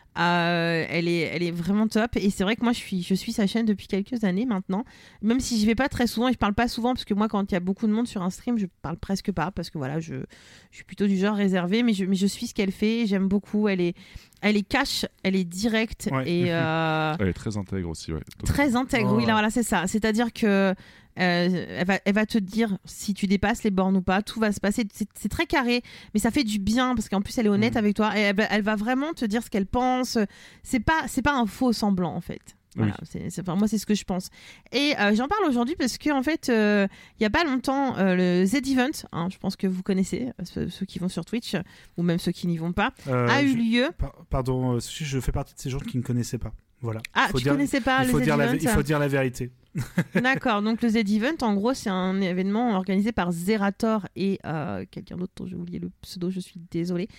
Euh, elle, est, elle est vraiment top. Et c'est vrai que moi, je suis, je suis sa chaîne depuis quelques années maintenant. Même si je vais pas très souvent et je parle pas souvent, parce que moi, quand il y a beaucoup de monde sur un stream, je parle presque pas. Parce que voilà, je, je suis plutôt du genre réservé. Mais je, mais je suis ce qu'elle fait. J'aime beaucoup. Elle est, elle est cash, elle est directe. Ouais. Et. Euh, Elle est très intègre aussi, ouais. Très intègre, Oh, oui, ouais. là, voilà, c'est ça. C'est-à-dire que euh, elle, va, elle va te dire si tu dépasses les bornes ou pas, tout va se passer. C'est, c'est très carré, mais ça fait du bien parce qu'en plus elle est honnête Mm. avec toi et elle, va- elle va vraiment te dire ce qu'elle pense. C'est pas, c'est pas un faux semblant en fait. Voilà, Oui. c'est, c'est, enfin, moi, c'est ce que je pense. Et euh, j'en parle aujourd'hui parce que en fait, euh, il y a pas longtemps, euh, le Z-Event, hein, je pense que vous connaissez, euh, ceux, ceux qui vont sur Twitch ou même ceux qui n'y vont pas, Euh, a eu je- lieu. par- Pardon, euh, je je fais partie de ces gens qui ne connaissaient pas. Voilà. Ah, Faut tu dire- connaissais pas il le faut, dire la, Z-Event il faut dire la vérité. D'accord, donc le Z-Event, en gros, c'est un événement organisé par Zerator et euh, quelqu'un d'autre dont j'ai oublié le pseudo, je suis désolée.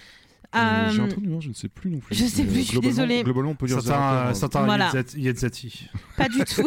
Euh, J'ai Euh, entendu, hein, je ne sais plus non plus. je sais Mais, plus, euh, je suis globalement- désolée. Globalement, on peut dire Certains, Zerator, certains Voilà. Yedzat- Yedzati. Pas du tout.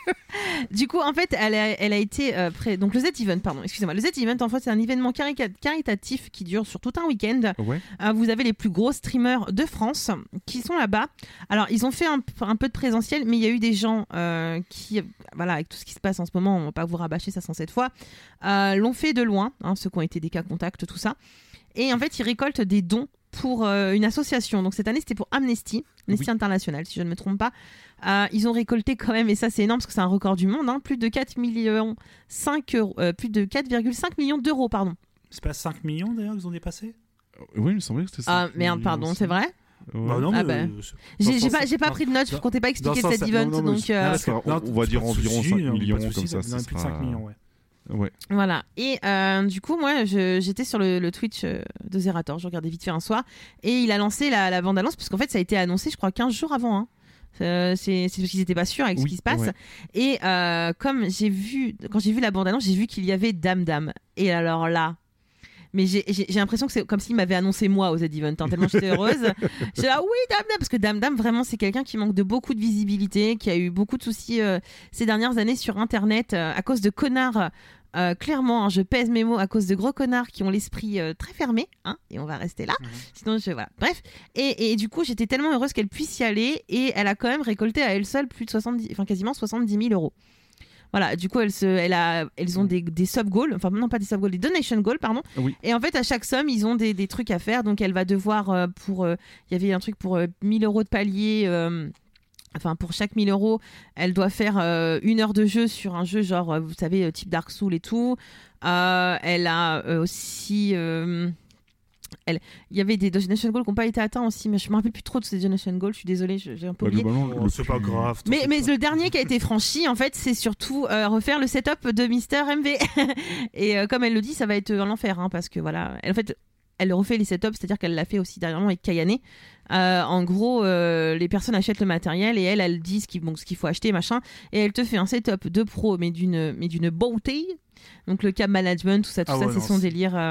Du coup, en fait, elle a, elle a été euh, pré- donc le Z-Event, pardon, excusez-moi. Le Z-Event, en fait, c'est un événement carica- caritatif qui dure sur tout un week-end. Ouais. Euh, vous avez les plus gros streamers de France qui sont là-bas. Alors, ils ont fait un, un peu de présentiel, mais il y a eu des gens euh, qui, voilà, avec tout ce qui se passe en ce moment, on va pas vous rabâcher ça cent sept fois, euh, l'ont fait de loin, hein, ceux qui ont été des cas contacts, tout ça. Et en fait, ils récoltent des dons pour euh, une association. Donc cette année, c'était pour Amnesty, Amnesty Oui. International, si je ne me trompe pas. Euh, ils ont récolté quand même, et ça c'est énorme parce que c'est un record du monde, hein, plus de quatre millions cinq euros, euh, plus de quatre virgule cinq millions d'euros, pardon. C'est pas cinq millions d'ailleurs qu'ils ont dépassé Oui, il me semblait que c'était ça. Ah merde, pardon, c'est vrai. Ouais. Bah non, Ah mais, bah. euh, c'est- dans J'ai ce j'ai pas, sens- j'ai pas dans- pris de notes, je dans- comptais pas expliquer dans le ce sens- Z-Event, non, non, mais donc c'est- euh, non, parce que- on- non, on va dire pas de environ souci, cinq non, mais millions pas de comme souci, ça, non, ça plus de sera- cinq millions, ouais. Ouais. voilà. Et euh, du coup, moi, je- j'étais sur le, le Twitch euh, de Zerator, je regardais vite fait un soir, et il a lancé la, la bande-annonce, parce qu'en fait, ça a été annoncé, je crois, quinze jours avant. Hein. Euh, c'est c'est parce qu'ils n'étaient pas sûrs avec Oui, ce qui se passe. ouais. Et euh, comme j'ai vu, quand j'ai vu la bande-annonce, j'ai vu qu'il y avait Dame Dame. Et alors là, mais j'ai j'ai- j'ai l'impression que c'est comme s'il m'avait annoncé moi aux Z-Event, hein, tellement j'étais heureuse. J'ai là, oui, Dame Dame, parce que Dame Dame, vraiment, c'est quelqu'un qui manque de beaucoup de visibilité, qui a eu beaucoup de soucis euh, ces dernières années sur Internet euh, à cause de connards. Euh, clairement, hein, je pèse mes mots à cause de gros connards qui ont l'esprit euh, très fermé, hein, et on va rester là. Mhm. Sinon, je voilà. Bref, et, et du coup, j'étais tellement heureuse qu'elle puisse y aller, et elle a quand même récolté à elle seule plus de soixante-dix, enfin quasiment soixante-dix mille euros. Voilà, du coup, elle se, elle a, elles ont des, des sub goals, enfin non pas des sub goals, des donation goals, pardon. Oui. Et en fait, à chaque somme, ils ont des, des trucs à faire. Donc, elle va devoir euh, pour, euh, il y avait un truc pour euh, mille euros de palier. euh, Enfin, pour chaque mille euros, elle doit faire euh, une heure de jeu sur un jeu genre, euh, vous savez, euh, type Dark Souls et tout. Euh, elle a euh, aussi... euh, elle- Il y avait des donation goals qui n'ont pas été atteints aussi, mais je me rappelle plus trop de ces donation goals, je suis désolée, je- j'ai un peu Bah, oublié. globalement, Oh, le c'est pas plus- grave. t'en Mais, fais mais pas. le dernier qui a été franchi, en fait, c'est surtout euh, refaire le setup de Mister M V. Et euh, comme elle le dit, ça va être euh, l'enfer, hein, parce que voilà, elle, en fait, elle refait les setups, c'est-à-dire qu'elle l'a fait aussi dernièrement avec Kayane. Euh, en gros, euh, les personnes achètent le matériel et elle, elle dit ce qu'il bon, ce qu'il faut acheter, machin, et elle te fait un setup de pro, mais d'une mais d'une beauté. Donc le cam management, tout ça, tout Ah ça, ouais, c'est non, son c'est- délire. euh,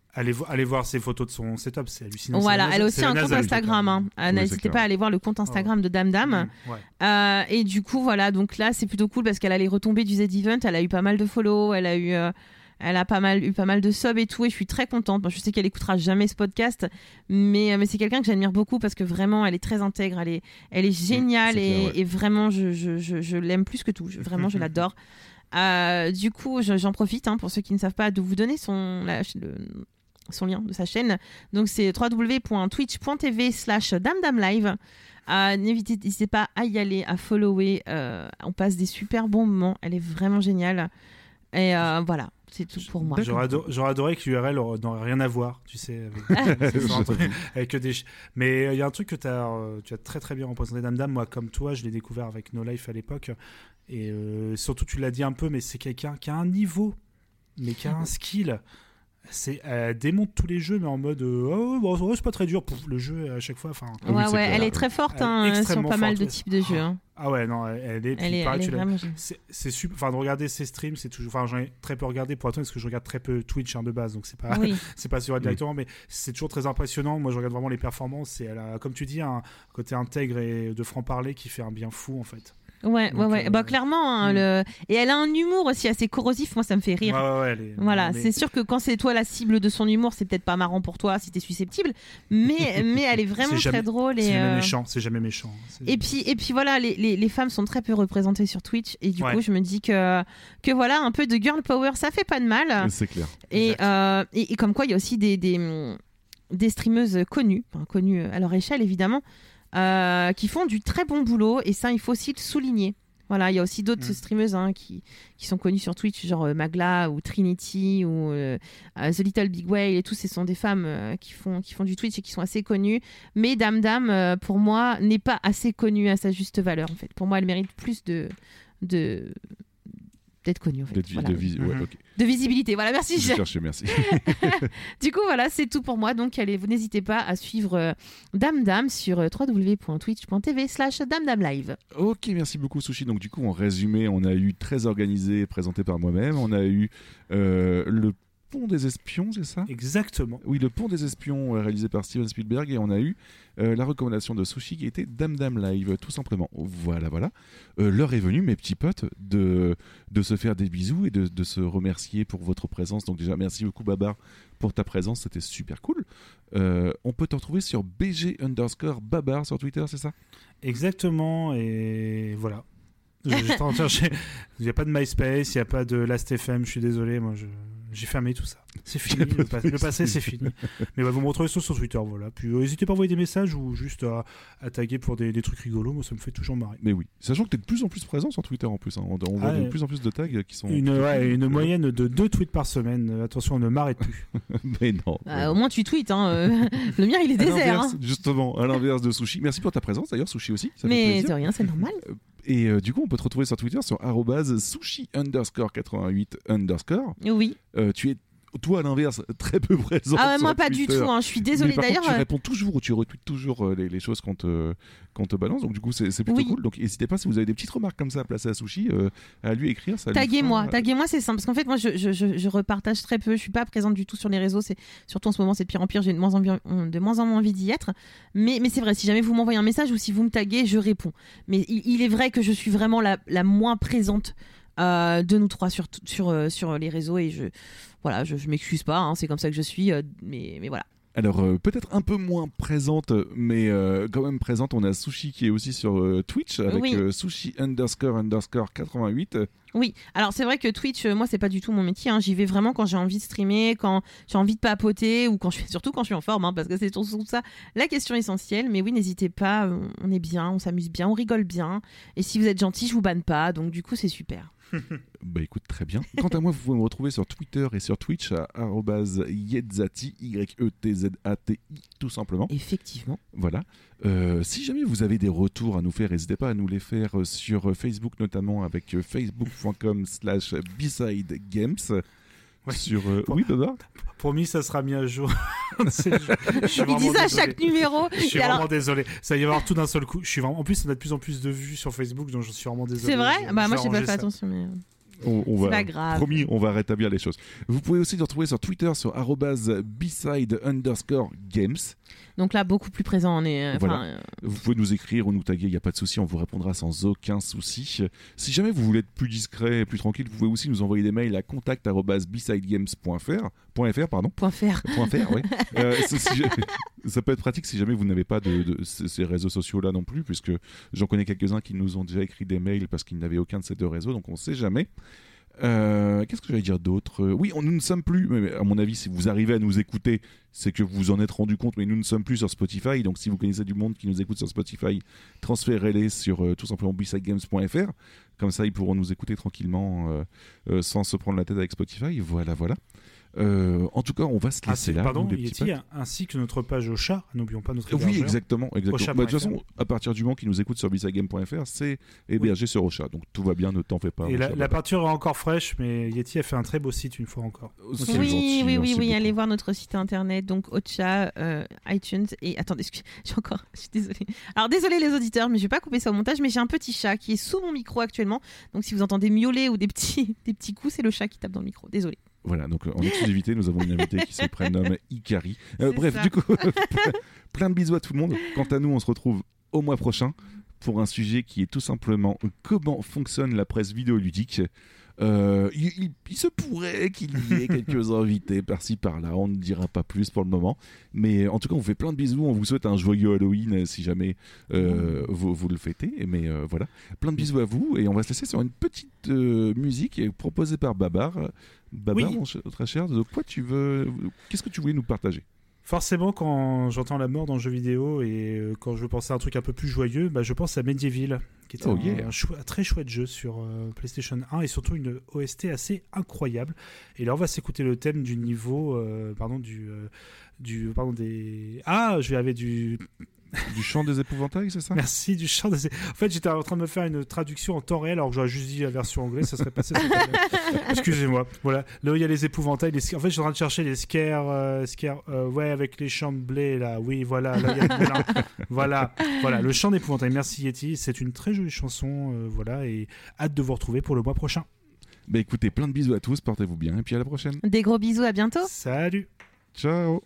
Allez, vo- allez voir ses photos de son setup, c'est hallucinant. Voilà, c'est la elle a NASA- aussi c'est la un compte NASA, Instagram. Hein. Euh, Oui, N'hésitez c'est pas clair. à aller voir le compte Instagram de Dame Dame. Mmh, ouais. Euh, et du coup, voilà, donc là, c'est plutôt cool parce qu'elle a les retombées du Z-Event. Elle a eu pas mal de follow, elle a eu, euh, elle a pas mal, eu pas mal de subs et tout. Et je suis très contente. Bon, je sais qu'elle écoutera jamais ce podcast, mais, mais c'est quelqu'un que j'admire beaucoup parce que vraiment, elle est très intègre, elle est, elle est géniale c'est et, clair, ouais. et vraiment, je, je, je, je l'aime plus que tout. Je- vraiment, je l'adore. Euh, du coup, je- j'en profite hein, pour ceux qui ne savent pas de vous donner son, la- le, son lien de sa chaîne. Donc c'est w w w point twitch point t v slash damdamlive. Euh, N'hésitez n'hésitez pas à y aller, à follower. Euh, on passe des super bons moments. Elle est vraiment géniale. Et euh, voilà, c'est tout pour moi. J'aurais, ado- j'aurais adoré que l'U R L n'aurait rien à voir, tu sais, avec, avec des ch- mais il y a un truc que t'as, euh, tu as très très bien représenté, Dame Dame. Moi, comme toi, je l'ai découvert avec No Life à l'époque. Et euh, surtout, tu l'as dit un peu, mais c'est quelqu'un qui a un niveau, mais qui a un skill. C'est, elle démonte tous les jeux, mais en mode euh, oh, bon, ouais, c'est pas très dur. Pouf, le jeu, à chaque fois. Enfin, oui, Ouais, c'est ouais, clair. elle est très forte Elle est hein, sur extrêmement pas mal forte, de ouais. types de jeux. Hein. ah ouais, non, elle, elle est. puis Elle est, pareil, elle est tu l'as- vraiment géniale. c'est, c'est super. Enfin, de regarder ses streams, c'est toujours. Enfin, j'en ai très peu regardé pour attendre parce que je regarde très peu Twitch hein, de base, donc c'est pas. Oui. c'est pas sur elle directement, mais c'est toujours très impressionnant. Moi, je regarde vraiment les performances et elle a, comme tu dis, un côté intègre et de franc-parler qui fait un bien fou en fait. Ouais, Donc, ouais, ouais. euh, Bah, clairement, hein, mm. le... et elle a un humour aussi assez corrosif. Moi, ça me fait rire. Ouais, ouais, ouais, elle est- Voilà, elle est- c'est sûr que quand c'est toi la cible de son humour, c'est peut-être pas marrant pour toi si t'es susceptible, mais, mais elle est vraiment C'est jamais- très drôle. Et, C'est jamais euh, méchant, c'est jamais méchant. C'est- et puis, et puis voilà, les, les, les femmes sont très peu représentées sur Twitch, et du Ouais. coup, je me dis que, que voilà, un peu de girl power, ça fait pas de mal. C'est clair. Et, Exact. euh, et, et comme quoi, il y a aussi des, des, des streameuses connues, enfin, connues à leur échelle évidemment, euh, qui font du très bon boulot, et ça, il faut aussi le souligner. Voilà, il y a aussi d'autres Mm. streameuses hein, qui, qui sont connues sur Twitch, genre euh, Magla ou Trinity ou euh, euh, The Little Big Whale et tout. Ce sont des femmes euh, qui, font, qui font du Twitch et qui sont assez connues. Mais Dame Dame, euh, pour moi, n'est pas assez connue à sa juste valeur. En fait, pour moi, elle mérite plus de, de d'être connue. En fait. D'être vi- Voilà. de vis- ouais, Mhm. ok. De visibilité. Voilà, merci. Je cherchais, merci. Du coup, voilà, c'est tout pour moi. Donc, allez, vous n'hésitez pas à suivre euh, Dame Dame sur euh, w w w point twitch point t v slash damdamlive. Ok, merci beaucoup Sushi. Donc du coup, en résumé, on a eu très organisé, présenté par moi-même. On a eu euh, le Pont des Espions, c'est ça? Exactement. Oui, le Pont des Espions euh, réalisé par Steven Spielberg, et on a eu euh, la recommandation de Sushi qui était Dame Dame Live, tout simplement. Voilà, voilà. Euh, l'heure est venue, mes petits potes, de, de se faire des bisous et de, de se remercier pour votre présence. Donc déjà, merci beaucoup Babar pour ta présence, c'était super cool. Euh, on peut te retrouver sur B G underscore Babar sur Twitter, c'est ça? Exactement, et voilà. Je- j'étais en train de chercher. Il n'y a pas de MySpace, il n'y a pas de Last.fm, je suis désolé, moi je... j'ai fermé tout ça. C'est fini, le, pas- le passé c'est fini. Mais ouais, vous me retrouvez sur, sur Twitter, voilà. Puis euh, n'hésitez pas à envoyer des messages ou juste à, à taguer pour des, des trucs rigolos, moi ça me fait toujours marrer. Mais oui, sachant que tu es de plus en plus présent sur Twitter en plus. Hein. On, on voit Ah de ouais. plus en plus de tags qui sont. Une, ouais, une moyenne de deux tweets par semaine, Euh, attention, on ne m'arrête plus. Mais non. Euh, au moins, tu tweets. Hein, euh, le mien, il est À désert. l'inverse, Hein. Justement, à l'inverse de Sushi. Merci pour ta présence d'ailleurs, Sushi aussi. Ça fait Mais plaisir. de rien, c'est normal. Et euh, du coup, on peut te retrouver sur Twitter sur arrobase sushi underscore quatre-vingt-huit underscore. Oui. Euh, tu es, toi à l'inverse, très peu présent. Ah ouais, sur moi, pas du Twitter. tout. Hein. Je suis désolée. Mais par D'ailleurs, contre, tu euh, réponds toujours ou tu retweets toujours euh, les, les choses qu'on te, qu'on te balance. Donc, du coup, c'est c'est plutôt Oui. cool. Donc, n'hésitez pas si vous avez des petites remarques comme ça à placer à Sushi, euh, à lui écrire. Ça lui taguez-moi. fera- Taguez-moi, c'est simple. Parce qu'en fait, moi, je, je, je, je repartage très peu. Je suis pas présente du tout sur les réseaux. C'est surtout en ce moment, c'est de pire en pire. J'ai de moins en, envie- de moins en moins envie d'y être. Mais, mais c'est vrai. Si jamais vous m'envoyez un message ou si vous me taguez, je réponds. Mais il, il est vrai que je suis vraiment la, la moins présente euh, de nous trois sur, sur, euh, sur les réseaux et je voilà, je, je m'excuse pas. Hein, c'est comme ça que je suis. Euh, mais, mais voilà. Alors, euh, peut-être un peu moins présente, mais euh, quand même présente. On a Sushi qui est aussi sur euh, Twitch avec Oui. euh, Sushi underscore underscore quatre-vingt-huit. Oui, alors c'est vrai que Twitch, euh, moi, c'est pas du tout mon métier. Hein. J'y vais vraiment quand j'ai envie de streamer, quand j'ai envie de papoter ou quand je suis, surtout quand je suis en forme, hein, parce que c'est surtout ça la question essentielle. Mais oui, n'hésitez pas, euh, on est bien, on s'amuse bien, on rigole bien. Et si vous êtes gentil, je vous banne pas. Donc du coup, c'est super. Bah écoute, très bien. Quant à moi, vous pouvez me retrouver sur Twitter et sur Twitch à arobase yetzati, Y E T Z A T I, tout simplement. Effectivement. Voilà. Euh, si jamais vous avez des retours à nous faire, n'hésitez pas à nous les faire sur Facebook, notamment avec facebook point com slash beside games. Ouais. Sur, euh, Bon. Oui, Baba. Promis, ça sera mis à jour. C'est- je, je suis Il vraiment dit ça à désolé. chaque numéro. Je suis Et alors, vraiment désolé. Ça va y avoir tout d'un seul coup. Je suis vraiment... En plus, on a de plus en plus de vues sur Facebook, donc je suis vraiment désolé. c'est vrai Je- Bah je moi, vais j'ai pas arranger fait ça. attention. Mais... On, on C'est va, pas grave. Promis, on va rétablir les choses. Vous pouvez aussi nous retrouver sur Twitter sur arobase beside underscore games. Donc là, beaucoup plus présent. On est, euh, Voilà. enfin, euh, Vous pouvez nous écrire ou nous taguer, il n'y a pas de souci, on vous répondra sans aucun souci. Si jamais vous voulez être plus discret et plus tranquille, vous pouvez aussi nous envoyer des mails à contact arobase beside games point f r. .fr, pardon. point faire. Point .fr, oui. Euh, ça, si ça peut être pratique si jamais vous n'avez pas de, de ces réseaux sociaux-là non plus, puisque j'en connais quelques-uns qui nous ont déjà écrit des mails parce qu'ils n'avaient aucun de ces deux réseaux, donc on ne sait jamais. Euh, qu'est-ce que j'allais dire d'autre ? Oui, on, nous ne sommes plus, mais à mon avis, si vous arrivez à nous écouter, c'est que vous vous en êtes rendu compte, mais nous ne sommes plus sur Spotify, donc si vous connaissez du monde qui nous écoute sur Spotify, transférez-les sur euh, tout simplement beside games point f r, comme ça ils pourront nous écouter tranquillement euh, euh, sans se prendre la tête avec Spotify, voilà, voilà. Euh, en tout cas, on va se Ah, laisser c'est- là. pardon, nous, les petits Yeti, potes. ainsi que notre page au chat, n'oublions pas notre Oui, hébergeur. exactement. exactement. Ocha Bah, de toute point F R. façon, à partir du moment qu'ils nous écoutent sur beside game point f r, c'est hébergé sur Ocha, donc tout va bien, ne t'en fais pas. Et mon la, cher la Baba. peinture est encore fraîche, mais Yeti a fait un très beau site une fois encore. C'est Oui, gentil, oui, oui, merci oui. beaucoup. Allez voir notre site internet, donc Ocha, euh, iTunes. Et attendez, excuse- j'ai encore. Je suis désolée. Alors, désolé les auditeurs, mais je vais pas couper ça au montage. Mais j'ai un petit chat qui est sous mon micro actuellement. Donc, si vous entendez miauler ou des petits, des petits coups, c'est le chat qui tape dans le micro. Désolé. Voilà, donc euh, en exclusivité, nous avons une invitée qui se prénomme Ikari. Euh, C'est bref, ça. du coup, plein de bisous à tout le monde. Quant à nous, on se retrouve au mois prochain pour un sujet qui est tout simplement comment fonctionne la presse vidéoludique. Euh, il, il- il se pourrait qu'il y ait quelques invités par-ci par-là, on ne dira pas plus pour le moment, mais en tout cas on vous fait plein de bisous, on vous souhaite un joyeux Halloween euh, si jamais euh, vous, vous le fêtez, mais euh, voilà, plein de bisous à vous et on va se laisser sur une petite euh, musique proposée par Babar. Babar, Oui. mon cher- très cher, de quoi tu veux, qu'est-ce que tu voulais nous partager? Forcément, quand j'entends la mort dans le jeu vidéo et euh, quand je veux penser à un truc un peu plus joyeux, bah, je pense à Medieval, qui est Oh, un, yeah. un chou- un très chouette jeu sur euh, PlayStation un et surtout une O S T assez incroyable. Et là, on va s'écouter le thème du niveau, euh, pardon, du, euh, du, pardon des. Ah, je vais avec du. Du chant des épouvantails, c'est ça? Merci du chant des. En fait, j'étais en train de me faire une traduction en temps réel, alors que j'aurais juste dit la version anglaise, ça serait passé. Excusez-moi. Voilà. Là où il y a les épouvantails, les... en fait, je suis en train de chercher les scares, euh, scares euh, ouais, avec les champs de blé là. Oui, voilà. Là, il y a le moulin. Voilà, voilà. Le chant d'épouvantail. Merci Yeti. C'est une très jolie chanson, euh, voilà, et hâte de vous retrouver pour le mois prochain. Bah écoutez, plein de bisous à tous, portez-vous bien et puis à la prochaine. Des gros bisous, à bientôt. Salut. Ciao.